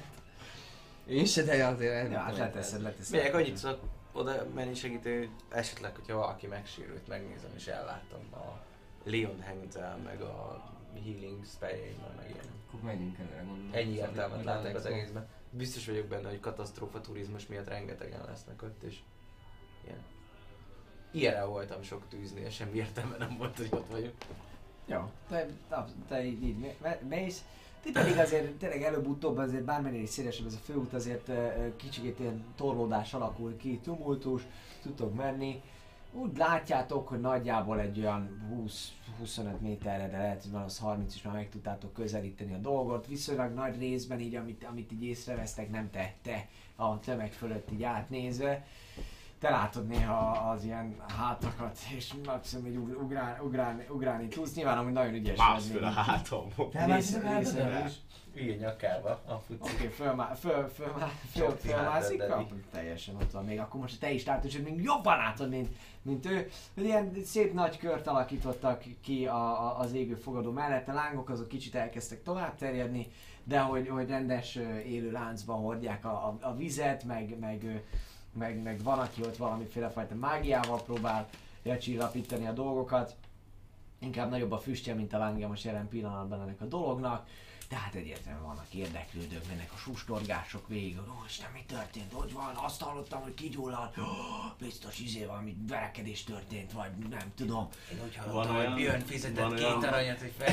Én se, de azért Ja, elvittem hát egy leteszed, leteszed. Megyek, annyit tudok oda menni segíteni, hogy esetleg, hogyha valaki megsérült, megnézem és ellátom a Leon Hengzel, meg a Healing spelljeimmel, meg ilyen. Akkor menjünk előre, gondolom. Ennyi értelmet Majd látok az Alex egészben. Biztos vagyok benne, hogy katasztrófa turizmus miatt rengetegen lesznek ott, és ilyen. Ilyenre voltam sok tűznél, semmi értelme nem volt, hogy ott vagyok. Jó, te, te, te így, így me- me- mész. Ti pedig azért tényleg előbb-utóbb azért bármennyire is szélesebb ez a főút, azért ö, ö, kicsikét ilyen torlódás alakul ki, tumultus, tudtok menni. Úgy látjátok, hogy nagyjából egy olyan húsz-huszonöt méterre, de lehet, hogy van az harminc is már meg tudtátok közelíteni a dolgot. Viszonylag nagy részben így, amit, amit így észrevesztek, nem tette a tömeg fölött így átnézve. Te látod néha az ilyen hátakat, és maximum így ug- ugrálni, ugrálni, ugrálni tudsz. Nyilván amúgy nagyon ügyes Mász vagy föl a még. hátam. Te már Része- szíved részemről át? is. Ülj nyakába a fuci. Oké, fölmá, föl, fölmá, föl, Csopti fölmászik, hátad, akkor teljesen ott van még. Akkor most te is látod, hogy még jobban látod, mint, mint ő. Hogy ilyen szép nagy kört alakítottak ki a, a, az égő fogadó mellett. A lángok azok kicsit elkezdtek tovább terjedni, de hogy, hogy rendes ö, élő láncban hordják a, a, a vizet, meg, meg, ö, meg, meg van, aki ott valamiféle fajta mágiával próbál lecsillapítani a dolgokat. Inkább nagyobb a füstje, mint a lángja most jelen pillanatban ennek a dolognak. Tehát egyértelműen vannak érdeklődők, mennek a sustorgások végig, hogy ó, Isten, mi történt, hogy van, azt hallottam, hogy kigyulladt, oh, biztos izé valami verekedés történt, vagy nem tudom. Én úgy Van hallottam, olyan- hogy Björn fizetett van két olyan- aranyat, hogy fel...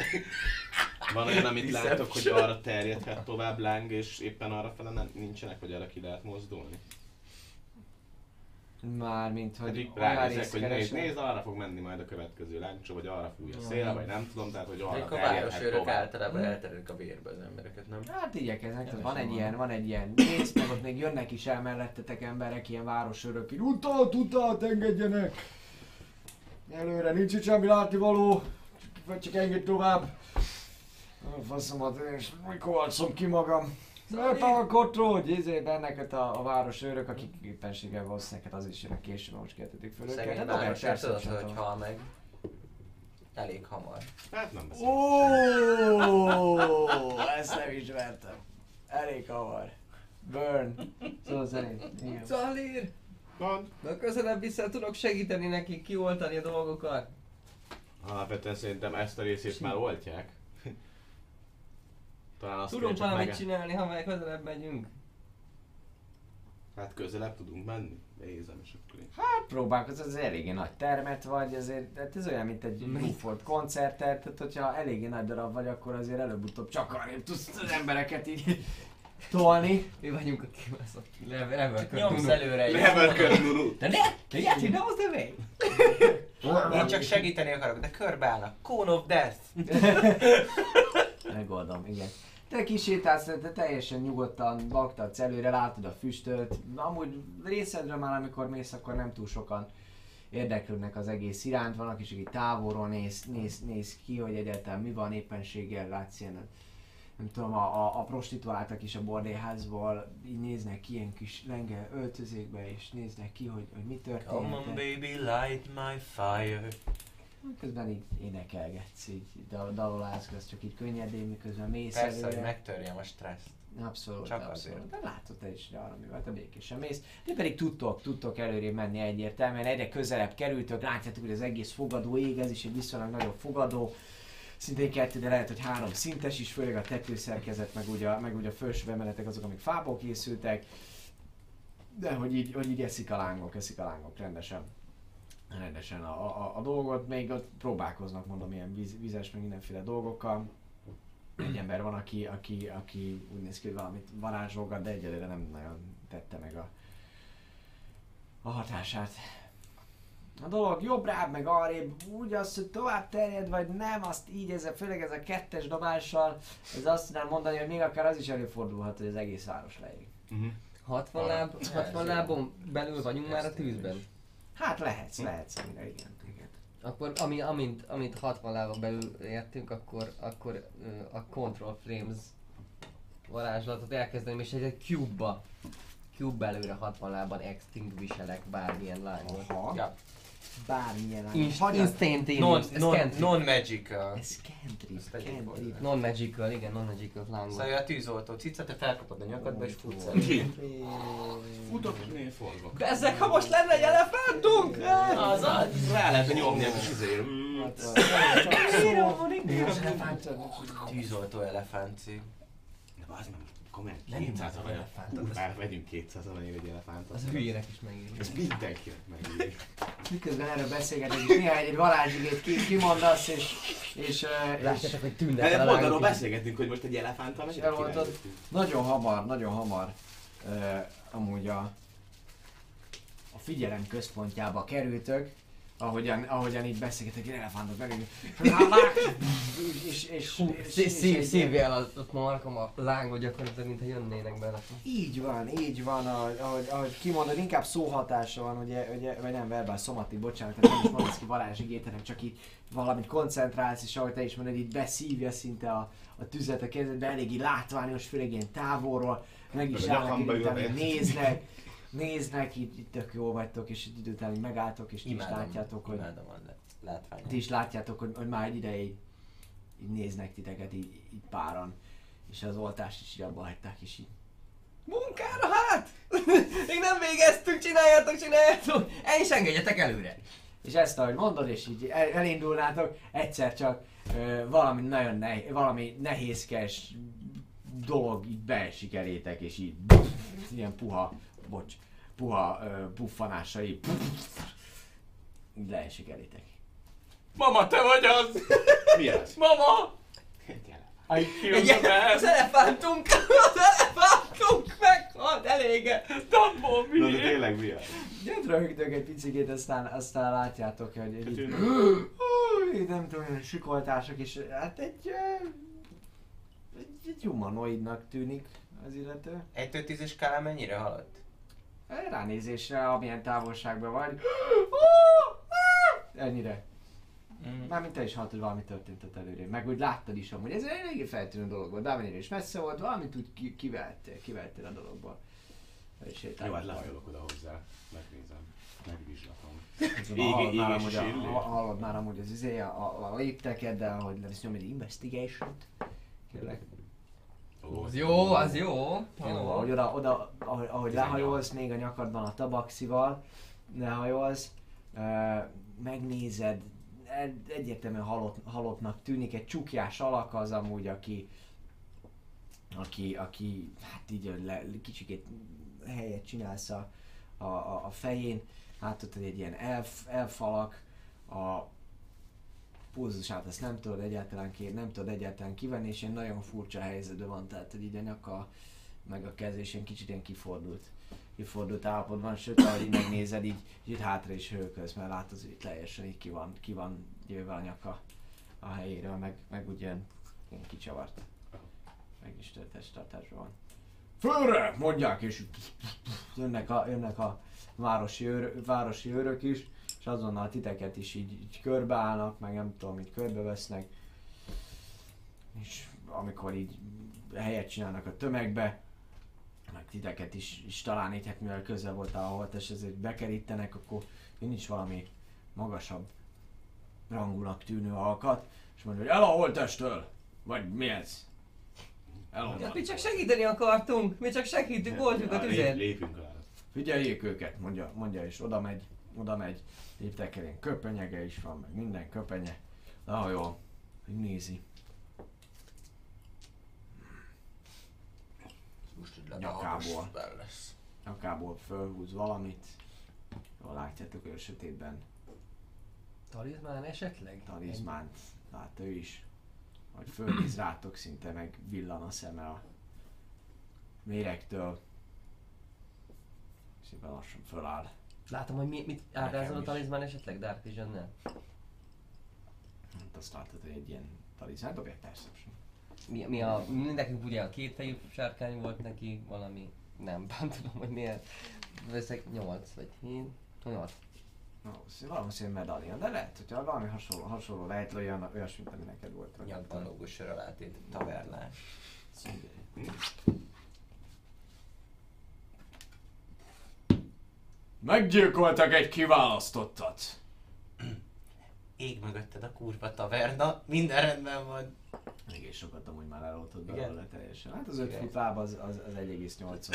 Van olyan, amit Hiszem látok, hogy sem. arra terjedhet tovább láng, és éppen arra fele nem, nincsenek, hogy arra ki lehet mozdulni. Mármint, hogy Pedig olyan ránézek, részt hogy nézd, keresnek. nézd, arra fog menni majd a következő lángcsó, vagy arra fúj a Jó, szél, nem. vagy nem tudom, tehát hogy arra Mondjuk a terjedhet városőrök tovább. általában elterelik a vérbe az embereket, nem? Hát igyekeznek, tehát van Kevesen egy van. ilyen, van egy ilyen rész, meg ott még jönnek is el mellettetek emberek, ilyen városőrök, így utat, utat, engedjenek! Előre, nincs itt semmi látnivaló, vagy csak engedj tovább. A faszomat, és mikor alszom ki magam. Megpalkodtról, hogy izé bennek a, a városőrök, akik éppenséggel valószínűleg az is jönnek később, most keltetik föl őket. Szegény De dobj egy város, nem tudod, perception-t. hogy hal meg. Elég hamar. Hát nem beszélek. Ó, ezt nem ismertem. Elég hamar. Burn. Szó szerint. Igen. Zalír! Mondd. De közelebb vissza tudok segíteni nekik kioltani a dolgokat. Alapvetően szerintem ezt a részét már oltják. Talán azt Tudunk kell csak valamit meg... csinálni, ha meg közelebb megyünk. Hát közelebb tudunk menni. Nézem, és akkor én... Hát próbálkozz, ez eléggé nagy termet vagy, azért hát ez olyan, mint egy Buford koncertet, tehát hogyha eléggé nagy darab vagy, akkor azért előbb-utóbb csak arrébb tudsz az embereket így tolni. Mi vagyunk a kibaszott level Nyomsz előre egy Never cut Nunu. De ne! De yet you know the way! Én csak segíteni akarok, de körbeállnak. Cone of Death. Megoldom, igen. Te kisétálsz, te teljesen nyugodtan baktatsz előre, látod a füstöt. Amúgy részedre már, amikor mész, akkor nem túl sokan érdeklődnek az egész iránt. Van, aki csak így távolról néz, néz, néz ki, hogy egyáltalán mi van éppenséggel, látsz ilyen, nem tudom, a, a, a prostituáltak is a bordélyházból így néznek ki ilyen kis lenge öltözékbe, és néznek ki, hogy, hogy mi Come on történt. baby, light my fire. Közben így énekelgetsz, így dal- dalolázgatsz, csak így könnyedén, miközben mész Persze, előre. hogy megtörjem a stresszt. Abszolút, Csak abszolút. azért. De látod te is, hogy arra mi volt, te békésen mész. Ti pedig tudtok, tudtok előrébb menni egyértelműen, egyre közelebb kerültök, látjátok, hogy az egész fogadó ég, ez is egy viszonylag nagyobb fogadó. Szintén kettő, de lehet, hogy három szintes is, főleg a tetőszerkezet, meg ugye, meg ugye a felső emeletek azok, amik fából készültek. De hogy így, hogy így eszik a lángok, eszik a lángok rendesen. Rendesen a, a, a dolgot, még ott próbálkoznak, mondom, ilyen víz, vízes, meg mindenféle dolgokkal. Egy ember van, aki, aki, aki úgy néz ki, hogy valamit varázsolgat, de egyelőre nem nagyon tette meg a, a hatását. A dolog jobbrább, meg arrébb, úgy az, hogy tovább terjed, vagy nem, azt így, ez a, főleg ez a kettes dobással, ez azt tudnám mondani, hogy még akár az is előfordulhat, hogy az egész város leég. Uh-huh. hatvan, láb, hatvan lábon belül vagyunk már a tűzben. Hát lehetsz, lehetsz, amire, igen, igen. Akkor ami, amint, amint hatvan lábon belül értünk, akkor, akkor ö, a Control Flames varázslatot elkezdeném, és egy, egy cube-ba, cube előre hatvan lábban extinguishelek bármilyen lángot. Aha, Ja. bármilyen lány. Inst- Hagyjad- Instantaneous, Non, ez non, cantrip. non-magical. Ez cantrip, Ezt tegyük cantrip. hozzá. Non-magical, igen, non-magical lángot. Szóval a tűzoltó cica, te felkapod a nyakadba és futsz el. Futok, és én forgok. Bezzeg, ha most lenne egy elefántunk! Az az! Rá lehetne nyomni a kis izér. Tűzoltó elefántcég. De az nem, komolyan Nem kétszáz imádom arany. elefántot. Már vegyünk kétszáz aranyért egy elefántot. Az hülyének is megéri. Ez mindenkinek megéri. Miközben erről beszélgetek, és néha egy varázsigét ki, kimondasz, és, és, uh, és Látjátok, hogy tűnnek De el a pont arról lángok. beszélgetünk, hogy most egy elefánttal megyek elmondtad. királyultunk. nagyon hamar, nagyon hamar uh, amúgy a, a figyelem központjába kerültök, ahogyan, ahogyan így beszélgetek, hogy elefántok meg, és, és, és, Hú, és, szí- és, szív- és, Szívja el a a markom a lángot gyakorlatilag, mintha jönnének bele. így van, így van, ahogy, ahogy, ahogy kimondod, inkább szóhatása van, ugye, ugye, vagy nem verbál, szomatik, bocsánat, tehát nem is mondasz ki varázsigét, hanem csak így valamit koncentrálsz, és ahogy te is mondod, így beszívja szinte a, a tüzet a kezedbe, eléggé látványos, főleg ilyen távolról, meg is Meg a állnak, nyakamba így utána ülve. így néznek, néznek, így, így tök jó vagytok, és így idő után így megálltok, és ti is látjátok, hogy imádom a látványt. ti is látjátok, hogy, hogy már egy ideig így, így néznek titeket, így, így páran, és az oltást is így abba hagyták, és így Munkára hát! Még nem végeztünk, csináljátok, csináljátok! El is engedjetek előre! És ezt ahogy mondod, és így el, elindulnátok, egyszer csak ö, valami nagyon nehéz, valami nehézkes dolog így beesik elétek, és így ilyen puha, bocs, puha ö, puffanással így, így leesik elétek. Mama, te vagy az! Mi ez? Mama! Egy elefánt. I Egy, killed a az man! elefántunk! Az elefántunk meghalt elége! Dumbo, Na de mi? tényleg mi ez? Gyert röhögtök egy picikét, aztán, aztán látjátok, hogy egy, így, így, nem tudom, olyan sikoltások, és hát egy, ö, egy, egy humanoidnak tűnik az illető. Egytől tízes skálán mennyire haladt? Ránézésre, amilyen távolságban vagy. Ennyire. Mm. Mármint te is hallottad, hogy valami történt ott előrébb. Meg úgy láttad is amúgy, ez egy eléggé feltűnő dolog volt, bármennyire is messze volt, valamit úgy ki, kiveltél, kiveltél a dologból. És Jó, hát lehajolok oda hozzá, megnézem, megvizsgatom. Hallod Égi- már égési amúgy, a, sérülés? ha- hallod már amúgy az izé, a, a, a léptekeddel, hogy lesz nyom egy investigation-t. Kérlek. Ó, Az jó, az jó. Jó, Jó. ahogy, oda, oda, ahogy, ahogy tizennyolc. lehajolsz, még a nyakadban a tabaxival, lehajolsz, uh, megnézed, egy- egyértelműen halott, halottnak tűnik, egy csukjás alak az amúgy, aki, aki, aki hát így le, kicsikét helyet csinálsz a, a, a, a fején, hát ott egy ilyen elf, elfalak, a pulzusát ezt nem tudod egyáltalán ki, nem tudod egyáltalán kivenni, és ilyen nagyon furcsa helyzetben van, tehát hogy így a nyaka meg a kez és ilyen kicsit ilyen kifordult, kifordult állapotban, sőt ahogy így megnézed, így, így hátra is hőkölsz, mert látod, hogy teljesen így ki van, ki van jöve a nyaka a helyéről, meg, meg úgy ilyen, ilyen kicsavart. Meg is tört testtartásban van. Fölre! Mondják, és jönnek a, jönnek a városi, őr, városi őrök is, és azonnal titeket is így, így körbeállnak, meg nem tudom, így körbevesznek. És amikor így helyet csinálnak a tömegbe, meg titeket is, is talán így, hát mivel közel voltál a holttest, ezért bekerítenek, akkor jön is valami magasabb rangúnak tűnő alkat, és mondja, hogy el a holttestől! Vagy mi ez? El Ja, onnan. mi csak segíteni akartunk, mi csak segítünk, oldjuk a Ja, lép- tüzet. Lépünk rá. Figyeljék őket, mondja, mondja és oda megy, oda megy, léptek el, ilyen köpenyege is van, meg minden köpenye. Na jó, hogy nézi. Most így Nyakából. le lesz. Nyakából fölhúz valamit. Jól látjátok, hogy a sötétben Talizmán esetleg? talizmánt lát ő is. Hogy fölnéz rátok, szinte meg villan a szeme a méregtől. Szépen lassan föláll. Látom, hogy mi, mit ábrázol Nekem a is. talizmán esetleg Dark Vision-nel? Hát azt látod, hogy egy ilyen talizmán, dobj egy perception. Mi, mi a, mi nekünk ugye a kétfejű sárkány volt neki, valami, nem, nem tudom, hogy milyen. Veszek nyolc vagy hét, nyolc. Valószínűleg medalion, de lehet, hogyha valami hasonló, hasonló lehet olyan, olyasmit, ami neked volt. vagy nem Nyakban tudom. lógós sör alátét, tavernás. Meggyilkoltak egy kiválasztottat. Ég mögötted a kurva taverna, minden rendben van. Mégis sokat amúgy már eloltott Igen. belőle teljesen. Hát az öt Igen. fut láb az, az, az egy egész nyolc.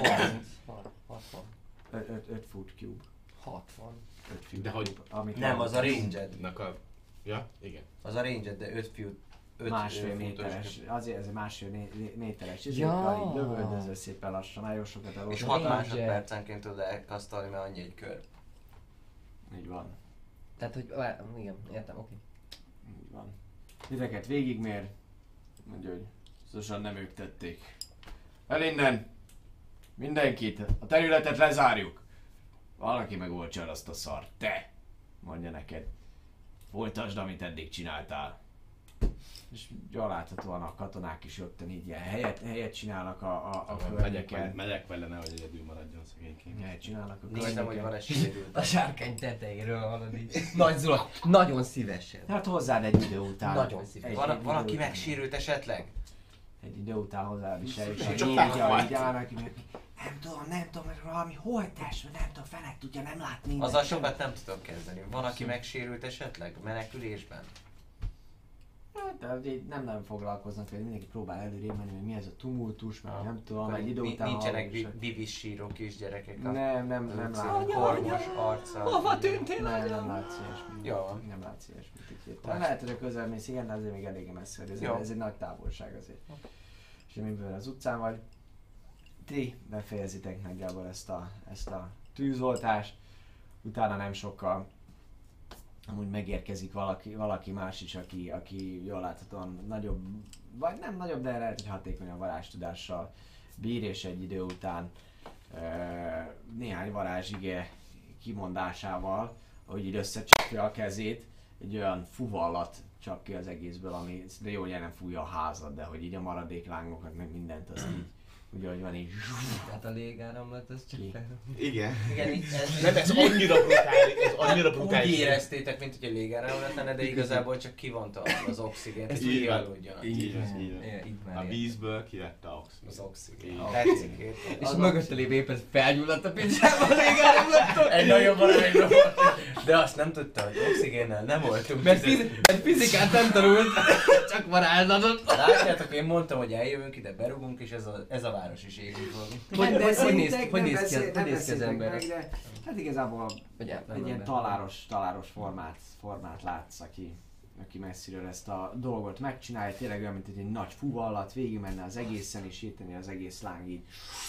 hatvan. öt fut cube. hatvan. öt fut De hogy- cube, amit Nem, az a range. ranged. Nak a... Ja, igen. Az a ranged, de öt fiú, öt Másfél ö, méteres, futos- azért ez egy másfél né- né- méteres, Ja. ezért így lövöldözöl szépen lassan, nagyon sokat És eloltott. hat Ranger. másodpercenként tudod elkasztolni, mert annyi egy kör. Így van, Tehát, hogy vár, igen, értem, oké. így van. Titeket végigmér, mondja, hogy szóval nem ők tették. El innen! Mindenkit! A területet lezárjuk! Valaki megoltsa el azt a szart. Te! Mondja neked. Folytasd, amit eddig csináltál. És jól láthatóan a katonák is jötten így ilyen helyet, helyet csinálnak a, a, a Megyek vele, környéken. megyek vele, nehogy egyedül maradjon szegényként. Helyet csinálnak a Nézem, hogy van egy sérült. A sárkány tetejéről hallod így. Nagy Zula, nagyon szívesen. Hát hozzád egy idő után. Nagyon szívesen. Egy- Van, egy valaki idő után- megsérült esetleg? Egy idő után hozzád is el, és Csak így így, meghalt. így állnak, így, nem tudom, nem tudom, mert valami holtás, nem tudom, fenek tudja nem látni. Azzal innen. sokat nem tudok kezdeni. Van, aki megsérült esetleg? Menekülésben? Hát, de így nem nagyon foglalkoznak, hogy mindenki próbál előrébb menni, hogy mi ez a tumultus, meg nem tudom, Akkor egy idő ni- után Nincsenek hallom is, bi- bivis síró kisgyerekek a Nem, nem, nem utcán, látom. kormos arccal. Hova tűntél, Nem, anyám? nem látsz ilyesmit. Jó van. Nem látsz ilyesmit. Itt hirtelen. Lehet, hogy a közel mész, igen, de azért még eléggé messze, ez, Jó. ez egy nagy távolság azért. És mivel az utcán vagy, ti befejezitek nagyjából ezt a, ezt a tűzoltást, utána nem sokkal amúgy megérkezik valaki, valaki más is, aki, aki jól láthatóan nagyobb, vagy nem nagyobb, de lehet, hogy hatékonyabb varázstudással bír, és egy idő után e, néhány varázsige kimondásával, ahogy így összecsapja a kezét, egy olyan fuvallat csap ki az egészből, ami de jó, hogy nem fújja a házat, de hogy így a maradéklángokat, meg mindent azt így Ugye, hogy van így... Tehát a légáramlat, az csak Ki? fel. Igen. Igen, így ez, Nem, ez annyira brutális, ez annyira úgy brutális. éreztétek, mint hogy a légáramlat lenne, de igazából csak kivonta az oxigént, hogy Így van. kialudjon. Így van, így van. Igen, itt már A ilyen. vízből kivette a oxigén. Az oxigén. Így. Tetszik két. És a mögötte lévő épp ez felgyulladt a pincsába a légáramlattól. Egy nagyobb arányban volt. De azt nem tudta, hogy oxigénnel nem voltunk. Mert, fizi- mert fizikát nem tanult, csak varázslatot. Látjátok, én mondtam, hogy eljövünk ide, berugunk, és ez a, ez a város is égni fog. Hogy- Nem hogy- hogy néz- beszéltek, hogy nem néz ki az- beszél- hogy nem néz ki az beszéltek ember? meg, de hát igazából Vagy átlan egy ilyen ember. taláros, taláros formát, formát látsz, aki, aki messziről ezt a dolgot megcsinálja, tényleg olyan, mint egy nagy fuvallat, végig menne az egészen, és írteni az egész láng így.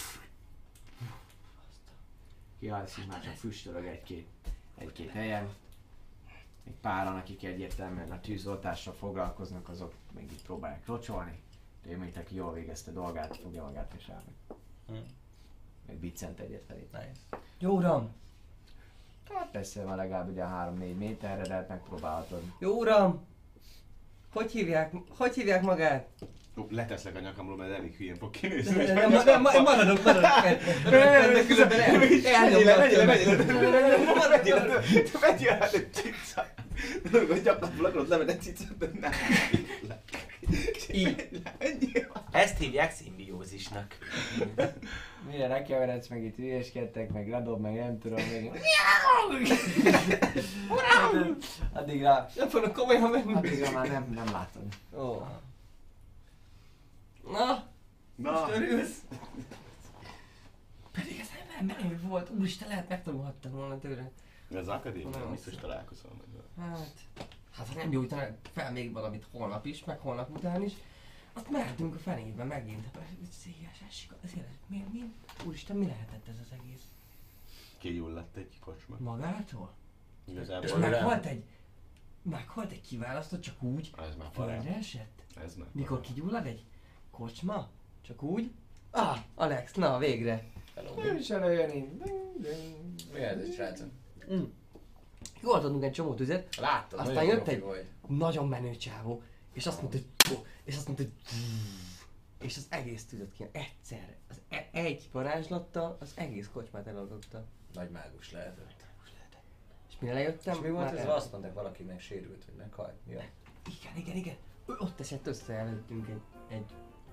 Kihalszik, már csak füstölög egy-két, egy-két helyen. Még páran, akik egyértelműen a tűzoltással foglalkoznak, azok még így próbálják locsolni. De ő, mint aki jól végezte dolgát, fogja magát és állni. Hm. Még biccent egyet felé. Nice. Jó uram! Hát persze van legalább ugye három-négy méterre, de hát megpróbálhatod. Jó uram! Hogy hívják, hogy hívják magát? Ó, leteszlek a nyakamról, mert elég hülyén fog kinézni. Nem, nem, nem, nem, maradok, maradok. De közben el- elnyomtam. Vegyél át egy cicát! Hogy gyakorlatilag akarod levenni egy cicát, de nem. Így. Ezt hívják szimbiózisnak. Mire rekeveredsz, meg itt hülyeskedtek, meg ledob, meg nem tudom, meg... Addigra, Nem fognak komolyan venni. addigra már nem, nem látod. Ó. Na, Na, most örülsz? Pedig ez nem menő volt. Úristen, lehet megtanulhattam volna tőle. ez az akadémia, Nem biztos azt. találkozol meg vele. Hát, hát ha nem gyújtanak fel még valamit holnap is, meg holnap után is, azt mehetünk a fenébe megint. Széles esik az élet. Mi, mi? Úristen, mi lehetett ez az egész? Kigyulladt egy kocsma. Magától? És Igazából meghalt egy... Meghalt egy kiválasztott, csak úgy? ez már parám. Földre esett? Ez már Mikor parám. kigyullad egy kocsma? Csak úgy? Ah, Alex, na végre. Ő is előjön így. Mi ez, srácok? Mm. Jól adtunk egy csomó tüzet, Láttam, Aztán nagyon jött profi egy- vagy. nagyon menő csávó, és azt mondta, hogy és azt mondta, hogy és az egész tüzet ki egyszerre. Az e- egy varázslattal az egész kocsmát eloldotta. Nagy mágus lehetett. És mire lejöttem, És mi volt már ez? el- Azt mondták, valaki megsérült, vagy meghalt. Mi a? Igen, igen, igen. Ő ott esett össze előttünk egy, egy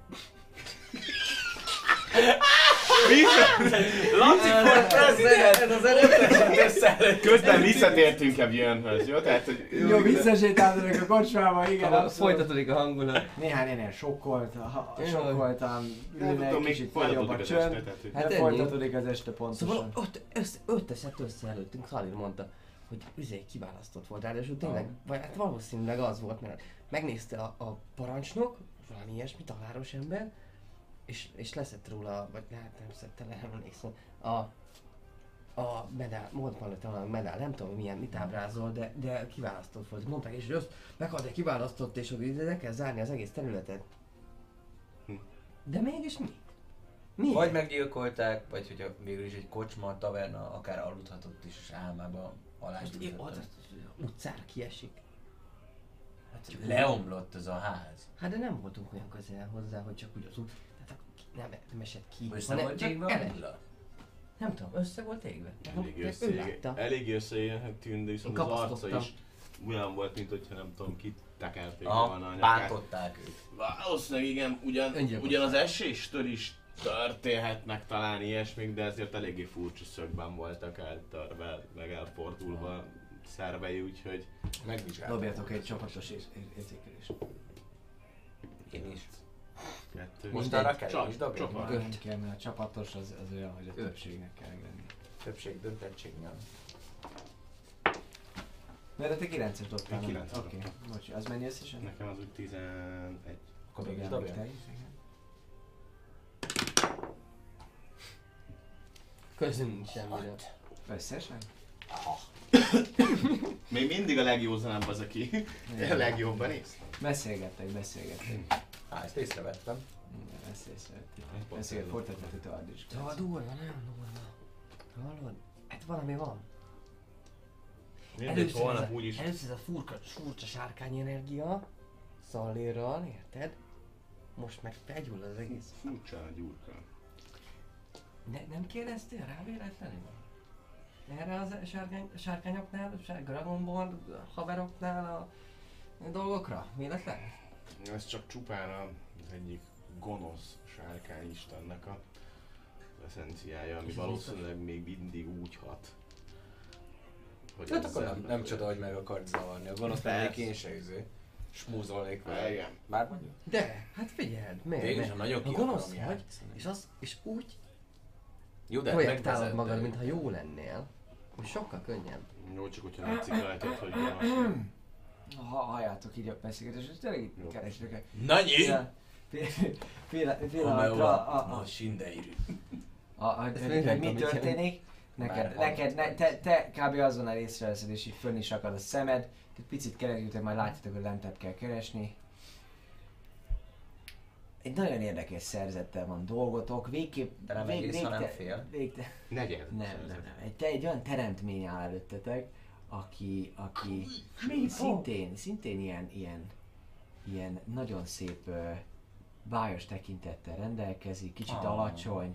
Laci for president! Ez az eredet! Közben visszatértünk a Björnhöz, jó? Tehát, hogy... Jó, visszasétáltatok a kocsmába, igen, abszolút. Folytatódik a hangulat. Néhány ennél sokkolt, ha, Jaj. sokkoltam, Nem ülne egy tudom, még kicsit nagyobb folytatódik a az csönd, este, tehát, hogy... Hát de ennyi. folytatódik az este pontosan. Szóval ott össze, ott esett össze előttünk, Szalir mondta, hogy üzé kiválasztott volt, ráadásul tényleg, vagy hát valószínűleg az volt, mert megnézte a, a parancsnok, valami ilyesmi, taláros ember, és, és leszett róla, vagy lehet nem szedte le, nem emlékszem, a, a medál, mondtam valami talán medál, nem tudom milyen, mit ábrázol, de, de kiválasztott volt. Mondták is, hogy azt meghalt egy kiválasztott, és hogy le kell zárni az egész területet. Hm. De mégis mi? Miért? Vagy meggyilkolták, vagy hogyha végül is egy kocsma, taverna, akár aludhatott is, és álmába Most én ott alágyújtott. az utcára kiesik. Hát leomlott ez a ház. Hát de nem voltunk olyan közel hozzá, hogy csak úgy az út, tehát akkor ki- nem, nem esett ki, Össze hanem volt csak égve a ele- villa? Nem tudom, össze volt égve. Elég Ő összeég, látta. elég összeégnek tűnt, de viszont Én az arca kapaszkodtam. is olyan volt, mint hogyha nem tudom, kit tekerték Aha, volna a nyakát. bántották őt. Valószínűleg igen, ugyan, Öngyilkosság. ugyan az eséstől is történhetnek talán ilyesmik, de ezért eléggé furcsa szögben voltak eltörve, meg elfordulva a szervei, úgyhogy Megvizsgáltam. Dobjatok egy csapatos ér- ér- érzékelést. Én is. kettő. Most arra kell, Csak- én is dobjam? csak- Nem kell, mert a csapatos az, az olyan, hogy a többségnek kell lenni. Többség, döntettség, nem. Mert te kilences dobtál, Én nem? kilencet Oké, dobtam. bocs, az mennyi összesen? Nekem az úgy tizenegy. Akkor még is Igen, dobjam. te is, igen. Közünk nincs semmire. Összesen? Még mindig a legjózanabb az, aki a legjobban ész. Beszélgettek, beszélgettek. Á, ezt észrevettem. Igen, ezt észrevették. pont Beszél, ez folytatni te addig is. Szóval durva, nem durva. Hallod? Hát valami van. Mindegy, Először ez, holnap a, úgyis először ez a furka, furcsa sárkány energia, Szallérral, érted? Most meg felgyullad az egész. furcsa a gyurka. Ne, nem kérdeztél rá véletlenül? Erre az sárkány, sárkányoknál, sár- Dragonborn haveroknál a dolgokra? Véletlen? Ez csak csupán az egyik gonosz sárkány istennek a eszenciája, ami És ez valószínűleg még mindig úgy hat. Hogy Hát akkor ezzel nem, nem csoda, hogy meg akart zavarni. A gonosz Persze. lennék én se izé. Smúzolnék vele. Igen. Már mondjuk? De, hát figyeld, miért? Végül is, miért? ha nagyon Ha ki gonosz akarom vagy, játszani. és, az, és úgy Jó, de projektálod megvezetted. magad, mintha jó lennél, hogy sokkal könnyebb. Jó, csak hogyha látszik rajtad, hogy gonosz. Ha halljátok így a beszélgetést, és tényleg itt Jó. keresnek. Nanyi! Fél- fél- fél- Pillanatra, Romeo a, a a, Shindeirű. a, a, Ezt hogy, még hogy nem mi tudom, mit történik. Neked, Már neked ne, te, te kb. Azonnal észreveszed, és így fönn is akad a szemed. Egy picit keresgéltek, majd látjátok, hogy lentebb kell keresni. Egy nagyon érdekes szerzettel van dolgotok, végképp... De nem egész, hanem fél. Végte, Negyed. nem, nem, nem. Egy, te, egy olyan teremtmény áll előttetek, aki, aki szintén, szintén ilyen, ilyen, ilyen nagyon szép uh, bájos tekintettel rendelkezik, kicsit Ah. alacsony,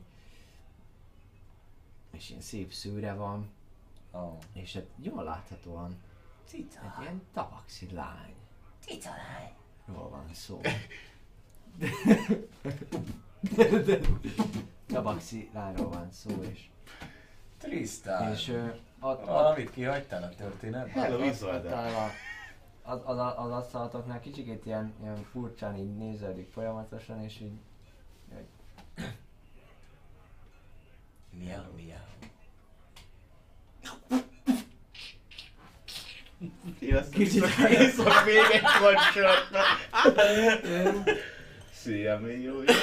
és ilyen szép szőre van, Oh. és hát jól láthatóan Cica. egy ilyen tabaxi lány. Cica lány. Ról van szó. Tabaxi lányról van szó, és, Trisztán. és uh, ott, ott Valamit kihagytál a történetben? Hello, ott, Isolde. ott áll a, az, az, az asztalatoknál kicsikét ilyen, ilyen furcsán így néződik folyamatosan, és így Miau, miau. Kicsit iszok még egy kocsot. Szia, még jó is.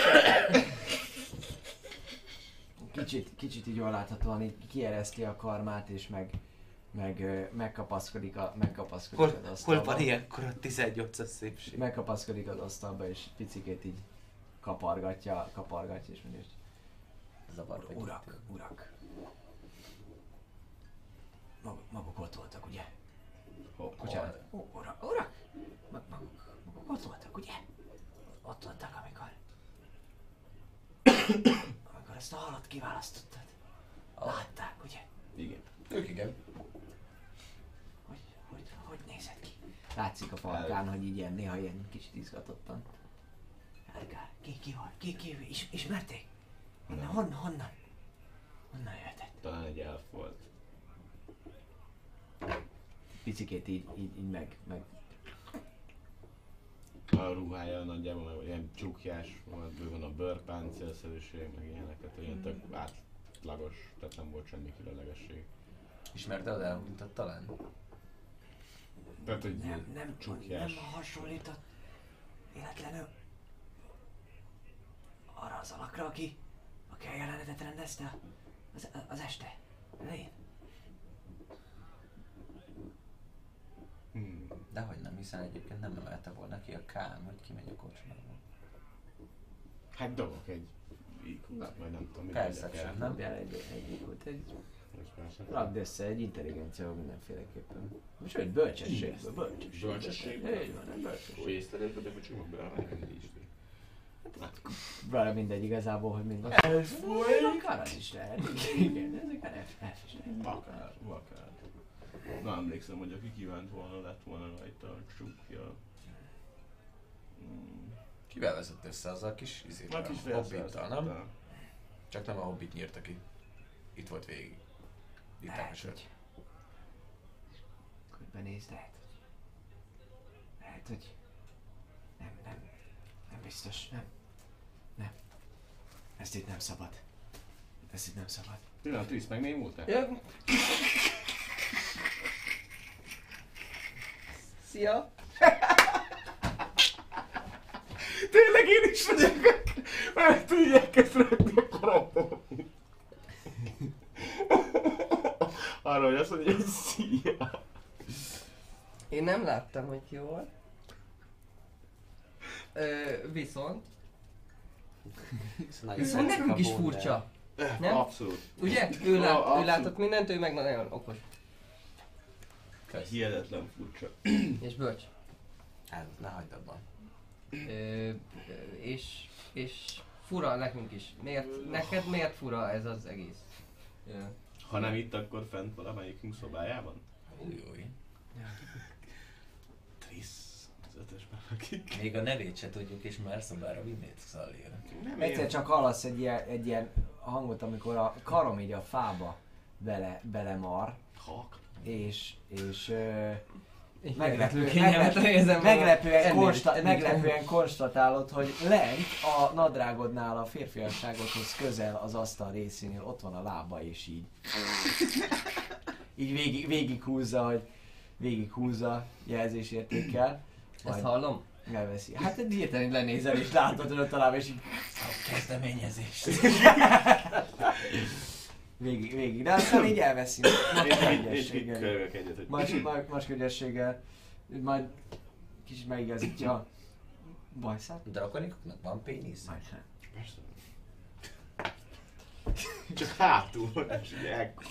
kicsit, kicsit így jól láthatóan így kiereszti a karmát, és meg, meg ö, megkapaszkodik, a, megkapaszkodik Hol, az hol asztalba. van ilyenkor a tizennyolcas szépség? Megkapaszkodik az asztalba, és picikét így kapargatja, kapargatja, és mondja, hogy Zavar vagy. urak, urak. Mag, maguk ott voltak, ugye? Bocsánat. Ó, urak, urak! Mag, maguk, maguk ott voltak, ugye? Ott voltak, amikor... amikor ezt a halat kiválasztottad. Látták, ugye? Igen. Ők igen. Hogy, hogy, hogy nézett ki? Látszik a falkán, hogy így ilyen, néha ilyen kicsit izgatottan. Edgar, ki, ki volt? Ki, ki, is, ismerték? Honnan, honnan, honnan? Honnan jöhetett? Talán egy elf volt. Picikét így, így, így meg, meg A ruhája nagyjából meg ilyen csukjás, volt, bőven a bőrpáncélszerűség, meg ilyeneket, ilyen tök átlagos, tehát nem volt semmi különlegesség. Ismerte az elhunytat talán? Tehát, hogy nem, nem, nem csukjás. hasonlított véletlenül arra az alakra, aki, aki a jelenetet rendezte az, az este elején. Hmm. Dehogy nem, hiszen egyébként nem emelte volna ki a Kán, hogy kimegy a kocsmába. Hát dobok egy í kú-t, vagy nem tudom, mit Persze, vegyek el. sem, nem? Dobjál egy, egy ikót, egy Most persze. rakd össze egy intelligencia mindenféleképpen. Sőt, bölcsességből, bölcsességből. Bölcsességből? Így van, egy bölcsesség. Ó, észlelésbe, de hogy csak bele is. Vele mindegy igazából, hogy mind az. Akár az is lehet. Igen, ezek a F is lehet. Akár, akár. Na, emlékszem, hogy aki kívánt volna, lett volna rajta a csukja. Hmm. Kivel vezett össze az a kis izével? A kis Hobbittal, nem? felszereltettel. Csak nem a Hobbit nyírta ki. Itt volt végig. Itt Lehet, elmesélt. hogy... Hogy benézd, lehet, hogy... Lehet, hogy... Nem, nem... Nem biztos, nem. Nem. Ezt itt nem szabad. Ezt itt nem szabad. Pillanat, Trisz, meg még múlt-e? Ja. Szia! Tényleg én is vagyok, mert tudják ezt rakni a karakter. Arra, hogy azt mondja, hogy szia. Én nem láttam, hogy ki volt. Ö, viszont... Viszont nekünk is furcsa. Nem? Abszolút. Ugye? Ő, lát, ő Abszolút. látott mindent, ő meg nagyon okos. Hihetetlen furcsa. És bölcs. Hát, ne hagyd abban. Ö, ö, és, és Fura nekünk is. Miért, neked miért fura ez az egész? Ja. Ha nem itt, akkor fent valamelyikünk szobájában? Új, új. Trisz, az ötösben lakik. Még a nevét se tudjuk, és már szobára vinnéd Xallier. Nem Egyszer én. csak hallasz egy ilyen, egy ilyen hangot, amikor a karom így a fába bele, belemar, Hak. és, és ö, Meglepő meglepő, kényelmetlen érzem magam. meglepően, Ennél konsta, is- ennél- meglepően konstatálod, hogy lent a nadrágodnál a férfiasságodhoz közel az asztal részénél ott van a lába, és így így végig, végig húzza, hogy végig húzza jelzésértékkel. Ezt Majd hallom? elveszi. Hát egy hirtelen lenézel és látod, hogy ott a lába, és így A kezdeményezés. végig, végig. De aztán így elveszi. Én- És így körülök egyet, hogy... Más, más, más könyvességgel, majd kicsit megigazítja a bajszát. Drakonikoknak van pénisz? Majd hát. Persze. Csak hátul van, és ugye ekkor.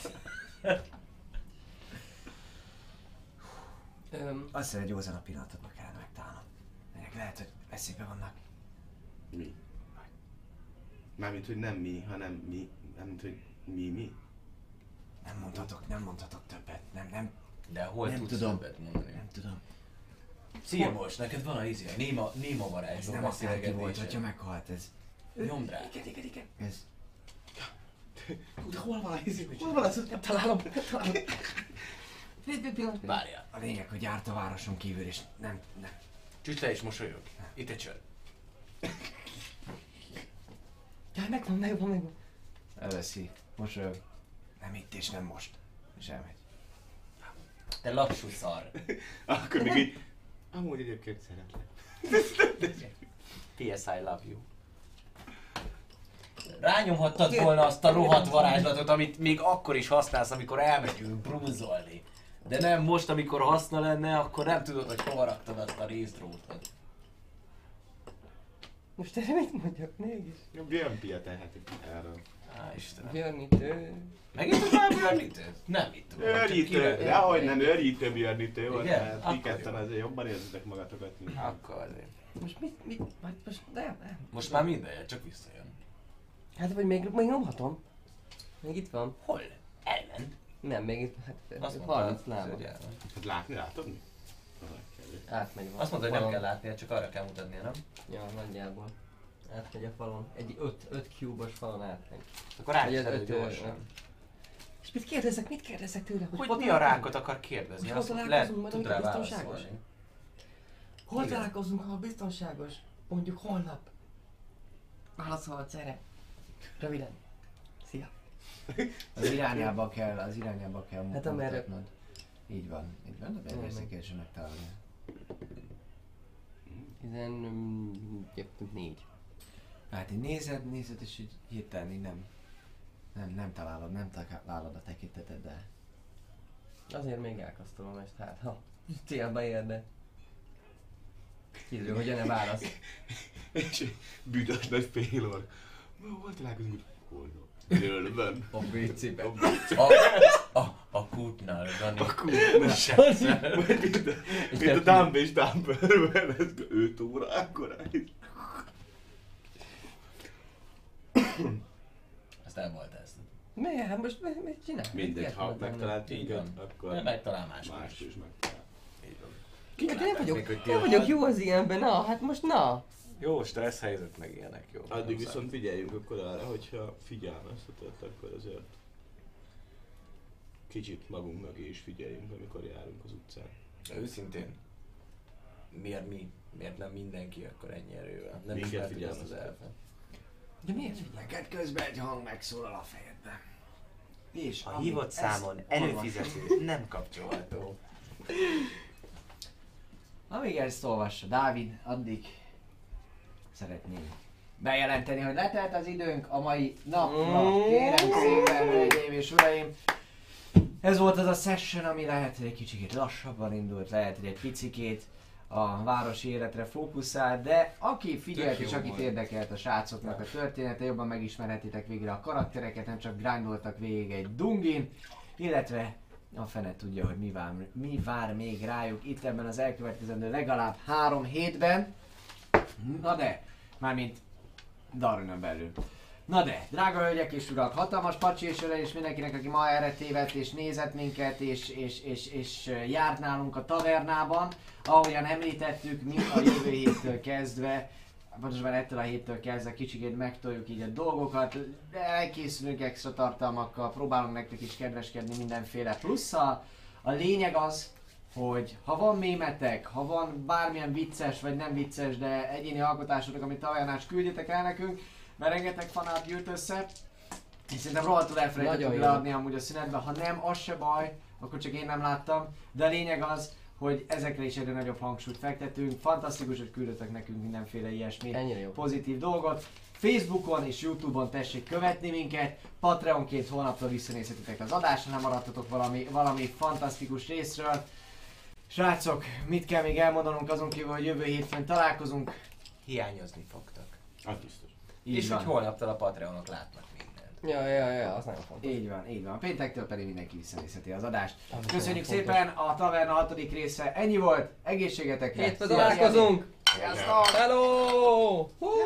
Öm, Azt hiszem, egy józan a pillanatodnak kellene megtalálnom. Ennek lehet, hogy eszébe vannak. Mi? Mármint, hogy nem mi, hanem mi. Mármint, hogy mi, mi. Nem mondhatok, nem mondhatok többet. Nem, nem, De hol Nem tudsz tudom. többet mondani? nem tudom. Szilmos, neked van a izé, a néma, néma Ez varázsló nem akárki volt, beszélgetése. hogyha meghalt ez. Nyomd rá. Igen, igen, igen. Ez. De hol van a izé? Hol van az? nem találom, nem találom. Pillanat, pillanat. Várjál. A lényeg, hogy járt a városon kívül, és nem, nem. Csüss le és mosolyog. Itt egy sör. Jaj, megvan, megvan, megvan. Elveszi, mosolyog. Nem itt és nem most. És elmegy. Te lassú szar. Akkor még így... Amúgy egyébként szeretlek. P S I love you. Rányomhattad volna azt a rohadt varázslatot, amit még akkor is használsz, amikor elmegyünk brúzolni. De nem most, amikor haszna lenne, akkor nem tudod, hogy hova raktad azt a részdrótot. Most erre mit mondjak mégis? Björn Pia tehetik erről. Á, Istenem. Jönítő. Megint már bőrnítőt? Nem itt tudom. csak Őrítő, kire- dehogy nem őrítő Björnítő volt, Igen? tehát Akkor ti ketten jó. azért jobban érzitek magatokat, mint... Akkor azért. Most mit, mit, hát most nem, nem. Most már mindenje, csak visszajön. Hát vagy még, még nyomhatom. Még itt van. Hol? Elment. Nem, még itt, hát Azt harminc mondta, lába. hogy elment. Hát látni, látod mi? Az nagy kérdés. Átmegy van. Azt mondta, hogy nem kell látnia, csak arra kell mutatnia, nem? Ja, nagyjából. Átmegy a falon. Egy öt, öt cube-os falon átmegy. Akkor Vagy átjön az elő öt, gyorsan. ö, És mit kérdezek, mit kérdezek tőle? Hogy hol mi a találkozunk? rákot akar kérdezni? Hogy Azt hol lehet, találkozunk majd, Tud amikor rá biztonságos? válaszolni. Hol Igen. találkozunk, ha biztonságos? Mondjuk holnap. Válaszolhatsz erre. Röviden. Szia. Az irányába kell, az irányába kell Hát amerre- mutatnod. Így van, így van, de érzékelésre megtalálni. tizennégy. Hát így nézed, nézed, és így hirtelen így nem, nem, nem találod, nem találod a tekinteteddel. Azért még elkasztolom ezt, hát ha célba érne. Kiderül, hogy ne válasz. És egy büdös nagy fél orr. Hol találkozunk? Hol? Délben. A vé cé-ben. A, a, a kútnál, Dani. A kútnál. Vagy mint a, mint a Dumb és Dumberben, ez öt óra akkora. Ezt elbaltáztad. Miért? Hát most mit, mit csinál? Mindegy, ha megtalált Így minket, van. akkor Nem megtalál máskor más is. is megtalál. Így van. Kik nem látták vagyok, még, hogy ti nem a- vagyok jó az ilyenben, na, hát most na. Jó, stressz helyzet meg ilyenek, jó. Addig viszont figyeljünk akkor arra, hogyha figyelmeztetett, akkor azért kicsit magunknak is figyeljünk, amikor járunk az utcán. De őszintén, miért mi? Miért nem mindenki akkor ennyi erővel? Nem Minket ismertük ezt az figyelmeztet. elfet. De miért figyelj? Neked közben egy hang megszólal a fejedben. És A amíg hívott ezt számon előfizető nem kapcsolható. Amíg ezt olvassa Dávid, addig szeretném bejelenteni, hogy letelt az időnk a mai napra. Kérem szépen, hölgyeim és uraim! Ez volt az a session, ami lehet, hogy egy kicsit lassabban indult, lehet, hogy egy picikét a városi életre fókuszál, de aki figyelt Tök és jó akit volt. érdekelt a srácoknak a története, jobban megismerhetitek végre a karaktereket, nem csak grindoltak végig egy dungin, illetve a fene tudja, hogy mi vár, mi vár még rájuk itt ebben az elkövetkezendő legalább három hétben. Na de, mármint Darwinon belül. Na de, drága hölgyek és urak, hatalmas pacsi és öle, és mindenkinek, aki ma erre tévedt és nézett minket és, és, és, és járt nálunk a tavernában. Ahogyan említettük, mi a jövő héttől kezdve, pontosabban ettől a héttől kezdve kicsikét megtoljuk így a dolgokat, de elkészülünk extra tartalmakkal, próbálunk nektek is kedveskedni mindenféle plusszal. A lényeg az, hogy ha van mémetek, ha van bármilyen vicces vagy nem vicces, de egyéni alkotásotok, amit tavernás, küldjetek el nekünk, mert rengeteg fanát gyűlt össze, és szerintem rohadtul elfelejtettük leadni amúgy a szünetben, ha nem, az se baj, akkor csak én nem láttam, de a lényeg az, hogy ezekre is egyre nagyobb hangsúlyt fektetünk, fantasztikus, hogy küldöttek nekünk mindenféle ilyesmi pozitív dolgot. Facebookon és Youtube-on tessék követni minket, Patreonként holnaptól visszanézhetitek az adásra, nem maradtatok valami, valami fantasztikus részről. Srácok, mit kell még elmondanunk azon kívül, hogy jövő hétfőn találkozunk? Hiányozni fogtak. Az biztos. Így és van. hogy holnaptól a Patreonok látnak mindent. Ja, ja, ja, az nagyon fontos. Így van, így van. Péntektől pedig mindenki visszanézheti az adást. Az Köszönjük nagyon szépen, a Taverna hatodik része ennyi volt, egészségetekre! Hétfőn találkozunk! Sziasztok! Hello! Hú!